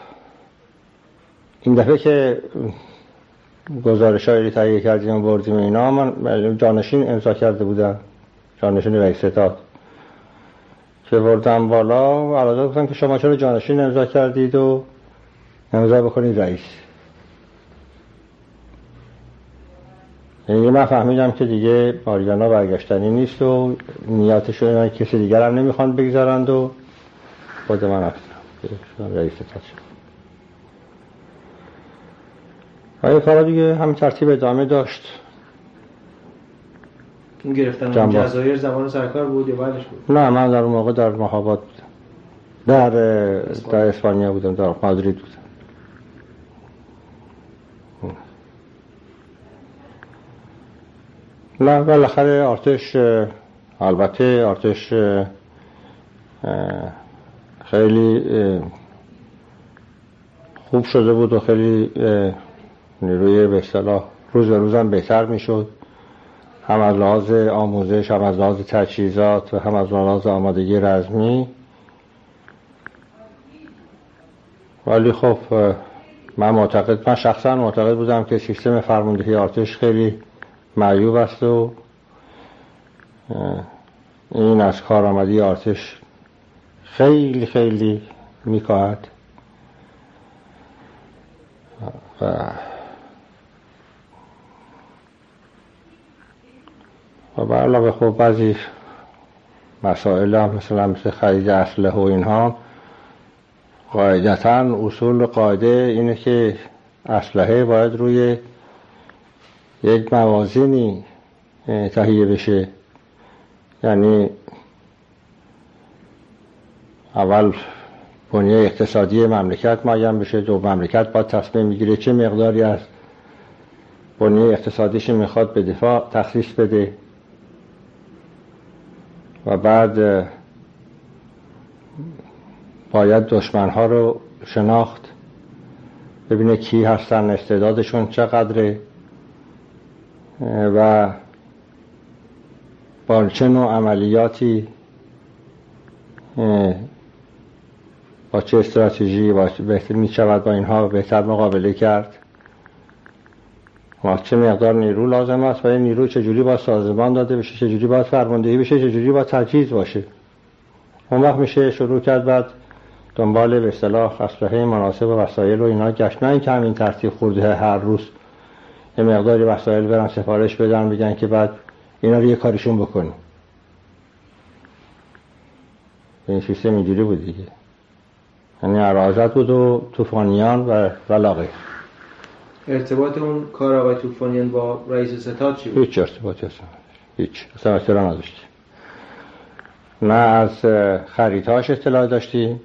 این دفعه که گزارش‌هایی تهیه کردیم و بردیم اینا، من جانشین امضا کرده بودم، جانشین رئیس ستاد که بردم بالا و علاوه گفتم که شما چرا جانشین امضا کردید و امضا بکنید رئیس. یعنی من فهمیدم که دیگه ماریانا برگشتنی نیست و نیاتشون کسی دیگر هم نمیخوان بگذارند و خود من هستم رئیس ستاد شد. و این کارا دیگه همین ترتیب ادامه داشت. این گرفتن جزایر زمان سرکار بود یا بعدش بود؟ نه، من در اون موقع در مهاباد در اسپانیا بودم، در مادرید بودم. نه بالاخره ارتش، البته ارتش خیلی خوب شده بود و خیلی نیروی به اصطلاح روز به روزم بهتر میشد، هم از لحاظ آموزش، هم از لحاظ تجهیزات و هم از لحاظ آمادگی رزمی. ولی خب من شخصا معتقد بودم که سیستم فرماندهی ارتش خیلی معیوب است و این از کارآمدی ارتش خیلی خیلی میکاهد. و به علاوه خب بعضی مسائل هم مثل خرید اسلحه و اینها، قاعدتاً اصول قاعده اینه که اسلحه باید روی یک موازینی تهیه بشه. یعنی اول بنیه اقتصادی مملکت معین بشه، دو مملکت باید تصمیم میگیره چه مقداری از بنیه اقتصادیش میخواد به دفاع تخصیص بده و بعد باید دشمنها رو شناخت، ببینه کی هستن، استعدادشون چقدره و با چه نوع عملیاتی، با چه استراتژی بهتر میشود با اینها بهتر مقابله کرد و چه مقدار نیرو لازم است و این نیرو چجوری باید سازمان داده بشه، چجوری باید فرماندهی بشه، چجوری باید تجهیز باشه. اون وقت میشه شروع کرد بعد دنبال به اصطلاح اسلحه مناسب و وسایل و اینا گشت. نه اینکه همین ترتیب خورده هر روز یه مقداری وسایل برن سفارش بدن بگن که بعد اینا رو یه کاریشون بکنیم. این سیستم اینجوری بود دیگه، یعنی عراضت بود و طوفانیان و لاغیر. ارتباط اون کار آقای طوفانیان با رئیس ستاد چی بود؟ هیچ ارتباطی هیچ اصلا اطلاع نداشتیم. نه از خریدهاش اطلاع داشتیم،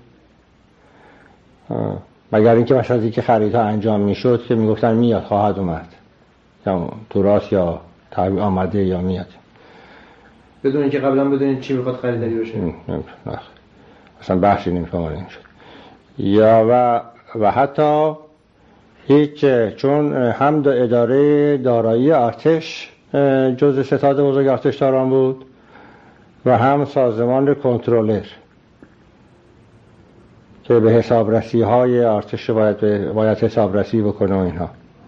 مگر اینکه مثلا از اینکه خریدها انجام میشد که میگفتن میاد، خواهد اومد، یا تو راست یا آمده یا میاد، بدون اینکه قبلا بدونید چی میخواد خریداری بشه. نه اصلا بحثی نمیشد. یا و حتی هیچ، چون هم اداره دارایی ارتش جزء ستاد بزرگ ارتش داران بود و هم سازمان کنترلر که به حسابرسی های ارتش باید حسابرسی بکنه و اینها.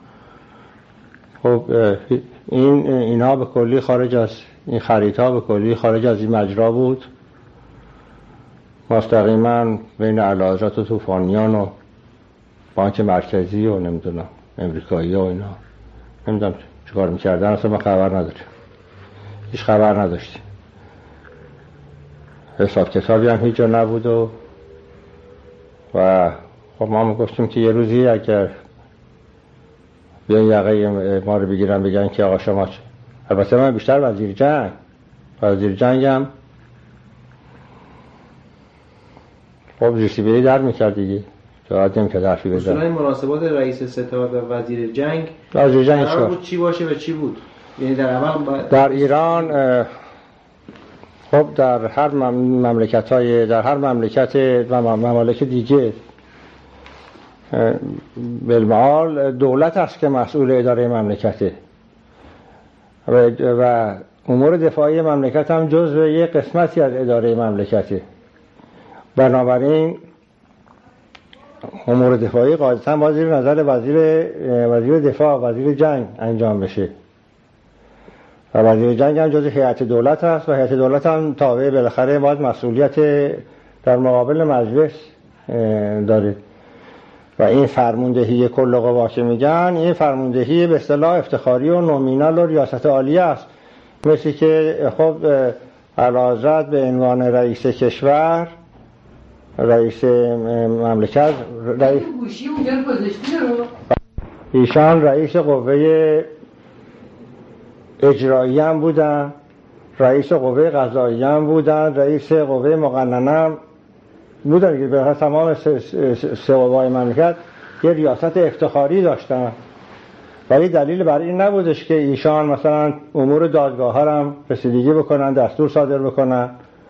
خب اینها به کلی خارج از این خریدها، به کلی خارج از این مجرا بود. مستقیما بین اعلیحضرت و طوفانیان و بانک مرکزی و نمیدونم امریکایی و اینا نمیدونم چیکار میکردن، اصلا ما خبر نداریم، هیچ خبر نداشتیم. حساب کتابی هم هیچ جا نبود و خب ما گفتیم که یه روزی اگر بیان یقه ما رو بگیرن بگن که آقا شما چه. البته من بیشتر وزیر جنگم خب جسیبهی در میکرد دیگه جواد نمیکرد حرفی بزن. اصولا این مناسبات رئیس ستاد و وزیر جنگ قرار بود چی باشه و چی بود؟ یعنی در اول در ایران خب در هر مملکت و ممالک دیگه بالمعال دولت است که مسئول اداره مملکته و امور دفاعی مملکت هم جزو یک قسمتی از اداره مملکته. بنابراین امور دفاعی قاعدتاً باید زیر نظر وزیر دفاع، وزیر جنگ انجام بشه و وزیر جنگ هم جزو هیئت دولت است و هیئت دولت هم تابع بالاخره باید مسئولیت در مقابل مجلس داره و این فرماندهی کل قوا که میگن این فرماندهی به اصطلاح افتخاری و نومینال و ریاست عالیه است، مثل که خب اعلیحضرت به عنوان رئیس کشور، رئیس مملکت، ایشان رئیس قوه اجرایی هم بودن، رئیس قوه قضایی هم بودن، رئیس قوه مقننه هم بودن که به تمام سه قوای مملکت یه ریاست افتخاری داشتن. ولی دلیل بر این نبودش که ایشان مثلا امور دادگاه ها هم رسیدگی بکنن، دستور صادر بکنن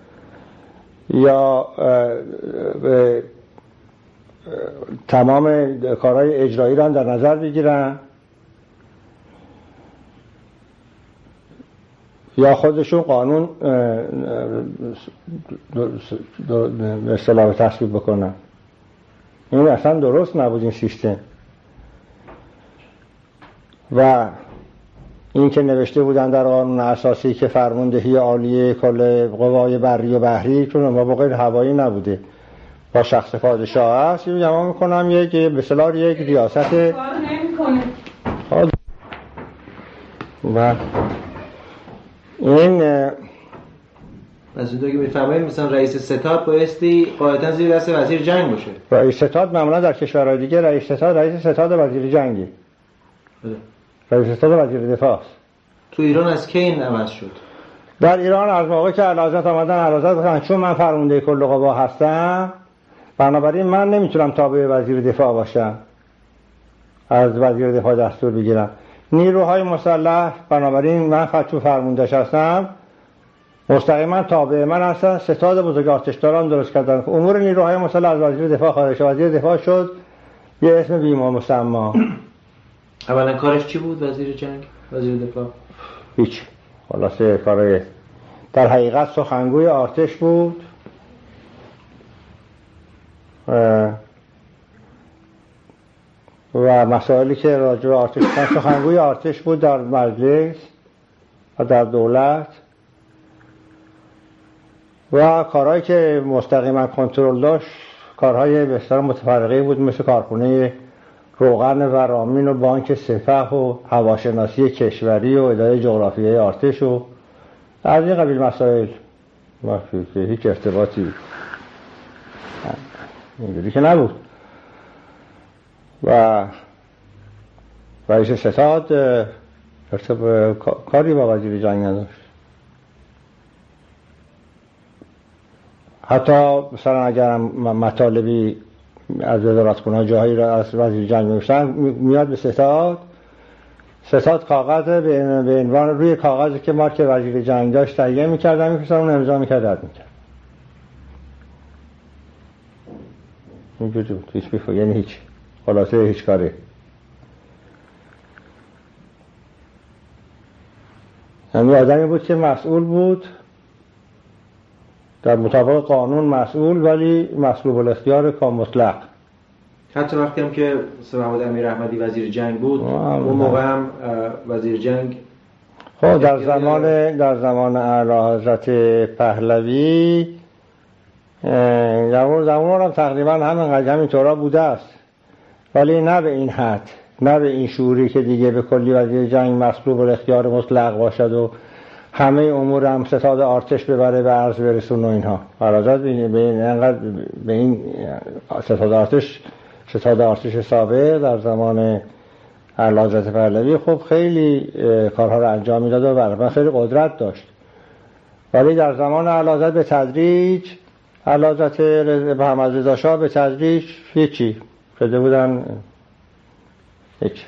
یا تمام کارهای اجرایی رو هم در نظر بگیرن یا خودشون قانون به اصطلاح تصویب بکنن. این اصلا درست نبود این سیستم. و این که نوشته بودن در قانون اساسی که فرماندهی عالیه کل قوای بری و بحری چون ما با غیر هوایی نبوده با شخص پادشاه است، یه جمع میکنم یک به اصطلاح یک ریاست کار نمیکنه. و این از اون که میفهمید مثلا رئیس ستاد بایستی قاعدتا زیر دست وزیر جنگ باشه. رئیس ستاد معمولا در کشورهای دیگه رئیس ستاد وزیر جنگی، رئیس ستاد وزیر دفاع است. تو ایران از کی این عوض شد؟ در ایران از موقعی که اعلیحضرت آمدن، اعلیحضرت گفتن چون من فرمانده کل قوا هستم بنابراین من نمیتونم تابع وزیر دفاع باشم، از وزیر دفاع دستور بگیرم. نیروهای مسلح بنابراین من چون فرماندهش هستم مستقیما تابع من هستن. ستاد بزرگ آتشداران درست کردن امور نیروهای مسلح از وزیر دفاع خارج شد. وزیر دفاع شد یه اسم بیما مسما. اولا کارش چی بود وزیر جنگ؟ وزیر دفاع هیچ، خلاصه کارای در حقیقت سخنگوی ارتش بود و مسائلی که راجع به ارتش سخنگوی ارتش بود در مجلس و در دولت و کارهایی که مستقیما کنترل داشت کارهای بسیار متفرقه بود، مثل کارخونه روغن و رامین و بانک سپه و هواشناسی کشوری و اداره جغرافیایی ارتش و از این قبیل مسائل که هیچ ارتباطی اینجوری که نبود. و رئیس ستاد کاری با وزیر جنگ نداشت. حتی مثلا اگر مطالبی از وزارتخونه جاهایی را از وزیر جنگ می‌نوشتن میاد به ستاد کاغذ به عنوان روی کاغذی که مارک وزیر جنگ داشت تهیه می‌کردن می‌فرستادن اون امضا می‌کرد رد می‌کرد. اینجوری بود. یعنی هیچ خلاصه هیچ کاری. یعنی آدمی بود که مسئول بود در مطابق قانون مسئول ولی مسلوب الاختیار کام مطلق. حتی وقتی هم که محمد امیر احمدی وزیر جنگ بود اون موقع هم وزیر جنگ خب در زمان اعلیحضرت پهلوی زمان هم تقریبا همین طورا بوده است، ولی نه به این حد، نه به این شعوری که دیگه به کلی وزیر جنگ مسلوب الاختیار مطلق باشد و همه امور هم ستاد ارتش ببره به عرض برسون و اینها. اعلیحضرت به این ستاد ارتش سابق در زمان اعلیحضرت پهلوی خب خیلی کارها رو انجام میداد و برای خیلی قدرت داشت، ولی در زمان اعلیحضرت به تدریج اعلیحضرت محمد رضا شاه به تدریج هیچی شده بودن. هیچ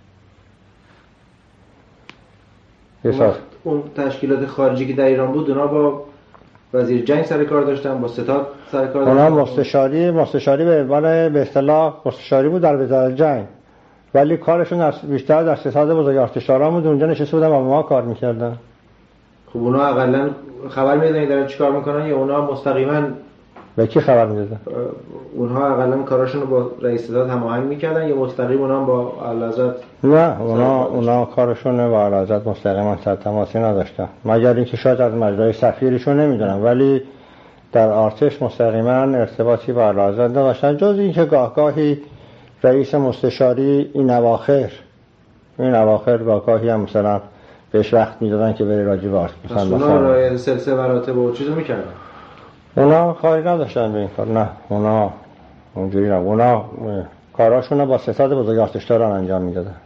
اون تشکیلات خارجی که در ایران بود اونا با وزیر جنگ سر کار داشتن، با ستاد سر کار داشتن. اونا مستشاری به عنوان به اصطلاح مستشاری بود در وزارت جنگ، ولی کارشون بیشتر در ستاد بزرگ ارتشداران بود. اونجا نشسته بودن و با ما کار میکردن. خب اونا اقلا خبر میدادن دارن چیکار میکنن یا اونا مستقیما به کی خبر میدادن؟ اونها اقلا کاراشون رو با رئیس ستاد هماهنگ میکردن یا مستقیم اونا با اعلیحضرت؟ نه، اونا کارشون با اعلیحضرت مستقیما تماسی نداشتن، مگر اینکه شاید از مجرای سفیرشون نمیدونم، ولی در ارتش مستقیما ارتباطی با اعلیحضرت نداشتن، جز اینکه گاهی رئیس مستشاری این اواخر گاهی هم مثلا بهش وقت میدادن که بره راجع به مثلا اونا رعایت سلسله مراتب و چیزو میکردن. اونا کاری نداشتن به این کار، نه اونا اونجوری نه، اونا کاراشون رو با ستاد بزرگ ارتشداران انجام میدادن.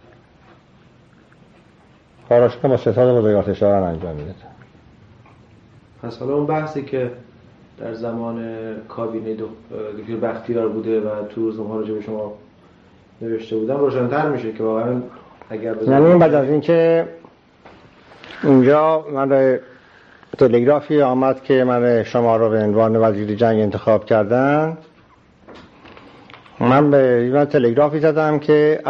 پس حالا اون بحثی که در زمان کابینه دکتر بختیار بوده و تو روزنامه‌ها راجع به شما نوشته بودن روشن‌تر میشه که واقعا اگر یعنی بعد از اینکه اونجا من تلگرافی آمد که من شما رو به عنوان وزیر جنگ انتخاب کردن، من به این تلگرافی زدم که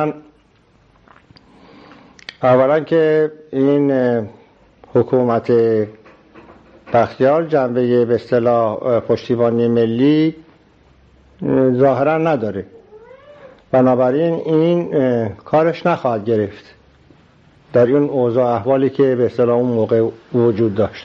اولا که این حکومت بختیار جنبه به اصطلاح پشتیبانی ملی ظاهرا نداره، بنابراین این کارش نخواهد گرفت در این اوضاع احوالی که به اصطلاح اون موقع وجود داشت.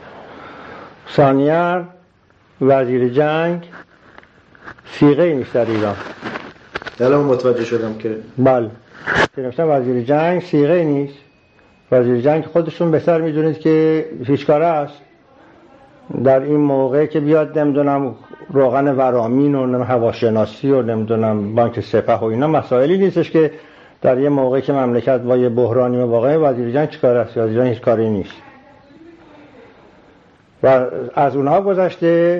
ثانیاً وزیر جنگ صیغه نیست در ایران. الان متوجه شدم که بله وزیر جنگ صیغه نیست. وزیر جنگ خودشون بهتر میدونید که هیچ کاره است در این موقع که بیاد نمیدونم روغن ورامین و هواشناسی و نمیدونم بانک سپه و اینا مسائلی نیستش که در یه موقعی که مملکت با یه بحرانی واقعی وزیر جنگ چیکار است؟ وزیر جنگ هیچ کاری نیست. و از اونها گذشته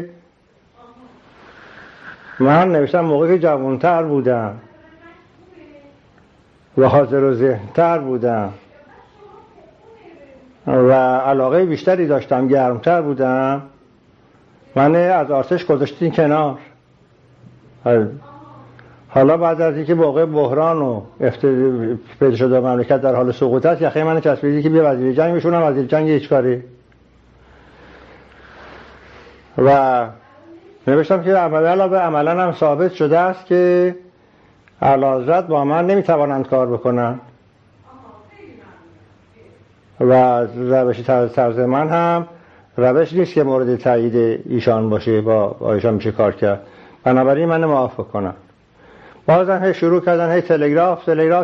من نوشتم موقعی که جوانتر بودم و حاضر و ذهن‌تر بودم و علاقه بیشتری داشتم، گرمتر بودم، من از ارتش گذاشتین کنار. حالا بعد از اینکه موقع بحران و پیدا شده مملکت در حال سقوط است، یخه من چسبیدی که بیا وزیر جنگ بشونم، وزیر جنگ هیچ کاری. و نوشتم که عملا هم ثابت شده است که اعلیحضرت با من نمیتوانند کار بکنن و روش طرز من هم روش نیست که مورد تایید ایشان باشه، با ایشان میشه کار کرد، بنابراین من موافق کنم. بازم هی شروع کردن هی تلگراف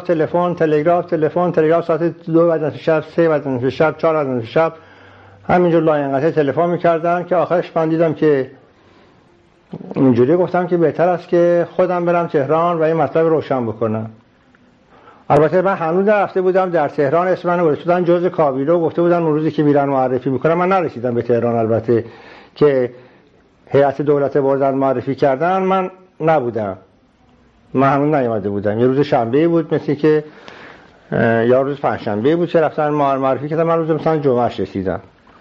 ساعت 2 بعد از شب، 3 بعد از شب، 4 بعد از شب همینجور لاینقطع تلفن میکردن که آخرش من دیدم که اینجوری گفتم که بهتر است که خودم برم تهران و این مطلب روشن بکنم. البته من هنوز رفته بودم در تهران، اسم منو گذاشتن جزء کابینه و گفته بودن اون روزی که میرن معرفی میکنن. من نرسیدم به تهران، البته که هیئت دولت بردن معرفی کردن من نبودم، من هنوز نیامده بودم. یه روز شنبه بود مثل که یا روز پنجشنبه بود که رفتن معرفی کردن، من روز مثلا جمعهش رسیدم.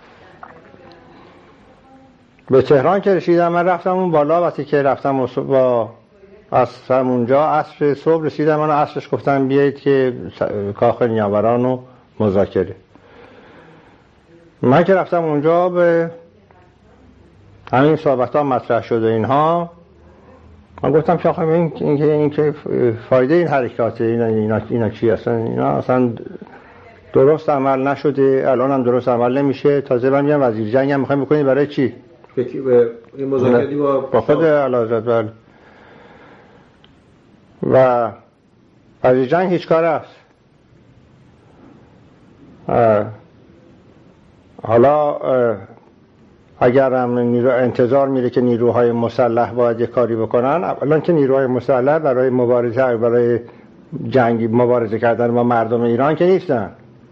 به تهران که رسیدم من رفتم اون بالا، وقتی که رفتم با اصلا اونجا عصر صبح رسیدم، من عصرش گفتم بیایید که کاخ نیاوران و مذاکره. من که رفتم اونجا به همین صحبت ها مطرح شد و اینها، من گفتم که آخه این که فایده این حرکاته اینا چی هستن؟ اینا اصلا درست عمل نشده، الان هم درست عمل نمیشه، تازه من میگم وزیر جنگ هم میخوایم بکنید برای چی؟ به این مذاکره با خود اعلیحضرت. بله. و وزیر جنگ هیچ کار است. حالا اگر هم انتظار میره که نیروهای مسلح باید یک کاری بکنن، الان که نیروهای مسلح برای مبارزه برای جنگی مبارزه کردن با مردم ایران که نیستن.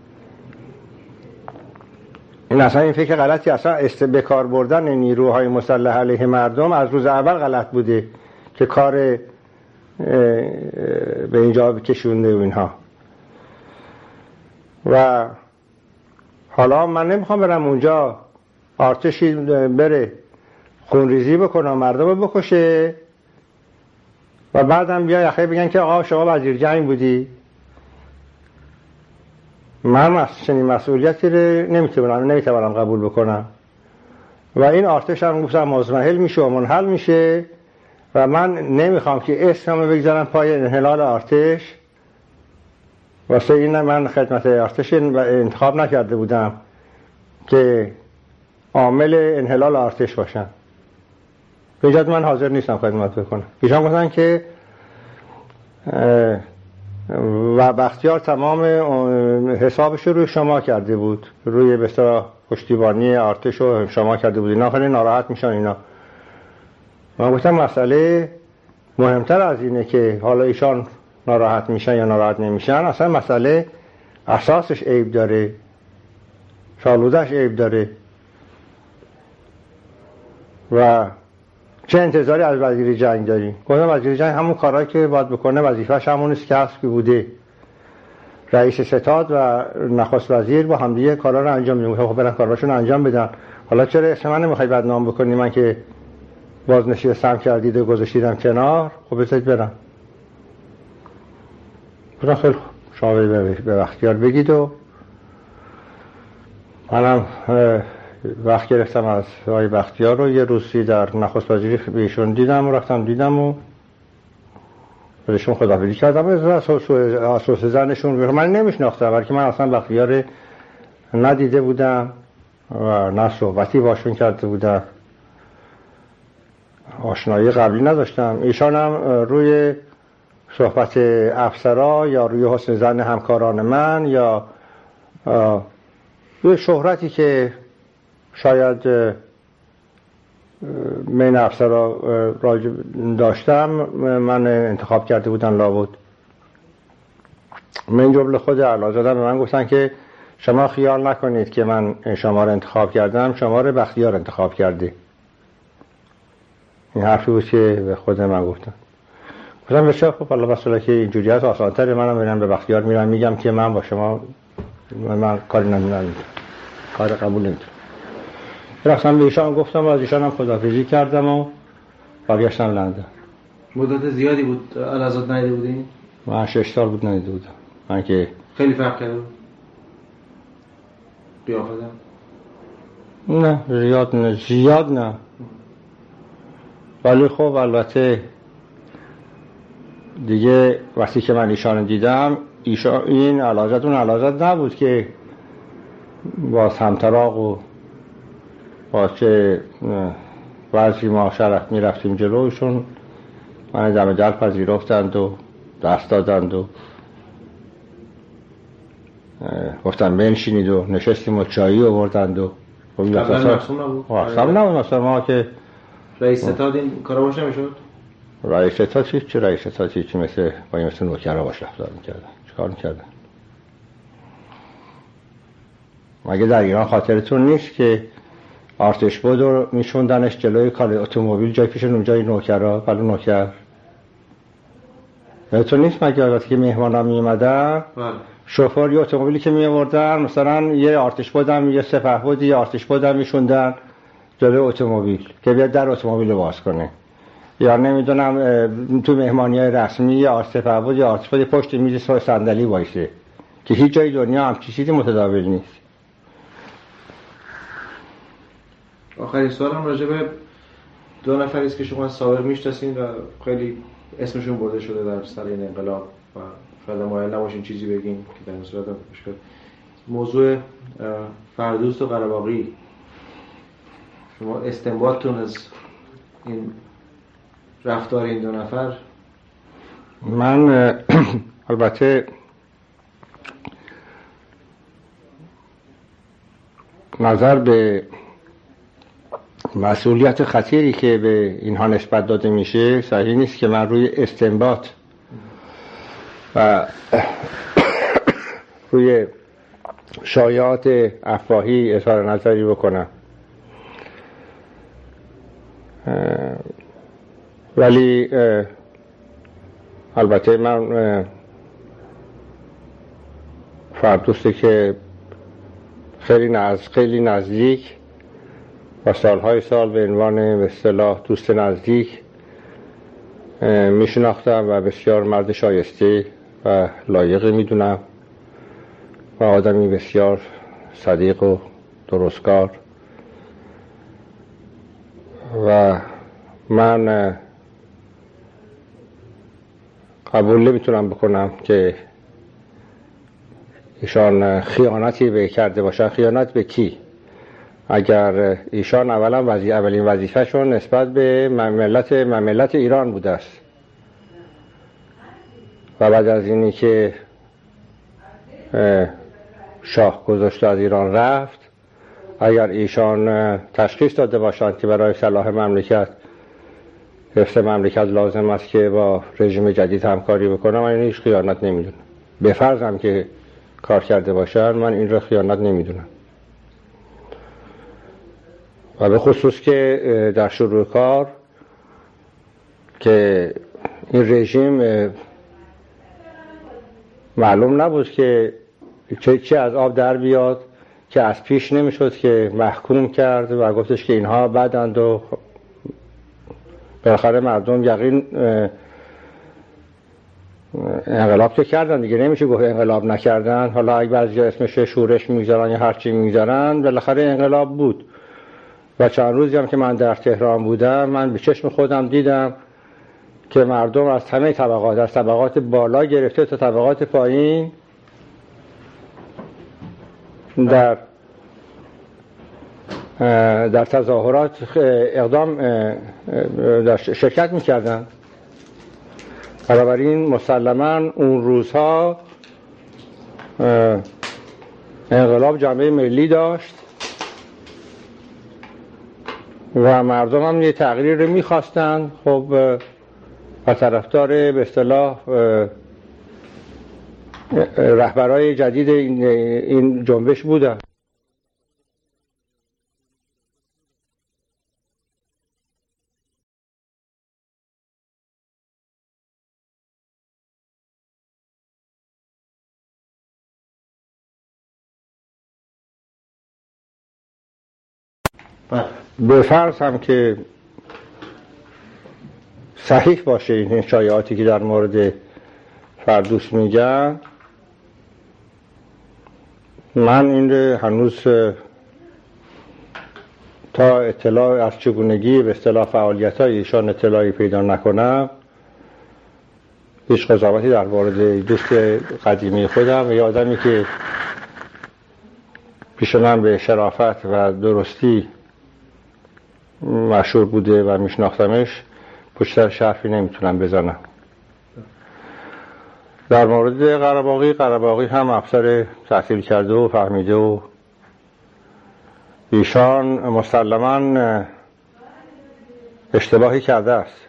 این اصلا این فکر غلطی، اصلا به کار بردن نیروهای مسلح علیه مردم از روز اول غلط بوده که کار به اینجا کشونده و اینها. و حالا من نمیخوام برم اونجا ارتشی بره خونریزی بکنه مردم رو بکشه و بعدم بیا یخه بگن که آقا شما وزیر جنگ بودی. من چنین مسئولیتی رو نمیتوانم قبول بکنم و این ارتش هم گفتم مزمحل میشه و منحل میشه و من نمیخوام که اسمم بگذارم پای انحلال ارتش. واسه این من خدمت ارتش انتخاب نکرده بودم که عامل انحلال ارتش باشم. به ایجاد من حاضر نیستم خدمت بکنم. ایشان گفتن که و بختیار تمام حسابش رو روی شما کرده بود، روی به اصطلاح پشتیبانی ارتش رو شما کرده بود، اینا خیلی ناراحت میشن اینا. من گفتم مسئله مهمتر از اینه که حالا ایشان ناراحت میشن یا ناراحت نمیشن، اصلا مسئله اساسش عیب داره، شالودش عیب داره و چه انتظاری از وزیر جنگ داری؟ گفتم وزیر جنگ همون کارهایی که باید بکنه، وظیفه‌ش همون است که هست که بوده. رئیس ستاد و نخست وزیر با هم دیگه کارا رو انجام میدن. خب برن کاراشون انجام بدن. حالا چرا اسم من نمیخوای بدنام بکنی من که بازنشستم کردید و گذاشتیدم کنار؟ خب بذارید برم. گفتم خیلی خوب شما به بختیار بگید و منم وقت گرفتم از آقای بختیار رو یه روزی در نخست وزیری بهشون دیدم و رفتم دیدم و بهشون خداحافظی کردم و اساس زنشون من نمیشناختم، بلکه من اصلا بختیار ندیده بودم و نه صحبتی باشون کرده بودم، آشنایی قبلی نداشتم. ایشان هم روی صحبت افسرا یا روی حسن زن همکاران من یا روی شهرتی که شاید من افسرا داشتم من انتخاب کرده بودن لابد. من جمله خود اعلیحضرت به من گفتن که شما خیال نکنید که من شما رو انتخاب کردم، شما رو بختیار انتخاب کرده. این حرفی بود که به خود من گفتن. گفتم بسیار خوب، حالا بسیاره که اینجوری هست آسان‌تره، منم میرم به بختیار میرم میگم که من با شما من کاری نمیدونم، کار قبول نمیدونم. رفتم به ایشان گفتم و از ایشان هم خداحافظی کردم و برگشتم لندن. مدت زیادی بود اعلیحضرت ندیده بودین؟ من 6 سال بود ندیده بودم. من که خیلی فرق کرده بود قیافتم؟ نه زیاد نه، ولی خب البته دیگه وقتی که من ایشان دیدم این اعلیحضرت اون اعلیحضرت نبود که با همطراق و با چه وضعی ما شرف می رفتیم جلوشون من دم دل پذیرفتند و دست دادند و گفتن بنشینید و نشستیم و چایی آوردند و قبلا مرسوم نبود؟ مرسوم نبود. مثلا ما که رئیس ستاد این کارا باش نمیشد؟ رئیس ستاد چی رئیس ستاد چی مثل نوکرها باش رفتار میکردن. چیکار میکردن؟ مگه در ایران خاطرتون نیست که ارتش بود و میشوندنش جلوی کالای اتومبیل جای پیش اونجای نوکرها پلو نوکر؟ یادتون نیست مگه وقتی که مهمانا می اومدن شوفر یا اتومبیلی که می آوردن مثلا یه ارتش بودم یه سپهبد یا ارتش بودم میشوندن جلوی اتومبیل که بیاد در اتومبیل باز کنه، یا نمیدونم تو مهمانی‌های رسمی یا سپهبد یا ارتش بود پشت میز صندلی وایسه که هیچ جای دنیا هم چیزی متداول نیست. آخرین سوالم راجع به 2 نفری است که شما سابق میشناسین و خیلی اسمشون برده شده در سر این انقلاب و شاید مایل نباشین چیزی بگین که در این صورت مشکل. موضوع فردوست و قره‌باقی، شما استنباطتون از این رفتار این 2 نفر؟ من البته نظر به مسئولیت خطیری که به اینها نسبت داده میشه صحیح نیست که من روی استنباط و روی شایعات افواهی اظهار نظری بکنم، ولی البته من فردوستی که خیلی نزدیک و سالهای سال به عنوان به اصطلاح دوست نزدیک میشناختم و بسیار مرد شایسته و لایقی میدونم و آدمی بسیار صدیق و درستکار و من قبول نمیتونم بکنم که ایشان خیانتی به کرده باشن. خیانت به کی؟ اگر ایشان اولین وظیفه‌شون نسبت به ملت ایران بوده است و بعد از اینی که شاه گذاشته از ایران رفت، اگر ایشان تشخیص داده باشند که برای صلاح مملکت، حفظ مملکت لازم است که با رژیم جدید همکاری بکنم، من هیچ خیانت نمیدونم. به فرض هم که کار کرده باشن، من این را خیانت نمیدونم. و به خصوص که در شروع کار که این رژیم معلوم نبود که چه از آب در بیاد، که از پیش نمیشد که محکوم کرد و گفتش که اینها بدند و بالاخره مردم یقین انقلاب که کردن دیگه، نمیشه گفت انقلاب نکردن. حالا اگه بعضی اسمش شورش میگذارن یا هرچی میگذارن، بالاخره انقلاب بود. و چند روزی هم که من در تهران بودم، من به چشم خودم دیدم که مردم از همه طبقات، از طبقات بالا گرفته تا طبقات پایین، در تظاهرات اقدام در شرکت میکردن. بنابراین مسلماً اون روزها انقلاب جنبه ملی داشت و مردم هم یه تغییر رو میخواستن. خب و طرفدار به اصطلاح رهبرای جدید این جنبش بودن. به فرض هم که صحیح باشه این شایعاتی که در مورد فردوس میگن، من این هنوز تا اطلاع از چگونگی به اصطلاح فعالیت‌های ایشان اطلاعی پیدا نکنم، هیچ قضاوتی در مورد دوست قدیمی خودم، یه آدمی که پیش من به شرافت و درستی مشهور بوده و میشناختمش، پشت سرش حرفی نمیتونم بزنم. در مورد قره‌باغی هم افسر تحصیل کرده و فهمیده و ایشان مسلماً اشتباهی کرده است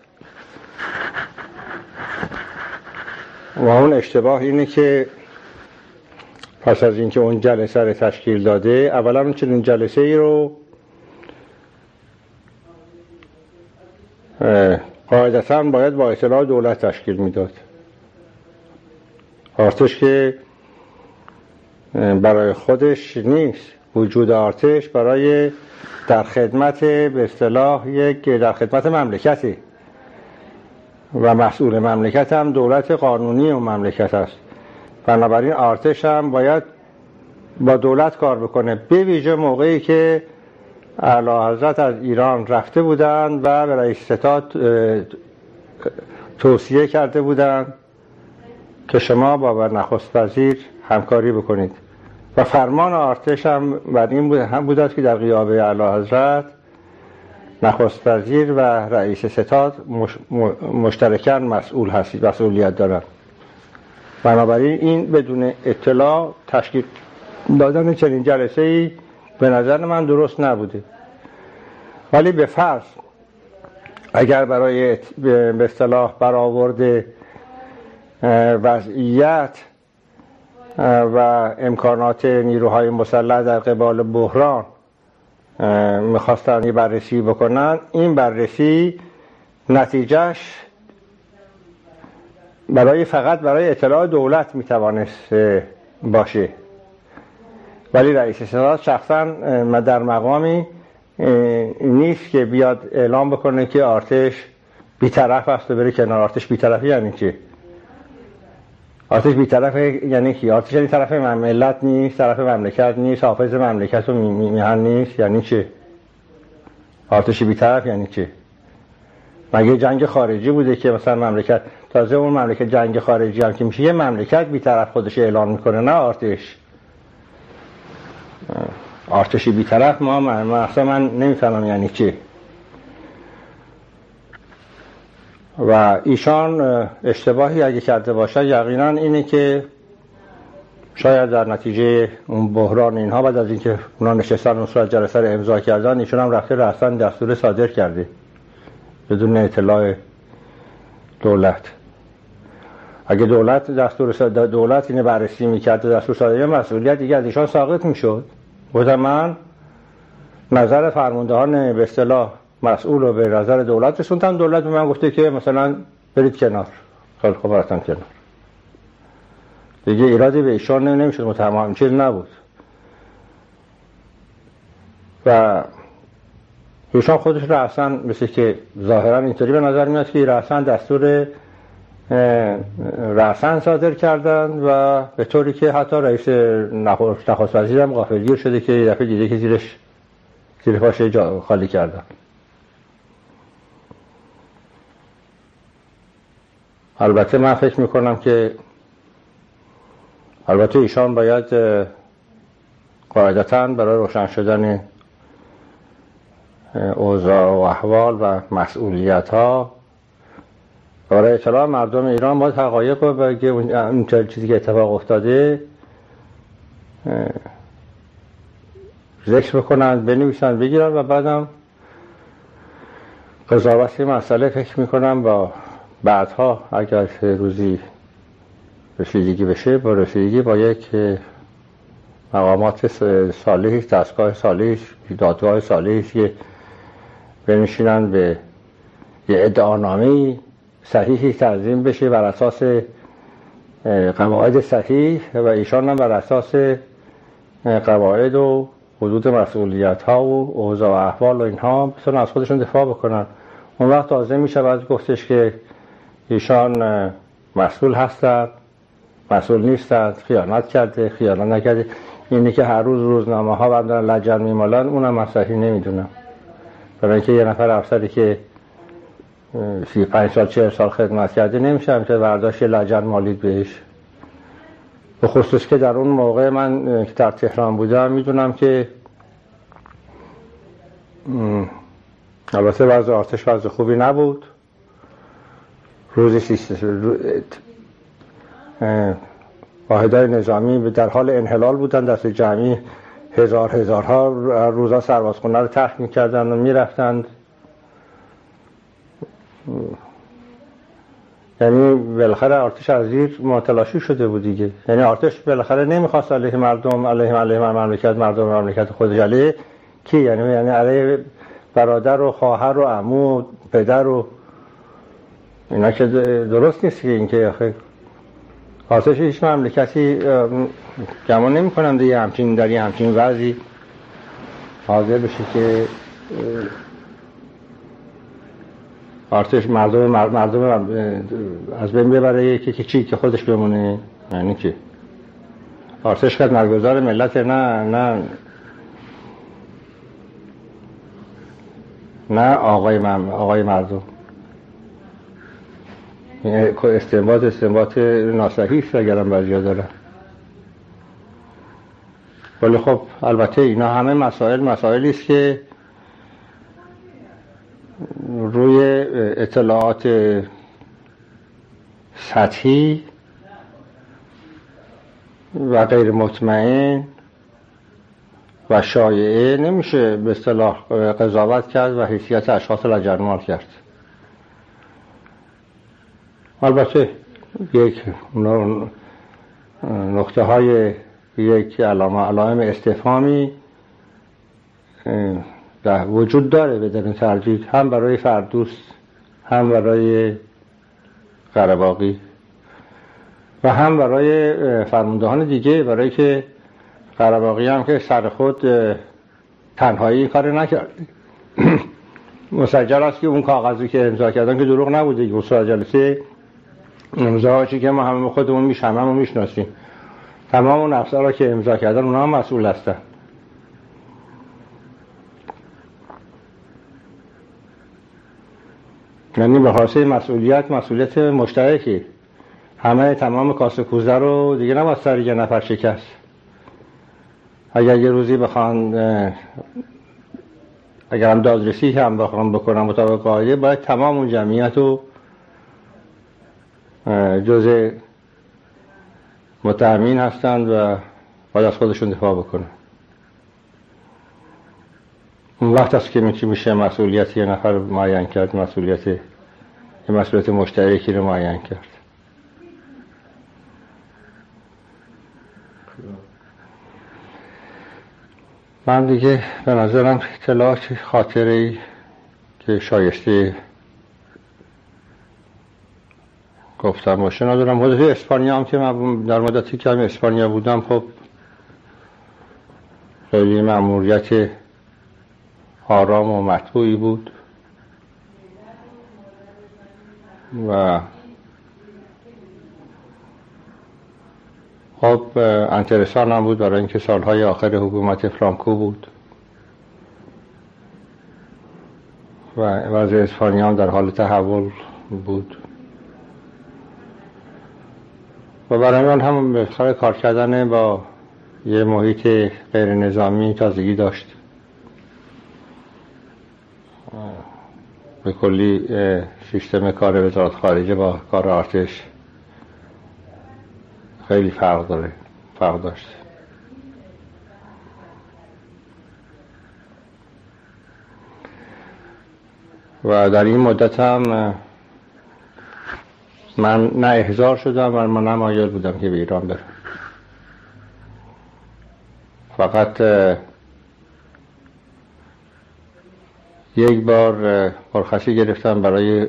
و اون اشتباه اینه که پس از اینکه اون جلسه رو تشکیل داده، اولا چنین جلسه ای رو قاعدتاً باید با اطلاع دولت تشکیل میداد. ارتش که برای خودش نیست، وجود ارتش برای در خدمت به اصطلاح در خدمت مملکتی و مسئول مملکت هم دولت قانونی و مملکت است. بنابراین ارتش هم باید با دولت کار بکنه، به ویژه موقعی که اعلیحضرت از ایران رفته بودند و به رئیس ستاد توصیه کرده بودند که شما با نخست وزیر همکاری بکنید و فرمان ارتش هم بر این بود که در غیاب اعلیحضرت نخست وزیر و رئیس ستاد مشترکاً مسئولیت دارند. بنابراین این بدون اطلاع تشکیل دادن چنین جلسه‌ای به نظر من درست نبوده. ولی به فرض اگر برای به اصطلاح برآورد وضعیت و امکانات نیروهای مسلح در قبال بحران میخواستن یه بررسی بکنن، این بررسی نتیجهش فقط برای اطلاع دولت میتوانست باشه، ولی رئیس سنا شخصا در مقامی نیست که بیاد اعلام بکنه که ارتش بی‌طرف است و بره کنار. ارتش بی‌طرفی یعنی چی؟ ارتش بی‌طرف یعنی کی؟ ارتش یعنی طرف ملت نیست، طرف مملکت نیست، حافظ مملکت و میهن نیست. یعنی چی ارتش بی‌طرف؟ یعنی چی؟ مگه جنگ خارجی بوده که مثلا مملکت، تازه اون مملکت جنگ خارجی هم که میشه یه مملکت بی‌طرف خودش اعلان میکنه، نه ارتش. ارتش بی‌طرف من نمیفهمم یعنی چی. و ایشان اشتباهی اگه کرده باشه یقینا اینه که شاید در نتیجه اون بحران اینها بعد از اینکه اونا نشستن اون صورت جلسه رو امضا کردن، ایشون هم رفته رأساً دستور صادر کرده بدون اطلاع دولت. اگه دولت اینو بررسی میکرد دستور صادری، مسئولیت دیگه از ایشان ساقط میشد. گفتم من نظر فرماندهان به اصطلاح مسئول رو به نظر دولت رسوندم، دولت به من گفته که مثلا برید کنار. خیلی خوب رفتم کنار. دیگه ایرادی به ایشان نمیشد، متهم چیز نبود. و ایشان خودش رأساً مثل که ظاهراً اینطوری به نظر میاد که رأساً دستور رأساً صادر کردن و به طوری که حتی رئیس نخست وزیر هم غافلگیر شده که یه دفعه دیده که زیر پاش جا خالی کردن. البته من فکر میکنم که البته ایشان باید قاعدتاً برای روشن شدن اوضاع و احوال و مسئولیت ها برای اطلاع مردم ایران باید حقایق رو بگه، اون چیزی که اتفاق افتاده ذکر بکنن، بنویسن، بگیرن و بعدم قضاوت مسئله فکر میکنم با بعدها اگر روزی رسیدگی بشه، با رسیدگی با یک مقامات صالحی، دستگاه صالحی، دادگاه صالحی که بنشینن به یه ادعانامه صحیحی تنظیم بشه بر اساس قواعد صحیح و ایشان هم بر اساس قواعد و حدود مسئولیت ها و اوضاع و احوال و اینها بتونن از خودشون دفاع بکنن. اون وقت تازه میشه بعد گفتش که ایشان مسئول هستند، مسئول نیستند، خیانت کرده، خیانت نکرده. اینی که هر روز روزنامه ها بردارن لجن میمالن، اونم من صحیح نمیدونم. برای اینکه یه نفر افسری که 35 سال 40 سال خدمت کرده نمیشه همچه برداشت لجن مالید بهش. به خصوص که در اون موقع من که در تهران بودم میدونم که البته وضع ارتش وضع خوبی نبود. روزی واحدهای نظامی در حال انحلال بودن، دست جمعی هزارها روزا سربازخونه رو ترک میکردن و میرفتند. یعنی بالاخره ارتش از زیر متلاشی شده بود دیگه. یعنی ارتش بالاخره نمیخواست علیه مردم، علیه مملکت خودش، علیه کی؟ یعنی علیه برادر و خواهر و عمو و پدر و اینا که درست نیست که اینکه آخه ارتش هیچ مملکتی گمان نمی‌کنم دیگه همچین در همچین وضعی حاضر بشه که ارتش مردم از بین ببره که چی که خودش بمونه. یعنی که ارتش خدمتگزار ملت، نه آقای مردم. این استنباط ناصحیح است اگرم بعضیا دارن. ولی خب البته اینا همه مسائلی است که روی اطلاعات سطحی و غیر مطمئن و شایعه نمیشه به اصطلاح قضاوت کرد و حیثیت اشخاص لجنمال کرد. البته یک نقطه های یک علائم استفهامی در وجود داره بدون تردید، هم برای فردوست هم برای قره‌باغی و هم برای فرماندهان دیگه، برای که قره‌باغی هم که سر خود تنهایی کار نکرد. مسجل است که اون کاغذی که امضا کردن که دروغ نبوده، اون جلسه امضاهایی که ما همه خودمون هممون میشناسیم، تمام اون افسرها که امضا کردن اونها هم مسئول هستن. یعنی به خاطر مسئولیت مشترکی، همه تمام کاسه کوزه رو دیگه نباید سر یه نفر شکست. اگر یه روزی بخوان، اگر هم دادرسی هم بخوان بکنن مطابق قاعده، باید تمام اون جمعیت رو جزء متهمین هستند و باید از خودشون دفاع بکنن. اون وقت است که میشه مسئولیت یه نفر معین کرد، مسئولیت مشترکی رو معین کرد. من دیگه به نظرم اطلاعات خاطره‌ای که شایسته گفتم باشه ندارم. حدود اسپانیا هم که من در مدتی که اسپانیا بودم، خب خیلی مأموریت آرام و مطبوعی بود و خب انترسان هم بود، برای اینکه سالهای آخر حکومت فرانکو بود و وضع اسپانیا هم در حال تحول بود و برای من هم بخاطر کار کردن با یه محیط غیر نظامی تازگی داشت. به کلی سیستم کار وزارت خارجه با کار ارتش خیلی فرق داشت. و در این مدت هم من نه احضار شدم و من نمایل بودم که به ایران برم. فقط یک بار مرخصی گرفتم برای،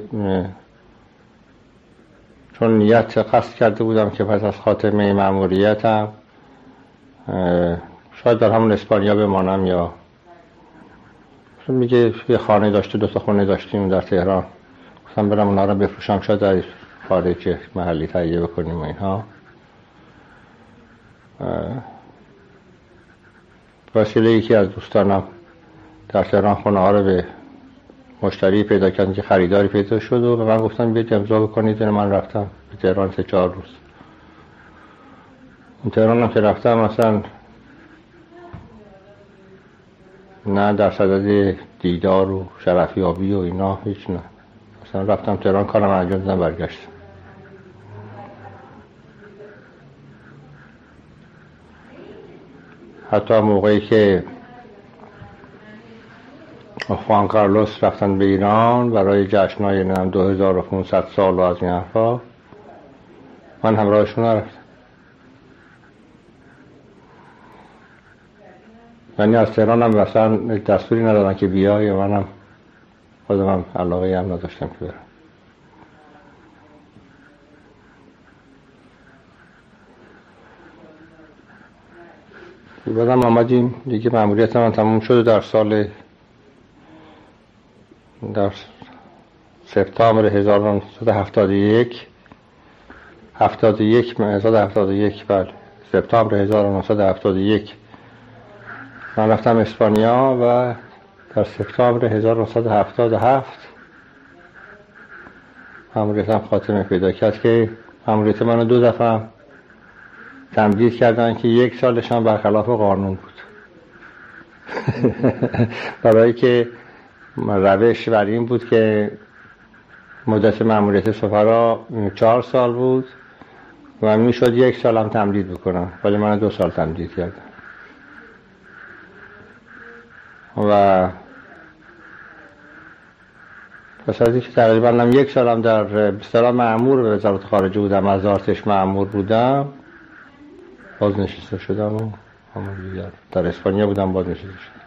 چون نیت قصد کرده بودم که پس از خاتمه مأموریتم شاید در همون اسپانیا بمانم، یا میگه یه خانه داشته، 2 تا خونه داشتیم در تهران، گفتم برم اونا رو بفروشم، شاید در خارج محلی تهیه بکنیم و اینها. وسیله یکی از دوستانم در تهران خونه ها رو به مشتری پیدا کردن که خریداری پیدا شد و به من گفتن بیاید امضا بکنید. من رفتم به تهران 3-4 روز. اون تهران هم که رفتم مثلا نه در صدد دیدار و شرفیابی و اینا هیچ، نه، مثلا رفتم تهران کارم انجام دادم برگشتم. حتی موقعی که خوان کارلوس رفتن به ایران برای جشن‌های 2500 سال و از این حرفا، من همراهشون نرفتم. یعنی از تهران هم مثلا دستوری ندادن که بیای و منم خودم علاقه هم نداشتم که برم. بعدم آمدیم دیگه، مأموریت من تموم شد در سپتامبر 1971 بله، سپتامبر 1971 من رفتم اسپانیا و در سپتامبر 1977 مأموریتم خاتمه پیدا کرد که مأموریت منو 2 دفعه تمدید کردن که 1 سالش هم برخلاف قانون بود. برای که روش بر این بود که مدت مأموریت سفرا 4 سال بود و میشد 1 سال هم تمدید بکنم، ولی من 2 سال تمدید کردم. و پس از اینکه تقریبا هم 1 سالم در به اصطلاح مأمور به وزارت خارجه بودم، از ارتش مأمور بودم، بازنشسته شدم و همون دیگر در اسپانیا بودم، بازنشسته شدم.